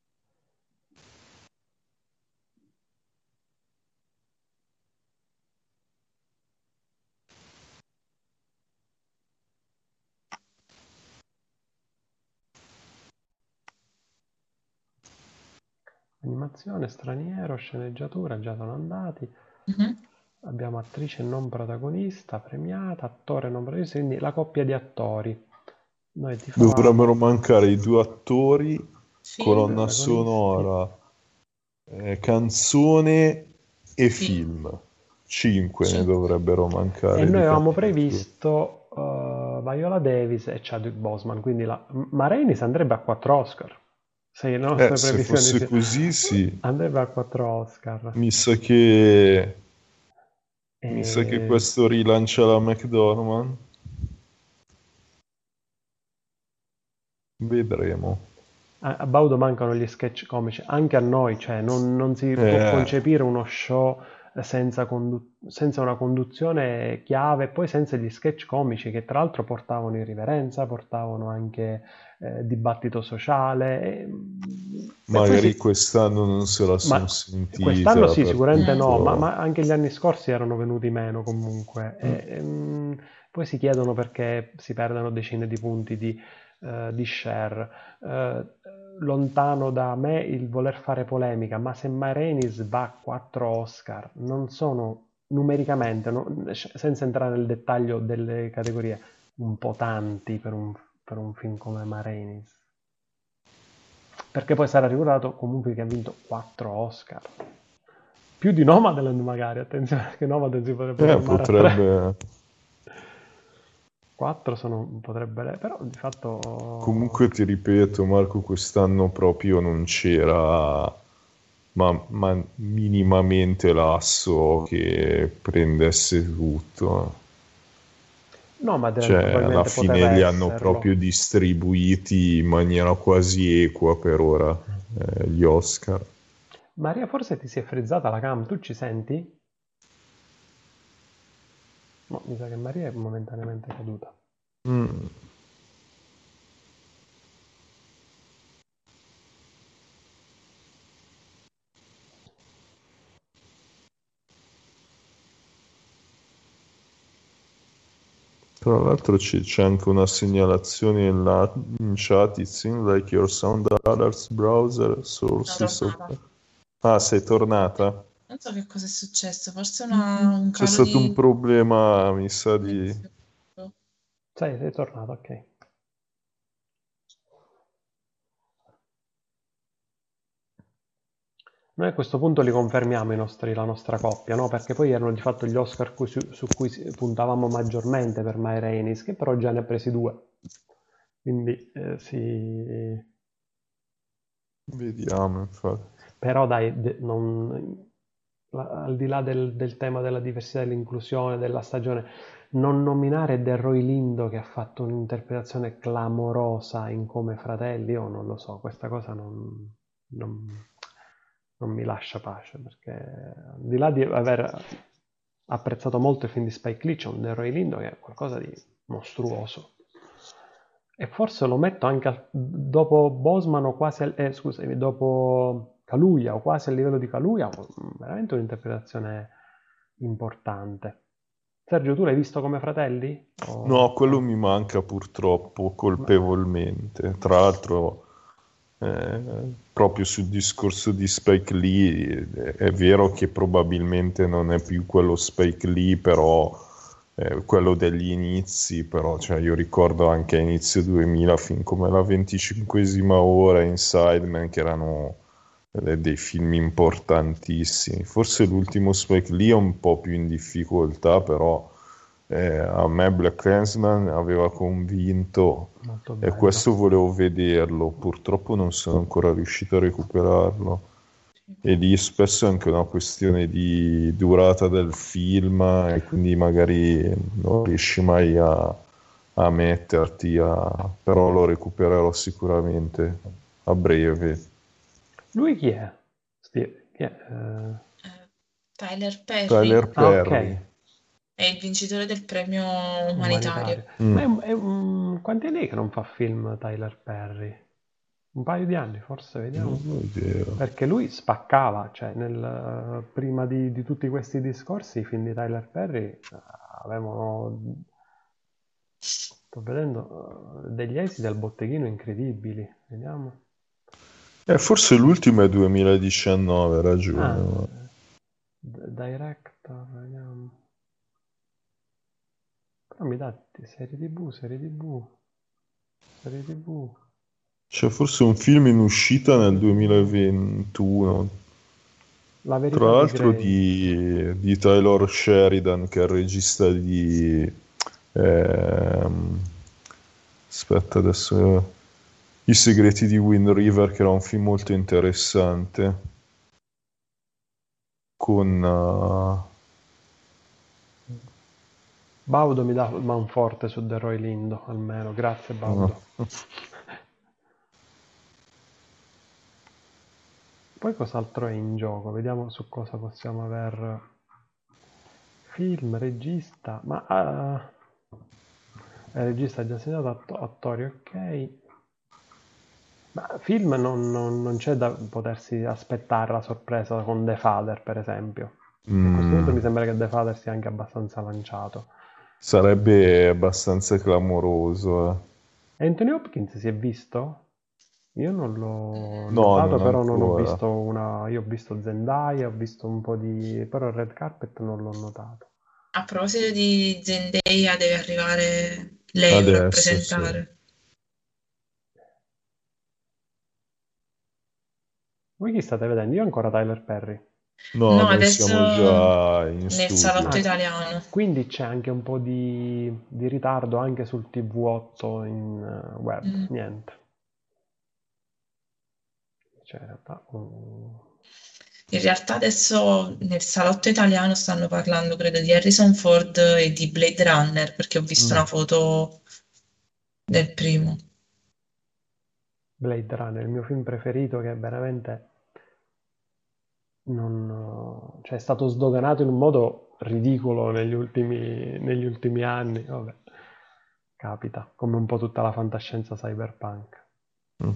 Animazione, straniero, sceneggiatura, già sono andati. Mhm. Abbiamo attrice non protagonista, premiata, attore non protagonista, quindi la coppia di attori. Noi ti Dovrebbero favamo mancare i due attori, Film, colonna protagonisti. sonora, canzone e film, film. 5 ne 5. dovrebbero E mancare noi di avevamo candidature. previsto Viola Davis e Chadwick Boseman, quindi la Marainis andrebbe a 4 Oscar. Se le nostre Se previsioni fosse si... così, sì. andrebbe a 4 Oscar. Mi sa che, mi sa che E questo rilancia la McDormand. Vedremo. a Baudo mancano gli sketch comici, anche a noi, cioè non si può Eh, concepire uno show senza una conduzione chiave e poi senza gli sketch comici che tra l'altro portavano irriverenza, portavano anche dibattito sociale. E poi magari si, quest'anno non se la ma sono quest'anno sentita sì, perché sicuramente Mm. no, proprio... ma anche gli anni scorsi erano venuti meno comunque. Poi si chiedono perché si perdono decine di punti di share. Eh, Lontano da me il voler fare polemica, ma se Marenis va a 4 Oscar, non sono numericamente, senza entrare nel dettaglio delle categorie, un po' tanti per un film come Marenis. Perché poi sarà ricordato comunque che ha vinto 4 Oscar. Più di Nomadland magari, attenzione, perché Nomadland si potrebbe fermare a 3. Potrebbe... 4 sono, potrebbe, però di Comunque fatto ti ripeto, Marco, quest'anno proprio non c'era ma minimamente l'asso che prendesse tutto. Nomadland Cioè, alla probabilmente poteva fine li hanno esserlo. proprio distribuiti in maniera quasi equa per ora, gli Oscar. Maria, forse ti si è frizzata la cam, tu ci senti? No, mi sa che Maria è momentaneamente caduta. Mm. Tra l'altro c'è anche una segnalazione in chat, it seems like your sound alerts browser Sono sources of... tornata. Ah, sei tornata? Non so che cosa è successo, forse un C'è calo stato un di problema, mi sa di... connessione. Sei tornato, ok. Noi a questo punto li confermiamo la nostra coppia, no? Perché poi erano di fatto gli Oscar su cui puntavamo maggiormente per My Rainis, che però già ne ha presi 2. Quindi sì. Vediamo, infatti. Però dai, al di là del tema della diversità e dell'inclusione della stagione, non nominare Delroy Lindo che ha fatto un'interpretazione clamorosa in Come Fratelli, io non lo so, questa cosa non- non mi lascia pace, perché al di là di aver apprezzato molto il film di Spike Lee, c'è un Delroy Lindo che è qualcosa di mostruoso. E forse lo metto anche dopo Bosman o quasi, scusami, dopo Kaluuya o quasi al livello di Kaluuya, veramente un'interpretazione importante. Sergio, tu l'hai visto come Fratelli? No, quello mi manca purtroppo Ma- colpevolmente. Tra l'altro, proprio sul discorso di Spike Lee, è vero che probabilmente non è più quello Spike Lee, però quello degli inizi, però cioè, io ricordo anche a inizio 2000, fin come la 25esima ora, Inside che erano dei film importantissimi. Forse l'ultimo Spike Lee è un po' più in difficoltà, però a me Black Clansman aveva convinto Molto e bello. questo volevo vederlo. Purtroppo non sono ancora riuscito a recuperarlo. E lì spesso è anche una questione di durata del film e quindi magari non riesci mai a metterti a... però lo recupererò sicuramente a breve. Lui chi è? Chi è? Tyler Perry Tyler Ah, ok, Perry. è il vincitore del premio umanitario. umanitario. Ma Mm. quanti anni è che non fa film Tyler Perry? Un paio di anni, forse, Non vediamo. ho idea. Perché lui spaccava, cioè prima di tutti questi discorsi, i film di Tyler Perry avevano, sto vedendo, degli esiti al botteghino incredibili. Vediamo. Forse l'ultimo è 2019, hai ragione. Ah, Ma... director, vediamo. Però mi dà serie TV, serie TV. Serie TV. C'è forse un film in uscita nel 2021, La tra verità di l'altro Grey. di Taylor Sheridan, che è il regista di... ehm, aspetta adesso... I segreti di Wind River, che era un film molto interessante, con... Baudo mi dà manforte su The Roy Lindo, almeno. Grazie, Baudo. Poi cos'altro è in gioco? Vediamo su cosa possiamo aver... Film, regista... Ma... regista ha già segnato, attori, ok. Ma film non c'è da potersi aspettare la sorpresa con The Father, per esempio. A questo punto mi sembra che The Father sia anche abbastanza lanciato. Sarebbe abbastanza clamoroso. Anthony Hopkins si è visto? Io non l'ho No, notato, non però non ho ancora. visto una... Io ho visto Zendaya, ho visto un po' di... però il red carpet non l'ho notato. A proposito di Zendaya, deve arrivare lei ora a Adesso sì. presentare. Voi chi state vedendo? Io ancora Tyler Perry. No, No, noi adesso siamo già in nel studio. salotto italiano. Quindi c'è anche un po' di ritardo anche sul TV8 in web. Mm. Niente. Cioè, in realtà... In realtà adesso nel salotto italiano stanno parlando, credo, di Harrison Ford e di Blade Runner, perché ho visto una foto del primo. Blade Runner, il mio film preferito che veramente non, cioè è stato sdoganato in un modo ridicolo negli ultimi anni. Vabbè, capita, come un po' tutta la fantascienza cyberpunk. Mm.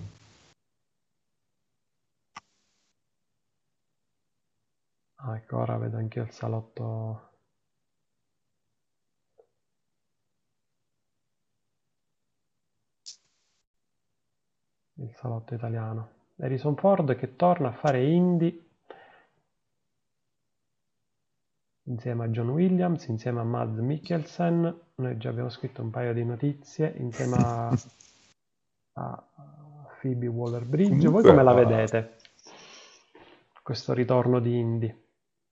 Ah, ecco, ora vedo anche il salotto. Il salotto italiano. Harrison Ford che torna a fare indie insieme a John Williams, insieme a Mads Mikkelsen. Noi già abbiamo scritto un paio di notizie insieme a Phoebe Waller-Bridge. Voi Comunque, come la vedete? Questo ritorno di indie.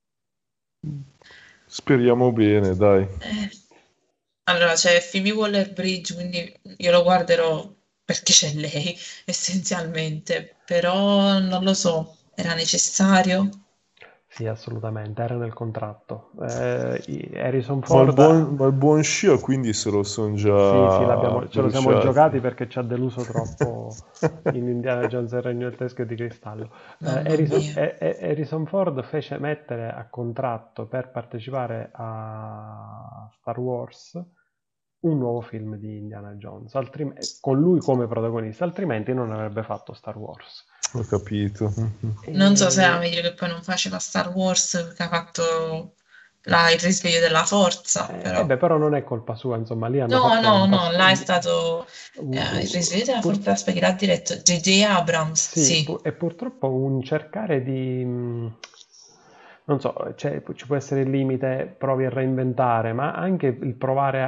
speriamo bene, dai. Allora, c'è Phoebe Waller-Bridge, quindi io lo guarderò perché c'è lei, essenzialmente, però non lo so, era necessario? Sì, assolutamente, era nel contratto. Harrison Ma il Ford, buon scia quindi se lo sono sì, già ce lo siamo giocati bruciati. perché ci ha deluso troppo in Indiana Jones e il Regno del Teschio di Cristallo. Mamma mia. Harrison Ford fece mettere a contratto per partecipare a Star Wars un nuovo film di Indiana Jones, con lui come protagonista, altrimenti non avrebbe fatto Star Wars. Ho capito. Non so se era E... meglio che poi non faceva Star Wars, che ha fatto il risveglio della forza, però... beh, però non è colpa sua, insomma, lì hanno No, fatto no, no, là è stato il un- risveglio della pur- forza, aspetta, che l'ha diretto J.J. Abrams, sì, sì. e purtroppo un cercare di, non so, ci può essere il limite, provi a reinventare, ma anche il provare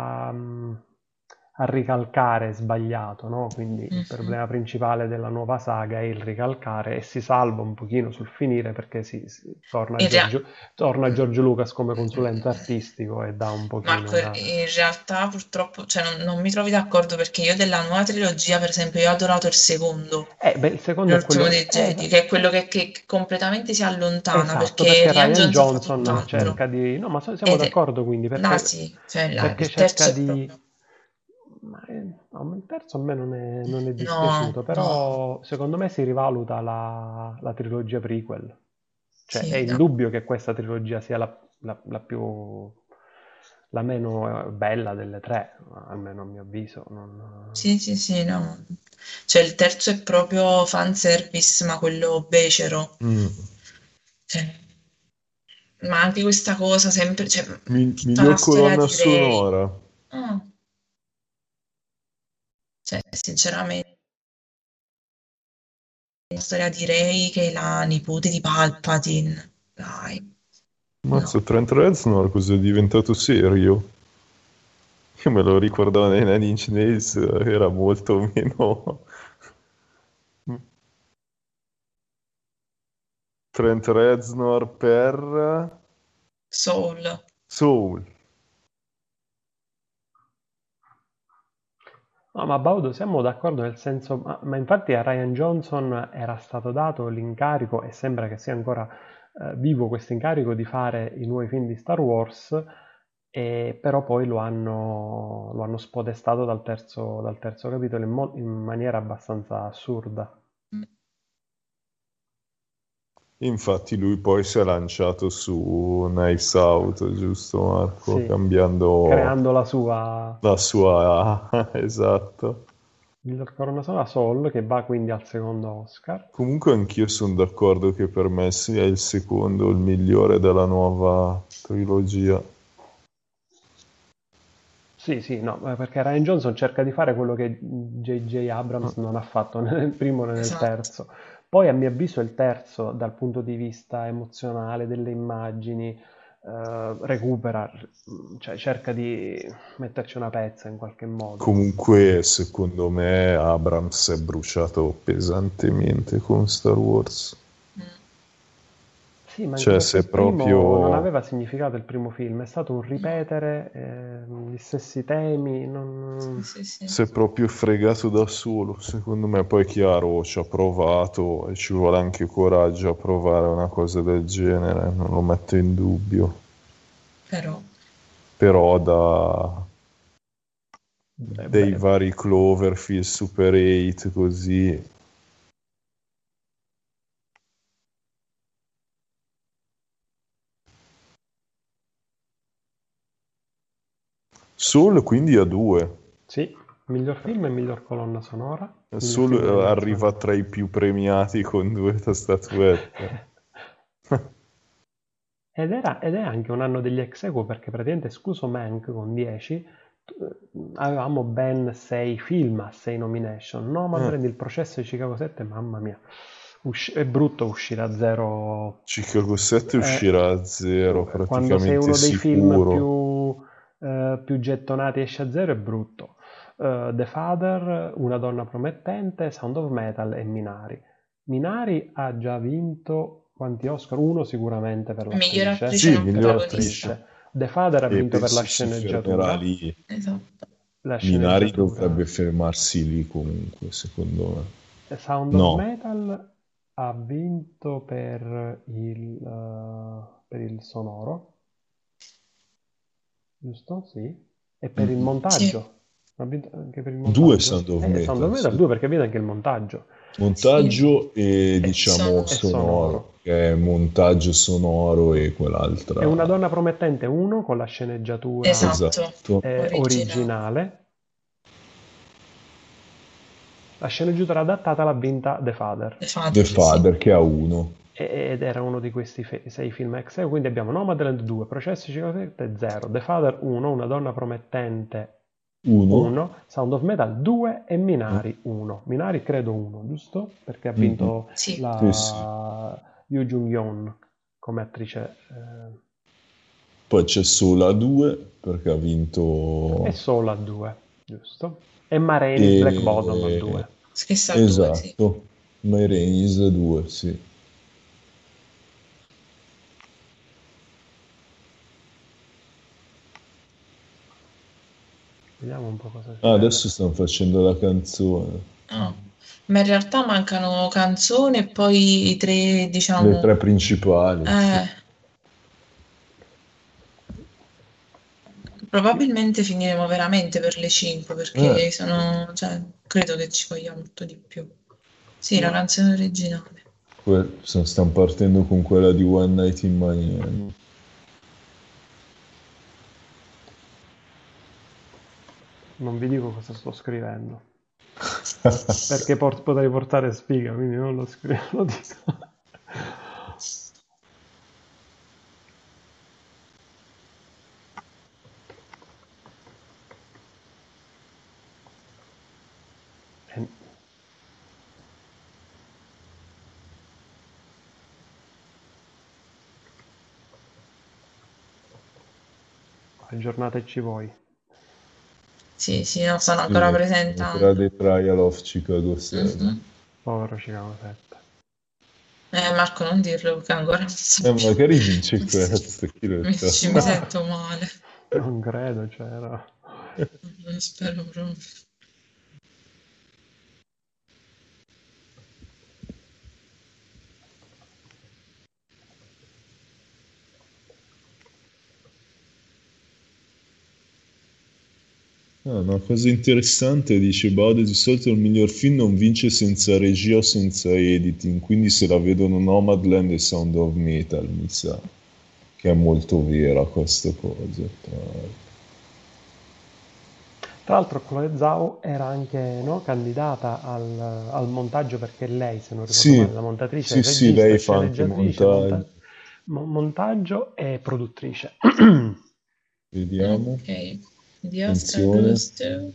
a ricalcare è sbagliato, no? Quindi il Mhm. problema principale della nuova saga è il ricalcare e si salva un pochino sul finire perché torna In rea- George Lucas come consulente artistico e dà un pochino Marco, una... in realtà purtroppo, cioè, non mi trovi d'accordo perché io della nuova trilogia, per esempio, io ho adorato il secondo, Beh, il secondo è l'ultimo quello... dei Jedi, che è quello che completamente si allontana esatto, perché perché Rian Ryan Johnson fa Johnson tutt'altro. cerca di... No, ma siamo Ed è, d'accordo quindi, là sì, cioè là, perché il cerca terzo è di... proprio... No, ma il terzo a me non è No, dispiaciuto, no, però secondo me si rivaluta la trilogia prequel. Cioè, è sì, no. indubbio che questa trilogia sia la più... la meno bella delle tre, almeno a mio avviso. Sì, sì, sì, no. Cioè il terzo è proprio fanservice, ma quello becero. Mm. Cioè, ma anche questa cosa sempre, cioè, tutta la Miglior storia colonna di Rey. sonora. Ah, cioè, sinceramente, la storia di Rey che è la nipote di Palpatine. Dai, Mazza, no. Trent Reznor cosa è diventato serio? Io me lo ricordavo nei Nine Inch Nails, era molto meno... Trent Reznor per Soul. Soul. No, ma Baudo, siamo d'accordo nel senso, ma infatti a Ryan Johnson era stato dato l'incarico e sembra che sia ancora vivo questo incarico di fare i nuovi film di Star Wars, però poi lo hanno spodestato dal terzo capitolo in maniera abbastanza assurda. Infatti lui poi si è lanciato su Knives Out, giusto Marco? Sì, Cambiando creando la sua la sua... Esatto. miglior colonna sonora Soul, che va quindi al secondo Oscar. Comunque anch'io sono d'accordo che per me sia il secondo, il migliore della nuova trilogia. Sì, sì, no, perché Ryan Johnson cerca di fare quello che J.J. Abrams non ha fatto né nel primo né nel Esatto. terzo. Poi, a mio avviso, il terzo, dal punto di vista emozionale, delle immagini, recupera, cioè cerca di metterci una pezza in qualche modo. Comunque, secondo me, Abrams è bruciato pesantemente con Star Wars. Mm. Sì, ma anche Cioè, perché se il primo non proprio... aveva significato il primo film, è stato un No. ripetere gli stessi temi. Sì, sì, sì. Si è proprio fregato da solo, secondo me. Poi è chiaro, ci ha provato e ci vuole anche coraggio a provare una cosa del genere, non lo metto in dubbio. Però. Però dei Beh, vari Cloverfield, Super 8, così... Soul quindi a due. sì, miglior film e miglior colonna sonora. Miglior Soul film di arriva animazione. tra i più premiati con due statuette. Ed è anche un anno degli ex equo perché praticamente escluso Mank con 10, avevamo ben 6 film a 6 nomination. Eh, Nomadland, Il processo di Chicago 7, mamma mia, è brutto uscire a zero. Chicago 7 eh, uscirà a zero, Quando sei praticamente uno dei film sicuro. più gettonati esce a zero è brutto. The Father, Una donna promettente, Sound of Metal e Minari. Minari ha già vinto quanti Oscar? Uno sicuramente per Miglior l'attrice. attrice Sì, non miglior protagonista. attrice. L'attrice. The Father ha E vinto per la penso si fermerà sceneggiatura. lì. Esatto. La Minari sceneggiatura. dovrebbe fermarsi lì comunque, secondo me. Sound of No, Metal ha vinto per il sonoro, giusto? Sì. E per il mm, Sì. montaggio. Ha vinto anche per il due Sound montaggio? of Sound of Metal, Metal sì. 2 perché ha vinto anche il montaggio. Sì. Montaggio e E diciamo E sono. sonoro, sonoro. che è montaggio sonoro e È Una quell'altra. donna promettente 1 con la sceneggiatura Esatto. Esatto. Originale. originale. La sceneggiatura adattata l'ha vinta The Father. The The Father, sì. Father che ha uno. Ed era uno di questi 6 film ex equo, quindi abbiamo Nomadland 2, Processi 57 0, The Father 1, Una donna promettente Uno. 1, Sound of Metal 2 e Minari 1. Minari credo 1, giusto? Perché ha Mm-mm. vinto Sì. Sì, sì. la Yoo Jung-yeon come attrice. Poi c'è Sola 2 perché ha E vinto... Soul a 2, giusto? E Ma Rainey's Black Bottom a E... 2. Stessa a due, sì. Esatto. My Rainey's 2, sì. Vediamo un po' cosa ci Ah, vede. adesso stanno facendo la canzone. No. Ma in realtà mancano canzoni e poi i tre, Le tre diciamo. principali, sì. Eh, probabilmente finiremo veramente per le 5 Eh, perché sono, cioè, credo che ci voglia molto di più. Sì, la No, canzone originale. stanno partendo con quella di One Night in Miami. non vi dico cosa sto scrivendo. Perché potrei portare sfiga, quindi non lo scrivo, lo dico. E- Aggiornateci voi. Sì, sì, no, stanno Sì, ancora tra presentando. The Trial of Chicago 7. Mhm. Povero Chicago 7. Marco, non dirlo che ancora non sappiamo. Magari vince Mi, questo, chi lo sa. mi sento male. Non credo, c'era. Non spero proprio. Ah, una cosa interessante dice Baude di solito il miglior film non vince senza regia o senza editing, quindi se la vedono Nomadland e Sound of Metal mi sa che è molto vera questa cosa. Tra l'altro Chloe Zhao era anche, no, candidata al montaggio perché lei, se non ricordo male, Sì, la montatrice, è sì, sì, regista, lei fa anche sceneggiatrice, montaggio. montaggio e produttrice. Vediamo, Ok. The Oscar attenzione. goes to...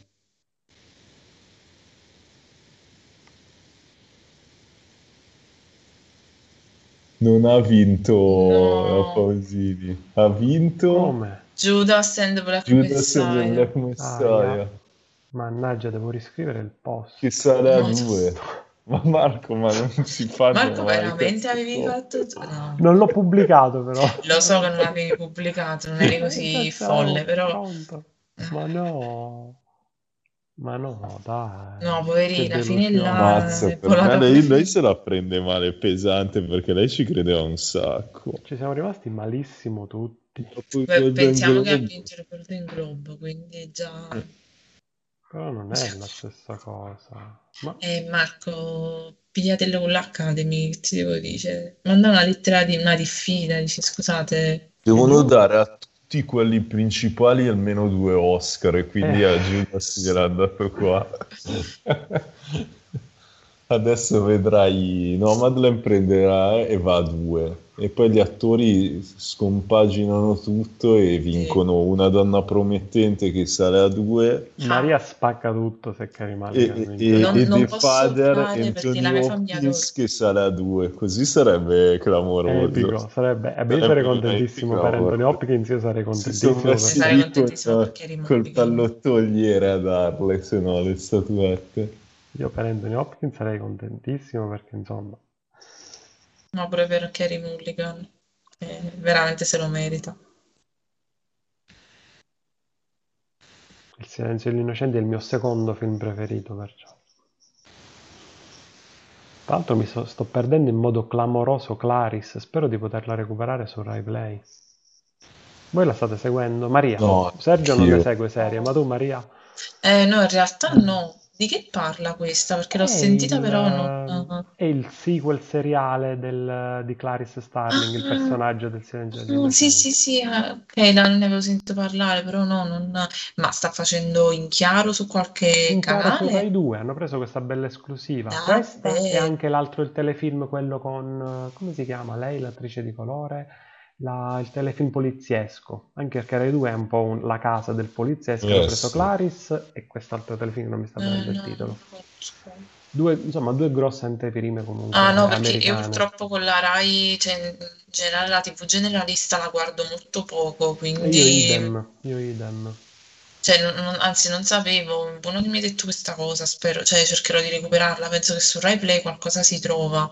Non ha vinto la No. Pausini, ha vinto Come? Judas and the Black Judas and the Messiah. Black Aia. Messiah, Mannaggia, devo riscrivere il che post. sale a No. due. Ma Marco, ma non si fanno Marco, mai veramente queste avevi cose. fatto... No. Non l'ho pubblicato però. Lo so che non l'avevi pubblicato, non eri Già così folle, ciao, però... pronto. Ma no. Ma no, No, dai. Che poverina, fine là Mazza, è per me volata lei fuori. se la prende male pesante perché lei ci credeva un sacco. Ci siamo rimasti malissimo tutti. Dopo il Beh, Golden pensiamo che ha Globe, vinto il Golden Globe, quindi già... Però non è la stessa cosa. Ma Marco, pigliatelo con l'Academy, che ti devo dire? Manda una lettera di una diffida, dice scusate. e devono giù? dare a tutti quelli principali almeno 2 Oscar e Eh, quindi a Judas gliel'ha dato qua. Adesso vedrai, no, Madeleine prenderà e va a 2 e poi gli attori scompaginano tutto e Sì. vincono Una donna promettente che sale a 2 Maria spacca tutto se Carey Mulligan e, vince e, Non, e non The questo. posso Father fare perché Anthony la mia famiglia adora. Hopkins che sale a 2, così sarebbe clamoroso. Epico, sarebbe... io sarei Sarebbe veramente contentissimo per Anthony clamoroso. Hopkins, io sarei Si sono contentissimo Ne messi perché... sarei lì contentissimo perché eri col Mulligan. pallottoliere a darle, se no, le statuette. Io per Anthony Hopkins sarei contentissimo perché, insomma, No, pure per Carey Mulligan. Veramente se lo merita. Il silenzio degli innocenti è il mio secondo film preferito, perciò. Tra l'altro sto perdendo in modo clamoroso Clarice, spero di poterla recuperare su Rai Play. Voi la state seguendo? Maria. No, Sergio non ne anch'io. segue serie, ma tu Maria? No, in realtà no. Di che parla questa? Perché l'ho sentita però non... È il sequel seriale di Clarice Starling, il Ah, personaggio del Silenzio degli sì, sì, Innocenti. sì, ok, non ne avevo sentito parlare, però no, non... Ma sta facendo in chiaro su qualche In chiaro su Rai canale? 2, hanno preso questa bella esclusiva. Questa e Davvero? anche l'altro, il telefilm, quello con... come si chiama? Lei, l'attrice di colore? Il telefilm poliziesco. Anche perché Rai 2 è un po' la casa del poliziesco. Hanno preso Sì. Clarice e quest'altro telefilm non mi sta venendo il No, non titolo. conosco. Insomma, due grosse anteprime Ah comunque no, perché io americane. purtroppo con la Rai, cioè in generale la TV generalista la guardo molto poco, E io quindi... idem, io idem. Cioè, anzi, non sapevo, buono che mi hai detto questa cosa, spero, cioè cercherò di recuperarla, penso che su Rai Play qualcosa si trova,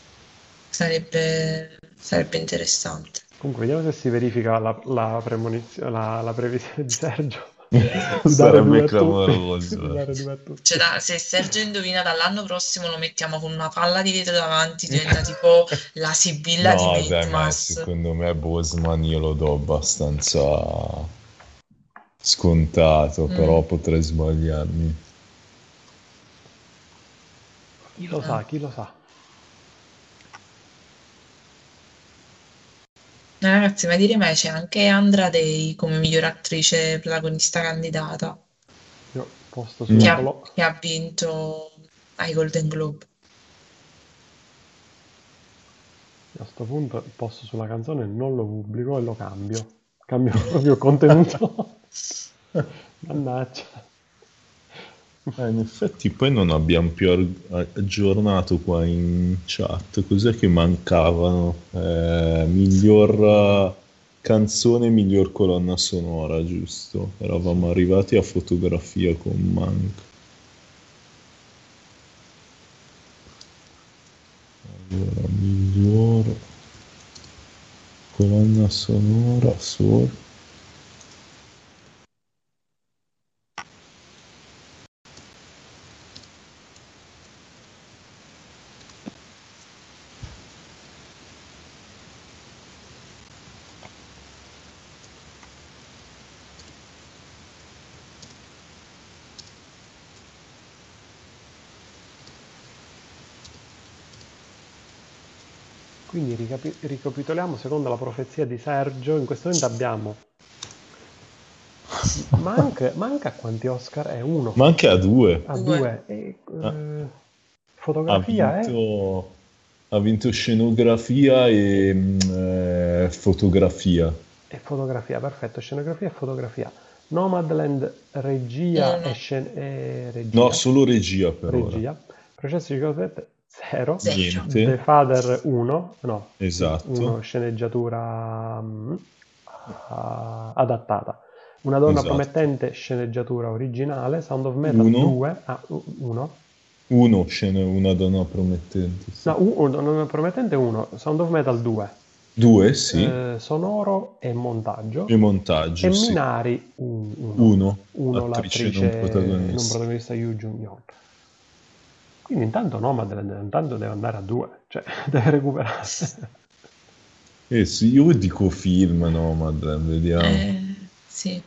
sarebbe interessante. Comunque, vediamo se si verifica la previsione di Sergio di dare Sarebbe due a tutti. Di clamoroso. dare due a tutti. Cioè, se Sergio indovina dall'anno prossimo lo mettiamo con una palla di vetro davanti, diventa tipo la Sibilla di No, dai, ma Vidmas. secondo me Bosman io lo do abbastanza scontato, però Mm, potrei sbagliarmi. Chi lo no. sa, chi lo sa. Ragazzi, ma dire mai c'è anche Andra Day come miglior attrice protagonista candidata, Io posto che Mm. ha, sulla che ha vinto ai Golden Globe. A sto punto il post sulla canzone non lo pubblico e lo cambio. Cambio proprio contenuto. Mannaggia. In effetti poi non abbiamo più aggiornato qua in chat. Cos'è che mancavano? Miglior canzone miglior colonna sonora, giusto? Eravamo arrivati a fotografia con Mank. Allora, miglior colonna sonora su... Quindi ricapitoliamo secondo la profezia di Sergio. In questo momento abbiamo manca quanti Oscar? È uno. Ma anche a due. A Due. due. E, Ha fotografia è ha vinto scenografia e fotografia. fotografia, perfetto. Scenografia e fotografia. Nomadland, regia Uno. e No, regia. solo regia per ora. Regia. Processo di Cosette 0. Zero. Niente. The Father 1. No, sì, Esatto. 1 sceneggiatura adattata. Una donna Esatto. promettente, sceneggiatura originale. Sound of Metal Uno. 2. 1. Una donna promettente. Sì. No, non promettente 1. Sound of Metal 2. Due, sì. Sonoro e montaggio. E montaggio, E sì. Minari 1. Uno, attrice non L'attrice non protagonista. protagonista Yoo Jung-yeon. Quindi intanto Nomadland intanto deve andare a 2, cioè deve recuperare. Sì, io dico film, no, ma vediamo. Sì.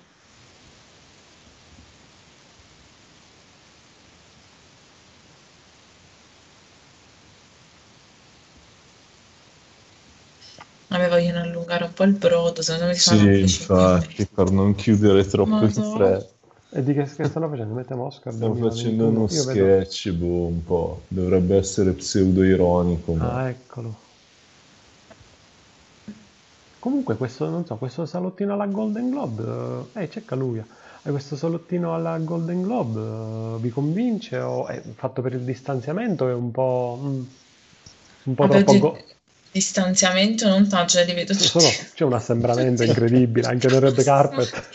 A me vogliono allungare un po' il brodo, secondo me si fanno Sì, anche 5 infatti, minuti. per non chiudere troppo in Madonna. fretta. E di che stanno facendo? Mettiamo Oscar Stiamo facendo 2021. uno Io vedo... sketch, un po'. Dovrebbe essere pseudo-ironico, ma... Ah, eccolo. Comunque questo, non so, questo salottino alla Golden Globe, c'è Caluia. Questo salottino alla Golden Globe vi convince o è fatto per il distanziamento? È un po' Vabbè, troppo... distanziamento non tanto, cioè li vedo tutti. C'è un assembramento incredibile, anche nel red carpet.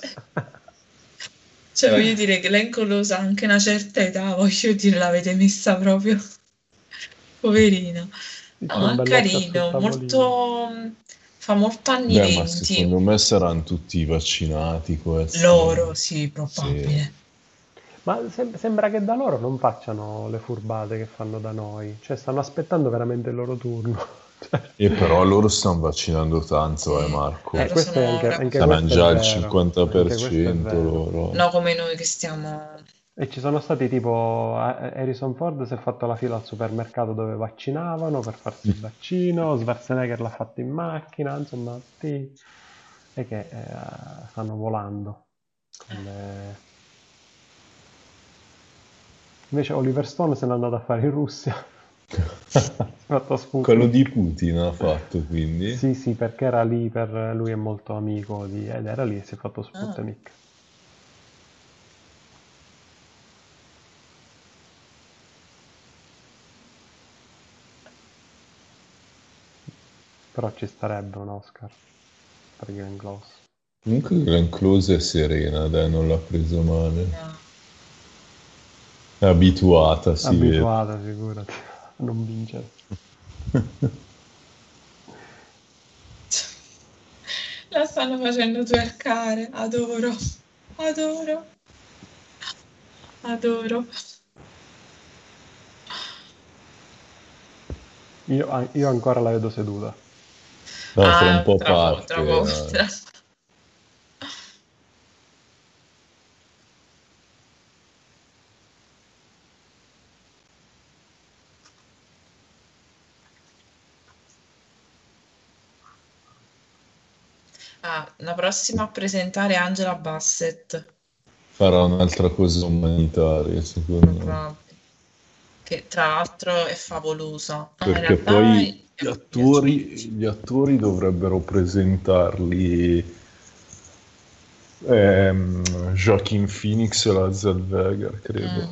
Cioè, voglio dire che Glenn Close ha anche una certa età, voglio dire, l'avete messa proprio poverina. C'è No, un è bel Oscar sul carino, tavolino. fa molto anni Beh, ma 20. secondo me saranno tutti vaccinati questi. Loro, sì, Sì. probabile. Ma sembra che da loro non facciano le furbate che fanno da noi, cioè stanno aspettando veramente il loro turno. E però loro stanno vaccinando tanto, Sì. Marco. Loro Questo è sono anche Saranno questo è già il vero, anche questo è 50% vero. loro. No, come noi che stiamo... E ci sono stati tipo Harrison Ford si è fatto la fila al supermercato dove vaccinavano per farsi il vaccino, Schwarzenegger l'ha fatto in macchina, insomma, tutti e che stanno volando. Invece Oliver Stone se n'è andato a fare in Russia. Si è fatto Sputnik. Quello di Putin ha fatto, quindi? Sì, sì, perché era lì lui è molto amico ed era lì e si è fatto Sputnik. Però ci starebbe un Oscar per Glenn Close. Comunque Glenn Close è serena, dai, non l'ha preso male. No. È abituata, si vede. Abituata, figurati, a non vincere. La stanno facendo twerkare, adoro, adoro, adoro. Io ancora la vedo seduta. No, tra un po' Tra parte. poco. La prossima a presentare è Angela Bassett, Farà un'altra cosa umanitaria, secondo me. proprio, che tra l'altro è favolosa. No, in Perché realtà poi mi piace. gli attori dovrebbero presentarli Joaquin Phoenix e la Zellweger, credo.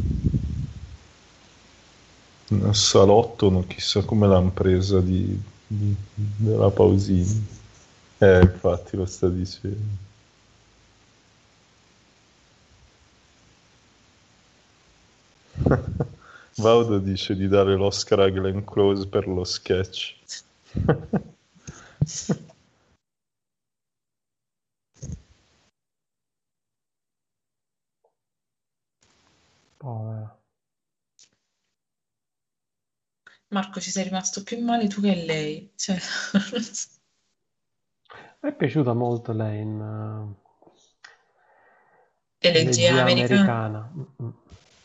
Nel salotto, non chissà come l'hanno presa di della Pausini. Infatti lo sta dicendo. Baudo dice di dare l'Oscar a Glenn Close per lo sketch. Povera. Marco, ci sei rimasto più male tu che lei. Cioè, Mi è piaciuta molto lei in elegia Elegia americana. americana. Mm.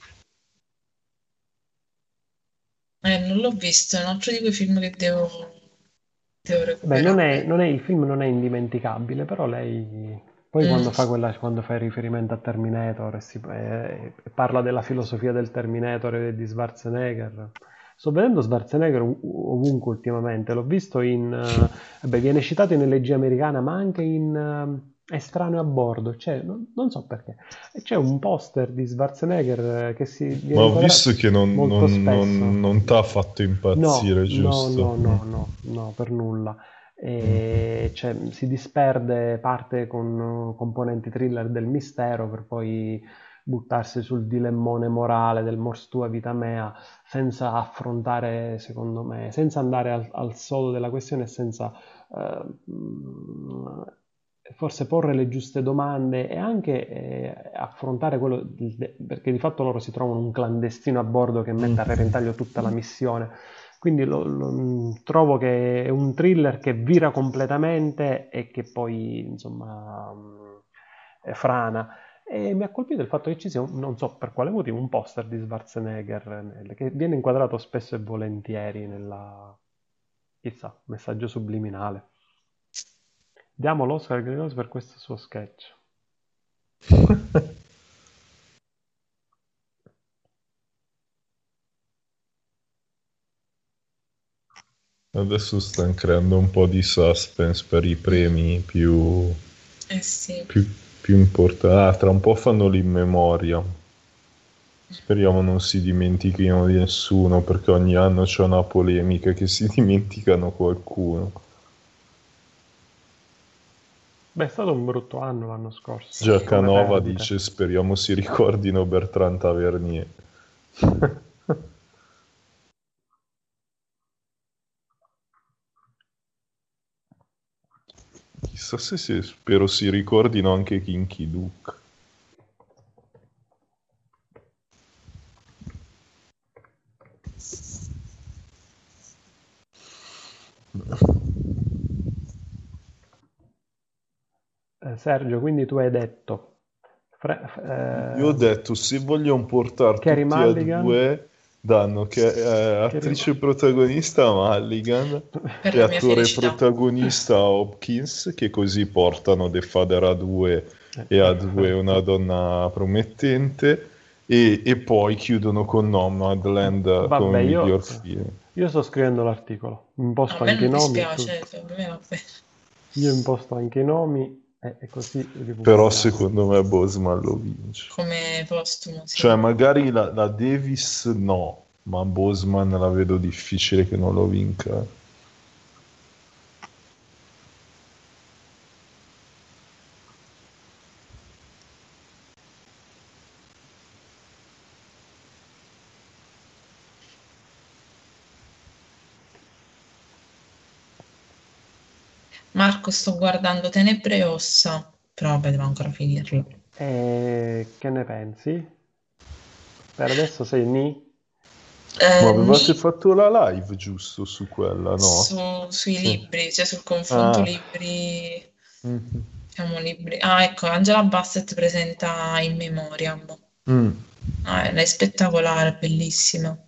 Non l'ho visto, è un altro di quei film che devo Beh, recuperare. il film non è indimenticabile, però lei, poi Mm. quando fa il riferimento a Terminator e parla della filosofia del Terminator e di Schwarzenegger. Sto vedendo Schwarzenegger ovunque ultimamente, l'ho visto viene citato in Elegia americana, ma anche in Estraneo a bordo, cioè, non so perché. E c'è un poster di Schwarzenegger che Ma viene ho inquadrato visto che molto spesso. non t'ha fatto No, impazzire, no, giusto? no, no, no, no, per nulla. E cioè, si disperde, parte con componenti thriller del mistero per poi buttarsi sul dilemmone morale del mors tua vita mea, senza affrontare, secondo me, senza andare al sodo della questione e senza eh, mh, forse porre le giuste domande e anche affrontare perché di fatto loro si trovano un clandestino a bordo che mette a repentaglio tutta la missione. Quindi trovo che è un thriller che vira completamente e che poi, insomma, frana. E mi ha colpito il fatto che ci sia, non so per quale motivo, un poster di Schwarzenegger che viene inquadrato spesso e volentieri nella, chissà, messaggio subliminale. Diamo l'Oscar a Glenn Close per questo suo sketch. Adesso stanno creando un po' di suspense per i premi Eh sì. più, più importanti. Ah, tra un po' fanno l'in memoria. Speriamo non si dimentichino di nessuno, perché ogni anno c'è una polemica che si dimenticano qualcuno. Beh, è stato un brutto anno l'anno scorso, come Giacanova perdite. dice speriamo si ricordino Bertrand Tavernier. Chissà spero si ricordino anche Kinky Duke. Sergio, quindi tu hai detto Io ho detto, se vogliono portare Carey tutti a Mulligan, due, danno che Carey- attrice protagonista Mulligan Per e la mia attore felicità. protagonista Hopkins, che così portano The Father a due e a due una perfetto. donna promettente, e poi chiudono con Nomadland come Vabbè, miglior film. io sto scrivendo l'articolo, A imposto me anche i non nomi, dispiace, cioè, per me va bene. io imposto anche i nomi e così li Però pubblichiamo. secondo me Bosman lo vince. Come postumo, Cioè, sì. magari la Davis no, ma Bosman la vedo difficile che non lo vinca. Marco, sto guardando Tenebre e Ossa, però vabbè, devo ancora finirlo. E che ne pensi? Per adesso sei ni? Ma Ni avevate fatto la live giusto su quella, no? sui Sì. libri, cioè sul confronto Ah. libri, Mhm. diciamo libri. Ah, ecco, Angela Bassett presenta In Memoriam. Mm. Ah, è spettacolare, bellissima.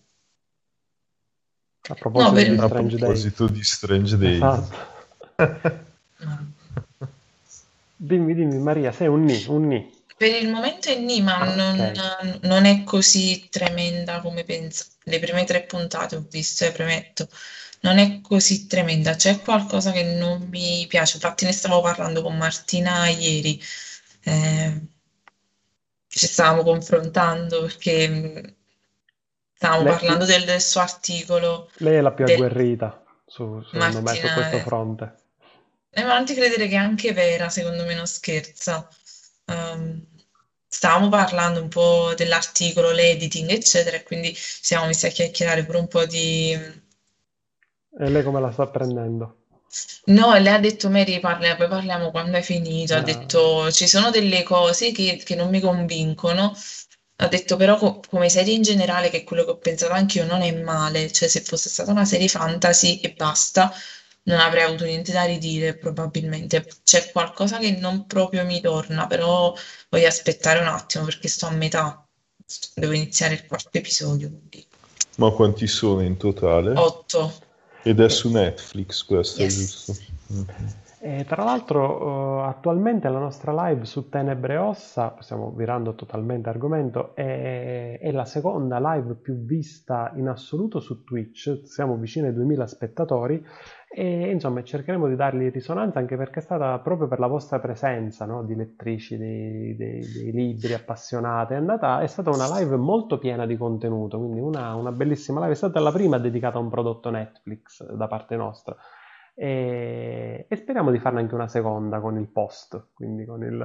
A No, proposito di A Strange Days. proposito di Strange Days. Esatto. no. Dimmi, Maria, sei un ni. Per il momento è nì, ma Ah, ok. non è così tremenda come penso. Le prime tre puntate ho visto, premetto, non è così tremenda. C'è qualcosa che non mi piace. Infatti, ne stavo parlando con Martina ieri. eh, Ci stavamo confrontando perché stavamo Lei, parlando del suo articolo. lei è la più del- agguerrita. secondo me, su Martina, questo fronte. ma non ti credere che è anche vera, secondo me non scherza. Ehm, Stavamo parlando un po' dell'articolo, l'editing, eccetera, e quindi siamo messi a chiacchierare pure un po' di... E lei come la sta prendendo? No, e lei ha detto, Mary, poi parliamo quando hai finito. Ha Ah, detto, ci sono delle cose che non mi convincono. Ha detto, però, come serie in generale, che è quello che ho pensato anch'io, non è male. Cioè, se fosse stata una serie fantasy e basta, non avrei avuto niente da ridire, probabilmente. C'è qualcosa che non proprio mi torna, però voglio aspettare un attimo perché sto a metà. Devo iniziare il quarto episodio, quindi. Ma quanti sono in totale? 8. Ed è e- su Netflix questa, giusto? Yes. Mhm. E tra l'altro, attualmente la nostra live su Tenebre e Ossa, stiamo virando totalmente argomento, è la seconda live più vista in assoluto su Twitch, siamo vicini ai 2000 spettatori e insomma cercheremo di dargli risonanza anche perché è stata proprio per la vostra presenza, no, di lettrici dei libri appassionate, è stata una live molto piena di contenuto, quindi una bellissima live, è stata la prima dedicata a un prodotto Netflix da parte nostra. E speriamo di farne anche una seconda con il post, quindi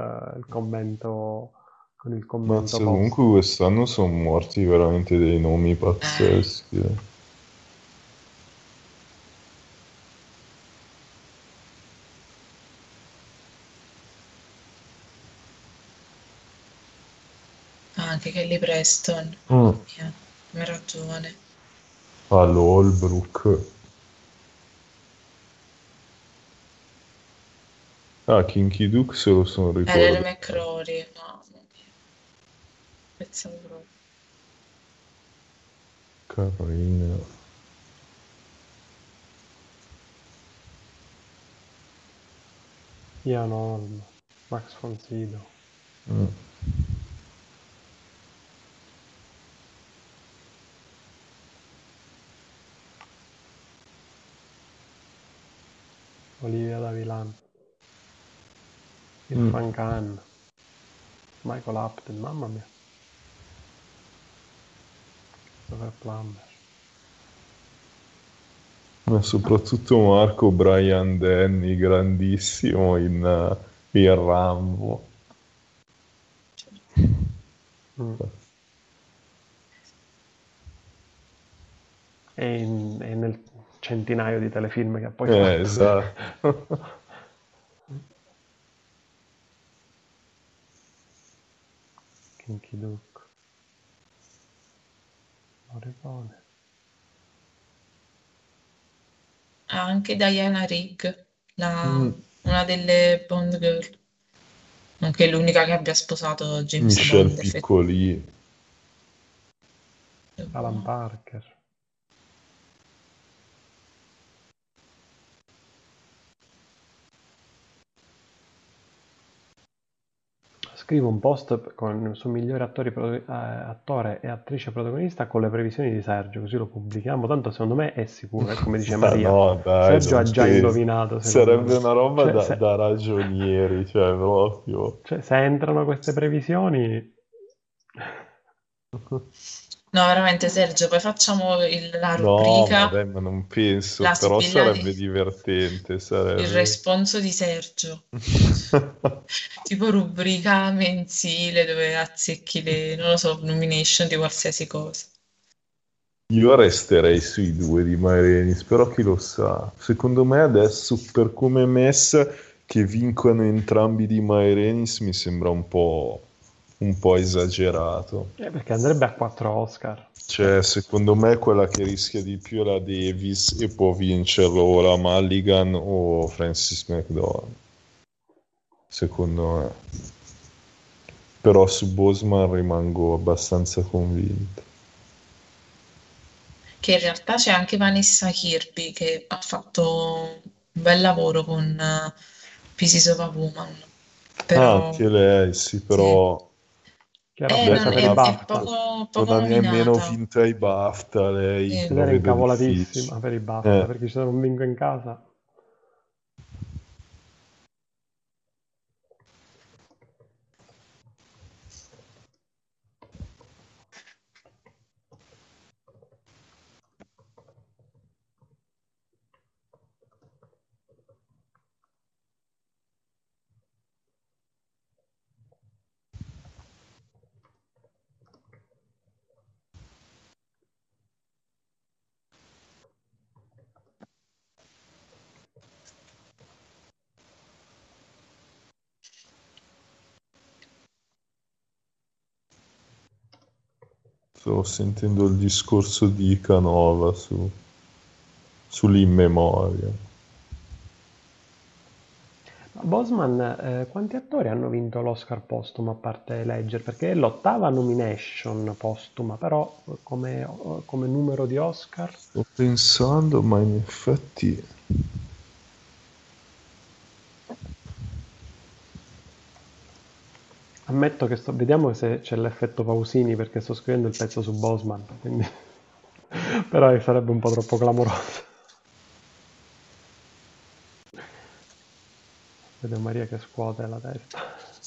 con il commento Mazza, post. comunque quest'anno sono morti veramente dei nomi Eh. pazzeschi. Anche Kelly Preston, mamma Mm. mia, come ragione. All'Holbrook. Ah, Kinky Duke se lo sono Lele ricordato. McCrory, mamma mia, pensavo proprio. Carina. Ian Holm, Max von Sydow. Mm. Olivia Davilan, Mm. Irfan Khan, Michael Apted, mamma mia, Christopher Plummer. Ma soprattutto Marco Brian Denny, grandissimo in Rambo. Mm. E nel centinaio di telefilm che ha poi fatto. Esatto. Kinky Duke, Morricone. Ah, anche Diana Rigg, Mm. una delle Bond Girl, nonché l'unica che abbia sposato James Michel Bond, Piccoli. Alan effettivamente. Parker. Scrivo un post su migliore attore e attrice protagonista con le previsioni di Sergio, così lo pubblichiamo. Tanto secondo me è sicuro, è come dice Ma Maria. no, dai, Sergio non ha già penso. indovinato, secondo Sarebbe me. una roba Cioè, da ragionieri, cioè proprio. se entrano queste previsioni, No, veramente Sergio, poi facciamo la No, ma rubrica dai, ma non penso, La però sveglia di... sarebbe divertente, il sarebbe. responso di Sergio. Tipo rubrica mensile dove azzecchi le, non lo so, nomination di qualsiasi cosa. Io resterei sui due di Maerenis, però chi lo sa. Secondo me adesso, per come è messa, che vincono entrambi di Maerenis mi sembra un po' esagerato. perché andrebbe a 4 Oscar. Cioè, secondo me quella che rischia di più è la Davis e può vincerlo o la Mulligan o Francis McDormand, secondo me. Però su Boseman rimango abbastanza convinto. Che in realtà c'è anche Vanessa Kirby che ha fatto un bel lavoro con Pieces of a Woman. Ah, Però anche lei, sì, sì. però Che era presa per i È BAFTA. poco non ha nemmeno nominata. vinto i BAFTA, lei Sì. Ed lo era vedo difficile. incavolatissima per i BAFTA, Eh. perché ci sono un bingo in casa. Sto sentendo il discorso di Canova sull'immemoria. Bosman, quanti attori hanno vinto l'Oscar postumo a parte Ledger? Perché è l'ottava nomination postuma, però come numero di Oscar. Sto pensando, ma in effetti Ammetto che vediamo se c'è l'effetto Pausini perché sto scrivendo il pezzo su Bosman, quindi però sarebbe un po' troppo clamoroso. Vedo Maria che scuote la testa.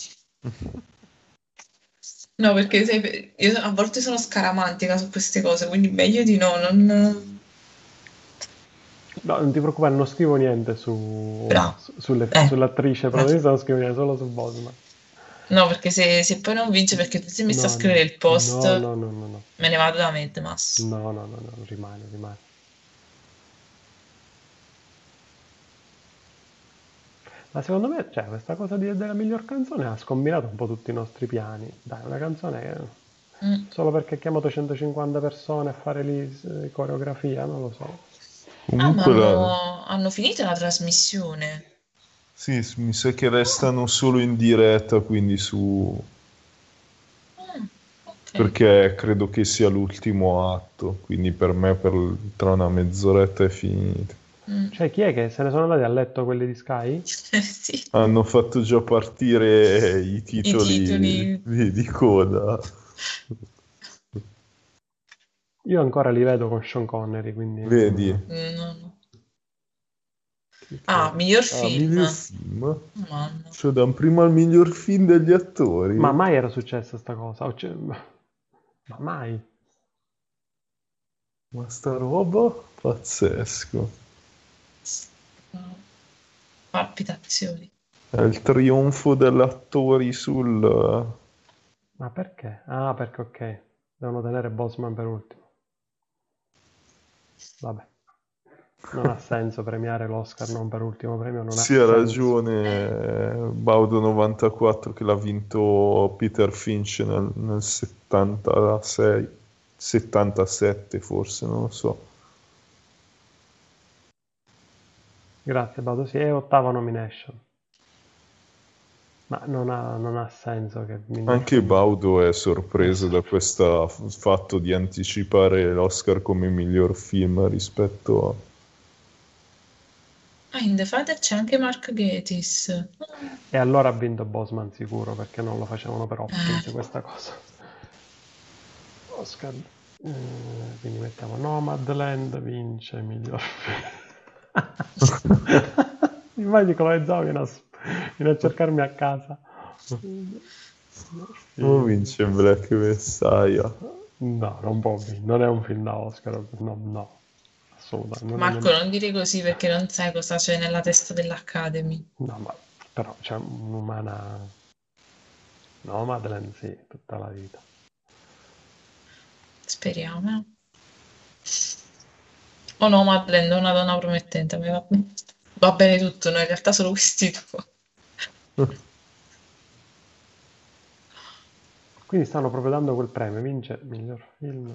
No, perché io a volte sono scaramantica su queste cose, quindi meglio di no, non... No, non ti preoccupare, non scrivo niente Bravo. sull'attrice Bravo. protagonista, non scrivo niente, solo su Bosman. No, perché se poi non vince, perché tu sei messo a No, scrivere il post, no, no, no, no, no, me ne vado da Madmas. no, no, no, no, rimane. Ma secondo me, cioè, questa cosa della miglior canzone ha scombinato un po' tutti i nostri piani. Dai, una canzone che solo perché ha chiamato 150 persone a fare lì coreografia, non lo so. Ah, ma comunque hanno finito la trasmissione. sì, mi sa che restano solo in diretta, quindi Ah, ok. perché credo che sia l'ultimo atto, quindi per me tra una mezz'oretta è finito. Cioè, chi è che se ne sono andati a letto quelli di Sky? Sì, Hanno fatto già partire i i titoli titoli. di coda. Io ancora li vedo con Sean Connery, quindi Vedi? No, no. Che Ah, miglior film. miglior film? Mamma. Cioè, da prima al miglior film degli Ma attori? mai era successa sta cosa? Ma mai? Ma sta roba? Pazzesco. Palpitazioni. È il trionfo degli attori Ma perché? Ah, perché ok. Devono tenere Bosman per ultimo. Vabbè. Non ha senso premiare l'Oscar non per ultimo premio, non ha Sì, ha senso. ragione Baudo 94 che l'ha vinto Peter Finch nel 76, 77 forse, non lo so. Grazie, Bado. Sì, è ottava nomination. Ma non ha senso che il miglior Anche film. Baudo è sorpreso da Esatto. questo fatto di anticipare l'Oscar come miglior film rispetto a... Ah, in The Father c'è anche Mark Gatiss. E allora ha vinto Bosman sicuro perché non lo facevano per Eh, Hopkins questa cosa. Oscar. Quindi mettiamo Nomadland vince miglior film. Immagini come Zhao viene a cercarmi a casa. Miglior Non film. vince Black Messiah. No, non può vincere, non è un film da Oscar, no, no, assolutamente, non è Marco, non dire così perché non sai cosa c'è nella testa dell'Academy. no, ma però c'è un'umana. No, Madeleine sì, tutta la vita. Speriamo. Oh no, Madeleine è una donna promettente. Va bene tutto, no, in realtà solo questi due. Quindi stanno proprio dando quel premio, vince miglior film.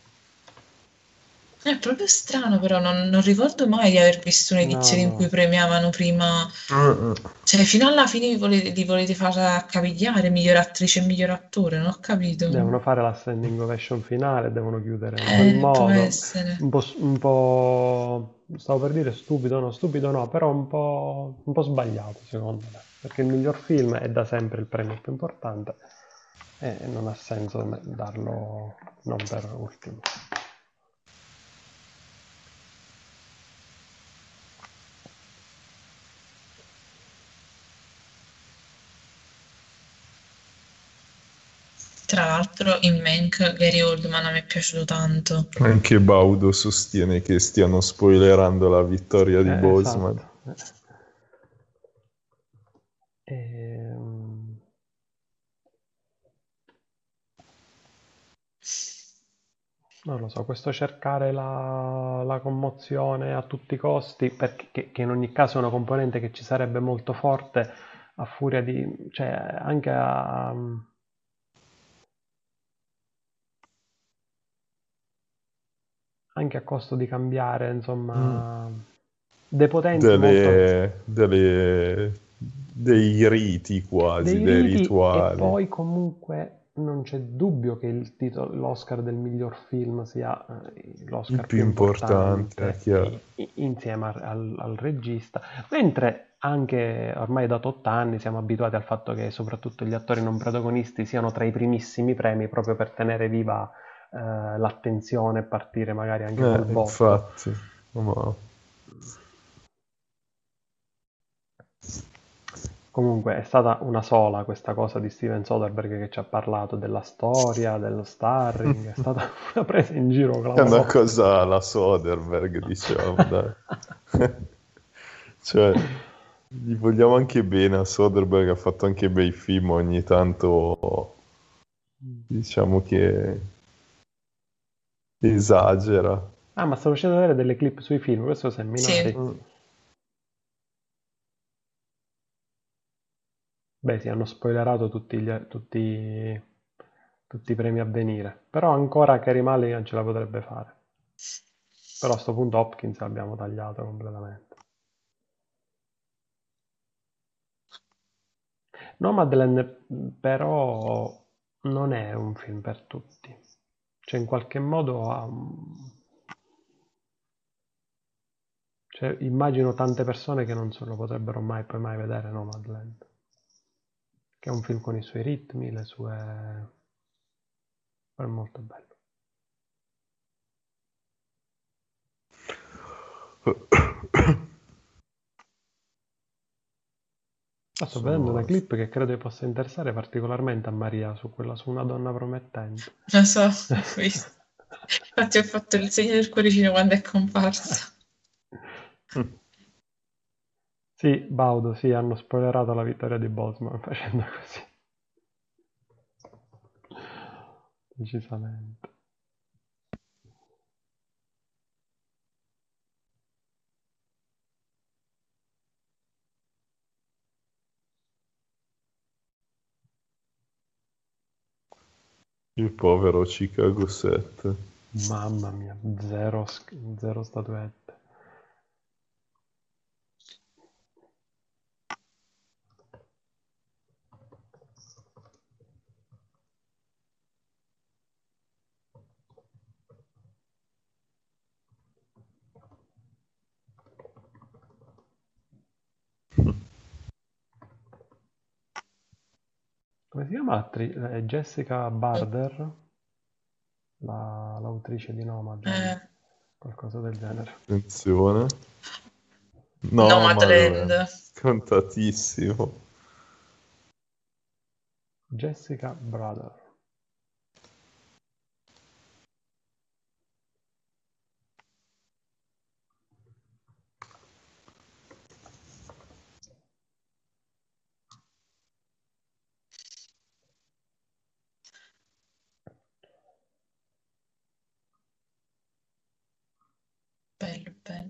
È proprio strano, però non ricordo mai di aver visto No, un'edizione in cui no, premiavano prima. Cioè, fino alla fine li volete far accapigliare miglior attrice e miglior attore, non ho capito. devono fare la standing ovation finale, devono chiudere in quel Può modo. essere. Un po', stavo per dire stupido no, però un po' sbagliato secondo me, perché il miglior film è da sempre il premio più importante e non ha senso darlo non per ultimo. Tra l'altro in Mank Gary Oldman a me è piaciuto tanto. Anche Baudo sostiene che stiano spoilerando la vittoria di Boseman. Esatto. Ehm, Non lo so, questo cercare la commozione a tutti i costi, perché che in ogni caso è una componente che ci sarebbe molto forte a furia di, cioè anche anche a costo di cambiare, Mm. insomma, depotenzi molto Dei riti quasi, dei dei riti, e rituali. poi comunque non c'è dubbio che l'Oscar del miglior film sia Il l'Oscar più più importante, è importante chiaro. insieme al regista, mentre anche ormai da 8 anni siamo abituati al fatto che soprattutto gli attori non protagonisti siano tra i primissimi premi proprio per tenere viva l'attenzione e partire magari anche col botto. Infatti, ma Comunque è stata una sola questa cosa di Steven Soderbergh che ci ha parlato della storia, dello starring, è stata una presa in giro è una clamorosa. cosa alla Soderbergh, diciamo, dai. Cioè, gli vogliamo anche bene a Soderbergh, ha fatto anche bei film ogni tanto, diciamo che esagera. Ah, ma stavo facendo vedere delle clip sui film, questo Sì. Seminari. Mm. Beh, sì, hanno spoilerato tutti i premi a venire, però ancora Carey Mulligan ce la potrebbe fare. Però a sto punto Hopkins l'abbiamo tagliato completamente. Nomadland però non è un film per tutti. Cioè in qualche modo cioè, immagino tante persone che non se lo potrebbero mai poi mai vedere Nomadland, che è un film con i suoi ritmi, le sue... è molto bello. Sto vedendo una Sono... clip che credo possa interessare particolarmente a Maria su quella su una donna promettente. Lo so, ho visto. Infatti ho fatto il segno del cuoricino quando è comparsa. Sì, Baudo, sì, hanno spoilerato la vittoria di Bosman facendo così. Decisamente. Il povero Chicago 7. Mamma mia, zero statuette. Come si chiama l'attrice? Jessica Barder, l'autrice di Eh, Nomadland, qualcosa del genere. Attenzione. No, Nomadland. Madland, scontatissimo. Jessica Brother. Bello, bello.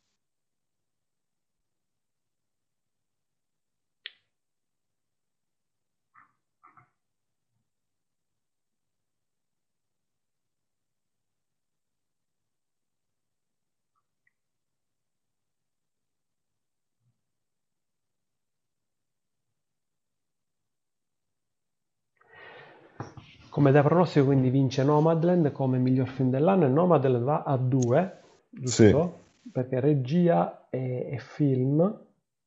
Come da pronostico quindi vince Nomadland come miglior film dell'anno e Nomadland va a 2, Sì, giusto? Perché regia e film.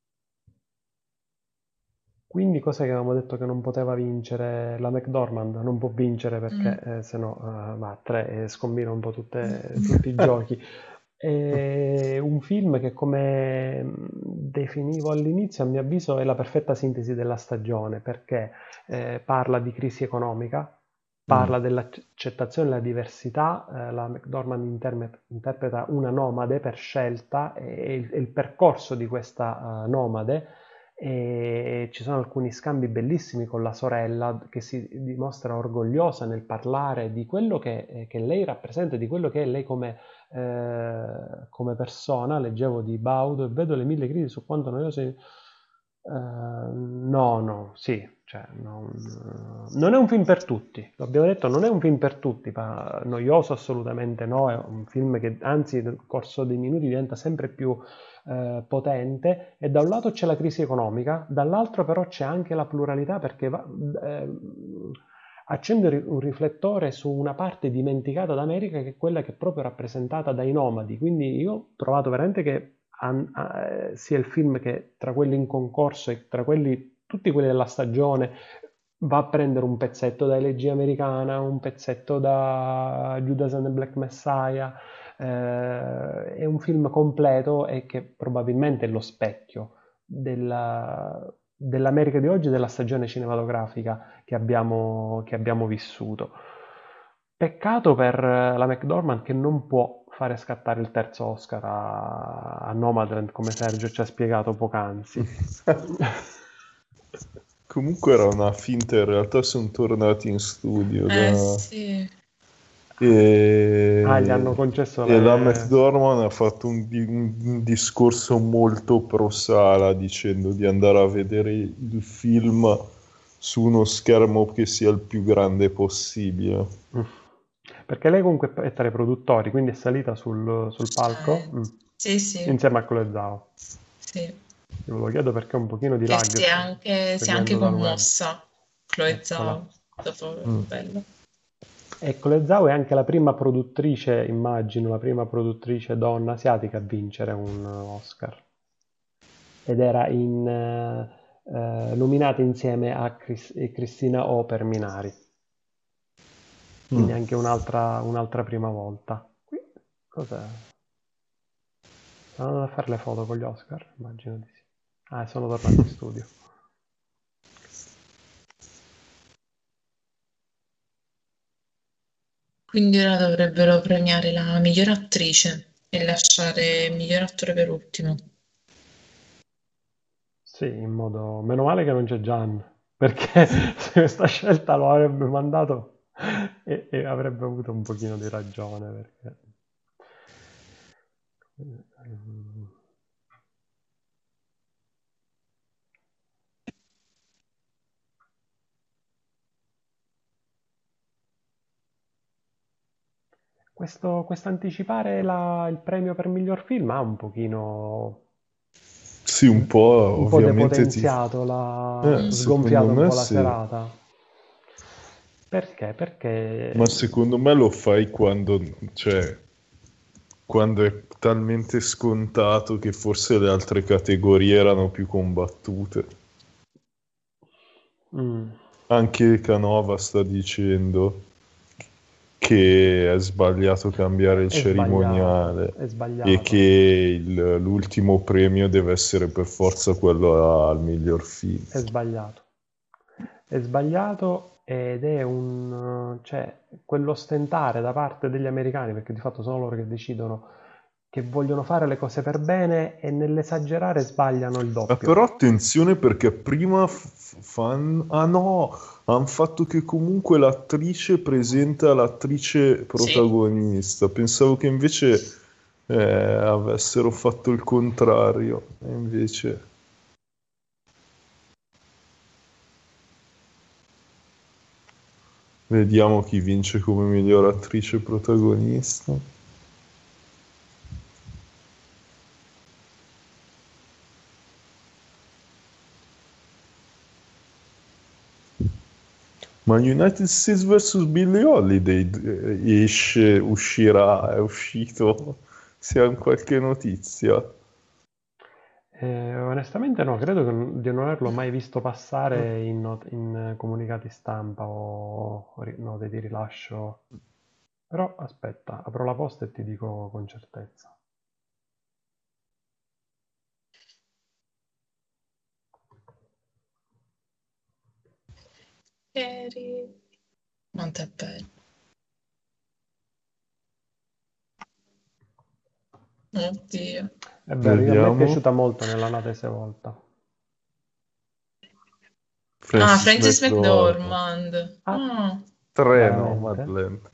Quindi cos'è che avevamo detto che non poteva vincere la McDormand? Non può vincere perché Mm. se no va a 3 e scombina un po' tutti i giochi. È un film che come definivo all'inizio, a mio avviso, è la perfetta sintesi della stagione perché parla di crisi economica, Mm. parla dell'accettazione della diversità. La McDormand interpreta una nomade per scelta e il percorso di questa nomade, e ci sono alcuni scambi bellissimi con la sorella che si dimostra orgogliosa nel parlare di quello che lei rappresenta, di quello che è lei come persona. Leggevo di Baudo e vedo le mille critiche su quanto noioso. No, no, sì, Cioè, non è un film per tutti, lo abbiamo detto, non è un film per tutti, ma noioso assolutamente no, è un film che anzi nel corso dei minuti diventa sempre più potente, e da un lato c'è la crisi economica, dall'altro però c'è anche la pluralità, perché accende un riflettore su una parte dimenticata d'America, che è quella che è proprio rappresentata dai nomadi. Quindi io ho trovato veramente che sia il film che tra quelli in concorso e tra tutti quelli della stagione va a prendere un pezzetto da Elegia Americana, un pezzetto da Judas and the Black Messiah. È un film completo e che probabilmente è lo specchio dell'America di oggi e della stagione cinematografica che abbiamo vissuto. Peccato per la McDormand, che non può fare scattare il terzo Oscar a Nomadland, come Sergio ci ha spiegato poc'anzi. Comunque era una finta, in realtà sono tornati in studio Sì. e gli hanno concesso la McDormand ha fatto un discorso molto pro sala, dicendo di andare a vedere il film su uno schermo che sia il più grande possibile. Perché lei comunque è tra i produttori, quindi è salita sul palco Sì. insieme a Chloe Zhao. Sì. Io ve lo chiedo perché ho un pochino di Che lag si è anche seguendo dal web. commossa Chloe Eccola. Zhao dopo bello. E Chloe Zhao è anche la prima produttrice, immagino, la prima produttrice donna asiatica a vincere un Oscar. Ed era nominata insieme a Christina Oh per Minari. Quindi anche un'altra prima volta. Qui cos'è? Stanno andando a fare le foto con gli Oscar? Immagino di sì. Sono tornati in studio. Quindi ora dovrebbero premiare la miglior attrice e lasciare il miglior attore per ultimo. Sì, in modo... Meno male che non c'è Gian, perché se questa scelta lo avrebbe mandato e avrebbe avuto un pochino di ragione, perché... Questo anticipare il premio per miglior film ha un pochino... Sì, un po' un po' ovviamente depotenziato, secondo sgonfiato un me po' la sì. serata. Perché? Perché... Ma secondo me lo fai quando è talmente scontato che forse le altre categorie erano più combattute. Anche Canova sta dicendo che è sbagliato cambiare il cerimoniale è sbagliato. e che l'ultimo premio deve essere per forza quello al miglior film. È sbagliato ed è cioè, quello stentare da parte degli americani, perché di fatto sono loro che decidono, che vogliono fare le cose per bene e nell'esagerare sbagliano il doppio. Però attenzione, perché prima hanno fatto che comunque l'attrice presenta l'attrice protagonista. Pensavo che invece avessero fatto il contrario, e invece... Vediamo chi vince come miglior attrice protagonista. Ma United States vs. Billie Holiday uscirà, è uscito, si ha qualche notizia? Onestamente no, credo di non averlo mai visto passare in comunicati stampa o note di rilascio. Però aspetta, apro la posta e ti dico con certezza. Quanto è bello. Oddio. È vero, a me è Vediamo. piaciuta molto nella nata volta. Frances McDormand. Treno, Madeleine.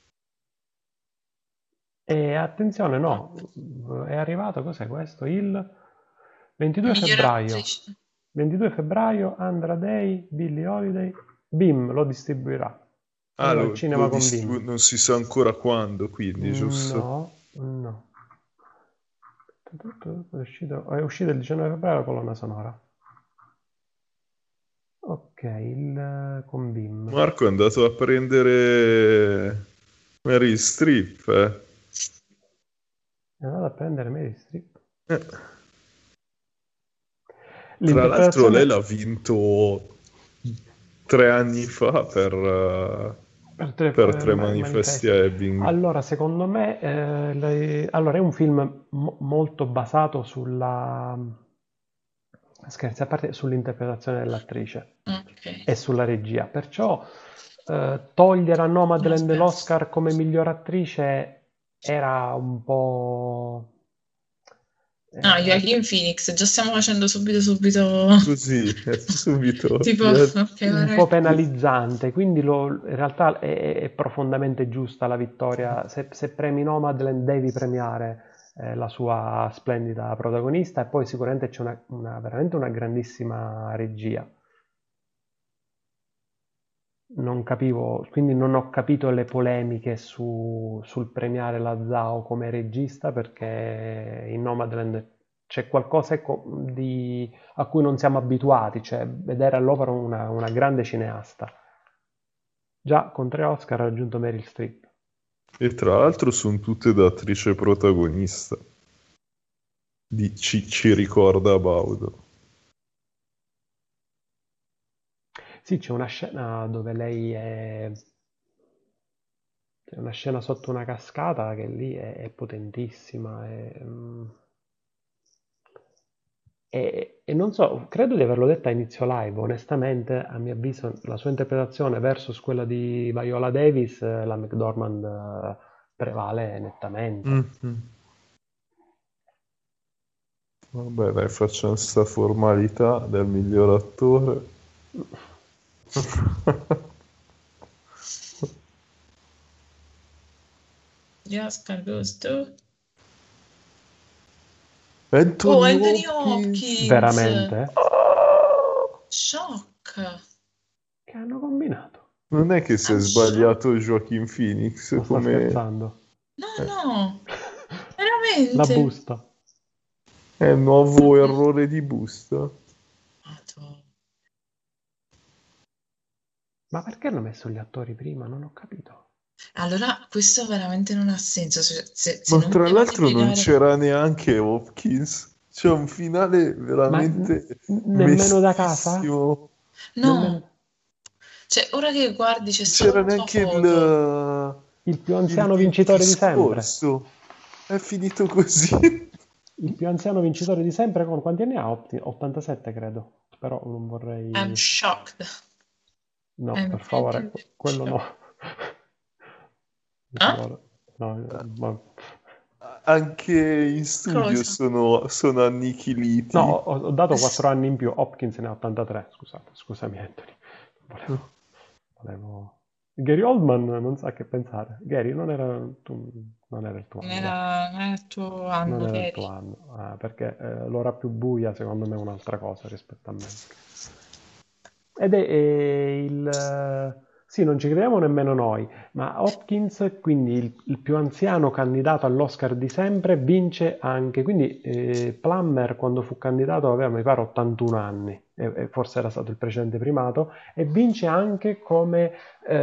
E attenzione, no, è arrivato, cos'è questo? Il 22 febbraio. 22 febbraio, Andra Day, Billie Holiday, BIM lo distribuirà. Arriva al cinema con BIM. Non si sa ancora quando, quindi, giusto? No. È uscito il 19 febbraio la colonna sonora. Ok, con BIM. Marco è andato a prendere Meryl Streep, È andato a prendere Meryl Streep. Tra l'altro lei l'ha vinto 3 anni fa per tre manifesti a Ebbing. Allora, secondo me, allora, è un film molto basato scherzi a parte, sull'interpretazione dell'attrice e sulla regia. Perciò togliere a Nomadland l'Oscar come miglior attrice era un po'... Joaquin Phoenix, già stiamo facendo subito così, subito. tipo, un po' penalizzante, quindi in realtà è profondamente giusta la vittoria. Se premi Nomadland devi premiare la sua splendida protagonista, e poi sicuramente c'è veramente una grandissima regia. Quindi non ho capito le polemiche sul premiare la Zhao come regista, perché in Nomadland c'è qualcosa a cui non siamo abituati, cioè vedere all'opera una grande cineasta. Già con 3 Oscar ha raggiunto Meryl Streep. E tra l'altro sono tutte da attrice protagonista. Ci ricorda Baudo. Sì, c'è una scena dove lei c'è una scena sotto una cascata che lì è potentissima. E non so, credo di averlo detta a inizio live, onestamente, a mio avviso, la sua interpretazione versus quella di Viola Davis, la McDormand prevale nettamente. Mm-hmm. Vabbè, dai, facciamo sta formalità del miglior attore. The Oscar goes to... Anthony Hopkins! Veramente? Shock! Che hanno combinato? Non è che si è sbagliato Joaquin Phoenix, Ma sta scherzando? No, veramente? La busta. È un nuovo errore di busta. Ma perché hanno messo gli attori prima? Non ho capito. Allora, questo veramente non ha senso. Se Ma non tra l'altro spiegare... non c'era neanche Hopkins. C'è un finale veramente nemmeno da casa? No. Cioè, ora che guardi c'era neanche il più anziano vincitore di sempre. È finito così. Il più anziano vincitore di sempre con quanti anni ha? 87 credo. Però non vorrei... I'm shocked. No, per favore, quello no. No. Anche in studio sono annichiliti. No, ho dato 4 anni in più. Hopkins ne ha 83. Scusami Anthony. Volevo... Gary Oldman non sa che pensare. Gary, non era il tuo anno. Non era il tuo anno, non era il tuo anno. Perché l'ora più buia secondo me è un'altra cosa rispetto a me. Ed è il... Sì, non ci crediamo nemmeno noi, ma Hopkins, quindi il più anziano candidato all'Oscar di sempre, vince anche. Quindi Plummer, quando fu candidato, aveva, mi pare, 81 anni, e forse era stato il precedente primato, e vince anche come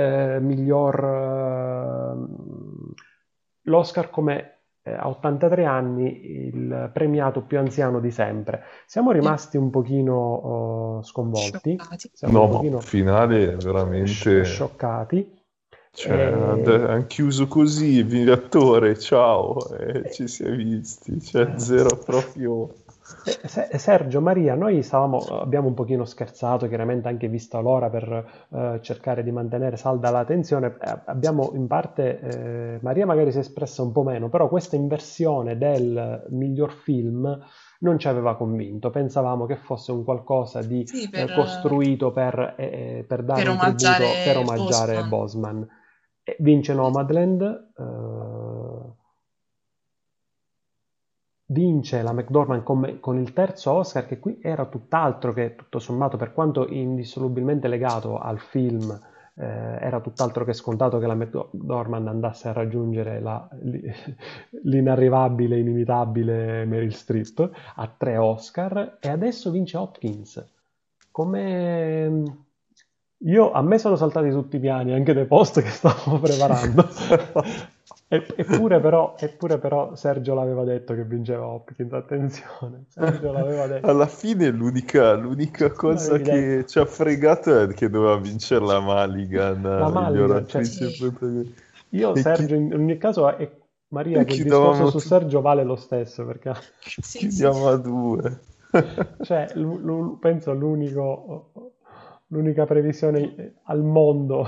l'Oscar come a 83 anni il premiato più anziano di sempre. Siamo rimasti un pochino sconvolti. No, finale veramente scioccati. Cioè, hanno chiuso così, l'attore, ciao, ci si è visti, cioè zero proprio... Sergio, Maria, noi abbiamo un pochino scherzato, chiaramente anche visto l'ora per cercare di mantenere salda la tensione. Abbiamo in parte, Maria magari si è espressa un po' meno, però questa inversione del miglior film non ci aveva convinto. Pensavamo che fosse un qualcosa di costruito per dare un tributo, per omaggiare Bosman. Vince Nomadland. vince la McDormand con il terzo Oscar, che qui era tutt'altro che, tutto sommato, per quanto indissolubilmente legato al film, era tutt'altro che scontato che la McDormand andasse a raggiungere l'inarrivabile, inimitabile Meryl Streep a 3 Oscar, e adesso vince Hopkins. Come... a me sono saltati tutti i piani, anche dei post che stavo preparando. Eppure però Sergio l'aveva detto che vinceva Hopkins, attenzione, Sergio l'aveva detto. Alla fine l'unica cosa L'avevi che detto. ci ha fregato è che doveva vincere la Mulligan, La miglior Mulligan, cioè, attrice Sì. protagonista. io E Sergio in ogni caso, e Maria, e quel discorso chiudavamo su Sergio vale lo stesso, perché Sì, sì. chiudiamo a 2. cioè, penso l'unica previsione al mondo.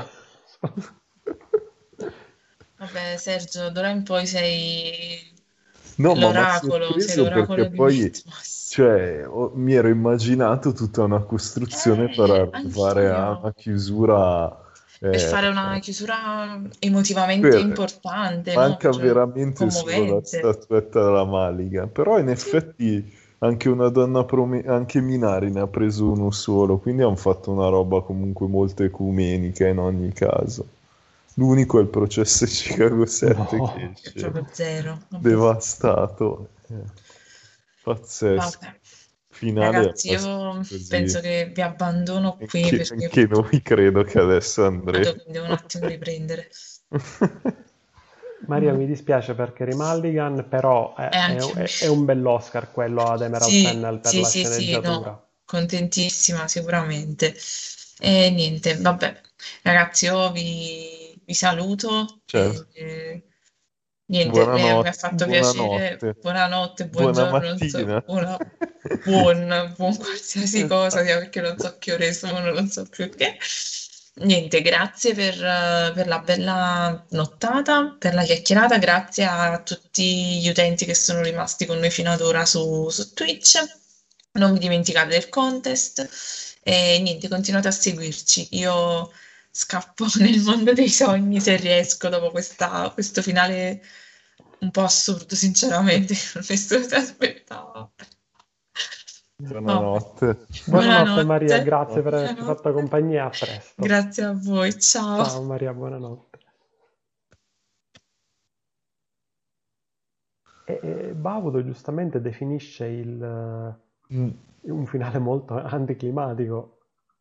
Vabbè, Sergio, d'ora in poi No, ma mi ha sei sorpreso perché l'oracolo di poi, Matmos. cioè, mi ero immaginato tutta una costruzione per arrivare a Anch'io. una chiusura Per eh, fare una chiusura emotivamente per- importante, no? manca Cioè, veramente solo la commovente. statuetta della Mulligan, però in Sì. effetti anche una donna anche Minari ne ha preso uno solo, quindi hanno fatto una roba comunque molto ecumenica in ogni caso. L'unico è il processo di Chicago 7 che No. È esce proprio zero. Vabbè. devastato. Pazzesco. Vabbè. Finale Ragazzi, abbastanza io così. penso che vi abbandono qui perché Anche noi credo che adesso vado, andremo. quindi devo un attimo riprendere. Maria, mi dispiace per Carey Mulligan, però E anche a me. è un bell'Oscar quello ad Emerald Sì, Fennell per sì, la sì, sì, no, sceneggiatura. contentissima sicuramente. E niente, vabbè, ragazzi, io vi saluto. Certo. Niente, mi ha Buonanotte, fatto piacere. buonanotte, Buonanotte, buona buongiorno, non so, mattina. buon qualsiasi cosa, sia perché non so che ore sono, non so più che. Niente, grazie per la bella nottata, per la chiacchierata, grazie a tutti gli utenti che sono rimasti con noi fino ad ora su Twitch. Non vi dimenticate del contest e niente, continuate a seguirci. Io scappo nel mondo dei sogni se riesco dopo questo finale un po' assurdo, sinceramente, che nessuno si aspettava. Vabbè. Buonanotte. Buonanotte Maria, Buonanotte. grazie per averci fatto Buonanotte. compagnia, a presto. Grazie a voi, ciao. Ciao Maria, buonanotte. E Baudo giustamente definisce Mm. un finale molto anticlimatico.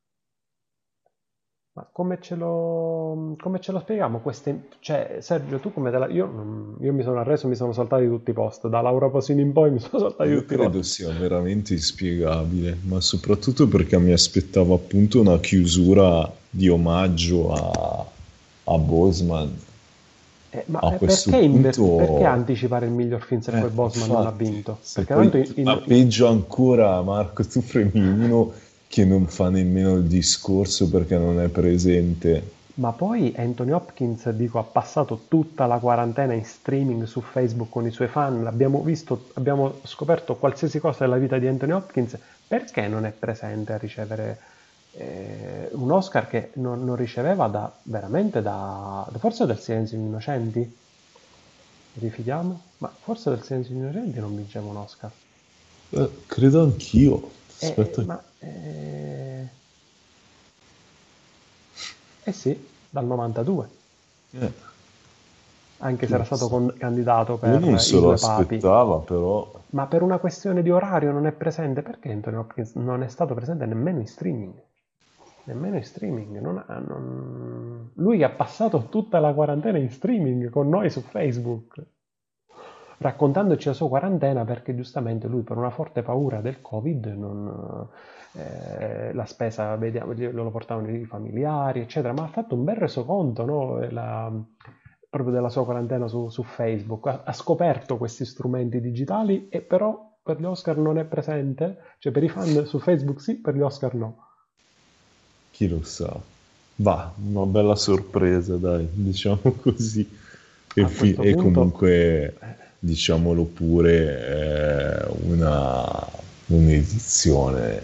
Ma come ce lo spieghiamo? Cioè, Sergio, tu come te la... Io mi sono arreso, mi sono saltati tutti i post. Da Laura Posini in poi mi sono saltati Io tutti i credo post. sia veramente inspiegabile, ma soprattutto perché mi aspettavo appunto una chiusura di omaggio a Boseman. Ma A questo perché punto, anticipare il miglior film se poi Bosman non ha infatti, vinto? se Perché poi, tanto ma peggio ancora, Marco, tu premi uno che non fa nemmeno il discorso perché non è presente. Ma poi Anthony Hopkins, dico, ha passato tutta la quarantena in streaming su Facebook con i suoi fan, l'abbiamo visto, abbiamo scoperto qualsiasi cosa della vita di Anthony Hopkins, perché non è presente a ricevere un Oscar che non riceveva veramente forse del Silenzio degli Innocenti? Rifidiamo? Ma forse del Silenzio degli Innocenti non vinceva un Oscar. Credo anch'io. Eh, Aspetta. ma, eh, eh sì, dal 92. Eh, Anche se chi era lo stato sa. candidato Uno non per se I lo Due Papi. aspettava, però. Ma per una questione di orario non è presente? Perché Anthony Hopkins non è stato presente nemmeno in streaming? Nemmeno in streaming. Lui ha passato tutta la quarantena in streaming con noi su Facebook, raccontandoci la sua quarantena perché giustamente lui per una forte paura del Covid la spesa, vediamo, lo portavano i familiari, eccetera, ma ha fatto un bel resoconto, no? Proprio della sua quarantena su Facebook. Ha scoperto questi strumenti digitali e però per gli Oscar non è presente, cioè per i fan su Facebook sì, per gli Oscar no. Chi lo sa. Va, una bella sorpresa, dai, diciamo così. A questo E punto, comunque, diciamolo pure, è un'edizione,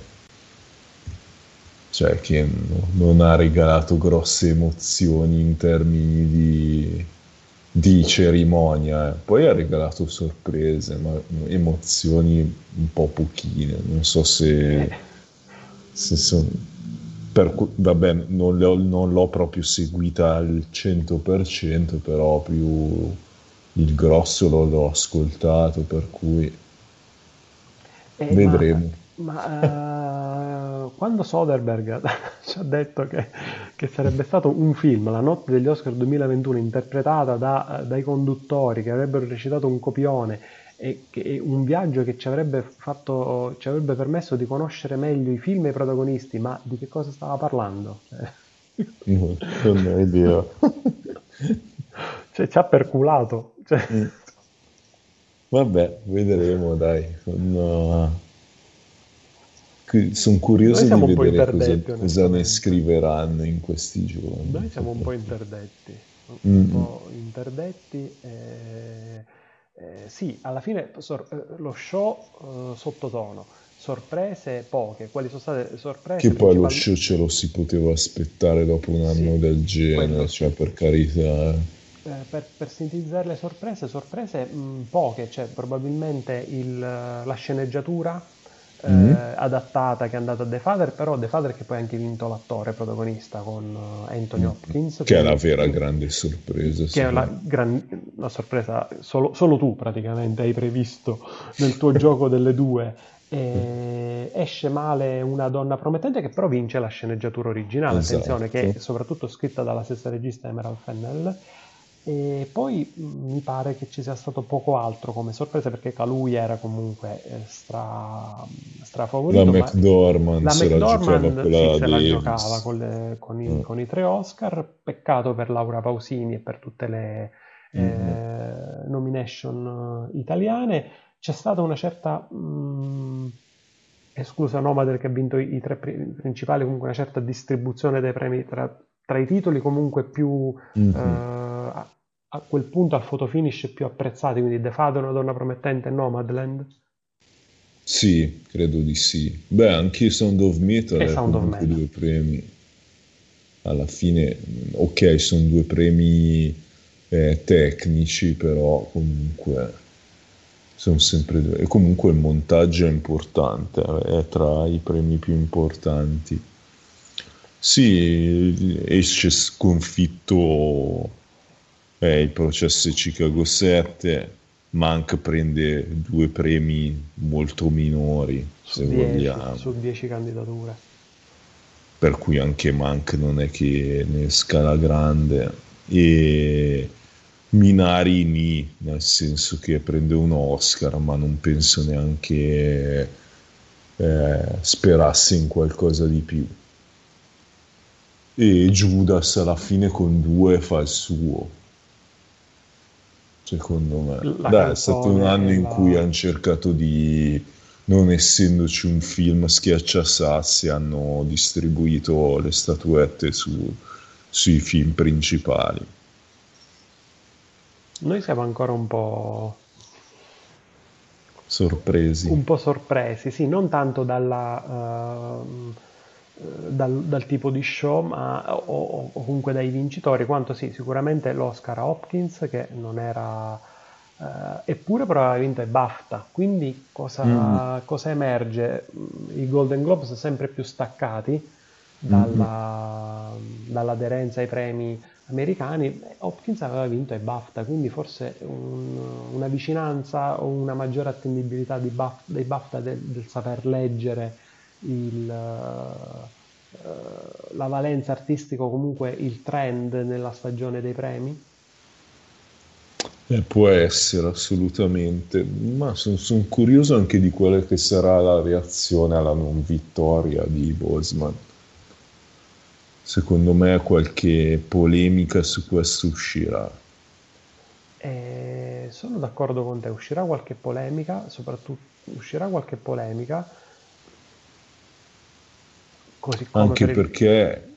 cioè, che non ha regalato grosse emozioni in termini di cerimonia, poi ha regalato sorprese, ma emozioni un po' pochine. Non so se, Eh, se son- vabbè, non l'ho proprio seguita al 100%, però più il grosso l'ho ascoltato, per cui Eh, ma, vedremo. quando Soderbergh ci ha detto che sarebbe stato un film, La notte degli Oscar 2021, interpretata dai conduttori che avrebbero recitato un copione e un viaggio che ci avrebbe permesso di conoscere meglio i film e i protagonisti, ma di che cosa stava parlando? Non ho idea. Cioè, ci ha perculato. Cioè, Mm. Vabbè, vedremo, dai. Sono noi curioso di siamo un po' vedere interdetti, cosa ne onestamente. scriveranno in questi giorni. Noi siamo un po' interdetti, un Mm, po' interdetti. Sì, alla fine lo show sottotono, sorprese poche. Quali sono state Che sorprese poi lo principalmente? show ce lo si poteva aspettare dopo un anno Sì, del quello genere, cioè sì. per carità. Per sintetizzare le sorprese poche, cioè probabilmente la sceneggiatura Mm? adattata che è andata a The Father, però The Father che poi ha anche vinto l'attore protagonista con Anthony Mm. Hopkins, Che è la quindi vera grande sorpresa, che è secondo la sorpresa, solo tu praticamente hai previsto nel tuo gioco delle due. me. Esce male Una donna promettente che però vince la sceneggiatura originale, attenzione, che Esatto. è soprattutto scritta dalla stessa regista Emerald Fennell. E poi mi pare che ci sia stato poco altro come sorpresa perché Calui era comunque La strafavorito, ma McDormand la se la giocava McDormand sì, quella se la giocava Davis. Mm. con i tre Oscar. Peccato per Laura Pausini e per tutte le Mm. nomination italiane. C'è stata una certa, esclusa Nomadel che ha vinto i tre principali, comunque una certa distribuzione dei premi tra i titoli comunque più Mm. a quel punto al fotofinish più apprezzati, quindi The Father, Una donna promettente e Nomadland Sì, credo di sì. Beh, anche Sound of e Metal è Sound of comunque Metal. due premi. Alla fine, ok, sono due premi tecnici, però comunque sono sempre due. E comunque il montaggio è importante, è tra i premi più importanti. Sì, esce sconfitto il processo di Chicago 7, Mank prende due premi molto minori, se vogliamo, Su 10 candidature. per cui anche Mank non è che ne scala grande. E Minari nel senso che prende un Oscar, ma non penso neanche sperasse in qualcosa di più. E Judas alla fine con due fa il suo, secondo me. La Dai, è stato un canzone anno e in cui la... hanno cercato di, non essendoci un film schiacciasassi, hanno distribuito le statuette sui film principali. Noi siamo ancora Sorpresi. un po' sorpresi, sì, non tanto dal tipo di show o comunque dai vincitori, quanto sì, sicuramente l'Oscar a Hopkins che non era, eppure però aveva vinto i BAFTA, quindi Mm, cosa emerge? I Golden Globes sempre più staccati mm, mm. dall'aderenza ai premi americani. Hopkins aveva vinto ai BAFTA, quindi forse una vicinanza o una maggiore attendibilità dei BAFTA del saper leggere la valenza artistica o comunque il trend nella stagione dei premi. Può essere assolutamente, ma sono curioso anche di quella che sarà la reazione alla non vittoria di Bosman. Secondo me qualche polemica su questo uscirà. E sono d'accordo con te, uscirà qualche polemica, soprattutto uscirà qualche polemica, così come Anche per il... perché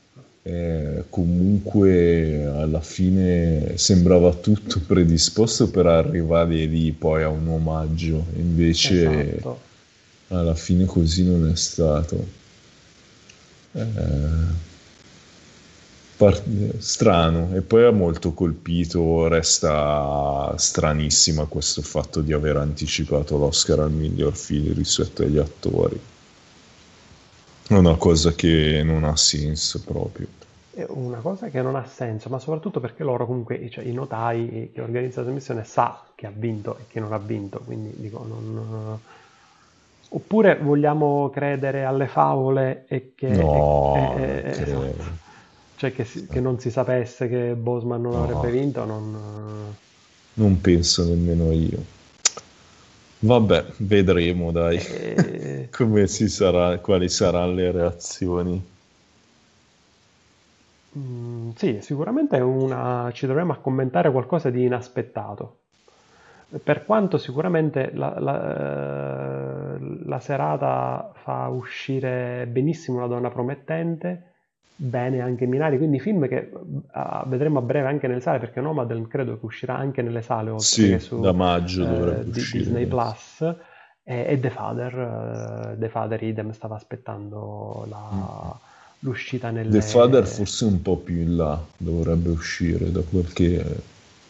comunque alla fine sembrava tutto predisposto per arrivare lì poi a un omaggio, invece Esatto. alla fine così non è stato. Eh, Strano, e poi ha molto colpito, resta stranissima questo fatto di aver anticipato l'Oscar al miglior film rispetto agli attori. È una cosa che non ha senso proprio. È una cosa che non ha senso, ma soprattutto perché loro comunque, cioè, i notai, chi organizza la trasmissione sa chi ha vinto e chi non ha vinto, quindi dico, non... Oppure vogliamo credere alle favole e che... No, non esatto. credo. Cioè che non si sapesse che Bosman non avrebbe No, vinto, non... non penso nemmeno io. Vabbè, vedremo, dai, eh, come si sarà, quali saranno le reazioni. sì, sicuramente ci troviamo a commentare qualcosa di inaspettato. Per quanto sicuramente la serata fa uscire benissimo Una donna promettente, bene anche Minari, quindi film che vedremo a breve anche nelle sale, perché Nomadland credo che uscirà anche nelle sale, oltre che Sì, su da maggio dovrebbe Disney uscire. Plus. E The Father idem, stava aspettando Mm. l'uscita The Father nelle... forse un po' più in là dovrebbe uscire da quel che...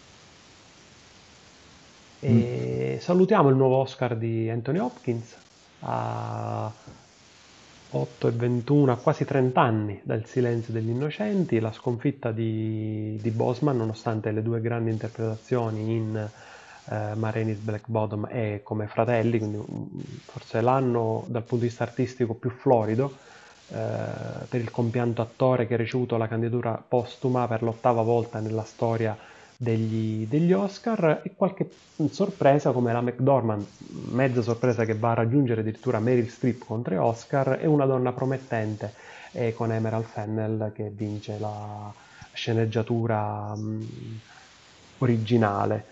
Mm. E salutiamo il nuovo Oscar di Anthony Hopkins a 8 e 21, a quasi 30 anni dal Silenzio degli Innocenti, la sconfitta di Bosman, nonostante le due grandi interpretazioni in Ma Rainey's Black Bottom e Come Fratelli, quindi forse l'anno dal punto di vista artistico più florido, per il compianto attore che ha ricevuto la candidatura postuma per l'8ª volta nella storia degli Oscar, e qualche sorpresa come la McDormand, mezza sorpresa, che va a raggiungere addirittura Meryl Streep con 3 Oscar, e Una donna promettente con Emerald Fennell che vince la sceneggiatura originale.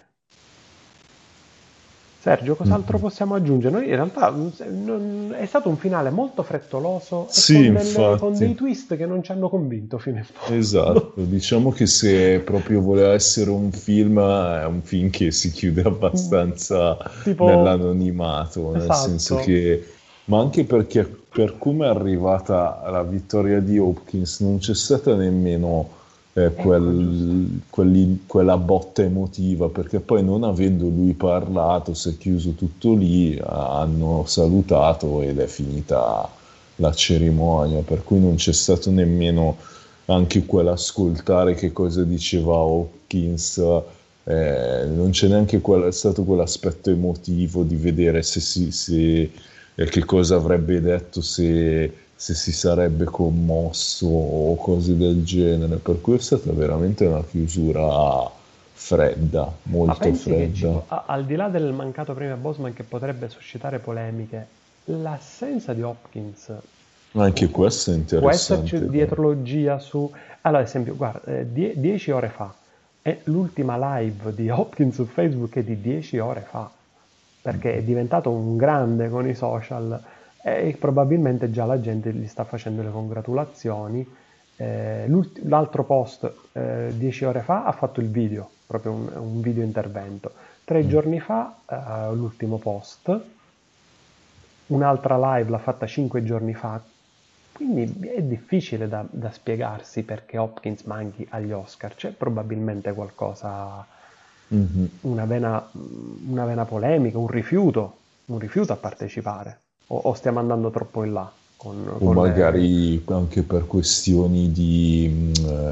Sergio, cos'altro Mm. possiamo aggiungere? Noi in realtà è stato un finale molto frettoloso e Sì, con dei infatti. twist che non ci hanno convinto fino in fondo. Esatto, diciamo che se proprio voleva essere un film, è un film che si chiude abbastanza Tipo, nell'anonimato, nel senso esatto. che, ma anche perché per come è arrivata la vittoria di Hopkins non c'è stata nemmeno Ecco, giusto. quella botta emotiva, perché poi non avendo lui parlato, si è chiuso tutto lì, hanno salutato ed è finita la cerimonia, per cui non c'è stato nemmeno anche quell'ascoltare che cosa diceva Hawkins, non c'è neanche stato quell'aspetto emotivo di vedere che cosa avrebbe detto se si sarebbe commosso o cose del genere, per cui è stata veramente una chiusura fredda, Ma molto pensi che fredda. al di là del mancato premio a Bosman che potrebbe suscitare polemiche, l'assenza di Hopkins Anche questo è può esserci interessante, però. dietrologia su... Allora, ad esempio, guarda, 10 ore fa, e l'ultima live di Hopkins su Facebook è di 10 ore fa, perché è diventato un grande con i social e probabilmente già la gente gli sta facendo le congratulazioni. L'altro post 10 ore fa ha fatto il video, proprio un video intervento. 3 giorni fa l'ultimo post, un'altra live l'ha fatta 5 giorni fa, quindi è difficile da spiegarsi perché Hopkins manchi agli Oscar. C'è probabilmente qualcosa, Mhm. una vena polemica, un rifiuto a partecipare, o stiamo andando troppo in là O con le... magari anche per questioni di,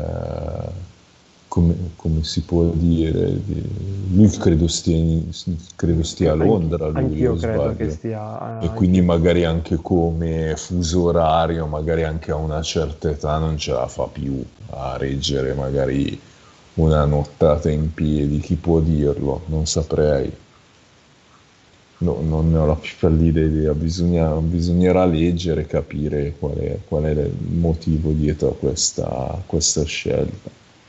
come si può dire, lui credo stia a Londra, lui o Anch'io credo che sbaglio, stia, e quindi anch'io. magari anche come fuso orario, magari anche a una certa età non ce la fa più a reggere magari una nottata in piedi, chi può dirlo? Non saprei. No, non ne ho la più pallida idea, bisognerà leggere e capire qual è il motivo dietro a questa scelta.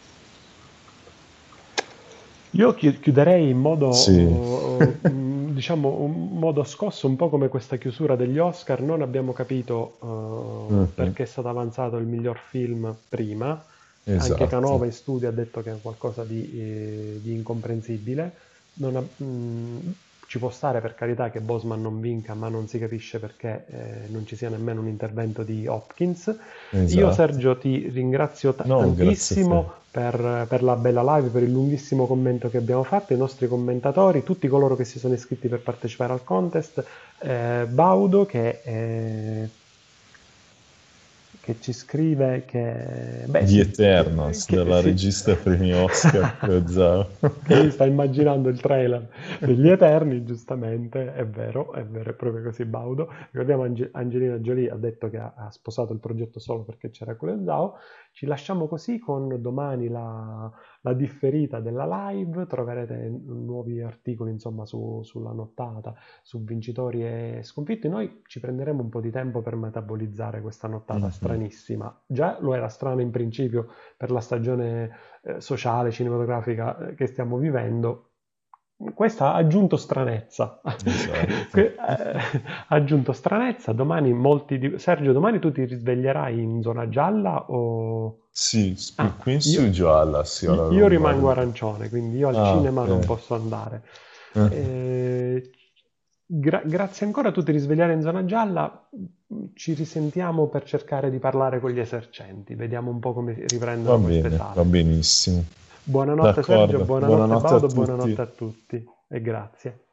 Io chiuderei in Sì. modo, diciamo, un modo scosso, un po' come questa chiusura degli Oscar. Non abbiamo capito Mhm. perché è stato avanzato il miglior film prima. Anche Esatto. Canova in studio ha detto che è qualcosa di incomprensibile. Non ha- Ci può stare, per carità, che Bosman non vinca, ma non si capisce perché non ci sia nemmeno un intervento di Hopkins. Io, Esatto. Sergio, ti ringrazio No, grazie a te. tantissimo per la bella live, per il lunghissimo commento che abbiamo fatto, i nostri commentatori, tutti coloro che si sono iscritti per partecipare al contest, Baudo che ci scrive che, beh Di sì, Eternals, della sì, regista premi Oscar, Kurosawa. che lui sta immaginando il trailer degli Eterni, giustamente, è vero, è proprio così Baudo. Ricordiamo Angelina Jolie ha detto che ha sposato il progetto solo perché c'era Kurosawa. Ci lasciamo così con domani la differita della live, troverete nuovi articoli insomma sulla nottata, su vincitori e sconfitti. Noi ci prenderemo un po' di tempo per metabolizzare questa nottata Mhm. stranissima. Già lo era strana in principio per la stagione sociale, cinematografica che stiamo vivendo. Questa ha aggiunto stranezza. Esatto. Ha aggiunto stranezza. Domani Sergio, domani tu ti risveglierai in zona gialla o... Sì, Ah, penso gialla sia la io rimango Lombardia. arancione, quindi io al Ah, cinema non ok. posso andare. Eh, Eh, grazie ancora, tu ti risvegliare in zona gialla. Ci risentiamo per cercare di parlare con gli esercenti. Vediamo un po' come riprendono queste va sale. benissimo. Buonanotte Sergio, D'accordo, buonanotte buonanotte a Baudo, buonanotte tutti. a tutti e grazie.